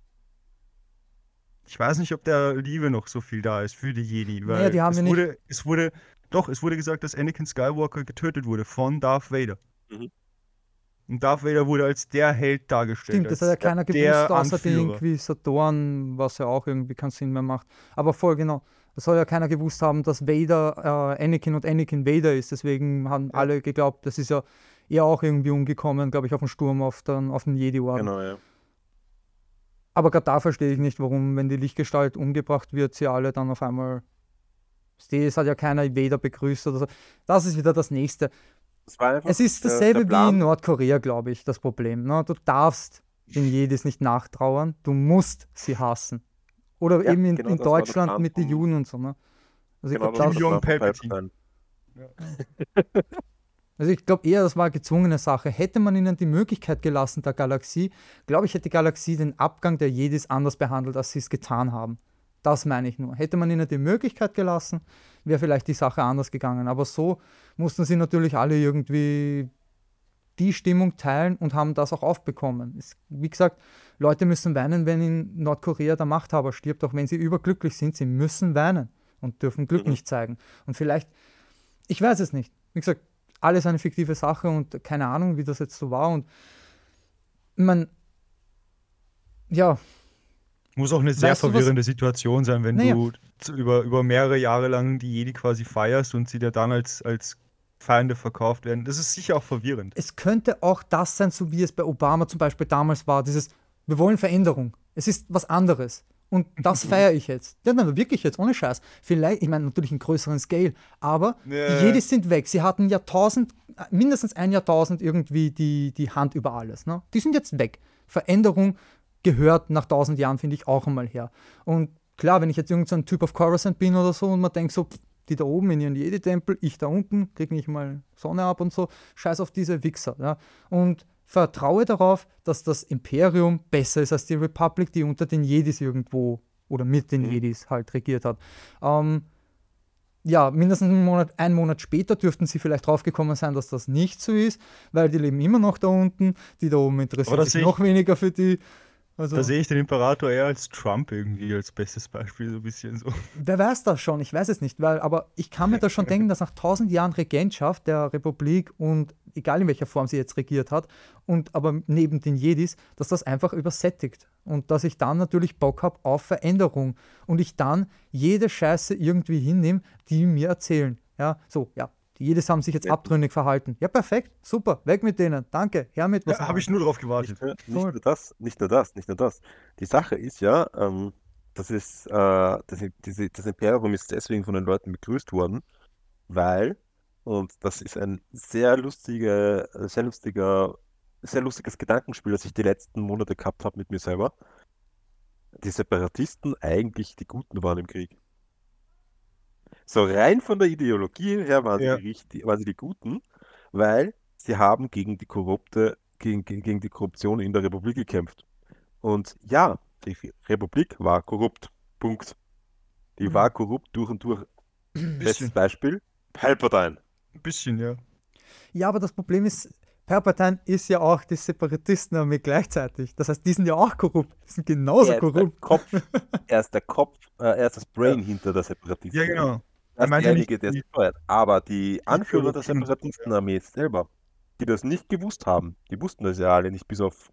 Ich weiß nicht, ob der Liebe noch so viel da ist für die Jedi, Naja, die weil haben wir nicht. es wurde gesagt, dass Anakin Skywalker getötet wurde von Darth Vader. Mhm. Und Darth Vader wurde als der Held dargestellt, Stimmt, das hat ja als keiner gewusst, der außer die Anführer. Inquisitoren, was ja auch irgendwie keinen Sinn mehr macht. Aber voll genau. Das soll ja keiner gewusst haben, dass Vader Anakin und Anakin Vader ist. Deswegen haben Ja. alle geglaubt, das ist ja eher auch irgendwie umgekommen, glaube ich, auf den Sturm auf den Jedi-Orden. Genau, ja. Aber gerade da verstehe ich nicht, warum, wenn die Lichtgestalt umgebracht wird, sie alle dann auf einmal. Das hat ja keiner weder begrüßt oder so. Das ist wieder das Nächste. Das war einfach Es ist der dasselbe wie in Plan. Nordkorea, glaube ich, das Problem. Ne? Du darfst den Jedis nicht nachtrauern, du musst sie hassen. Oder Ja, eben in, genau in das war der Deutschland Plan mit den von- Juden und so. Ne? Also ich Genau, glaube, das Kim war der Jong Plan von Palpatine. eher, das war eine gezwungene Sache. Hätte man ihnen die Möglichkeit gelassen, der Galaxie, glaube ich, hätte die Galaxie den Abgang der Jedis anders behandelt, als sie es getan haben. Das meine ich nur. Hätte man ihnen die Möglichkeit gelassen, wäre vielleicht die Sache anders gegangen. Aber so mussten sie natürlich alle irgendwie die Stimmung teilen und haben das auch aufbekommen. Wie gesagt, Leute müssen weinen, wenn in Nordkorea der Machthaber stirbt, auch wenn sie überglücklich sind. Sie müssen weinen und dürfen Glück nicht zeigen. Und vielleicht, ich weiß es nicht. Wie gesagt, alles eine fiktive Sache und keine Ahnung, wie das jetzt so war. Und man, ja, Muss auch eine sehr Weißt du, was- verwirrende Situation sein, wenn Naja. du über mehrere Jahre lang die Jedi quasi feierst und sie dir dann als Feinde verkauft werden. Das ist sicher auch verwirrend. es könnte auch das sein, so wie es bei Obama zum Beispiel damals war, dieses, wir wollen Veränderung. Es ist was anderes. Und das feiere ich jetzt. Ja, nein, wirklich jetzt, ohne Scheiß. Vielleicht, ich meine natürlich in größeren Scale, aber Ja. die Jedis sind weg. Sie hatten Jahrtausend, mindestens ein Jahrtausend irgendwie die Hand über alles. Ne? Die sind jetzt weg. Veränderung gehört nach 1000 Jahren, finde ich, auch einmal her. Und klar, wenn ich jetzt irgendein so ein Typ auf Coruscant bin oder so und man denkt so, die da oben in ihren Jedi-Tempel, ich da unten, krieg nicht mal Sonne ab und so, scheiß auf diese Wichser. Ja? Und vertraue darauf, dass das Imperium besser ist als die Republic, die unter den Jedis irgendwo oder mit den Jedis halt regiert hat. Ja, mindestens einen Monat später dürften sie vielleicht draufgekommen sein, dass das nicht so ist, weil die leben immer noch da unten, die da oben interessieren das sich sehe ich- noch weniger für die. Also, Da sehe ich den Imperator eher als Trump irgendwie als bestes Beispiel, so ein bisschen so. wer weiß das schon? Ich weiß es nicht, aber ich kann mir da schon denken, dass nach 1000 Jahren Regentschaft der Republik und egal in welcher Form sie jetzt regiert hat, und aber neben den Jedis, dass das einfach übersättigt und dass ich dann natürlich Bock habe auf Veränderung und ich dann jede Scheiße irgendwie hinnehme, die mir erzählen. Ja, so, ja. Die Jedis haben sich jetzt Ja. abtrünnig verhalten. Ja, perfekt, super, weg mit denen, danke, her mit was. Ja, habe ich nur drauf gewartet. Nicht nur das, nicht nur das, nicht nur das. Die Sache ist ja, das Imperium ist deswegen von den Leuten begrüßt worden, weil, und das ist ein sehr lustiges Gedankenspiel, das ich die letzten Monate gehabt habe mit mir selber, die Separatisten eigentlich die Guten waren im Krieg. So rein von der Ideologie her waren Ja. waren sie die Guten, weil sie haben gegen die gegen die Korruption in der Republik gekämpft. Und ja, die Republik war korrupt. Punkt. Die war korrupt durch und durch. Ein Bestes bisschen, Beispiel, Palpatine. ein bisschen, ja. Ja, aber das Problem ist, Palpatine ist ja auch die Separatistenarmee gleichzeitig. Das heißt, die sind ja auch korrupt. Die sind genauso Er ist der korrupt. Kopf, er ist der Kopf, er ist das Brain hinter der Separatisten. Ja, genau. Das ist meinte derjenige, nicht der die- es steuert. Aber die Anführer der Ideologien und so, Separatistenarmee selber, die das nicht gewusst haben, die wussten das ja alle nicht, bis auf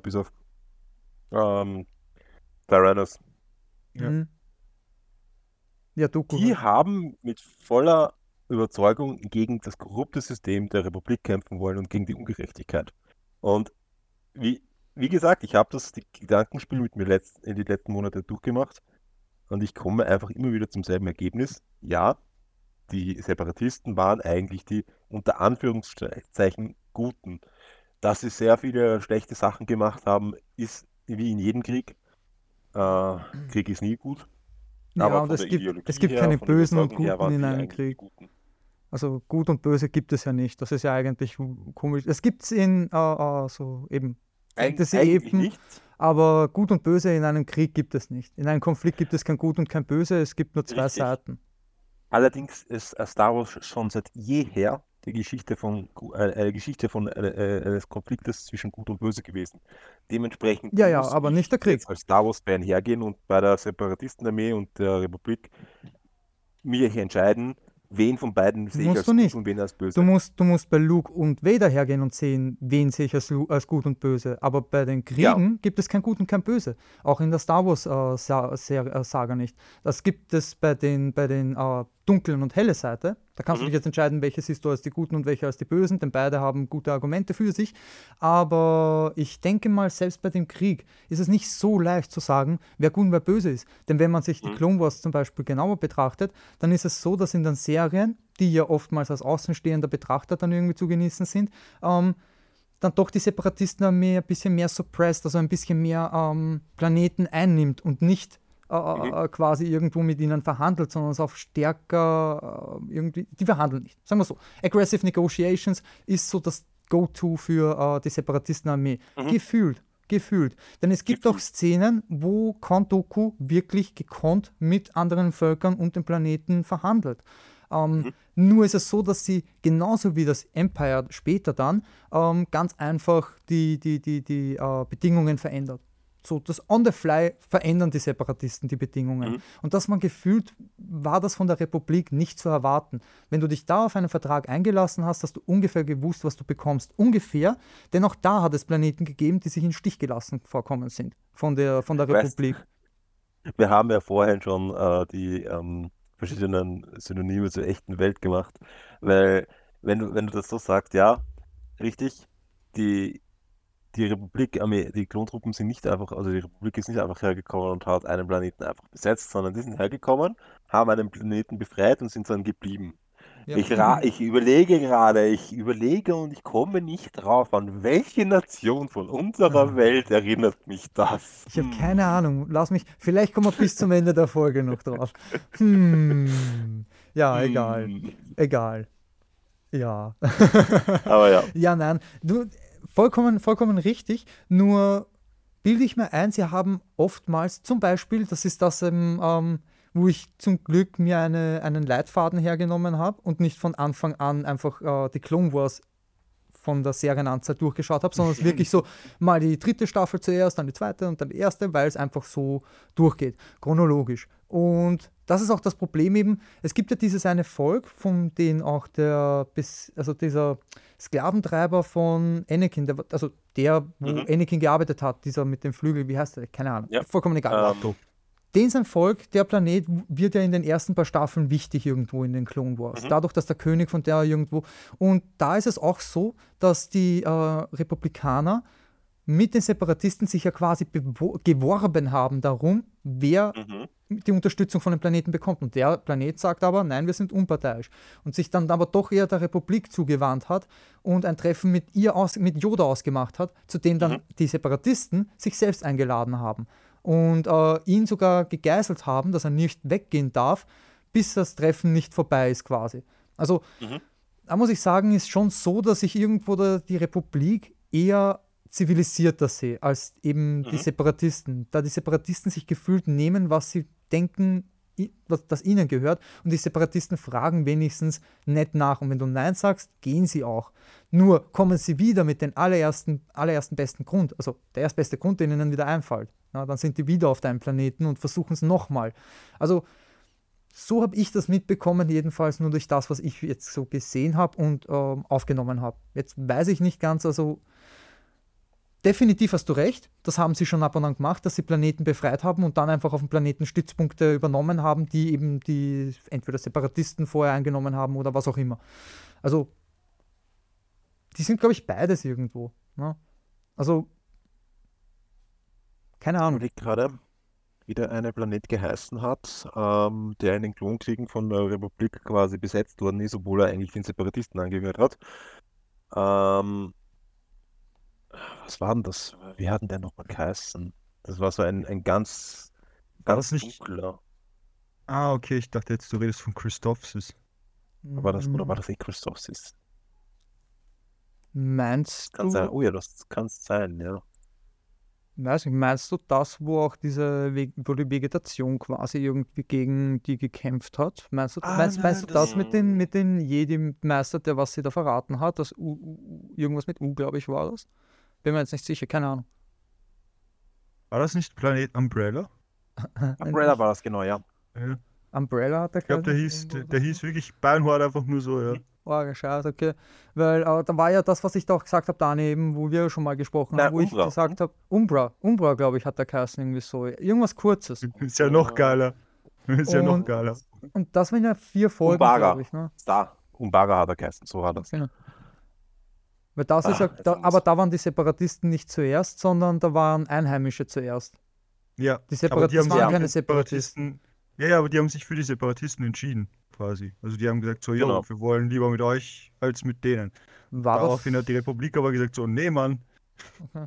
Tyrannus. Ja. Mhm. Ja, Doku. Die haben mit voller Überzeugung gegen das korrupte System der Republik kämpfen wollen und gegen die Ungerechtigkeit. Und wie gesagt, ich habe die Gedankenspiel mit mir in die letzten Monate durchgemacht und ich komme einfach immer wieder zum selben Ergebnis. Ja, die Separatisten waren eigentlich die unter Anführungszeichen Guten. Dass sie sehr viele schlechte Sachen gemacht haben, ist wie in jedem Krieg. Krieg ist nie gut. Ja, Aber und von es der gibt, Ideologie es gibt her, keine von der Bösen und Überzeugung her, Guten waren in die einem eigentlich die Krieg. Guten. Also Gut und Böse gibt es ja nicht. Das ist ja eigentlich komisch. Es gibt es in so eben Eigentlich Fantasy-Epen, nicht. aber Gut und Böse in einem Krieg gibt es nicht. In einem Konflikt gibt es kein Gut und kein Böse, es gibt nur zwei Richtig. Seiten. Allerdings ist Star Wars schon seit jeher die Geschichte eines Konfliktes zwischen Gut und Böse gewesen. Dementsprechend Ja, muss aber ich nicht der Krieg. jetzt als Star Wars-Fan hergehen und bei der Separatistenarmee und der Republik mir hier entscheiden, wen von beiden sehe ich Musst als du gut nicht. und wen als böse. Du musst bei Luke und Vader hergehen und sehen, wen sehe ich als Gut und Böse. Aber bei den Kriegen gibt es kein Gut und kein Böse. Auch in der Star Wars Saga nicht. Das gibt es bei den dunklen und helle Seite, Da kannst du dich jetzt entscheiden, welche siehst du als die Guten und welche als die Bösen, denn beide haben gute Argumente für sich. Aber ich denke mal, selbst bei dem Krieg ist es nicht so leicht zu sagen, wer gut und wer böse ist. Denn wenn man sich die Clone Wars zum Beispiel genauer betrachtet, dann ist es so, dass in den Serien, die ja oftmals als außenstehender Betrachter dann irgendwie zu genießen sind, dann doch die Separatistenarmee ein bisschen mehr suppressed, also ein bisschen mehr Planeten einnimmt und nicht quasi irgendwo mit ihnen verhandelt, sondern es auf stärker irgendwie, die verhandeln nicht. Sagen wir so, Aggressive Negotiations ist so das Go-To für die Separatistenarmee. Gefühlt. Denn es gibt auch Szenen, wo Count Dooku wirklich gekonnt mit anderen Völkern und dem Planeten verhandelt. Nur ist es so, dass sie genauso wie das Empire später dann ganz einfach die Bedingungen verändert. So, das on the fly verändern die Separatisten die Bedingungen. Und dass man gefühlt, war das von der Republik nicht zu erwarten. Wenn du dich da auf einen Vertrag eingelassen hast, hast du ungefähr gewusst, was du bekommst. Ungefähr, denn auch da hat es Planeten gegeben, die sich in Stich gelassen vorkommen sind von der Republik. Wir haben ja vorhin schon die verschiedenen Synonyme zur echten Welt gemacht, weil wenn du das so sagst, ja, richtig, die Republik-Armee, die Klontruppen sind nicht einfach, also die Republik ist nicht einfach hergekommen und hat einen Planeten einfach besetzt, sondern die sind hergekommen, haben einen Planeten befreit und sind dann geblieben. Ja. Ich überlege und ich komme nicht drauf, an welche Nation von unserer Welt erinnert mich das? Ich habe keine Ahnung. Vielleicht kommen wir bis zum Ende der Folge noch drauf. Ja, egal. Ja. Aber ja. Ja, nein. Du, vollkommen richtig. Nur bilde ich mir ein, sie haben oftmals zum Beispiel, das ist das, wo ich zum Glück mir einen Leitfaden hergenommen habe und nicht von Anfang an einfach die Clone Wars von der Serienanzahl durchgeschaut habe, sondern es wirklich so mal die 3. Staffel zuerst, dann die 2. und dann die 1., weil es einfach so durchgeht, chronologisch. Und das ist auch das Problem eben, es gibt ja dieses eine Volk, von dem auch dieser Sklaventreiber von Anakin, wo Anakin gearbeitet hat, dieser mit dem Flügel, wie heißt der? Keine Ahnung, vollkommen egal. Den sein Volk, der Planet, wird ja in den ersten paar Staffeln wichtig irgendwo in den Clone Wars. Dadurch, dass der König von der irgendwo... Und da ist es auch so, dass die Republikaner mit den Separatisten sich ja quasi geworben haben darum, wer die Unterstützung von dem Planeten bekommt. Und der Planet sagt aber, nein, wir sind unparteiisch. Und sich dann aber doch eher der Republik zugewandt hat und ein Treffen mit Yoda ausgemacht hat, zu dem dann die Separatisten sich selbst eingeladen haben. Und ihn sogar gegeißelt haben, dass er nicht weggehen darf, bis das Treffen nicht vorbei ist quasi. Also, da muss ich sagen, ist schon so, dass ich irgendwo die Republik eher zivilisierter sehe, als eben die Separatisten. Da die Separatisten sich gefühlt nehmen, was sie denken, das ihnen gehört, und die Separatisten fragen wenigstens nett nach. Und wenn du Nein sagst, gehen sie auch. Nur kommen sie wieder mit dem allerersten besten Grund, also der erstbeste Grund, den ihnen wieder einfällt. Ja, dann sind die wieder auf deinem Planeten und versuchen es nochmal. Also so habe ich das mitbekommen, jedenfalls nur durch das, was ich jetzt so gesehen habe und aufgenommen habe. Jetzt weiß ich nicht ganz, also definitiv hast du recht, das haben sie schon ab und an gemacht, dass sie Planeten befreit haben und dann einfach auf dem Planeten Stützpunkte übernommen haben, die eben die entweder Separatisten vorher eingenommen haben oder was auch immer. Also die sind, glaube ich, beides irgendwo. Ne? Also keine Ahnung. Ich gerade wie der eine Planet geheißen hat, der in den Klonkriegen von der Republik quasi besetzt worden ist, obwohl er eigentlich den Separatisten angehört hat. Was war denn das? Wie hat denn der nochmal geheißen? Das war so ein ganz War das nicht- dunkler. Ah, okay, ich dachte jetzt, du redest von Christophsis. War das Christophsis? Meinst Kann sein. du, Oh ja, das kann es sein, ja. weiß nicht, meinst du das, wo auch wo die Vegetation quasi irgendwie gegen die gekämpft hat? Meinst du nein, das das- mit den Jedi-Meister, der was sie da verraten hat? Das irgendwas mit U, glaube ich, war das? Bin mir jetzt nicht sicher, keine Ahnung. War das nicht Planet Umbrella? Umbrella war das, genau, ja. Ja. Umbrella hat er Ich glaube, der geheißen? hieß wirklich beinhart einfach nur so, ja. Oh, scheiße, okay. Weil da war ja das, was ich da auch gesagt habe, Dani, eben, wo wir schon mal gesprochen Nein, haben, wo ich Umbra. gesagt habe, Umbra, glaube ich, hat der geheißen, irgendwie so. Irgendwas Kurzes. Ist ja noch geiler. Ist ja noch Und, geiler. und das waren ja 4 Folgen, Umbara. glaube ich. Ne? Umbara hat er geheißen, so war das. Genau. Weil das ist ja, jetzt haben wir's. aber da waren die Separatisten nicht zuerst, sondern da waren Einheimische zuerst. Ja, Die aber die Separatisten haben sich waren für keine die Separatisten. ja, aber die haben sich für die Separatisten entschieden, quasi. Also die haben gesagt, so, Genau. jo, wir wollen lieber mit euch als mit denen. War das? Daraufhin hat die Republik aber gesagt, so, nee, Mann. Okay.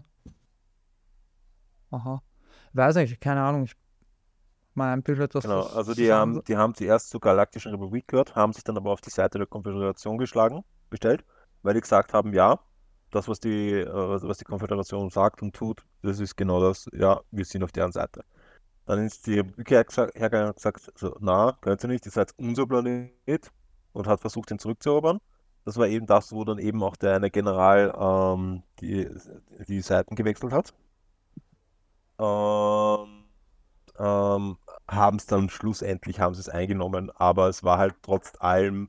Aha. Weiß ich, keine Ahnung. Ich mein Bild etwas. Genau, also die haben zuerst zur Galaktischen Republik gehört, haben sich dann aber auf die Seite der Konföderation bestellt, weil die gesagt haben, ja, das, was die Konföderation sagt und tut, das ist genau das, ja, wir sind auf deren Seite. Dann ist die Republik hergegangen und gesagt, so, na, könnt ihr nicht, ihr seid unser Planet, und hat versucht, ihn zurückzuerobern. Das war eben das, wo dann eben auch der eine General die Seiten gewechselt hat. Haben es dann schlussendlich haben sie es eingenommen, aber es war halt trotz allem,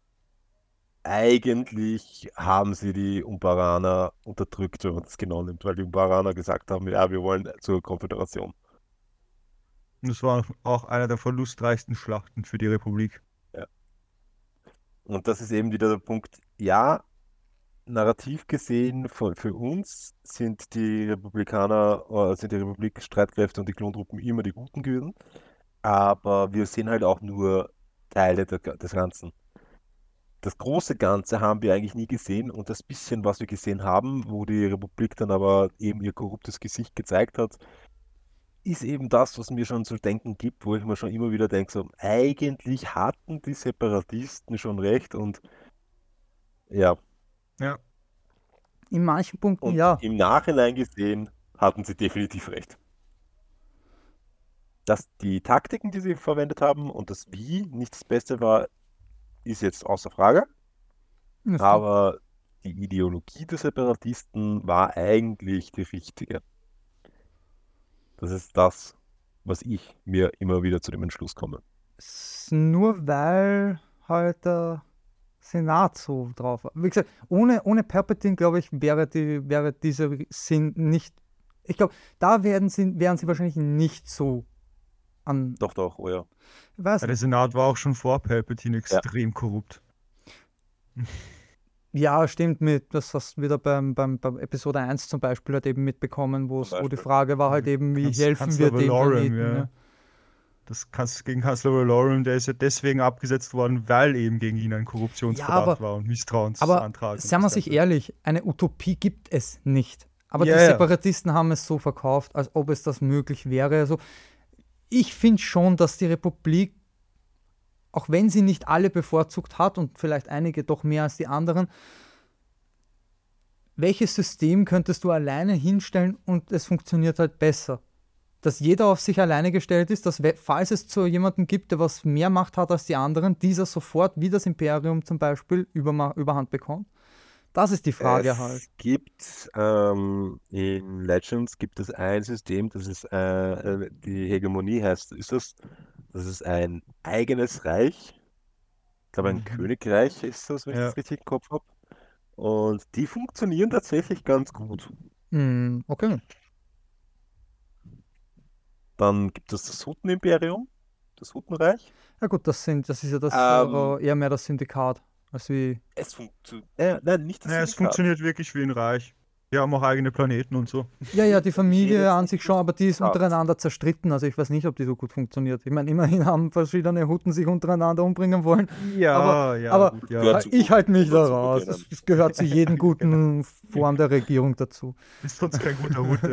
eigentlich haben sie die Umbaraner unterdrückt, wenn man das genau nimmt, weil die Umbaraner gesagt haben, ja, wir wollen zur Konföderation. Und das war auch einer der verlustreichsten Schlachten für die Republik. Und das ist eben wieder der Punkt, ja, narrativ gesehen, für uns sind die Republik-Streitkräfte und die Klontruppen immer die Guten gewesen, aber wir sehen halt auch nur Teile des Ganzen. Das große Ganze haben wir eigentlich nie gesehen, und das bisschen, was wir gesehen haben, wo die Republik dann aber eben ihr korruptes Gesicht gezeigt hat, ist eben das, was mir schon zu denken gibt, wo ich mir schon immer wieder denke, so, eigentlich hatten die Separatisten schon recht, und ja, Ja, In manchen Punkten und ja. im Nachhinein gesehen hatten sie definitiv recht. Dass die Taktiken, die sie verwendet haben, und das Wie nicht das Beste war, ist jetzt außer Frage. Das Aber die Ideologie der Separatisten war eigentlich die richtige. Das ist das, was ich mir immer wieder zu dem Entschluss komme. nur weil halt der Senat so drauf war. Wie gesagt, ohne Palpatine, glaube ich, wäre dieser Sinn nicht. Ich glaube, da wären sie wahrscheinlich nicht so an. Doch, oh ja. Ich weiß der nicht. Senat war auch schon vor Palpatine extrem korrupt. Ja, stimmt mit. Das hast du wieder beim Episode 1 zum Beispiel halt eben mitbekommen, wo die Beispiel. Frage war halt eben, wie helfen Kanzler wir dem Valorum, Planeten. ja. Ja. Gegen Kanzler Valorum, der ist ja deswegen abgesetzt worden, weil eben gegen ihn ein Korruptionsverdacht war und Misstrauensantrag. Aber und seien wir das sich Ganze. ehrlich, eine Utopie gibt es nicht. Aber Ja, die ja. Separatisten haben es so verkauft, als ob es das möglich wäre. Also ich finde schon, dass die Republik, auch wenn sie nicht alle bevorzugt hat und vielleicht einige doch mehr als die anderen, welches System könntest du alleine hinstellen und es funktioniert halt besser? Dass jeder auf sich alleine gestellt ist, dass falls es zu jemandem gibt, der was mehr Macht hat als die anderen, dieser sofort wie das Imperium zum Beispiel Überhand bekommt? Das ist die Frage halt. Es gibt in Legends gibt es ein System, das ist die Hegemonie heißt, das ist ein eigenes Reich. Ich glaube, ein Königreich ist das, wenn ich Ja. das richtig im Kopf habe. Und die funktionieren tatsächlich ganz gut. Okay. Dann gibt es das Hutten-Imperium, das Huttenreich. Ja gut, das ist ja das eher mehr das Syndikat, als wie. Es funktioniert. Nein, nicht das Naja, es Syndikat. funktioniert wirklich wie ein Reich. Die haben auch eigene Planeten und so. Ja, die Familie jetzt an nicht sich schon, aber die ist Syndikat. untereinander zerstritten. Also ich weiß nicht, ob die so gut funktioniert. Ich meine, immerhin haben verschiedene Hutten sich untereinander umbringen wollen. Ja, aber gut, ja. Gehört zu ich halte mich da gehört zu raus. denen. Es gehört zu jedem guten Form der Regierung dazu. Ist sonst kein guter Hut.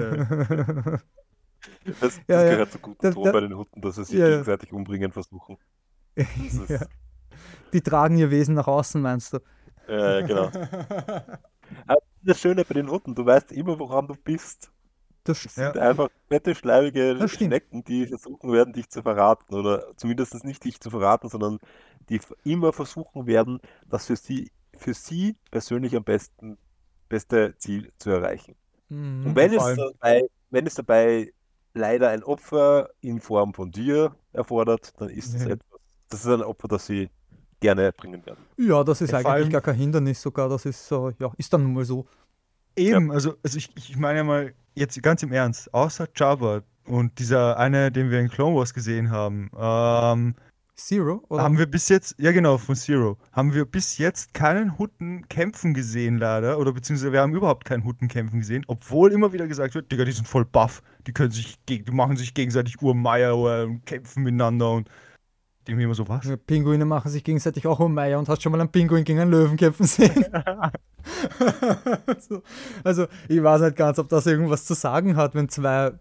Das Ja, ja. gehört zu guten Ton bei den Hutten, dass sie sich Ja, ja. gegenseitig umbringen versuchen. Das ist, Ja. Die tragen ihr Wesen nach außen, meinst du? Genau. Aber das Schöne bei den Hutten, du weißt immer, woran du bist. Das, Das Ja. sind einfach fette, schleimige Das stimmt. Schnecken, die versuchen werden, dich zu verraten. Oder zumindest nicht dich zu verraten, sondern die immer versuchen werden, das für sie persönlich am beste Ziel zu erreichen. Und wenn Vor es dabei leider ein Opfer in Form von dir erfordert, dann ist es Ja. das ist ein Opfer, das sie gerne bringen werden. Ja, das ist Ja, vor eigentlich allem- gar kein Hindernis sogar. Das ist ist dann nun mal so. Eben, also ich meine ja mal, jetzt ganz im Ernst, außer Jabba, Und dieser eine, den wir in Clone Wars gesehen haben, Zero? Oder? haben wir bis jetzt, ja genau, von Zero, haben wir bis jetzt keinen Hutten kämpfen gesehen, leider. Oder beziehungsweise wir haben überhaupt keinen Hutten kämpfen gesehen, obwohl immer wieder gesagt wird, Digga, die sind voll buff, die machen sich gegenseitig Urmeier und kämpfen miteinander und dem immer so was. Ja, Pinguine machen sich gegenseitig auch um Meier und hast schon mal einen Pinguin gegen einen Löwen kämpfen sehen. Also, ich weiß nicht ganz, ob das irgendwas zu sagen hat, wenn zwei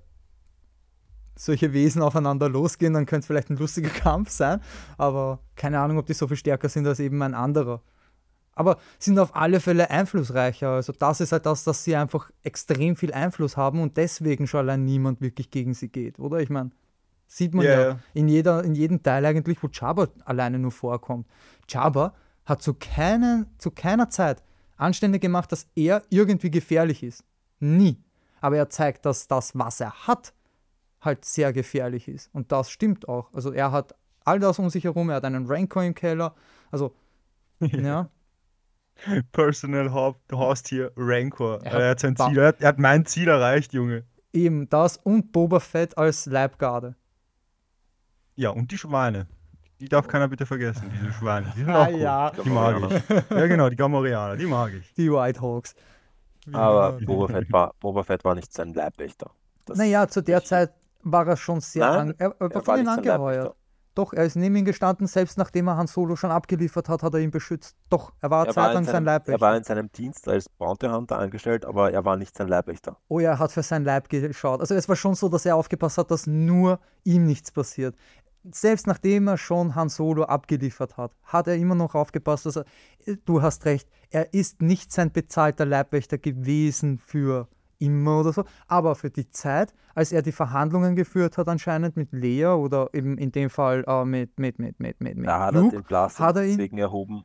solche Wesen aufeinander losgehen, dann könnte es vielleicht ein lustiger Kampf sein, aber keine Ahnung, ob die so viel stärker sind als eben ein anderer. Aber sind auf alle Fälle einflussreicher. Also das ist halt das, dass sie einfach extrem viel Einfluss haben und deswegen schon allein niemand wirklich gegen sie geht, oder? Ich meine, sieht man Ja, ja ja. in jedem Teil eigentlich, wo Jabba alleine nur vorkommt. Jabba hat zu keiner Zeit Anstände gemacht, dass er irgendwie gefährlich ist. Nie. Aber er zeigt, dass das, was er hat, halt sehr gefährlich ist. Und das stimmt auch. Also er hat all das um sich herum, er hat einen Rancor im Keller. Also, ja. Personal Haustier Rancor. Er hat Er hat sein Ba- Ziel, er hat mein Ziel erreicht, Junge. Eben das und Boba Fett als Leibgarde. Ja, und die Schweine. Die darf keiner bitte vergessen, diese Schweine. Die sind Ah, auch cool. ja. Die mag ich. Ja, genau, die Gamorreaner, die mag ich. Die White Hawks. Wie Aber immer. Boba Fett war nicht sein Leibwächter. Das Naja, zu der ich- Zeit war er schon sehr Nein, er war er von war ihnen nicht sein angeheuert. Leibwächter. Doch, er ist neben ihm gestanden, selbst nachdem er Han Solo schon abgeliefert hat, hat er ihn beschützt. Doch, er war Er war, zeitlang in sein seinem, er Leibwächter. war in seinem Dienst als Bounty Hunter angestellt, aber er war nicht sein Leibwächter. Oh ja, er hat für sein Leib geschaut. Also es war schon so, dass er aufgepasst hat, dass nur ihm nichts passiert. Selbst nachdem er schon Han Solo abgeliefert hat, hat er immer noch aufgepasst, dass er, du hast recht, er ist nicht sein bezahlter Leibwächter gewesen für immer oder so, aber für die Zeit, als er die Verhandlungen geführt hat anscheinend mit Leia oder eben in dem Fall mit Da hat er Luke, den Blaster hat er ihn, deswegen erhoben,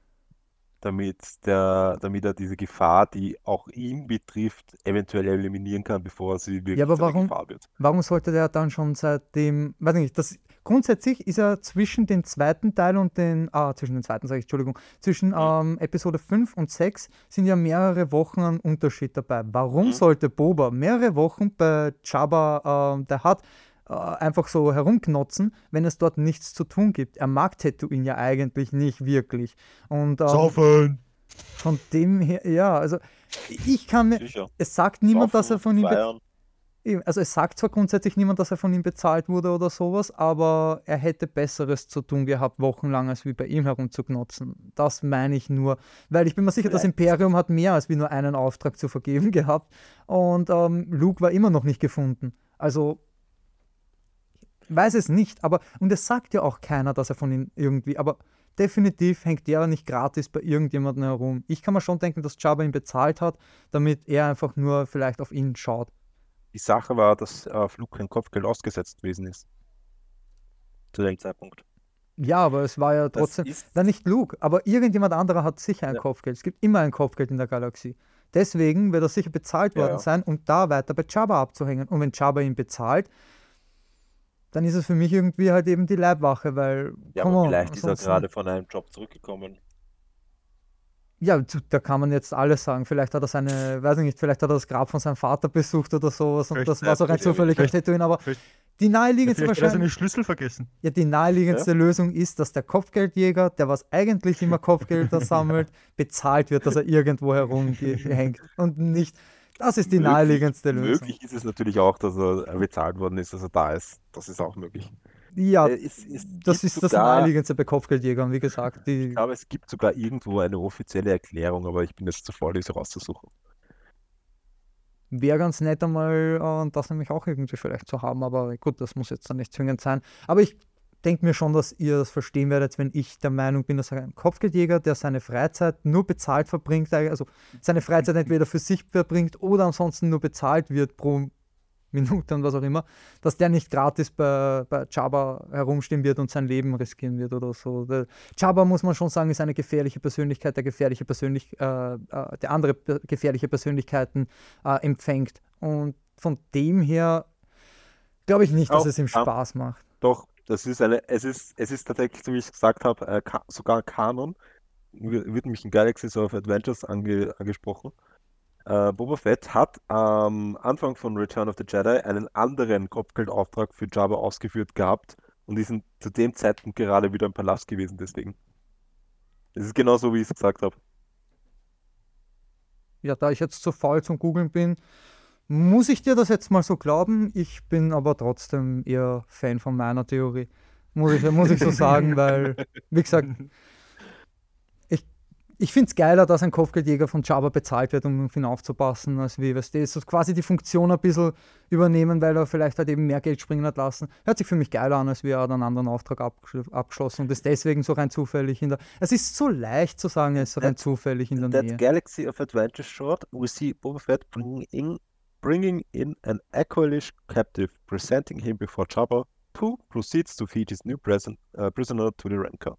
damit er diese Gefahr, die auch ihn betrifft, eventuell eliminieren kann, bevor sie wirklich ja, aber zu einer warum, Gefahr wird. warum sollte der dann schon seitdem, weiß nicht, grundsätzlich ist er zwischen den zweiten Teil und zwischen den zweiten, sage ich, Entschuldigung, zwischen Episode 5 und 6 sind ja mehrere Wochen ein Unterschied dabei. Warum sollte Boba mehrere Wochen bei Jabba, der hat, einfach so herumknotzen, wenn es dort nichts zu tun gibt? Er mag Tatooine ja eigentlich nicht wirklich. Und Saufen! von dem her, ja, also ich kann mir, Sicher. es sagt niemand, dass er von ihm Feiern. also es sagt zwar grundsätzlich niemand, dass er von ihm bezahlt wurde oder sowas, aber er hätte Besseres zu tun gehabt, wochenlang, als wie bei ihm herumzuknotzen. Das meine ich nur, weil ich bin mir sicher, das Vielleicht. Imperium hat mehr als wie nur einen Auftrag zu vergeben gehabt und Luke war immer noch nicht gefunden. Also, weiß es nicht, aber, und es sagt ja auch keiner, dass er von ihm irgendwie, aber definitiv hängt der nicht gratis bei irgendjemandem herum. Ich kann mir schon denken, dass Jabba ihn bezahlt hat, damit er einfach nur vielleicht auf ihn schaut. Die Sache war, dass auf Luke kein Kopfgeld ausgesetzt gewesen ist. Zu dem Zeitpunkt. Ja, aber es war ja Das trotzdem, ist, dann nicht Luke, aber irgendjemand anderer hat sicher ein Ja. Kopfgeld. Es gibt immer ein Kopfgeld in der Galaxie. Deswegen wird er sicher bezahlt Ja, worden ja. sein, um da weiter bei Jabba abzuhängen. Und wenn Jabba ihn bezahlt, dann ist es für mich irgendwie halt eben die Leibwache, weil, ja, come aber on, vielleicht ist er ansonsten- gerade von einem Job zurückgekommen. Ja, da kann man jetzt alles sagen. Vielleicht hat er weiß ich nicht, vielleicht hat er das Grab von seinem Vater besucht oder sowas und Vielleicht- das war so rein vielleicht- zufällig auf vielleicht- Tatooine, aber vielleicht- die naheliegendste Vielleicht hat er seine wahrscheinlich. Schlüssel vergessen. Ja, die naheliegendste Lösung ist, dass der Kopfgeldjäger, der was eigentlich immer Kopfgelder sammelt, bezahlt wird, dass er irgendwo herumhängt. Und nicht. Das ist die naheliegendste Lösung. Möglich ist es natürlich auch, dass er bezahlt worden ist, dass er da ist. Das ist auch möglich. Ja, Es das gibt ist das sogar- naheliegendste bei Kopfgeldjägern, wie gesagt. Ich glaube, es gibt sogar irgendwo eine offizielle Erklärung, aber ich bin jetzt zu faul, diese rauszusuchen. Wäre ganz nett einmal, das nämlich auch irgendwie vielleicht zu haben, aber gut, das muss jetzt dann nicht zwingend sein. Aber ich denke mir schon, dass ihr das verstehen werdet, wenn ich der Meinung bin, dass ein Kopfgeldjäger, der seine Freizeit nur bezahlt verbringt, also seine Freizeit entweder für sich verbringt oder ansonsten nur bezahlt wird pro Minute und was auch immer, dass der nicht gratis bei Jabba herumstehen wird und sein Leben riskieren wird oder so. Jabba, muss man schon sagen, ist eine gefährliche Persönlichkeit, der andere gefährliche Persönlichkeiten empfängt. Und von dem her glaube ich nicht, dass Auch, es ihm ja. Spaß macht. Doch, es ist tatsächlich, so wie ich gesagt habe, sogar Kanon. Wird mich in Galaxies of Adventures angesprochen. Boba Fett hat am Anfang von Return of the Jedi einen anderen Kopfgeldauftrag für Jabba ausgeführt gehabt und die sind zu dem Zeitpunkt gerade wieder im Palast gewesen, deswegen. Es ist genau so, wie ich es gesagt habe. Ja, da ich jetzt zu faul zum Googeln bin, muss ich dir das jetzt mal so glauben. Ich bin aber trotzdem eher Fan von meiner Theorie. Muss ich so sagen, weil, wie gesagt, ich finde es geiler, dass ein Kopfgeldjäger von Jabba bezahlt wird, um auf ihn aufzupassen, als wie, weißt du, so quasi die Funktion ein bisschen übernehmen, weil er vielleicht halt eben mehr Geld springen hat lassen. Hört sich für mich geiler an, als wie er hat einen anderen Auftrag abgeschlossen und ist deswegen so rein zufällig in der. Es ist so leicht zu sagen, er ist rein zufällig in der That Nähe. Galaxy of Adventure short, we see Boba Fett bringing in an Aqualish captive, presenting him before Jabba, who proceeds to feed his new prisoner to the Rancor.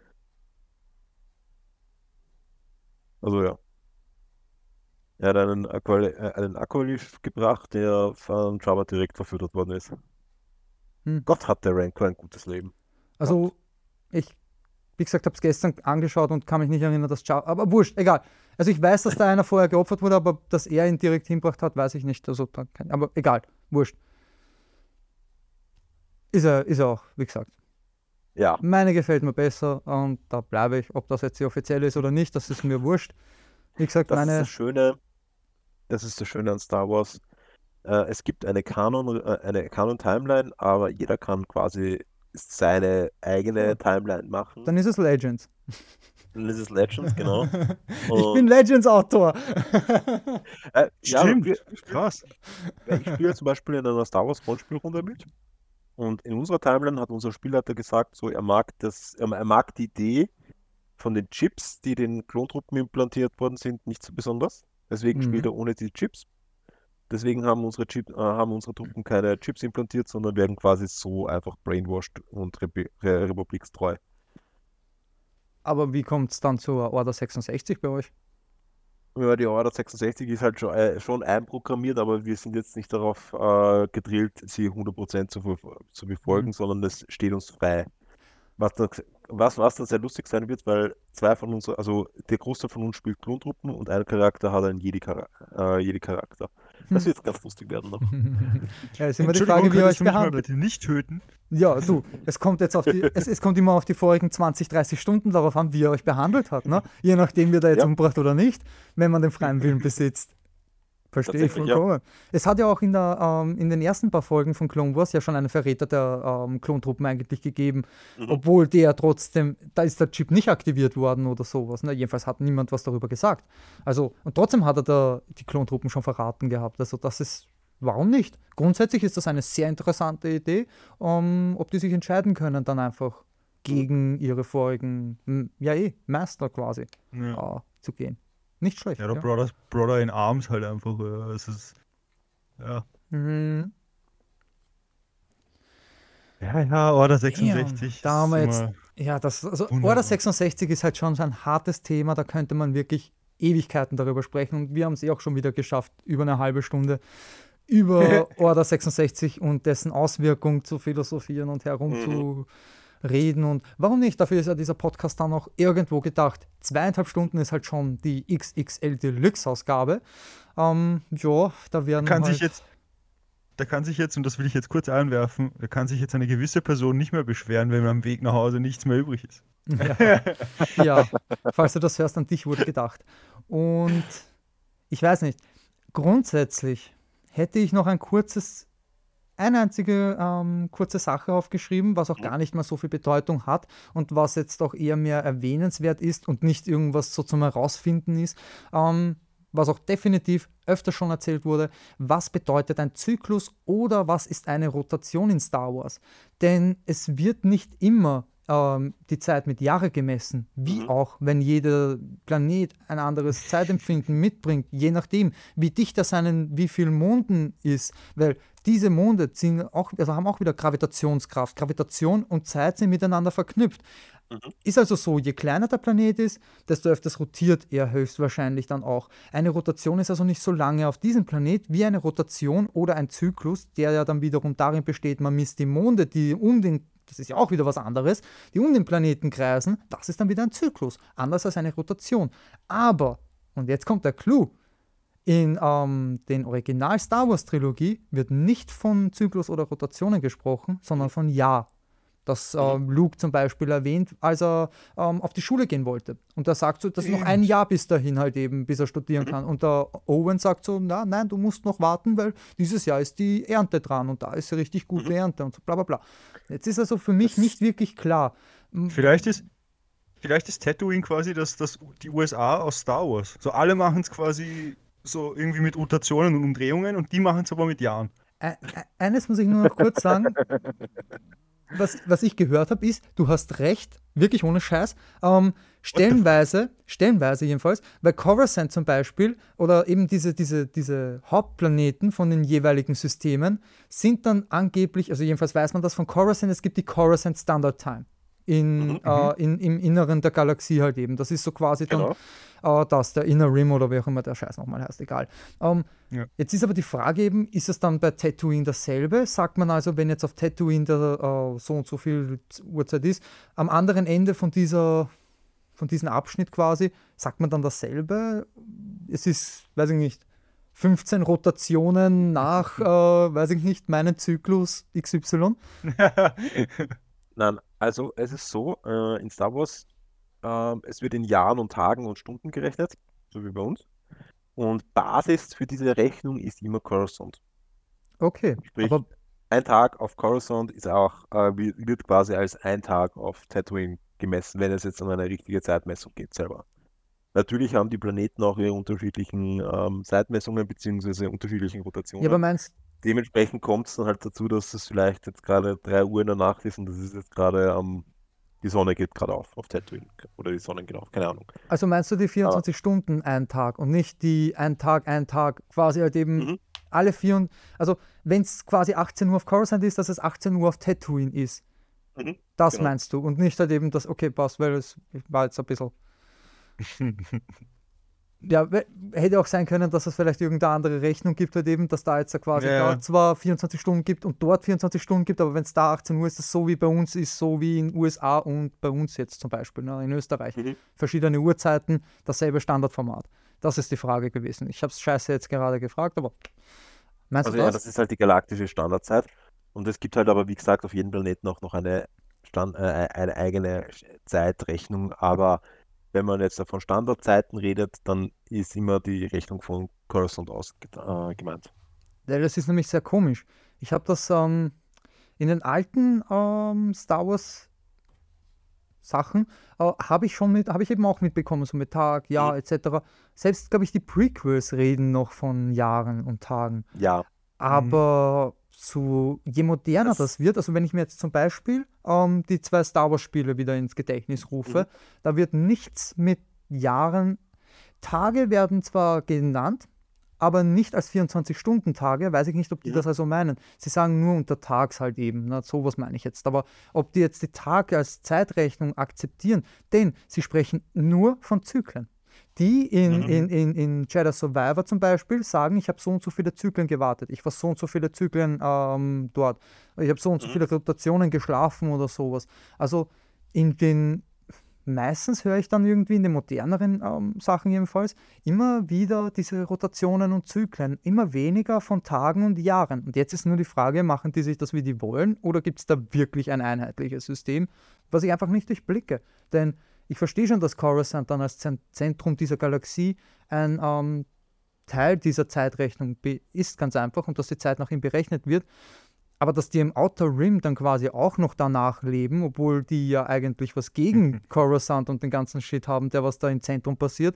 Also ja. Er hat einen Aqualish gebracht, der von Jabba direkt verfüttert worden ist. Gott hat der Rancor ein gutes Leben. Also, ich, wie gesagt, habe es gestern angeschaut und kann mich nicht erinnern, dass Jabba. Aber wurscht, egal. Also, ich weiß, dass da einer vorher geopfert wurde, aber dass er ihn direkt hinbracht hat, weiß ich nicht. Also, aber egal, wurscht. Ist er auch, wie gesagt. Ja. Meine gefällt mir besser und da bleibe ich. Ob das jetzt die offizielle ist oder nicht, das ist mir wurscht. Wie gesagt, Das ist das Schöne an Star Wars. Es gibt eine Kanon-Timeline, aber jeder kann quasi seine eigene Timeline machen. Dann ist es Legends. Dann ist es Legends, genau. Ich bin Legends-Autor. Stimmt, Ja, krass. ich spiele zum Beispiel in einer Star Wars Rollenspielrunde mit. Und in unserer Timeline hat unser Spielleiter gesagt, so er mag die Idee von den Chips, die den Klontruppen implantiert worden sind, nicht so besonders. Deswegen spielt er ohne die Chips. Deswegen haben unsere Truppen keine Chips implantiert, sondern werden quasi so einfach brainwashed und republikstreu. Aber wie kommt es dann zur Order 66 bei euch? Ja, die Order 66 ist halt schon einprogrammiert, aber wir sind jetzt nicht darauf gedrillt, sie 100% zu befolgen, sondern es steht uns frei. Was dann sehr lustig sein wird, weil zwei von uns, also der Großteil von uns spielt Klontruppen und ein Charakter hat einen Jedi-Charakter. Das wird ganz lustig werden noch. Ja, ist immer die Frage, wie ihr euch behandelt. Bitte nicht töten. Ja, du, es kommt jetzt es kommt immer auf die vorigen 20, 30 Stunden darauf an, wie ihr euch behandelt hat, ne? Je nachdem, wie ihr da jetzt umbracht oder nicht, wenn man den freien Willen besitzt. Verstehe ich vollkommen. Ja. Es hat ja auch in den ersten paar Folgen von Clone Wars ja schon einen Verräter der Klontruppen eigentlich gegeben, obwohl der trotzdem, da ist der Chip nicht aktiviert worden oder sowas. Ne? Jedenfalls hat niemand was darüber gesagt. Also, und trotzdem hat er die Klontruppen schon verraten gehabt. Also das ist, warum nicht? Grundsätzlich ist das eine sehr interessante Idee, ob die sich entscheiden können, dann einfach gegen ihre vorigen, Master quasi zu gehen. Nicht schlecht. Ja, der Brother in Arms halt einfach. Es ist. Ja. Ja, Order 66. Da haben wir jetzt. Ja, Order 66 ist halt schon so ein hartes Thema. Da könnte man wirklich Ewigkeiten darüber sprechen. Und wir haben es auch schon wieder geschafft, über eine halbe Stunde über Order 66 und dessen Auswirkung zu philosophieren und herumzureden. Und warum nicht? Dafür ist ja dieser Podcast dann auch irgendwo gedacht. 2,5 Stunden ist halt schon die XXL Deluxe-Ausgabe. Da werden Da kann sich jetzt, und das will ich jetzt kurz einwerfen, da kann sich jetzt eine gewisse Person nicht mehr beschweren, wenn am Weg nach Hause nichts mehr übrig ist. Ja, falls du das hörst, an dich wurde gedacht. Und ich weiß nicht, grundsätzlich hätte ich noch eine einzige kurze Sache aufgeschrieben, was auch gar nicht mal so viel Bedeutung hat und was jetzt auch eher mehr erwähnenswert ist und nicht irgendwas so zum Herausfinden ist, was auch definitiv öfter schon erzählt wurde, was bedeutet ein Zyklus oder was ist eine Rotation in Star Wars? Denn es wird nicht immer die Zeit mit Jahre gemessen, wie auch, wenn jeder Planet ein anderes Zeitempfinden mitbringt, je nachdem, wie dicht er wie viel Monden ist, weil diese Monde haben auch wieder Gravitationskraft. Gravitation und Zeit sind miteinander verknüpft. Ist also so, je kleiner der Planet ist, desto öfters rotiert er höchstwahrscheinlich dann auch. Eine Rotation ist also nicht so lange auf diesem Planet wie eine Rotation oder ein Zyklus, der ja dann wiederum darin besteht, man misst die Monde, das ist ja auch wieder was anderes, die um den Planeten kreisen, das ist dann wieder ein Zyklus, anders als eine Rotation. Aber, und jetzt kommt der Clou, In den Original Star Wars Trilogie wird nicht von Zyklus oder Rotationen gesprochen, sondern von Jahr. Das Luke zum Beispiel erwähnt, als er auf die Schule gehen wollte. Und da sagt so, das ist noch ein Jahr bis dahin halt eben, bis er studieren kann. Und der Owen sagt so, nein, du musst noch warten, weil dieses Jahr ist die Ernte dran und da ist eine richtig gute Ernte und so bla bla bla. Jetzt ist also für mich nicht wirklich klar. Vielleicht ist Tatooine quasi die USA aus Star Wars. So alle machen es quasi so irgendwie mit Rotationen und Umdrehungen und die machen es aber mit Jahren. Eines muss ich nur noch kurz sagen. Was ich gehört habe, ist, du hast recht, wirklich ohne Scheiß, stellenweise jedenfalls, weil Coruscant zum Beispiel oder eben diese Hauptplaneten von den jeweiligen Systemen sind dann angeblich, also jedenfalls weiß man das von Coruscant, es gibt die Coruscant Standard Time im Inneren der Galaxie halt eben. Das ist so quasi dann der Inner Rim oder wie auch immer der Scheiß nochmal heißt, egal. Jetzt ist aber die Frage eben, ist es dann bei Tatooine dasselbe? Sagt man also, wenn jetzt auf Tatooine der so und so viel Uhrzeit ist, am anderen Ende von diesem Abschnitt quasi, sagt man dann dasselbe? Es ist, weiß ich nicht, 15 Rotationen nach, weiß ich nicht, meinen Zyklus XY? Nein, also es ist so, in Star Wars, es wird in Jahren und Tagen und Stunden gerechnet, so wie bei uns. Und Basis für diese Rechnung ist immer Coruscant. Okay, Sprich, aber ein Tag auf Coruscant ist auch, wird quasi als ein Tag auf Tatooine gemessen, wenn es jetzt um eine richtige Zeitmessung geht selber. Natürlich haben die Planeten auch ihre unterschiedlichen Zeitmessungen bzw. unterschiedlichen Rotationen. ja, aber meinst Dementsprechend kommt es dann halt dazu, dass es vielleicht jetzt gerade 3 Uhr in der Nacht ist und das ist jetzt gerade die Sonne geht gerade auf Tatooine. Oder die Sonne geht auf, keine Ahnung. Also meinst du die 24 Stunden ein Tag und nicht die ein Tag, quasi halt eben alle 4, also wenn es quasi 18 Uhr auf Coruscant ist, dass es 18 Uhr auf Tatooine ist. Das Genau. meinst du und nicht halt eben das, okay, passt, weil es war jetzt ein bisschen, ja, hätte auch sein können, dass es vielleicht irgendeine andere Rechnung gibt halt eben, dass da jetzt quasi Ja. da zwar 24 Stunden gibt und dort 24 Stunden gibt, aber wenn es da 18 Uhr ist, das so wie bei uns ist, so wie in USA und bei uns jetzt zum Beispiel, ne, in Österreich. Verschiedene Uhrzeiten, dasselbe Standardformat. Das ist die Frage gewesen. Ich habe es scheiße jetzt gerade gefragt, aber meinst Also du ja, das? das ist halt die galaktische Standardzeit. Und es gibt halt aber, wie gesagt, auf jedem Planeten auch noch eine eigene Zeitrechnung. Aber wenn man jetzt von Standardzeiten redet, dann ist immer die Rechnung von Coruscant aus gemeint. Ja, das ist nämlich sehr komisch. Ich habe das in den alten Star Wars Sachen habe ich eben auch mitbekommen, so mit Tag, Jahr etc. Selbst, glaube ich, die Prequels reden noch von Jahren und Tagen. Ja, Aber je moderner das wird, also wenn ich mir jetzt zum Beispiel die 2 Star Wars-Spiele wieder ins Gedächtnis rufe, da wird nichts mit Jahren. Tage werden zwar genannt, aber nicht als 24-Stunden-Tage. Weiß ich nicht, ob die das also meinen. Sie sagen nur untertags halt eben. Na, sowas meine ich jetzt. Aber ob die jetzt die Tage als Zeitrechnung akzeptieren, denn sie sprechen nur von Zyklen. Die in Jedi Survivor zum Beispiel sagen, ich habe so und so viele Zyklen gewartet, ich war so und so viele Zyklen dort, ich habe so und so viele Rotationen geschlafen oder sowas. Also meistens höre ich dann irgendwie in den moderneren Sachen jedenfalls immer wieder diese Rotationen und Zyklen, immer weniger von Tagen und Jahren. Und jetzt ist nur die Frage, machen die sich das, wie die wollen, oder gibt es da wirklich ein einheitliches System, was ich einfach nicht durchblicke? Denn ich verstehe schon, dass Coruscant dann als Zentrum dieser Galaxie ein Teil dieser Zeitrechnung ist, ganz einfach, und dass die Zeit nach ihm berechnet wird. Aber dass die im Outer Rim dann quasi auch noch danach leben, obwohl die ja eigentlich was gegen Coruscant und den ganzen Shit haben, der was da im Zentrum passiert,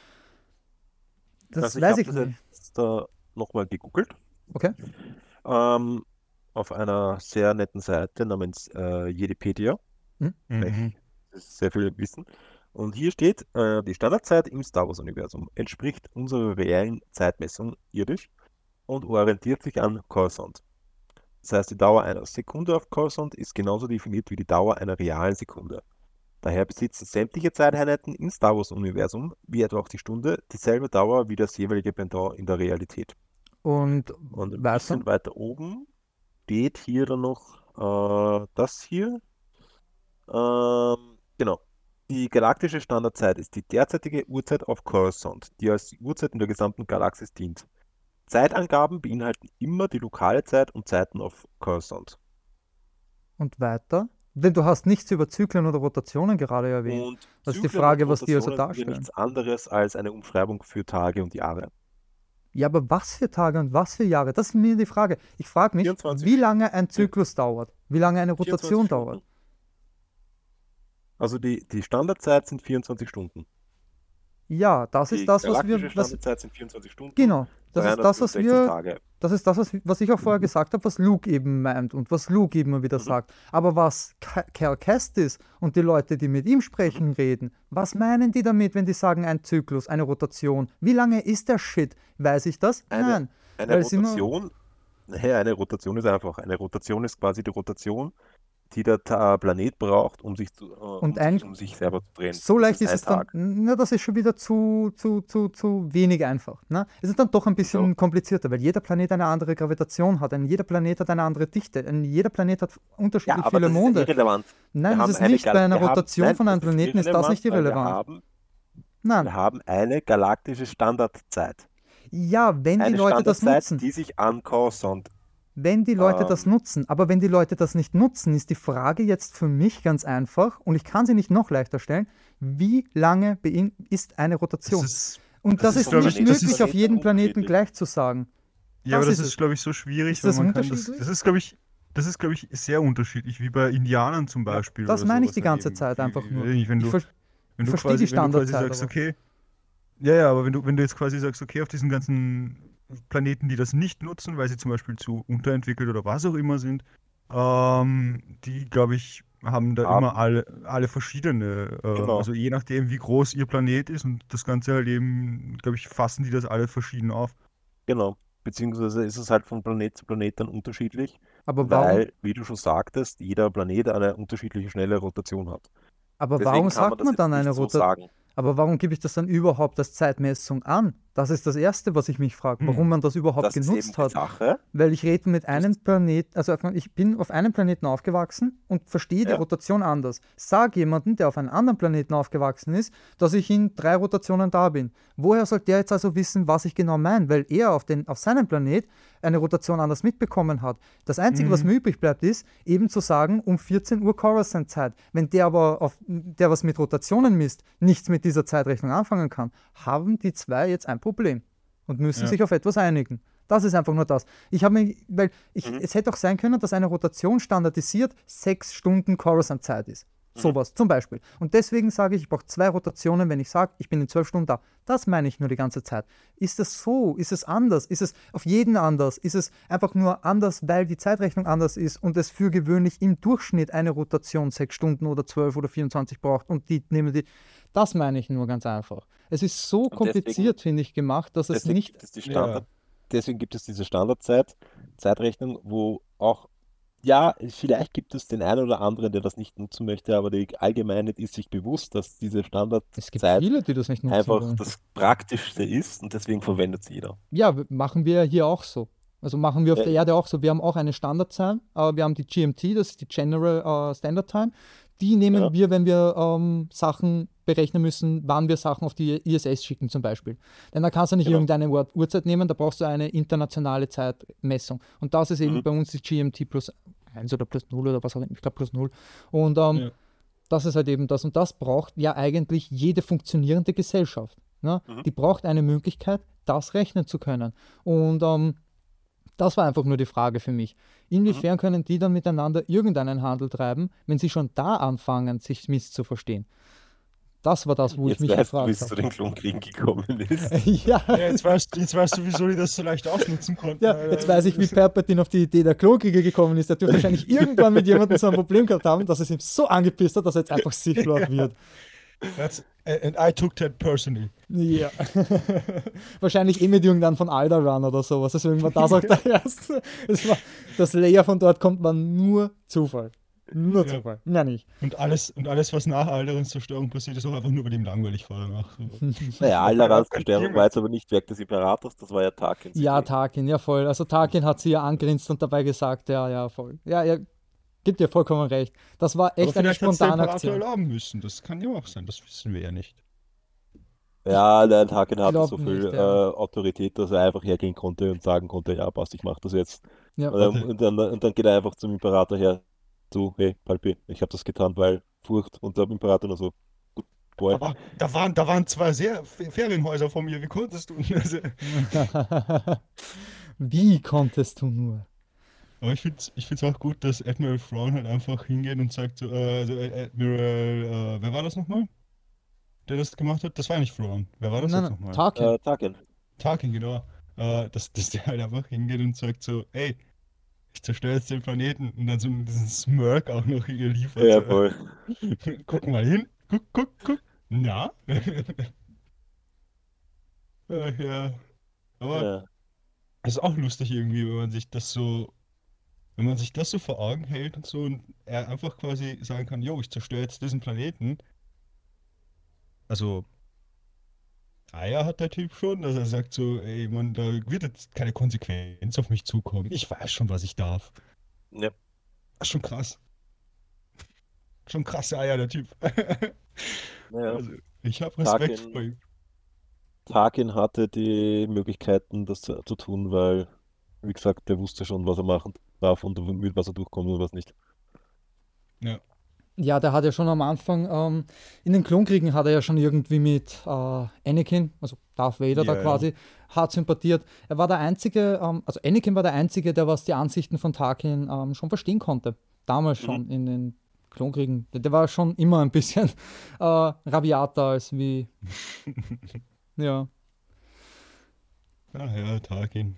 das also ich weiß habe ich das nicht. jetzt nochmal gegoogelt. Okay. Auf einer sehr netten Seite namens Jedipedia. Das ist sehr viel Wissen. Und hier steht, die Standardzeit im Star Wars-Universum entspricht unserer reellen Zeitmessung irdisch und orientiert sich an Coruscant. Das heißt, die Dauer einer Sekunde auf Coruscant ist genauso definiert wie die Dauer einer realen Sekunde. Daher besitzen sämtliche Zeiteinheiten im Star Wars-Universum, wie etwa auch die Stunde, dieselbe Dauer wie das jeweilige Pendant in der Realität. Und Und ein weiter? bisschen weiter oben steht hier dann noch das hier. Genau. Die galaktische Standardzeit ist die derzeitige Uhrzeit auf Coruscant, die als Uhrzeit in der gesamten Galaxis dient. Zeitangaben beinhalten immer die lokale Zeit und Zeiten auf Coruscant. Und weiter? Denn du hast nichts über Zyklen oder Rotationen gerade erwähnt. Und Das ist die Zyklen Frage, und was die also Rotationen sind ja darstellen. nichts anderes als eine Umschreibung für Tage und Jahre. Ja, aber was für Tage und was für Jahre? Das ist mir die Frage. Ich frage mich, 24 wie lange ein Zyklus dauert, wie lange eine 24 Rotation Stunden. dauert. Also die Standardzeit sind 24 Stunden. Ja, das Die ist das, was galaktische wir. Standardzeit sind 24 Stunden. Genau, das ist das, was 365 wir. Tage. Das ist das, was ich auch vorher gesagt habe, was Luke eben meint und was Luke immer wieder sagt. Aber was Cal Kestis und die Leute, die mit ihm sprechen, reden, was meinen die damit, wenn die sagen, ein Zyklus, eine Rotation? Wie lange ist der Shit? Weiß ich das? Nein. Eine Weil sie nur- Rotation, eine Rotation ist einfach, eine Rotation ist quasi die Rotation, die der Planet braucht, um sich selber zu drehen. So Das leicht ist ein es dann. Tag. Na, das ist schon wieder zu wenig einfach. Ne? Es ist dann doch ein bisschen komplizierter, weil jeder Planet eine andere Gravitation hat, jeder Planet hat eine andere Dichte, jeder Planet hat unterschiedlich aber viele das ist Monde. irrelevant. Nein, Wir das haben ist eine nicht. Gal- Bei einer wir haben- Rotation nein, von einem das ist Planeten ist das nicht weil irrelevant. Wir Nein. haben eine galaktische Standardzeit. Ja, wenn die Eine Leute das Standardzeit, nutzen. die sich an Coruscant. Wenn die Leute das nutzen. Aber wenn die Leute das nicht nutzen, ist die Frage jetzt für mich ganz einfach und ich kann sie nicht noch leichter stellen. Wie lange ist eine Rotation? Und das ist glaub nicht ich, das möglich, ist- auf jedem Planeten unterschiedlich. gleich zu sagen. Ja, aber Das das ist ist, es. glaube ich, so schwierig, Ist das weil man kann unterschiedlich? das ist, glaube ich, sehr unterschiedlich, wie bei Indianern zum Beispiel. das oder meine ich sowas die ganze eben. Zeit einfach nur. Wenn Ich du, ver- wenn du verstehe die quasi, wenn du quasi Standardzeit, sagst, aber- okay, ja, aber wenn du jetzt quasi sagst, okay, auf diesen ganzen Planeten, die das nicht nutzen, weil sie zum Beispiel zu unterentwickelt oder was auch immer sind, die, glaube ich, haben da Haben. immer alle verschiedene, Genau. also je nachdem, wie groß ihr Planet ist und das Ganze halt eben, glaube ich, fassen die das alle verschieden auf. Genau. Beziehungsweise ist es halt von Planet zu Planet dann unterschiedlich, Aber warum, weil, wie du schon sagtest, jeder Planet eine unterschiedliche schnelle Rotation hat. aber Deswegen warum kann sagt das man jetzt dann nicht eine so Rotation? sagen. Aber warum gebe ich das dann überhaupt als Zeitmessung an? Das ist das Erste, was ich mich frage, warum man das überhaupt Das ist eben genutzt die hat. Sache. Weil ich rede mit einem Planeten, also ich bin auf einem Planeten aufgewachsen und verstehe die Ja. Rotation anders. Sag jemandem, der auf einem anderen Planeten aufgewachsen ist, dass ich in 3 Rotationen da bin. Woher soll der jetzt also wissen, was ich genau meine? Weil er auf seinem Planet eine Rotation anders mitbekommen hat. Das Einzige, was mir übrig bleibt, ist, eben zu sagen, um 14 Uhr Coruscant-Zeit. Wenn der aber, der was mit Rotationen misst, nichts mit dieser Zeitrechnung anfangen kann, haben die zwei jetzt ein Problem und müssen Ja. sich auf etwas einigen. Das ist einfach nur das. Es hätte auch sein können, dass eine Rotation standardisiert 6 Stunden Coruscant-Zeit ist. Sowas zum Beispiel. Und deswegen sage ich brauche 2 Rotationen, wenn ich sage, ich bin in 12 Stunden da. Das meine ich nur die ganze Zeit. Ist es so? Ist es anders? Ist es auf jeden anders? Ist es einfach nur anders, weil die Zeitrechnung anders ist und es für gewöhnlich im Durchschnitt eine Rotation 6 Stunden oder 12 oder 24 braucht und die nehmen die. Das meine ich nur ganz einfach. Es ist so kompliziert, finde ich, gemacht, dass es Deswegen nicht. gibt es die Deswegen gibt es diese Zeitrechnung, wo auch, ja, vielleicht gibt es den einen oder anderen, der das nicht nutzen möchte, aber die Allgemeinheit ist sich bewusst, dass diese Es gibt Standardzeit viele, die das nicht nutzen einfach wollen. das Praktischste ist und deswegen verwendet es jeder. Ja, machen wir hier auch so. Also machen wir auf Ja. der Erde auch so. Wir haben auch eine Standardzahl, aber wir haben die GMT, das ist die General Standard Time. Die nehmen Ja. wir, wenn wir Sachen berechnen müssen, wann wir Sachen auf die ISS schicken zum Beispiel. Denn da kannst du nicht Genau. irgendeine Uhrzeit nehmen, da brauchst du eine internationale Zeitmessung. Und das ist eben bei uns die GMT plus 1 oder plus 0 oder was auch immer, ich glaube plus 0. Und das ist halt eben das. Und das braucht ja eigentlich jede funktionierende Gesellschaft. Ne? Die braucht eine Möglichkeit, das rechnen zu können. Und das war einfach nur die Frage für mich. Inwiefern können die dann miteinander irgendeinen Handel treiben, wenn sie schon da anfangen, sich misszuverstehen? Das war das, wo ich Jetzt mich weißt du, wie gefragt es zu habe. den Klonkriegen gekommen ist. Ja, Ja, jetzt weißt du, wieso die das so leicht ausnutzen konnten. ja, jetzt weiß ich, wie Palpatine auf die Idee der Klokrieger gekommen ist. Der dürfte wahrscheinlich irgendwann mit jemandem so ein Problem gehabt haben, dass es ihm so angepisst hat, dass er jetzt einfach Sith Lord wird. And I took that personally. Ja. Wahrscheinlich mit irgendwann von Alderaan oder sowas. Deswegen war das auch der erste. Das Layer von dort kommt man nur Zufall. Nur Zufall. Mehr nicht. Und alles, was nach Alderans Zerstörung passiert, ist auch einfach nur bei dem langweilig war danach. Naja, Alderans Zerstörung war jetzt aber nicht Werk des Imperators, das war ja Tarkin. Ja, Tarkin, ja voll. Also Tarkin hat sie ja angrinst und dabei gesagt, ja, voll. Ja, Gib dir vollkommen recht. Das war Aber echt eine vielleicht hat es der spontane Imperator Aktion. erlauben müssen. Das kann ja auch sein, das wissen wir ja nicht. Ich Ja, der Tarkin hatte so glaube viel nicht, ja. Autorität, dass er einfach hergehen konnte und sagen konnte, ja, passt, ich mach das jetzt. Ja. Warte, Und dann geht er einfach zum Imperator her, so, hey, Palpi, ich habe das getan, weil Furcht. Und der Imperator nur so, good boy. da waren zwei sehr Ferienhäuser von mir. Wie konntest du? Also, Wie konntest du nur? aber ich find's auch gut, dass Admiral Thrawn halt einfach hingeht und sagt so, Admiral, wer war das nochmal, der das gemacht hat? Das war nicht Thrawn. Wer war das Nein, jetzt nein, nochmal? Tarkin. Tarkin. Tarkin, genau. Dass der halt einfach hingeht und sagt so, ey, ich zerstöre jetzt den Planeten und dann so diesen Smirk auch noch hier liefert. Ja, So. voll. Guck mal hin, guck. Na? Ja. Aber Ja. es ist auch lustig irgendwie, wenn man sich das so vor Augen hält und so und er einfach quasi sagen kann, yo, ich zerstöre jetzt diesen Planeten. Also Eier hat der Typ schon, dass er sagt so, ey Mann, da wird jetzt keine Konsequenz auf mich zukommen. Ich weiß schon, was ich darf. Ja. Das ist schon krass. Schon krasse Eier, der Typ. Naja. Also, ich habe Respekt vor Tarkin, ihm. Tarkin hatte die Möglichkeiten, das zu tun, weil, wie gesagt, der wusste schon, was er machen darf und mit was er durchkommt und was nicht. Ja. Ja, der hat ja schon am Anfang, in den Klonkriegen hat er ja schon irgendwie mit Anakin, also Darth Vader da Ja, ja. quasi, hart sympathiert. Er war der Einzige, also Anakin war der Einzige, der was die Ansichten von Tarkin schon verstehen konnte. Damals Mhm. schon in den Klonkriegen. Der war schon immer ein bisschen rabiater als wie, ja. Ach ja, Tarkin.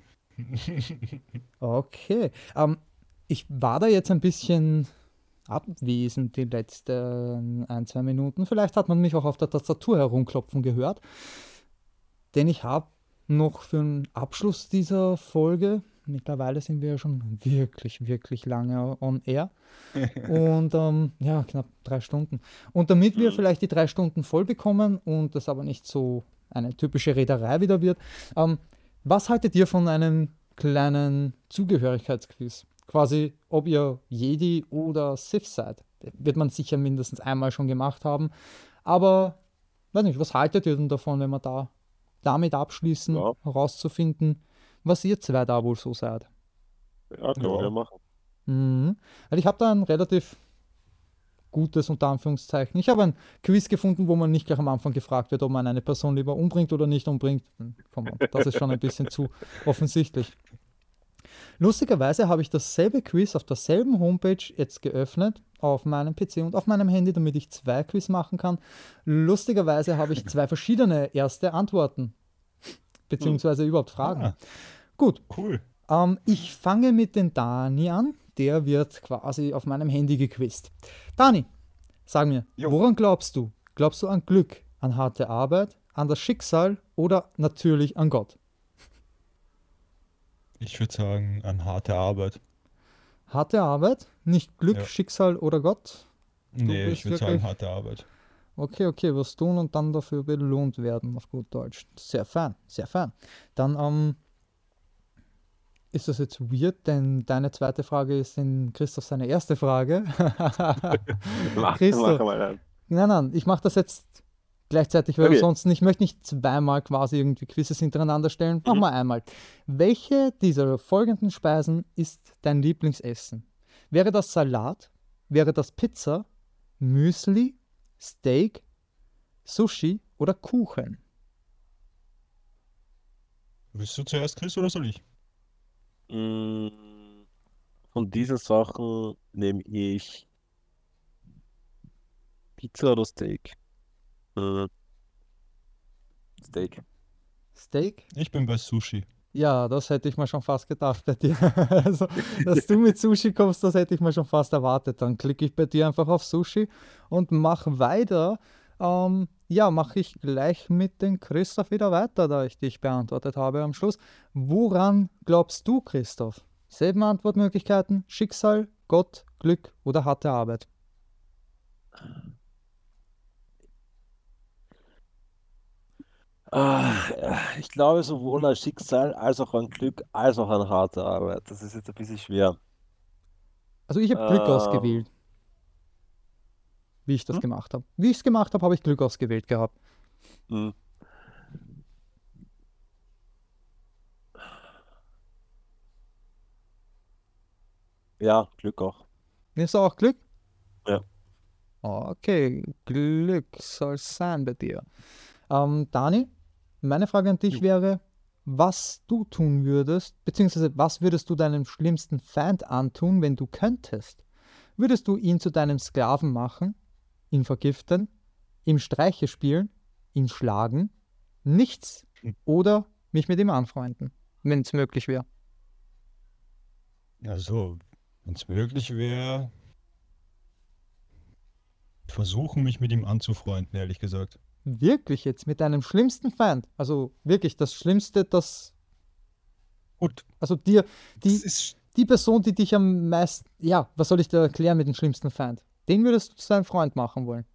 Okay. Ich war da jetzt ein bisschen abwesend die letzten 1, 2 Minuten. Vielleicht hat man mich auch auf der Tastatur herumklopfen gehört, denn ich habe noch für den Abschluss dieser Folge, mittlerweile sind wir ja schon wirklich, wirklich lange on air und ja, knapp 3 Stunden. Und damit wir Mhm. vielleicht die 3 Stunden voll bekommen und das aber nicht so eine typische Reederei wieder wird, was haltet ihr von einem kleinen Zugehörigkeitsquiz? Quasi, ob ihr Jedi oder Sith seid. Wird man sicher mindestens einmal schon gemacht haben. Aber, weiß nicht, was haltet ihr denn davon, wenn wir da damit abschließen, Ja, herauszufinden, was ihr zwei da wohl so seid? ja, können wir Ja. ja machen. Mhm. Weil ich habe da ein relativ gutes, unter Anführungszeichen. Ich habe ein Quiz gefunden, wo man nicht gleich am Anfang gefragt wird, ob man eine Person lieber umbringt oder nicht umbringt. Come on, das ist schon ein bisschen zu offensichtlich. Lustigerweise habe ich dasselbe Quiz auf derselben Homepage jetzt geöffnet, auf meinem PC und auf meinem Handy, damit ich 2 Quiz machen kann. Lustigerweise habe ich 2 verschiedene erste Antworten, beziehungsweise überhaupt Fragen. Ah, Gut, cool. ich fange mit den Dani an. Der wird quasi auf meinem Handy gequizt. Dani, sag mir, Jo. woran glaubst du? Glaubst du an Glück, an harte Arbeit, an das Schicksal oder natürlich an Gott? Ich würde sagen, an harte Arbeit. Harte Arbeit, nicht Glück, Ja. Schicksal oder Gott? Nee, bist ich würde sagen, wirklich- harte Arbeit. Okay, was tun und dann dafür belohnt werden, auf gut Deutsch. Sehr fein, sehr fein. Dann ist das jetzt weird, denn deine zweite Frage ist in Christoph seine erste Frage. Mach Christoph, mal an. nein, ich mache das jetzt gleichzeitig, weil Okay. ansonsten, ich möchte nicht zweimal quasi irgendwie Quizzes hintereinander stellen. Mach Mhm. mal einmal. Welche dieser folgenden Speisen ist dein Lieblingsessen? Wäre das Salat? Wäre das Pizza? Müsli? Steak? Sushi oder Kuchen? Willst du zuerst, Chris, oder soll ich? Mm, Von diesen Sachen nehme ich Pizza oder Steak. Äh, Steak. Steak? Ich bin bei Sushi. Ja, das hätte ich mir schon fast gedacht bei dir. Also, dass du mit Sushi kommst, das hätte ich mir schon fast erwartet. Dann klicke ich bei dir einfach auf Sushi und mache weiter. Ja, mache ich gleich mit dem Christoph wieder weiter, da ich dich beantwortet habe am Schluss. Woran glaubst du, Christoph? Selben Antwortmöglichkeiten: Schicksal, Gott, Glück oder harte Arbeit? Ich glaube sowohl an Schicksal als auch an Glück als auch an harte Arbeit. Das ist jetzt ein bisschen schwer. Also ich habe Glück ausgewählt, wie ich das gemacht habe. Wie ich es gemacht habe, habe ich Glück ausgewählt gehabt. hm, ja, Glück auch. Nimmst du auch Glück? Ja. Okay, Glück soll sein bei dir. Dani, meine Frage an dich Jo. wäre, was du tun würdest, beziehungsweise was würdest du deinem schlimmsten Feind antun, wenn du könntest? Würdest du ihn zu deinem Sklaven machen, ihn vergiften, ihm Streiche spielen, ihn schlagen, nichts oder mich mit ihm anfreunden, wenn es möglich wäre? Also, wenn es möglich wäre, versuchen, mich mit ihm anzufreunden, ehrlich gesagt. Wirklich jetzt mit deinem schlimmsten Feind, also wirklich das Schlimmste, das, Gut, also dir, das die, ist, die Person, die dich am meisten, ja, was soll ich dir erklären mit dem schlimmsten Feind? Den würdest du zu deinem Freund machen wollen.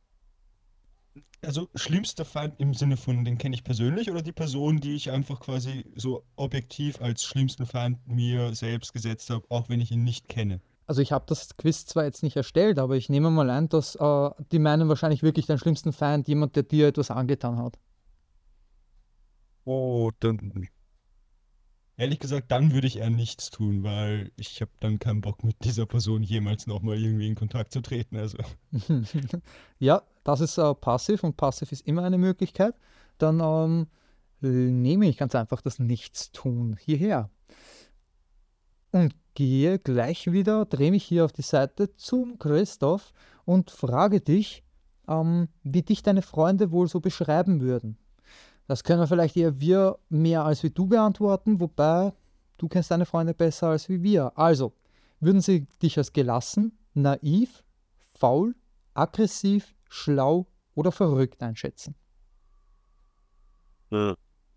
also schlimmster Feind im Sinne von, den kenne ich persönlich oder die Person, die ich einfach quasi so objektiv als schlimmsten Feind mir selbst gesetzt habe, auch wenn ich ihn nicht kenne. Also ich habe das Quiz zwar jetzt nicht erstellt, aber ich nehme mal an, dass die meinen wahrscheinlich wirklich deinen schlimmsten Feind, jemand, der dir etwas angetan hat. Oh, dann, ehrlich gesagt, dann würde ich eher nichts tun, weil ich habe dann keinen Bock mit dieser Person jemals nochmal irgendwie in Kontakt zu treten. Also, Ja, das ist passiv und passiv ist immer eine Möglichkeit. Dann nehme ich ganz einfach das Nichtstun hierher und gehe gleich wieder, drehe mich hier auf die Seite zum Christoph und frage dich, wie dich deine Freunde wohl so beschreiben würden. Das können wir vielleicht eher wir mehr als wie du beantworten, wobei du kennst deine Freunde besser als wie wir. Also, würden sie dich als gelassen, naiv, faul, aggressiv, schlau oder verrückt einschätzen? Hm.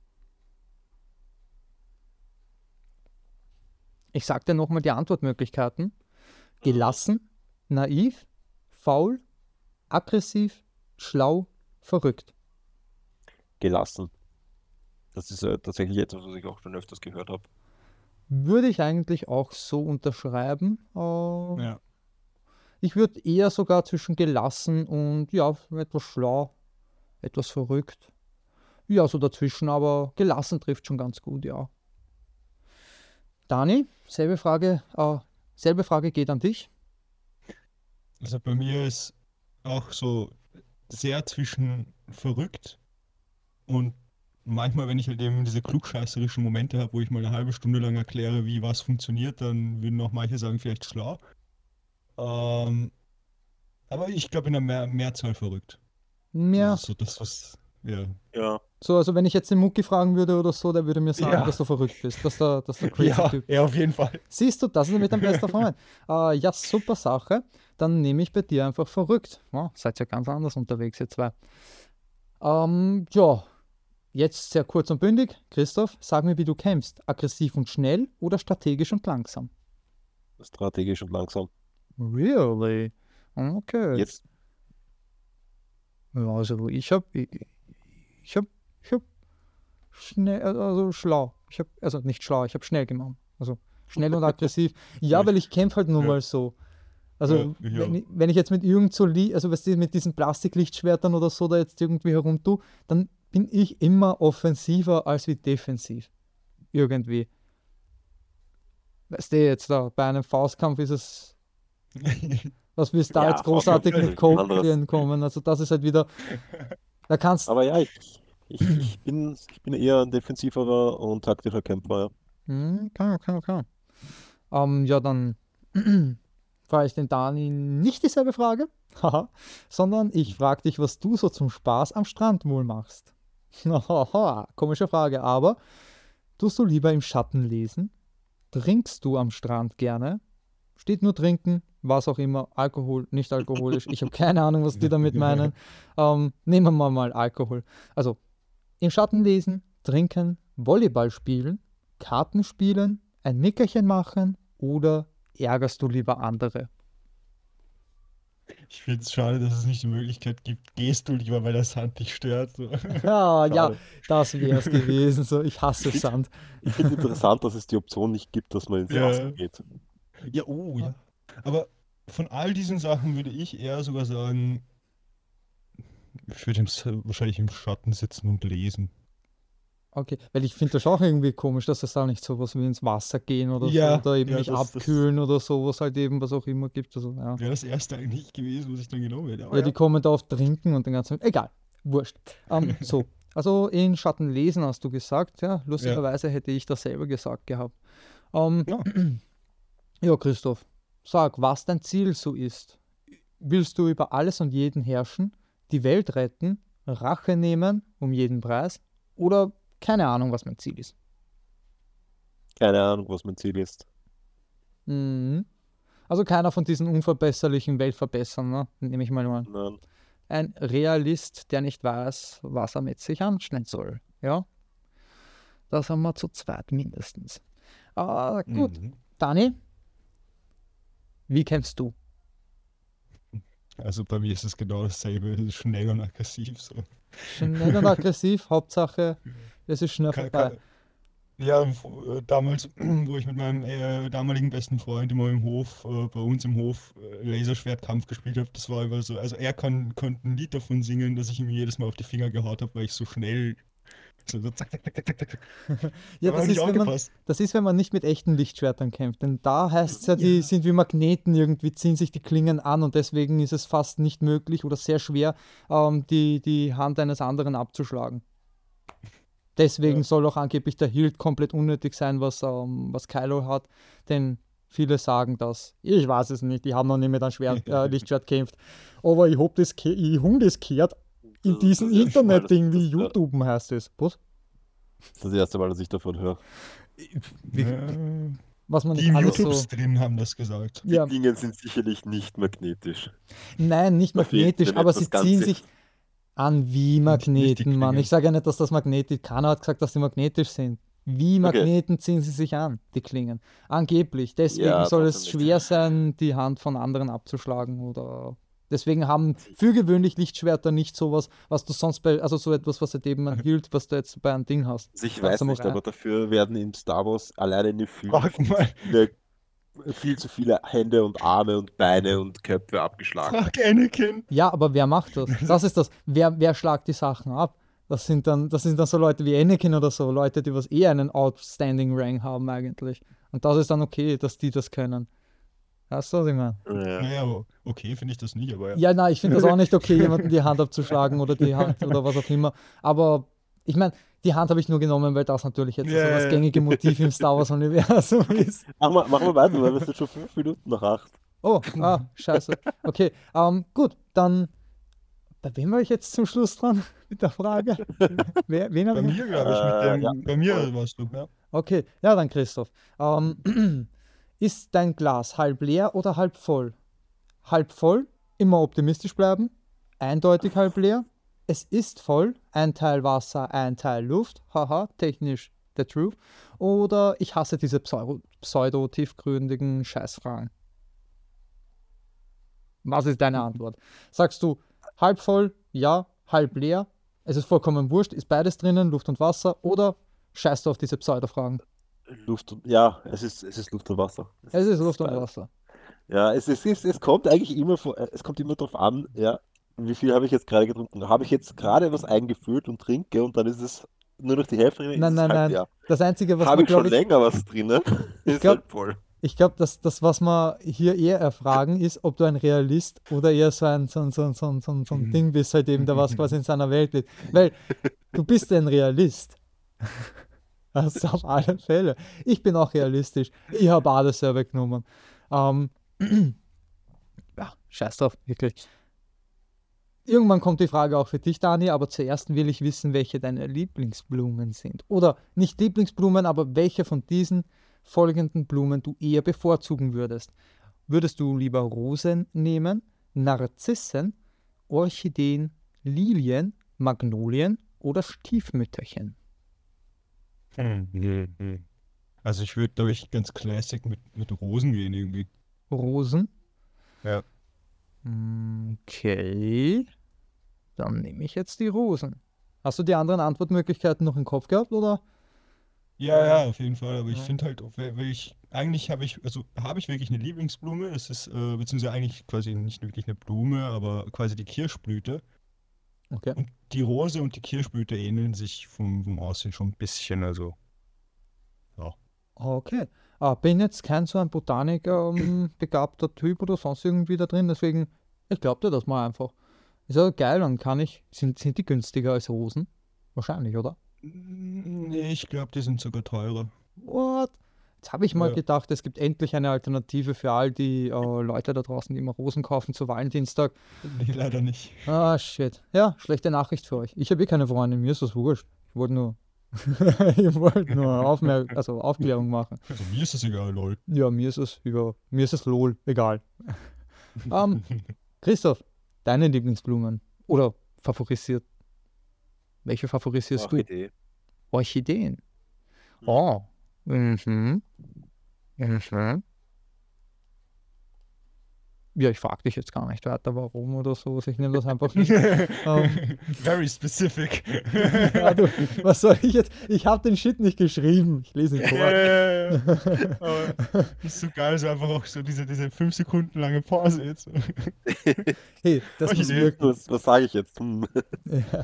Ich sage dir nochmal die Antwortmöglichkeiten. Gelassen, naiv, faul, aggressiv, schlau, verrückt. Gelassen. Das ist tatsächlich etwas, was ich auch schon öfters gehört habe. Würde ich eigentlich auch so unterschreiben. ja. Ich würde eher sogar zwischen gelassen und ja, etwas schlau, etwas verrückt. Ja, so dazwischen, aber gelassen trifft schon ganz gut, ja. Dani, selbe Frage geht an dich. Also bei mir ist auch so sehr zwischen verrückt und manchmal, wenn ich halt eben diese klugscheißerischen Momente habe, wo ich mal eine halbe Stunde lang erkläre, wie was funktioniert, dann würden auch manche sagen, vielleicht schlau. Ähm, aber ich glaube in der Mehrzahl verrückt. Mehr, Das ist so das, was, ja. Ja. so, also wenn ich jetzt den Mucki fragen würde oder so, der würde mir sagen, Ja. dass du verrückt bist, dass du crazy Ja, Typ. ja, auf jeden Fall. Siehst du, das ist nämlich dein bester Freund. Ja, super Sache. Dann nehme ich bei dir einfach verrückt. Ja, seid ja ganz anders unterwegs, ihr zwei. Ja, jetzt sehr kurz und bündig. Christoph, sag mir, wie du kämpfst. Aggressiv und schnell oder strategisch und langsam? Strategisch und langsam. Really? Okay. Jetzt, Ja, also ich hab, ich hab schnell, also schlau. Also nicht schlau, ich habe schnell gemacht. Also schnell und aggressiv. Ja, weil ich kämpfe halt nun Ja. mal so. Also Ja, wenn ich jetzt mit irgend so, also weißt du, mit diesen Plastiklichtschwertern oder so da jetzt irgendwie herum tue, dann bin ich immer offensiver als wie defensiv. Irgendwie. Weißt du, jetzt da bei einem Faustkampf ist es, was willst du da Ja, jetzt großartig Faustkampf mit ist Coke anderes. reinkommen? Also das ist halt wieder, da kannst, aber ja, ich bin eher ein defensiverer und taktischer Kämpfer. Ja. kann. Ja, dann frage ich den Dani nicht dieselbe Frage, haha, sondern ich frage dich, was du so zum Spaß am Strand wohl machst. Haha, komische Frage, aber tust du lieber im Schatten lesen? Trinkst du am Strand gerne? Steht nur trinken, was auch immer, Alkohol, nicht alkoholisch. Ich habe keine Ahnung, was die damit meinen. Nehmen wir mal Alkohol. Also im Schatten lesen, trinken, Volleyball spielen, Karten spielen, ein Nickerchen machen oder ärgerst du lieber andere? Ich finde es schade, dass es nicht die Möglichkeit gibt, gehst du lieber, weil der Sand dich stört. So. Ja, ja, Schade. das wäre es gewesen. So, ich hasse Sand. Ich finde interessant, dass es die Option nicht gibt, dass man ins Ja. Wasser geht. Ja, oh ja. Aber von all diesen Sachen würde ich eher sogar sagen, ich würde wahrscheinlich im Schatten sitzen und lesen. Okay, weil ich finde das auch irgendwie komisch, dass es da nicht sowas wie ins Wasser gehen oder so Ja, oder eben ja, nicht das abkühlen oder sowas halt eben, was auch immer gibt. Also, ja. wäre das erste eigentlich gewesen, was ich dann genommen hätte. Aber Ja, die ja. kommen da auf Trinken und den ganzen. Egal, wurscht. So, also in Schatten lesen hast du gesagt, ja. Ja. Lustigerweise hätte ich dasselbe gesagt gehabt. Ähm, Ja. ja, Christoph, sag, was dein Ziel so ist. Willst du über alles und jeden herrschen, die Welt retten, Rache nehmen um jeden Preis oder keine Ahnung, was mein Ziel ist? Keine Ahnung, was mein Ziel ist. Mhm. Also keiner von diesen unverbesserlichen Weltverbessern, ne? Nehme ich mal an. Nein. Ein Realist, der nicht weiß, was er mit sich anstellen soll. Ja, das haben wir zu zweit mindestens. Gut, Mhm. Dani, wie kämpfst du? Also bei mir ist es genau dasselbe, es ist schnell und aggressiv so. Schnell und aggressiv, Hauptsache, es ist schnell Ka- vorbei. ka- Ja, damals, wo ich mit meinem damaligen besten Freund immer im Hof, bei uns im Hof, Laserschwertkampf gespielt habe, das war immer so. Also er konnte ein Lied davon singen, dass ich ihm jedes Mal auf die Finger gehaut habe, weil ich so schnell, so zack, zack, zack, zack, zack, zack. Ja, Aber nicht aufgepasst. das ist, wenn man nicht mit echten Lichtschwertern kämpft. Denn da heißt es ja, die Ja. sind wie Magneten, irgendwie ziehen sich die Klingen an und deswegen ist es fast nicht möglich oder sehr schwer, die Hand eines anderen abzuschlagen. Deswegen Ja. soll auch angeblich der Hilt komplett unnötig sein, was Kylo hat, denn viele sagen das. Ich weiß es nicht, ich habe noch nie mit einem Lichtschwert gekämpft. Aber ich hab das, ich hab das gehört in diesem Das erste Mal, Internetding wie dass ich das YouTube heißt es. Was? Das ist das erste Mal, dass ich davon höre. Was man Die nicht im alles so. YouTubes drin haben das gesagt. Die Ja, Dinge sind sicherlich nicht magnetisch. nein, nicht Da fehlt magnetisch, mir aber etwas sie ziehen Ganzes. sich an wie Nicht die Magneten, Mann. Klingen. Ich sage ja nicht, dass das magnetisch. Keiner hat gesagt, dass sie magnetisch sind. Wie Magneten ziehen sie sich an, die Klingen. Angeblich. Deswegen Ja, soll es trotzdem schwer sein, die Hand von anderen abzuschlagen. Oder deswegen haben für gewöhnlich Lichtschwerter nicht sowas, was du sonst bei, also so etwas, was halt eben man hielt, was du jetzt bei einem Ding hast. Also ich Bei weiß nicht, Samurai. aber dafür werden in Star Wars alleine in den Filmen Frag mal. viel zu viele Hände und Arme und Beine und Köpfe abgeschlagen. Frag Anakin. Ja, aber wer macht das? Das ist das. Wer schlagt die Sachen ab? Das sind dann so Leute wie Anakin oder so, Leute, die was eher einen Outstanding Rank haben eigentlich. Und das ist dann okay, dass die das können. Weißt du, was ich meine? Ja. Naja, aber okay, finde ich das nicht, aber ja. Ja, nein, ich finde das auch nicht okay, jemanden die Hand abzuschlagen oder die Hand oder was auch immer. Aber ich meine, die Hand habe ich nur genommen, weil das natürlich jetzt so Ja, das ja. gängige Motiv im Star Wars-Universum ist. Machen wir weiter, weil wir sind schon 5 Minuten nach 8. Oh, scheiße. Okay, gut, dann bei wem war ich jetzt zum Schluss dran mit der Frage? Wen habe Bei ich? mir, glaube ich, mit dem, Ja, bei mir voll. warst du, ja. Okay, ja dann Christoph. Ist dein Glas halb leer oder halb voll? Halb voll, immer optimistisch bleiben. Eindeutig halb leer. Es ist voll, ein Teil Wasser, ein Teil Luft. Haha, technisch the truth. Oder ich hasse diese pseudo-tiefgründigen Scheißfragen. Was ist deine Antwort? Sagst du halb voll, ja, halb leer, es ist vollkommen wurscht, ist beides drinnen, Luft und Wasser, oder scheißt du auf diese Pseudo-Fragen? Luft und, ja, es ist Luft und Wasser. Es ist Luft und beides. Wasser. Ja, es kommt eigentlich immer es kommt immer drauf an, ja, wie viel habe ich jetzt gerade getrunken? Habe ich jetzt gerade was eingefüllt und trinke und dann ist es nur noch die Hälfte drin, ist Nein, es nein, halb nein. leer. Das Einzige, was Habe man, ich schon glaube ich, länger was drinnen, ist glaub- halt voll. ich glaube, das, was wir hier eher erfragen, ist, ob du ein Realist oder eher so ein Ding bist, halt eben, der was quasi in seiner Welt lebt. Weil du bist ein Realist. Das auf alle Fälle. Ich bin auch realistisch. Ich habe alles selber genommen. Ja, scheiß drauf, wirklich. Irgendwann kommt die Frage auch für dich, Dani, aber zuerst will ich wissen, welche deine Lieblingsblumen sind. Oder nicht Lieblingsblumen, aber welche von diesen folgenden Blumen du eher bevorzugen würdest. Würdest du lieber Rosen nehmen, Narzissen, Orchideen, Lilien, Magnolien oder Stiefmütterchen? Also ich würde, glaube ich, ganz classic mit Rosen gehen irgendwie. Rosen? Ja. Okay. Dann nehme ich jetzt die Rosen. Hast du die anderen Antwortmöglichkeiten noch im Kopf gehabt, oder? Ja, ja, auf jeden Fall. Aber ich Ja. finde halt, eigentlich habe ich wirklich eine Lieblingsblume. Es ist, beziehungsweise eigentlich quasi nicht wirklich eine Blume, aber quasi die Kirschblüte. Okay. Und die Rose und die Kirschblüte ähneln sich vom Aussehen schon ein bisschen. Also, ja. Okay. Bin jetzt kein so ein Botanik begabter Typ oder sonst irgendwie da drin, deswegen, ich glaube dir das mal einfach. Ist ja geil, dann kann ich. Sind die günstiger als Rosen? Wahrscheinlich, oder? Nee, ich glaube, die sind sogar teurer. What? Jetzt habe ich mal Ja, gedacht, es gibt endlich eine Alternative für all die Leute da draußen, die immer Rosen kaufen zu Valentinstag. nee, leider nicht. Ah, shit. Ja, schlechte Nachricht für euch. Ich habe eh keine Freundin, mir ist das wurscht. Ich wollte nur, ich wollte nur Aufklärung machen. Also mir ist das egal, lol. Ja, mir ist es lol, egal. Ähm, Christoph, deine Lieblingsblumen oder favorisiert, welche favorisierst du? Orchidee. Orchideen. Mhm. Oh. Mhm. Mhm. Ja, ich frage dich jetzt gar nicht weiter, warum oder so. Also ich nehme das einfach mit. Very specific. Ja, du, was soll ich jetzt? Ich habe den Shit nicht geschrieben. Ich lese ihn Ja, vor. ja, ja. Aber das ist so geil, so einfach auch so diese 5 Sekunden lange Pause jetzt. Hey, das muss Orchidee. wirken. Was sage ich jetzt? Ja.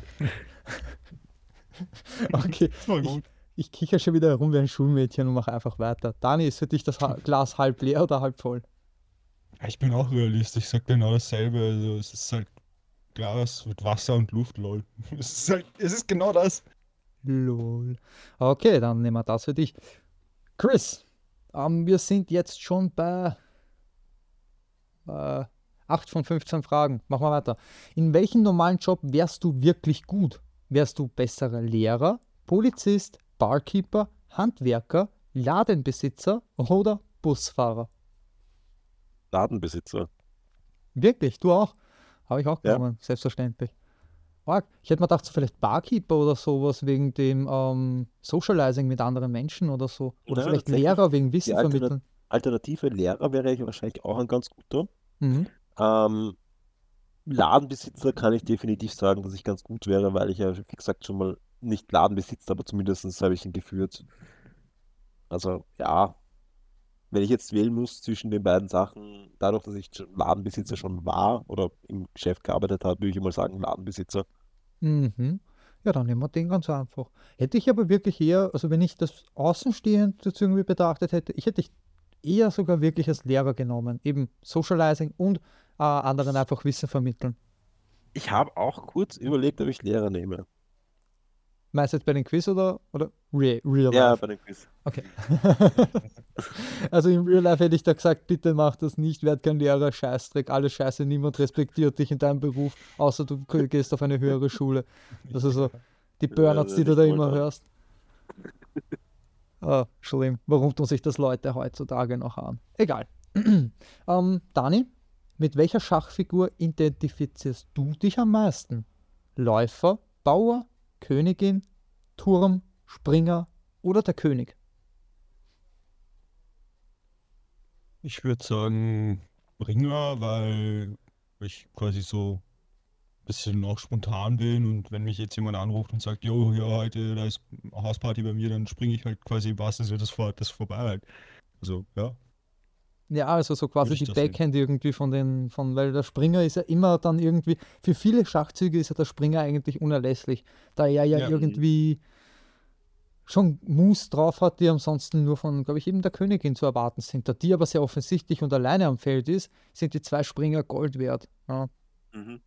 Okay, Das war ich, gut. ich kicher schon wieder herum wie ein Schulmädchen und mache einfach weiter. Dani, ist für dich das Glas halb leer oder halb voll? Ja, ich bin auch Realist, ich sag genau dasselbe. Also es ist halt Glas mit Wasser und Luft, lol. Es ist genau das. Lol. Okay, dann nehmen wir das für dich. Chris, wir sind jetzt schon bei 8 von 15 Fragen. Machen wir weiter. In welchem normalen Job wärst du wirklich gut? Wärst du besserer Lehrer, Polizist, Barkeeper, Handwerker, Ladenbesitzer oder Busfahrer? Ladenbesitzer. Wirklich, du auch? Habe ich auch Ja. genommen, selbstverständlich. Arg. Ich hätte mir gedacht, so vielleicht Barkeeper oder sowas wegen dem Socializing mit anderen Menschen oder so. Oder Ja, vielleicht tatsächlich. Lehrer wegen Die Wissen Alternat vermitteln. Alternative Lehrer wäre ich wahrscheinlich auch ein ganz guter. Mhm. Ähm, Ladenbesitzer kann ich definitiv sagen, dass ich ganz gut wäre, weil ich ja, wie gesagt, schon mal nicht Laden besitzt, aber zumindest habe ich ihn geführt. Also ja, wenn ich jetzt wählen muss zwischen den beiden Sachen, dadurch, dass ich Ladenbesitzer schon war oder im Geschäft gearbeitet habe, würde ich mal sagen Ladenbesitzer. Mhm. Ja, dann nehmen wir den ganz einfach. Hätte ich aber wirklich eher, also wenn ich das außenstehend jetzt irgendwie betrachtet hätte, ich hätte dich eher sogar wirklich als Lehrer genommen. Eben Socializing und anderen einfach Wissen vermitteln. Ich habe auch kurz überlegt, ob ich Lehrer nehme. Meinst du jetzt bei den Quiz oder Real Ja, Life? bei den Quiz. Okay. Also im Real Life hätte ich da gesagt, bitte mach das nicht, werd kein Lehrer, Scheißdreck, alles Scheiße, niemand respektiert dich in deinem Beruf, außer du gehst auf eine höhere Schule. Das ist so die Burnouts, die du Nicht da mal immer da. hörst. Schlimm. Warum tun sich das Leute heutzutage noch an? Egal. Dani, mit welcher Schachfigur identifizierst du dich am meisten? Läufer, Bauer, Königin, Turm, Springer oder der König? Ich würde sagen Bringer, weil ich quasi so ein bisschen auch spontan bin und wenn mich jetzt jemand anruft und sagt, jo, ja, heute, da ist Hausparty bei mir, dann springe ich halt quasi im wahrsten Sinne des vorbei halt. Also, ja, Ja, also so würde quasi ich die das nehmen. Backhand irgendwie weil der Springer ist ja immer dann irgendwie, für viele Schachzüge ist ja der Springer eigentlich unerlässlich, da er ja Ja, irgendwie schon Moves drauf hat, die ansonsten nur von, glaube ich, eben der Königin zu erwarten sind. Da die aber sehr offensichtlich und alleine am Feld ist, sind die zwei Springer Gold wert. Ja. Mhm.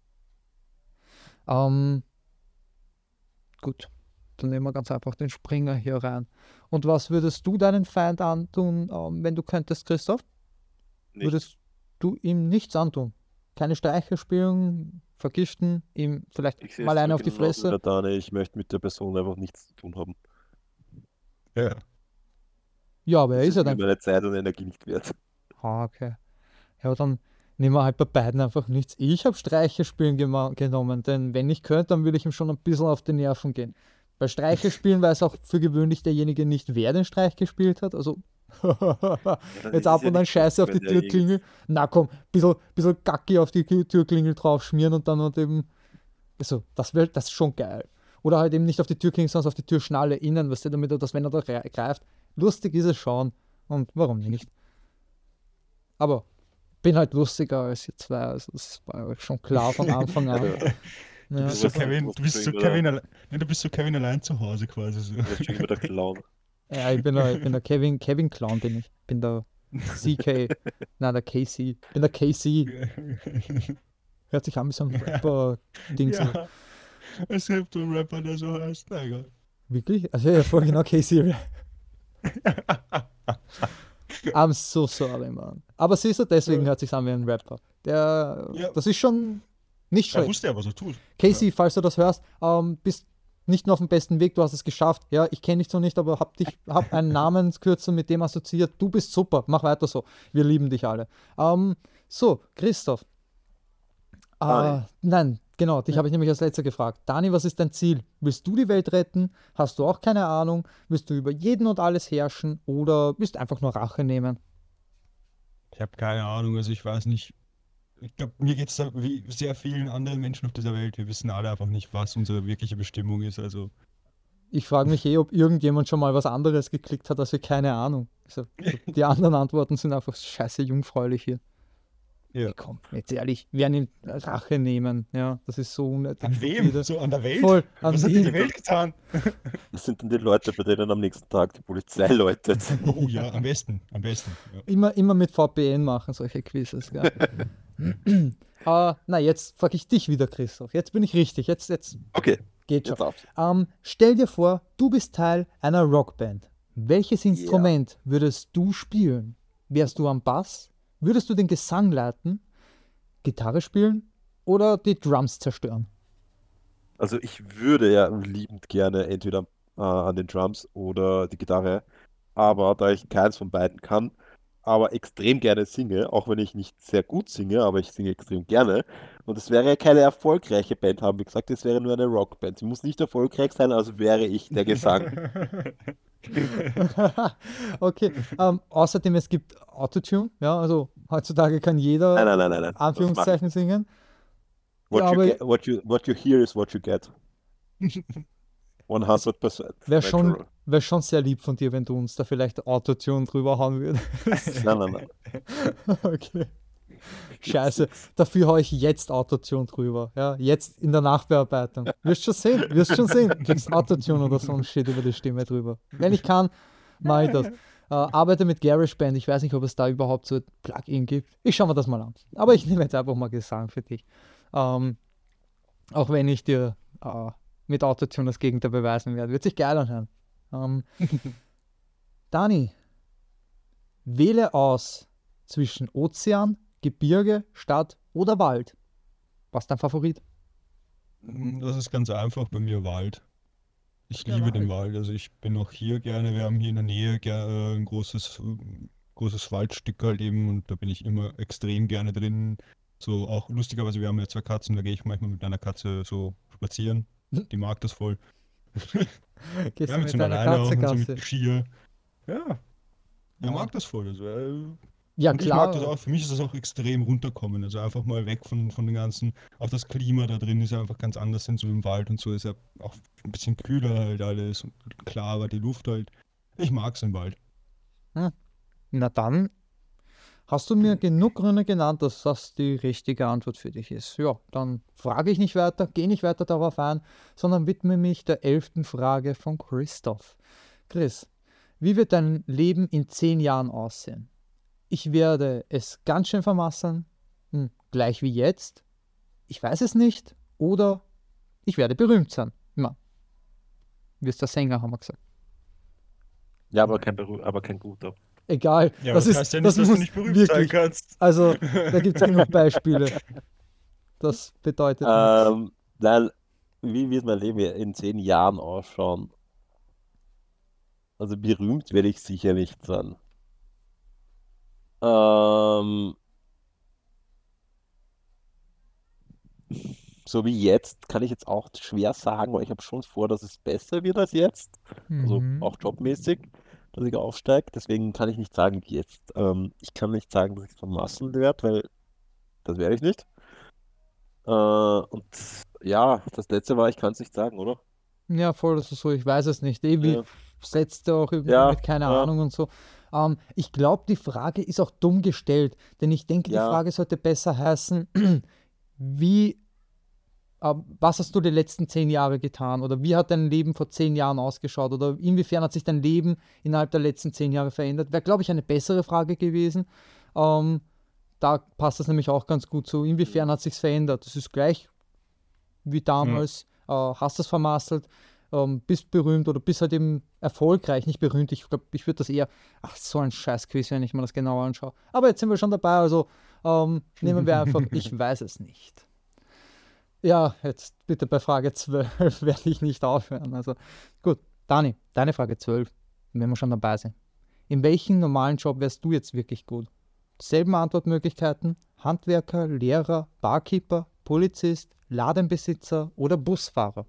Ähm, gut, dann nehmen wir ganz einfach den Springer hier rein. Und was würdest du deinen Feind antun, wenn du könntest, Christoph? Nicht. Würdest du ihm nichts antun? Keine Streiche spielen, vergiften, ihm vielleicht Ich sehe mal es eine so auf die genauso wie Fresse? der Dane. Ich möchte mit der Person einfach nichts zu tun haben. ja. Ja, aber er Das ist ist ja mir dein. meine Zeit und Energie nicht wert. Ah, okay. Ja, dann nehmen wir halt bei beiden einfach nichts. Ich habe Streiche spielen genommen, denn wenn ich könnte, dann würde ich ihm schon ein bisschen auf die Nerven gehen. Bei Streiche spielen weiß auch für gewöhnlich derjenige nicht, wer den Streich gespielt hat. Also Ja, dann jetzt ist es ab ja und an nicht Scheiße lustig, auf die wenn derjenige Türklingel. Na komm, bisschen Gacki auf die Türklingel drauf schmieren und dann und eben. Also, das ist schon geil. Oder halt eben nicht auf die Tür klingst, sondern auf die Türschnalle innen, weißt du, damit er das, wenn er da greift. Lustig ist es schon. Und warum nicht? Aber bin halt lustiger als ihr zwei, also das war euch schon klar von Anfang an. Du Ja. bist so Du Kevin, warst du bist so schon Kevin, du bist so Kevin allein zu Hause quasi so. Du warst schon immer der Clown. Ja, ich bin der Kevin Clown, bin ich. Bin der CK, nein, der KC. Bin der KC. Hört sich an wie so ein Rapper-Ding. So. Ja, es gibt einen Rapper, der so heißt. Na egal. Wirklich? Also ja, voll genau KC. I'm so sorry, man. Aber siehst du, deswegen hört sich an wie ein Rapper. Ja. Das ist schon nicht Er schlecht. wusste ja, was er tut. Casey, falls du das hörst, bist nicht nur auf dem besten Weg, du hast es geschafft. Ja, ich kenne dich so nicht, aber hab einen Namenskürzel mit dem assoziiert. Du bist super, mach weiter so. Wir lieben dich alle. So, Christoph. Dani. Nein, genau, dich habe ich nämlich als letzter gefragt. Dani, was ist dein Ziel? Willst du die Welt retten? Hast du auch keine Ahnung? Willst du über jeden und alles herrschen? Oder willst du einfach nur Rache nehmen? Ich habe keine Ahnung, also ich weiß nicht. Ich glaube, mir geht es da wie sehr vielen anderen Menschen auf dieser Welt. Wir wissen alle einfach nicht, was unsere wirkliche Bestimmung ist. Also, Ich frage mich ob irgendjemand schon mal was anderes geklickt hat, als wir keine Ahnung. Also, die anderen Antworten sind einfach scheiße jungfräulich hier. ja. Komm, jetzt ehrlich, wer nimmt Rache nehmen? Ja, das ist so unnötig. An wem? stupide. So an der Welt? Voll, an Was hat dir die wem? Welt getan? Das sind dann die Leute, bei denen am nächsten Tag die Polizei läutet. Oh ja, am besten. Am besten. Ja. Immer mit VPN machen, solche Quizzes. Gell? Jetzt frage ich dich wieder, Christoph. Jetzt bin ich richtig. Jetzt Okay, geht schon. jetzt auf. Stell dir vor, du bist Teil einer Rockband. Welches Instrument würdest du spielen? Wärst du am Bass? Würdest du den Gesang leiten? Gitarre spielen? Oder die Drums zerstören? Also ich würde ja liebend gerne entweder an den Drums oder die Gitarre, aber da ich keins von beiden kann, aber extrem gerne singe, auch wenn ich nicht sehr gut singe, aber ich singe extrem gerne. Und es wäre ja keine erfolgreiche Band, haben wir gesagt, es wäre nur eine Rockband. Sie muss nicht erfolgreich sein, also wäre ich der Gesang. Okay, außerdem es gibt Autotune, ja, also heutzutage kann Nein, jeder nein, nein, nein, nein. Das mache ich. Anführungszeichen singen. What Ja, you aber get, what you hear is what you get. 100% wäre schon, natural. wär schon sehr lieb von dir, wenn du uns da vielleicht Autotune drüber hauen würdest. Nein, nein, nein. Okay. Scheiße, dafür haue ich jetzt Autotune drüber. Ja, jetzt in der Nachbearbeitung. Wirst schon sehen. Kriegst Autotune oder so ein Shit über die Stimme drüber. Wenn ich kann, mache ich das. Arbeite mit GarageBand. Ich weiß nicht, ob es da überhaupt so ein Plugin gibt. Ich schaue mir das mal an. Aber ich nehme jetzt einfach mal Gesang für dich. Auch wenn ich dir mit Autotune das Gegenteil beweisen werde. Wird sich geil anhören. Dani, wähle aus zwischen Ozean, Gebirge, Stadt oder Wald. Was ist dein Favorit? Das ist ganz einfach bei mir Wald. Ich Der liebe den Wald. Wald. Also ich bin auch hier gerne. Wir haben hier in der Nähe ein großes Waldstück halt eben und da bin ich immer extrem gerne drin. So auch lustigerweise, wir haben ja zwei Katzen, da gehe ich manchmal mit einer Katze so spazieren. Die mag das voll. Gehst Ja, du mit mit so deiner einer Leine auch Katze und so Gassi? mit Skier. Ja, er Ja. mag das voll. Also, Ja, und ich mag das klar. auch. Für mich ist das auch extrem runterkommen. Also einfach mal weg von den ganzen. Auch das Klima da drin ist ja einfach ganz anders, denn so im Wald und so ist ja auch ein bisschen kühler halt alles und klarer die Luft halt. Ich mag's im Wald. Na dann hast du mir genug Gründe genannt, dass das die richtige Antwort für dich ist. Ja, dann frage ich nicht weiter, gehe nicht weiter darauf ein, sondern widme mich der 11. Frage von Christoph. Chris, wie wird dein Leben in 10 Jahren aussehen? Ich werde es ganz schön vermasseln, gleich wie jetzt. Ich weiß es nicht. Oder ich werde berühmt sein. Na, wirst der Sänger, haben wir gesagt. Ja, aber kein guter. Egal, Ja, das aber das ist, heißt ja das nicht, dass du muss nicht berühmt sein wirklich, kannst. also da gibt es genug Beispiele. Das bedeutet nichts. Nein, wie wird mein Leben in 10 Jahren ausschauen? Also berühmt werde ich sicher nicht sein. Ähm, so wie jetzt kann ich jetzt auch schwer sagen, weil ich habe schon vor, dass es besser wird als jetzt. Also Mhm. auch jobmäßig, dass ich aufsteige. Deswegen kann ich nicht sagen, wie jetzt. Ich kann nicht sagen, dass ich vermasseln werde, weil das werde ich nicht. Und ja, das letzte war, ich kann es nicht sagen, oder? Ja, voll, das ist so, ich weiß es nicht. Wie Ja. setzt er auch irgendwie Ja, mit keine ja, Ahnung und so. Ich glaube, die Frage ist auch dumm gestellt, denn ich denke, die ja. Frage sollte besser heißen, wie, was hast du die letzten 10 Jahre getan? Oder wie hat dein Leben vor 10 Jahren ausgeschaut? Oder inwiefern hat sich dein Leben innerhalb der letzten 10 Jahre verändert? Wäre, glaube ich, eine bessere Frage gewesen. Ähm, Da passt das nämlich auch ganz gut so. Inwiefern hat sich's verändert? Das ist gleich wie Ja. damals, hast es vermasselt, bist berühmt oder bist halt eben erfolgreich, nicht berühmt. Ich glaube, ich würde das eher, ach, so ein Scheiß-Quiz, wenn ich mir das genauer anschaue. Aber jetzt sind wir schon dabei, also nehmen wir einfach, ich weiß es nicht. Ja, jetzt bitte bei Frage 12 werde ich nicht aufhören. Also gut, Dani, deine Frage 12, wenn wir schon dabei sind. In welchem normalen Job wärst du jetzt wirklich gut? Selben Antwortmöglichkeiten: Handwerker, Lehrer, Barkeeper, Polizist, Ladenbesitzer oder Busfahrer.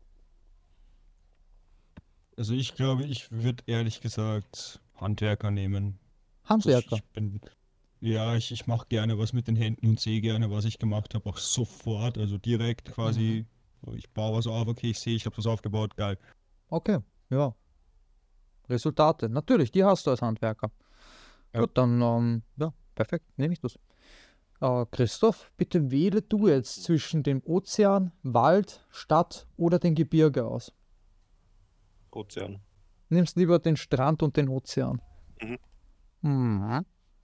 Also ich glaube, ich würde ehrlich gesagt Handwerker nehmen. Handwerker. Ich mache gerne was mit den Händen und sehe gerne, was ich gemacht habe, auch sofort, also direkt quasi. Ich baue was auf, okay, ich sehe, ich habe was aufgebaut, geil. Okay, ja. Resultate. Natürlich, die hast du als Handwerker. Ja. Gut, dann, ja, perfekt, nehme ich das. Christoph, bitte wähle du jetzt zwischen dem Ozean, Wald, Stadt oder dem Gebirge aus. Ozean. Nimmst lieber den Strand und den Ozean. Mhm. Mhm.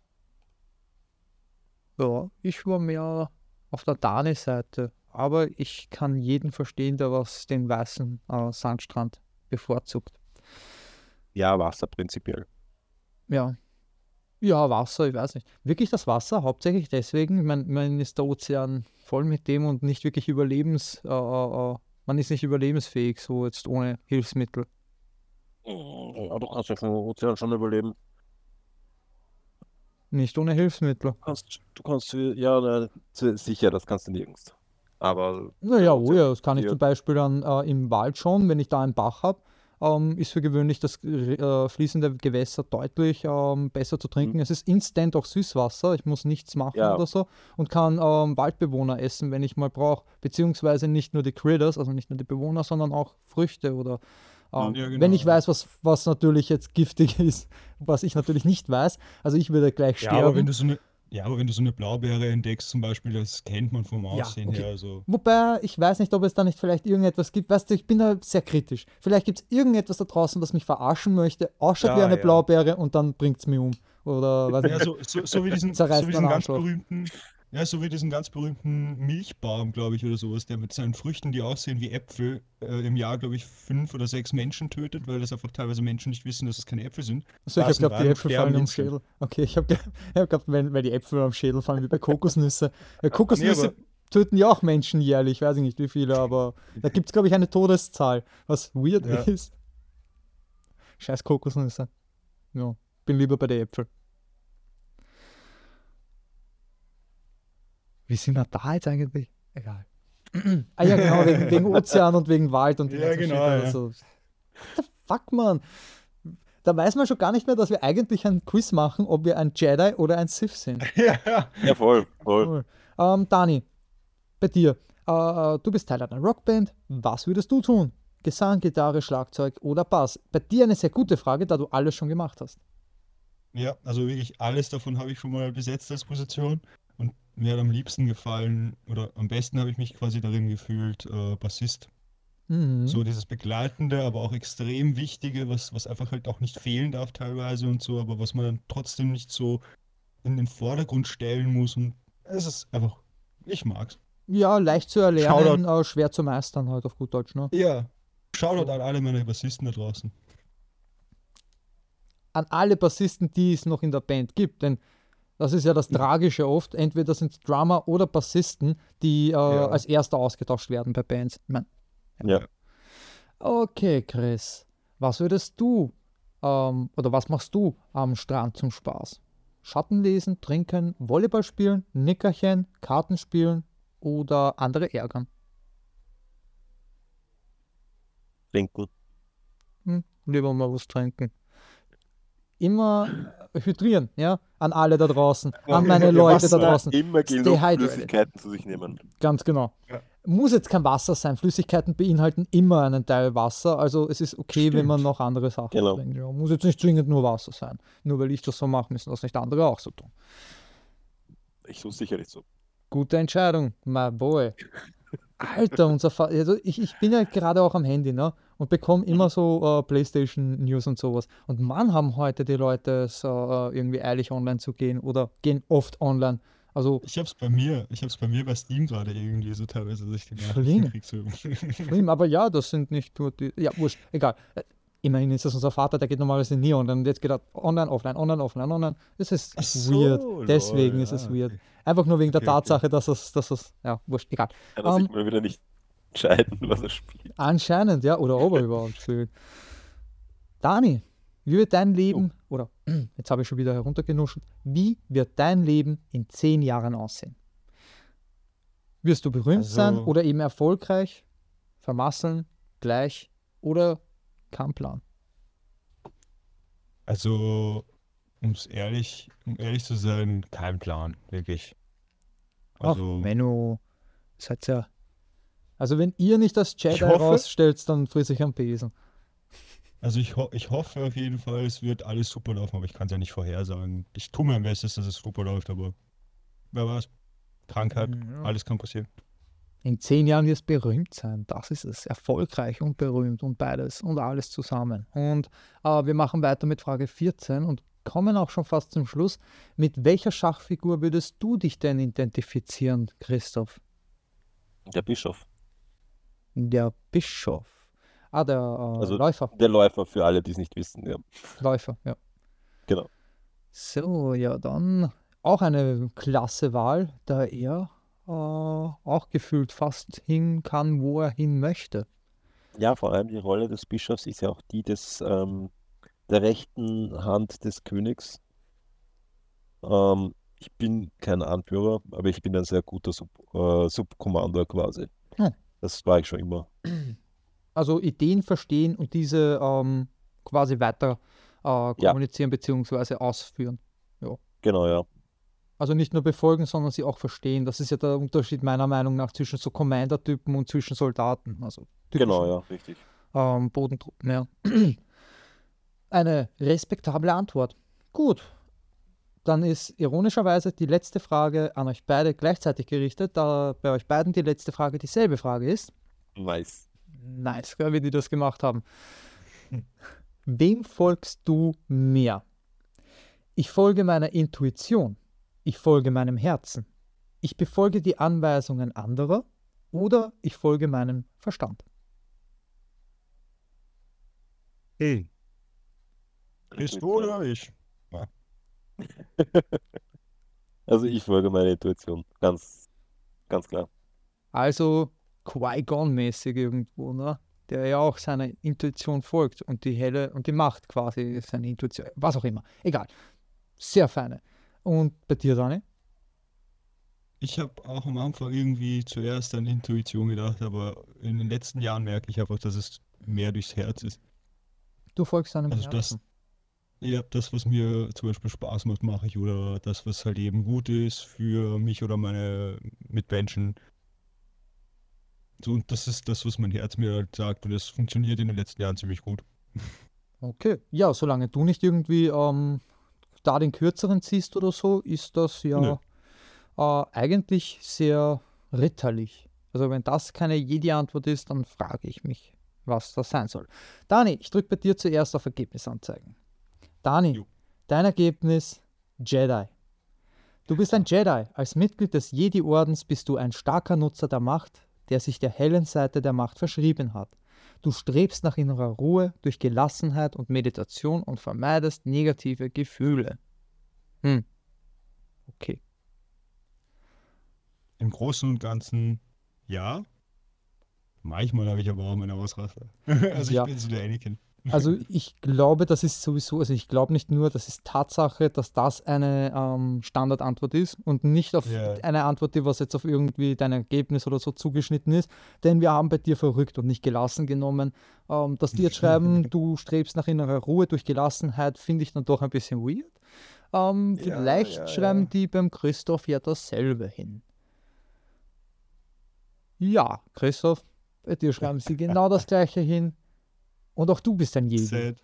Ja, ich war mehr auf der Dani-Seite, aber ich kann jeden verstehen, der was den weißen Sandstrand bevorzugt. Ja, Wasser prinzipiell. Ja. Ja, Wasser, ich weiß nicht. Wirklich das Wasser, hauptsächlich deswegen, man ist der Ozean voll mit dem und nicht wirklich man ist nicht überlebensfähig, so jetzt ohne Hilfsmittel. Ja, du kannst ja vom Ozean schon überleben. Nicht ohne Hilfsmittel. Ja, sicher, das kannst du nirgends. Aber Naja, der oh Ozean ja, das kann ich existiert. zum Beispiel dann im Wald schon, wenn ich da einen Bach habe, ist für gewöhnlich das fließende Gewässer deutlich besser zu trinken. Mhm. Es ist instant auch Süßwasser, ich muss nichts machen Ja. oder so und kann Waldbewohner essen, wenn ich mal brauche. Beziehungsweise nicht nur die Critters, also nicht nur die Bewohner, sondern auch Früchte oder Ja, wenn ich genau. weiß, was natürlich jetzt giftig ist, was ich natürlich nicht weiß. Also ich würde gleich Ja, aber wenn sterben. du so eine Blaubeere entdeckst zum Beispiel, das kennt man vom Ja, Aussehen okay. her, also. Wobei, ich weiß nicht, ob es da nicht vielleicht irgendetwas gibt. Weißt du, ich bin da sehr kritisch. Vielleicht gibt es irgendetwas da draußen, das mich verarschen möchte, ausschaut wie Ja, eine ja. Blaubeere und dann bringt es mich um. Oder weiß Ja, nicht, so wie diesen zerreißt meinen Arschloch. ganz berühmten Milchbaum, glaube ich, oder sowas, der mit seinen Früchten, die aussehen wie Äpfel, im Jahr, glaube ich, 5 oder 6 Menschen tötet, weil das einfach teilweise Menschen nicht wissen, dass es keine Äpfel sind. Also ich habe Beißen geglaubt, die rein und Äpfel sterben fallen am instant. Schädel. Okay, ich habe geglaubt, weil die Äpfel am Schädel fallen, wie bei Kokosnüsse. Ja, Kokosnüsse aber- töten ja auch Menschen jährlich, weiß ich nicht wie viele, aber da gibt es, glaube ich, eine Todeszahl, was weird Ja. ist. Scheiß Kokosnüsse. Ja, bin lieber bei den Äpfeln. Wie sind wir da jetzt eigentlich? Egal. Ah ja, genau, wegen Ozean und wegen Wald und die Ja, ganzen genau, Shit. ja. Also, what the fuck, man? Da weiß man schon gar nicht mehr, dass wir eigentlich ein Quiz machen, ob wir ein Jedi oder ein Sith sind. Ja. Ja, voll. Cool. Dani, bei dir. Du bist Teil einer Rockband. Was würdest du tun? Gesang, Gitarre, Schlagzeug oder Bass? Bei dir eine sehr gute Frage, da du alles schon gemacht hast. Ja, also wirklich alles davon habe ich schon mal besetzt als Position und mir hat am liebsten gefallen oder am besten habe ich mich quasi darin gefühlt, Bassist. Mhm. So dieses Begleitende, aber auch extrem Wichtige, was einfach halt auch nicht fehlen darf teilweise und so, aber was man dann trotzdem nicht so in den Vordergrund stellen muss und es ist einfach, ich mag's. Ja, leicht zu erlernen, schwer zu meistern, halt auf gut Deutsch, ne? Ja, Shoutout an alle meine Bassisten da draußen. An alle Bassisten, die es noch in der Band gibt, denn das ist ja das Tragische oft. Entweder sind es Drummer oder Bassisten, die Ja. als Erster ausgetauscht werden bei Bands. Ich mein, Ja. okay, Chris, was würdest du oder was machst du am Strand zum Spaß? Schatten lesen, trinken, Volleyball spielen, Nickerchen, Karten spielen oder andere ärgern? Trinken. Lieber mal was trinken. Immer hydrieren, ja? An alle da draußen, an meine Ja, Leute da Wasser. draußen. Immer Stay genug hydrated. Flüssigkeiten zu sich nehmen. Ganz genau. Ja. Muss jetzt kein Wasser sein. Flüssigkeiten beinhalten immer einen Teil Wasser. Also es ist okay, wenn man Stimmt. noch andere Sachen Genau. trinkt. Ja, muss jetzt nicht zwingend nur Wasser sein. Nur weil ich das so mache, müssen das nicht andere auch so tun. Ich tue sicherlich so. Gute Entscheidung, my boy. Alter, unser also ich bin ja gerade auch am Handy, ne? Und bekomme immer so PlayStation News und sowas. Und Mann, haben heute die Leute es irgendwie eilig online zu gehen oder gehen oft online. Also Ich hab's bei mir bei Steam gerade irgendwie so teilweise, dass ich die Schlimm. Nachrichten krieg. So. schlimm, aber ja, das sind nicht nur die. Ja, wurscht, egal. Immerhin ist das unser Vater, der geht normalerweise nie online. Und jetzt geht er online, offline, online, offline, online. Das ist Ach so, weird. Deswegen lol, ist es weird. okay. Einfach nur wegen der Okay, okay. Tatsache, dass es, ja, wurscht, egal. Kann er sich mal wieder nicht entscheiden, was er spielt. Anscheinend, ja, oder ob er überhaupt spielt. Dani, wie wird dein Leben, oder jetzt habe ich schon wieder heruntergenuschelt, wie wird dein Leben in 10 Jahren aussehen? Wirst du berühmt sein Also- oder eben erfolgreich, vermasseln, gleich oder kein Plan? Also, um ehrlich zu sein, kein Plan, wirklich. Ach, Also, Menno, seid ja. Also wenn ihr nicht das Jedi hoffe- rausstellt, dann friss ich am Besen. ich hoffe auf jeden Fall, es wird alles super laufen, aber ich kann es ja nicht vorhersagen. Ich tue mein Bestes, dass es super läuft, aber wer weiß. Krankheit, Ja. alles kann passieren. In 10 Jahren wirst du berühmt sein. Das ist es. Erfolgreich und berühmt und beides und alles zusammen. Und wir machen weiter mit Frage 14 und kommen auch schon fast zum Schluss. Mit welcher Schachfigur würdest du dich denn identifizieren, Christoph? Der Bischof. Der Bischof. Der Also Läufer. der Läufer für alle, die es nicht wissen. Ja, Läufer, ja. genau. So, ja, dann auch eine klasse Wahl, da er auch gefühlt fast hin kann, wo er hin möchte. Ja, vor allem die Rolle des Bischofs ist ja auch die der rechten Hand des Königs. Ich bin kein Anführer, aber ich bin ein sehr guter Subkommandeur quasi. Hm. Das war ich schon immer. Also Ideen verstehen und diese quasi weiter kommunizieren bzw. ausführen. Genau, ja. Also nicht nur befolgen, sondern sie auch verstehen. Das ist ja der Unterschied meiner Meinung nach zwischen so Commander-Typen und zwischen Soldaten. Also Genau, ja, richtig. Bodentruppen, ja. Eine respektable Antwort. Gut, dann ist ironischerweise die letzte Frage an euch beide gleichzeitig gerichtet, da bei euch beiden die letzte Frage dieselbe Frage ist. Nice. Nice, wie die das gemacht haben. Wem folgst du mehr? Ich folge meiner Intuition. Ich folge meinem Herzen. Ich befolge die Anweisungen anderer oder ich folge meinem Verstand. Hey. Bist du oder ich? Also ich folge meiner Intuition. Ganz, ganz klar. Also Qui-Gon-mäßig irgendwo, ne? Der ja auch seiner Intuition folgt und die helle und die Macht quasi seine Intuition, was auch immer. Egal. Sehr feine. Und bei dir, Dani? Ich habe auch am Anfang irgendwie zuerst an Intuition gedacht, aber in den letzten Jahren merke ich einfach, dass es mehr durchs Herz ist. Du folgst deinem Also Herzen. das, was mir zum Beispiel Spaß macht, mache ich, oder das, was halt eben gut ist für mich oder meine Mitmenschen. So, und das ist das, was mein Herz mir halt sagt, und das funktioniert in den letzten Jahren ziemlich gut. Okay. Ja, solange du nicht irgendwie da den kürzeren ziehst oder so, ist das ja Nö. eigentlich sehr ritterlich. Also wenn das keine Jedi-Antwort ist, dann frage ich mich, was das sein soll. Dani, ich drücke bei dir zuerst auf Ergebnis anzeigen. Dani, Jo. dein Ergebnis Jedi. Du bist ein Jedi. Als Mitglied des Jedi-Ordens bist du ein starker Nutzer der Macht, der sich der hellen Seite der Macht verschrieben hat. Du strebst nach innerer Ruhe durch Gelassenheit und Meditation und vermeidest negative Gefühle. Okay. Im Großen und Ganzen ja. Manchmal habe ich aber auch meine Ausraster. Also Ja. ich bin so der Anakin. Also ich glaube, das ist sowieso, also ich glaube nicht nur, das ist Tatsache, dass das eine Standardantwort ist und nicht auf Ja. eine Antwort, die was jetzt auf irgendwie dein Ergebnis oder so zugeschnitten ist, denn wir haben bei dir verrückt und nicht gelassen genommen. Dass die jetzt schreiben, du strebst nach innerer Ruhe durch Gelassenheit, finde ich dann doch ein bisschen weird. Vielleicht ja, schreiben ja. die beim Christoph ja dasselbe hin. Ja, Christoph, bei dir schreiben sie genau das Gleiche hin. Und auch du bist ein Jedi. Sad.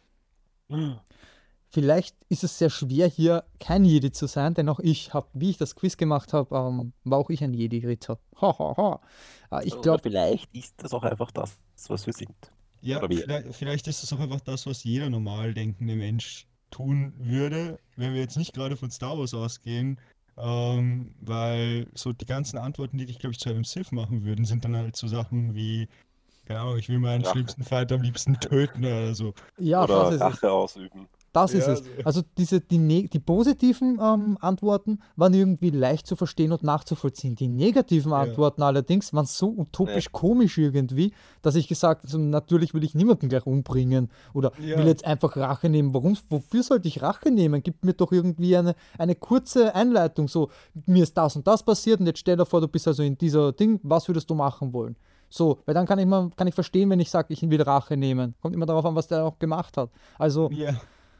Vielleicht ist es sehr schwer, hier kein Jedi zu sein, denn auch ich habe, wie ich das Quiz gemacht habe, war auch ich ein Jedi-Ritter. Ha, ha, ha. Ich Oder glaube, vielleicht ist das auch einfach das, was wir sind. Ja, Oder wir. vielleicht ist das auch einfach das, was jeder normal denkende Mensch tun würde, wenn wir jetzt nicht gerade von Star Wars ausgehen, weil so die ganzen Antworten, die dich, glaube ich, zu einem Sith machen würden, sind dann halt so Sachen wie, keine Ahnung, ich will meinen Rache. schlimmsten Feind am liebsten töten oder so. ja, Oder das ist es. Rache ausüben. Das ist Ja, es. so. Also die positiven Antworten waren irgendwie leicht zu verstehen und nachzuvollziehen. Die negativen Ja. Antworten allerdings waren so utopisch komisch irgendwie, dass ich gesagt habe, also natürlich will ich niemanden gleich umbringen oder Ja. will jetzt einfach Rache nehmen. Wofür sollte ich Rache nehmen? Gib mir doch irgendwie eine kurze Einleitung. So, mir ist das und das passiert und jetzt stell dir vor, du bist also in dieser Ding, was würdest du machen wollen? So, weil dann kann ich verstehen, wenn ich sage, ich will Rache nehmen. Kommt immer darauf an, was der auch gemacht hat. Also, Ja.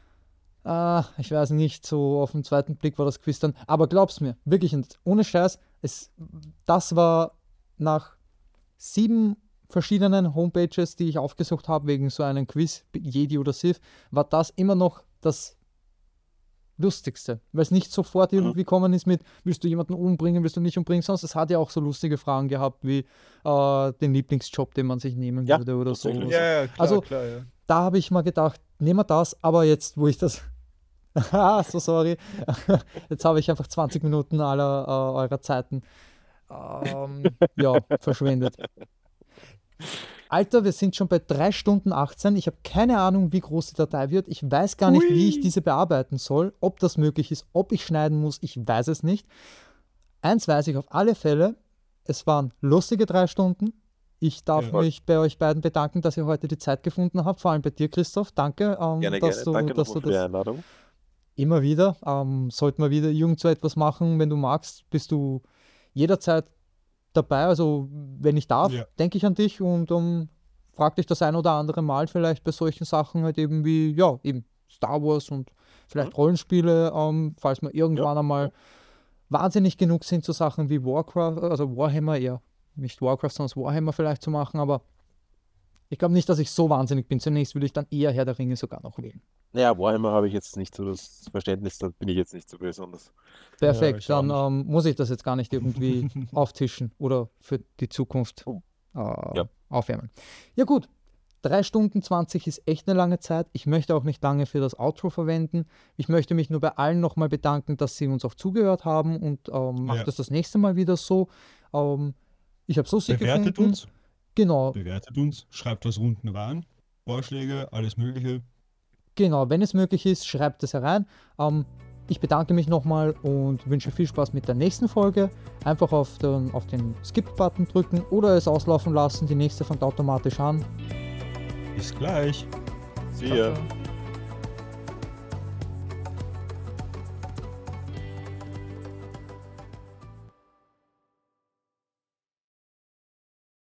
ich weiß nicht, so auf den zweiten Blick war das Quiz dann. Aber glaub's mir, wirklich, und ohne Scheiß, das war nach 7 verschiedenen Homepages, die ich aufgesucht habe, wegen so einem Quiz, Jedi oder Sith, war das immer noch das Lustigste. Weil es nicht sofort irgendwie kommen ist mit, willst du jemanden umbringen, willst du nicht umbringen, sonst es hat ja auch so lustige Fragen gehabt, wie den Lieblingsjob, den man sich nehmen Ja, würde oder so. tatsächlich. Ja, klar, Also, klar, ja. Da habe ich mal gedacht, nehmen wir das, aber jetzt, wo ich das. So sorry. Jetzt habe ich einfach 20 Minuten aller eurer Zeiten verschwendet. Alter, wir sind schon bei 3 Stunden 18. Ich habe keine Ahnung, wie groß die Datei wird. Ich weiß gar nicht, wie ich diese bearbeiten soll, ob das möglich ist, ob ich schneiden muss. Ich weiß es nicht. Eins weiß ich auf alle Fälle, es waren lustige 3 Stunden. Ich darf Ja. mich bei euch beiden bedanken, dass ihr heute die Zeit gefunden habt, vor allem bei dir, Christoph. Danke, Gerne, dass gerne. Danke dass nochmal du für die das Einladung. immer wieder. Sollten wir wieder irgend so etwas machen, wenn du magst, bist du jederzeit dabei. Also, wenn ich darf, Ja. denke ich an dich und frag dich das ein oder andere Mal vielleicht bei solchen Sachen halt eben wie, ja, eben Star Wars und vielleicht Rollenspiele, falls wir irgendwann einmal wahnsinnig genug sind, so Sachen wie Warcraft, also Warhammer eher. Nicht Warcraft, sondern Warhammer vielleicht zu machen, aber ich glaube nicht, dass ich so wahnsinnig bin. Zunächst würde ich dann eher Herr der Ringe sogar noch wählen. Naja, Warhammer habe ich jetzt nicht so das Verständnis, da bin ich jetzt nicht so besonders. Perfekt, ich auch dann muss ich das jetzt gar nicht irgendwie auftischen oder für die Zukunft aufwärmen. Ja gut, 3 Stunden 20 ist echt eine lange Zeit. Ich möchte auch nicht lange für das Outro verwenden. Ich möchte mich nur bei allen nochmal bedanken, dass sie uns auch zugehört haben und macht das nächste Mal wieder so. Ich habe so sick Bewertet gefunden. uns, Genau, bewertet uns, schreibt was unten rein, Vorschläge, alles Mögliche. genau, wenn es möglich ist, schreibt es herein. Ich bedanke mich nochmal und wünsche viel Spaß mit der nächsten Folge. Einfach auf den Skip-Button drücken oder es auslaufen lassen. Die nächste fängt automatisch an. Bis gleich. See ya. Ciao, ciao.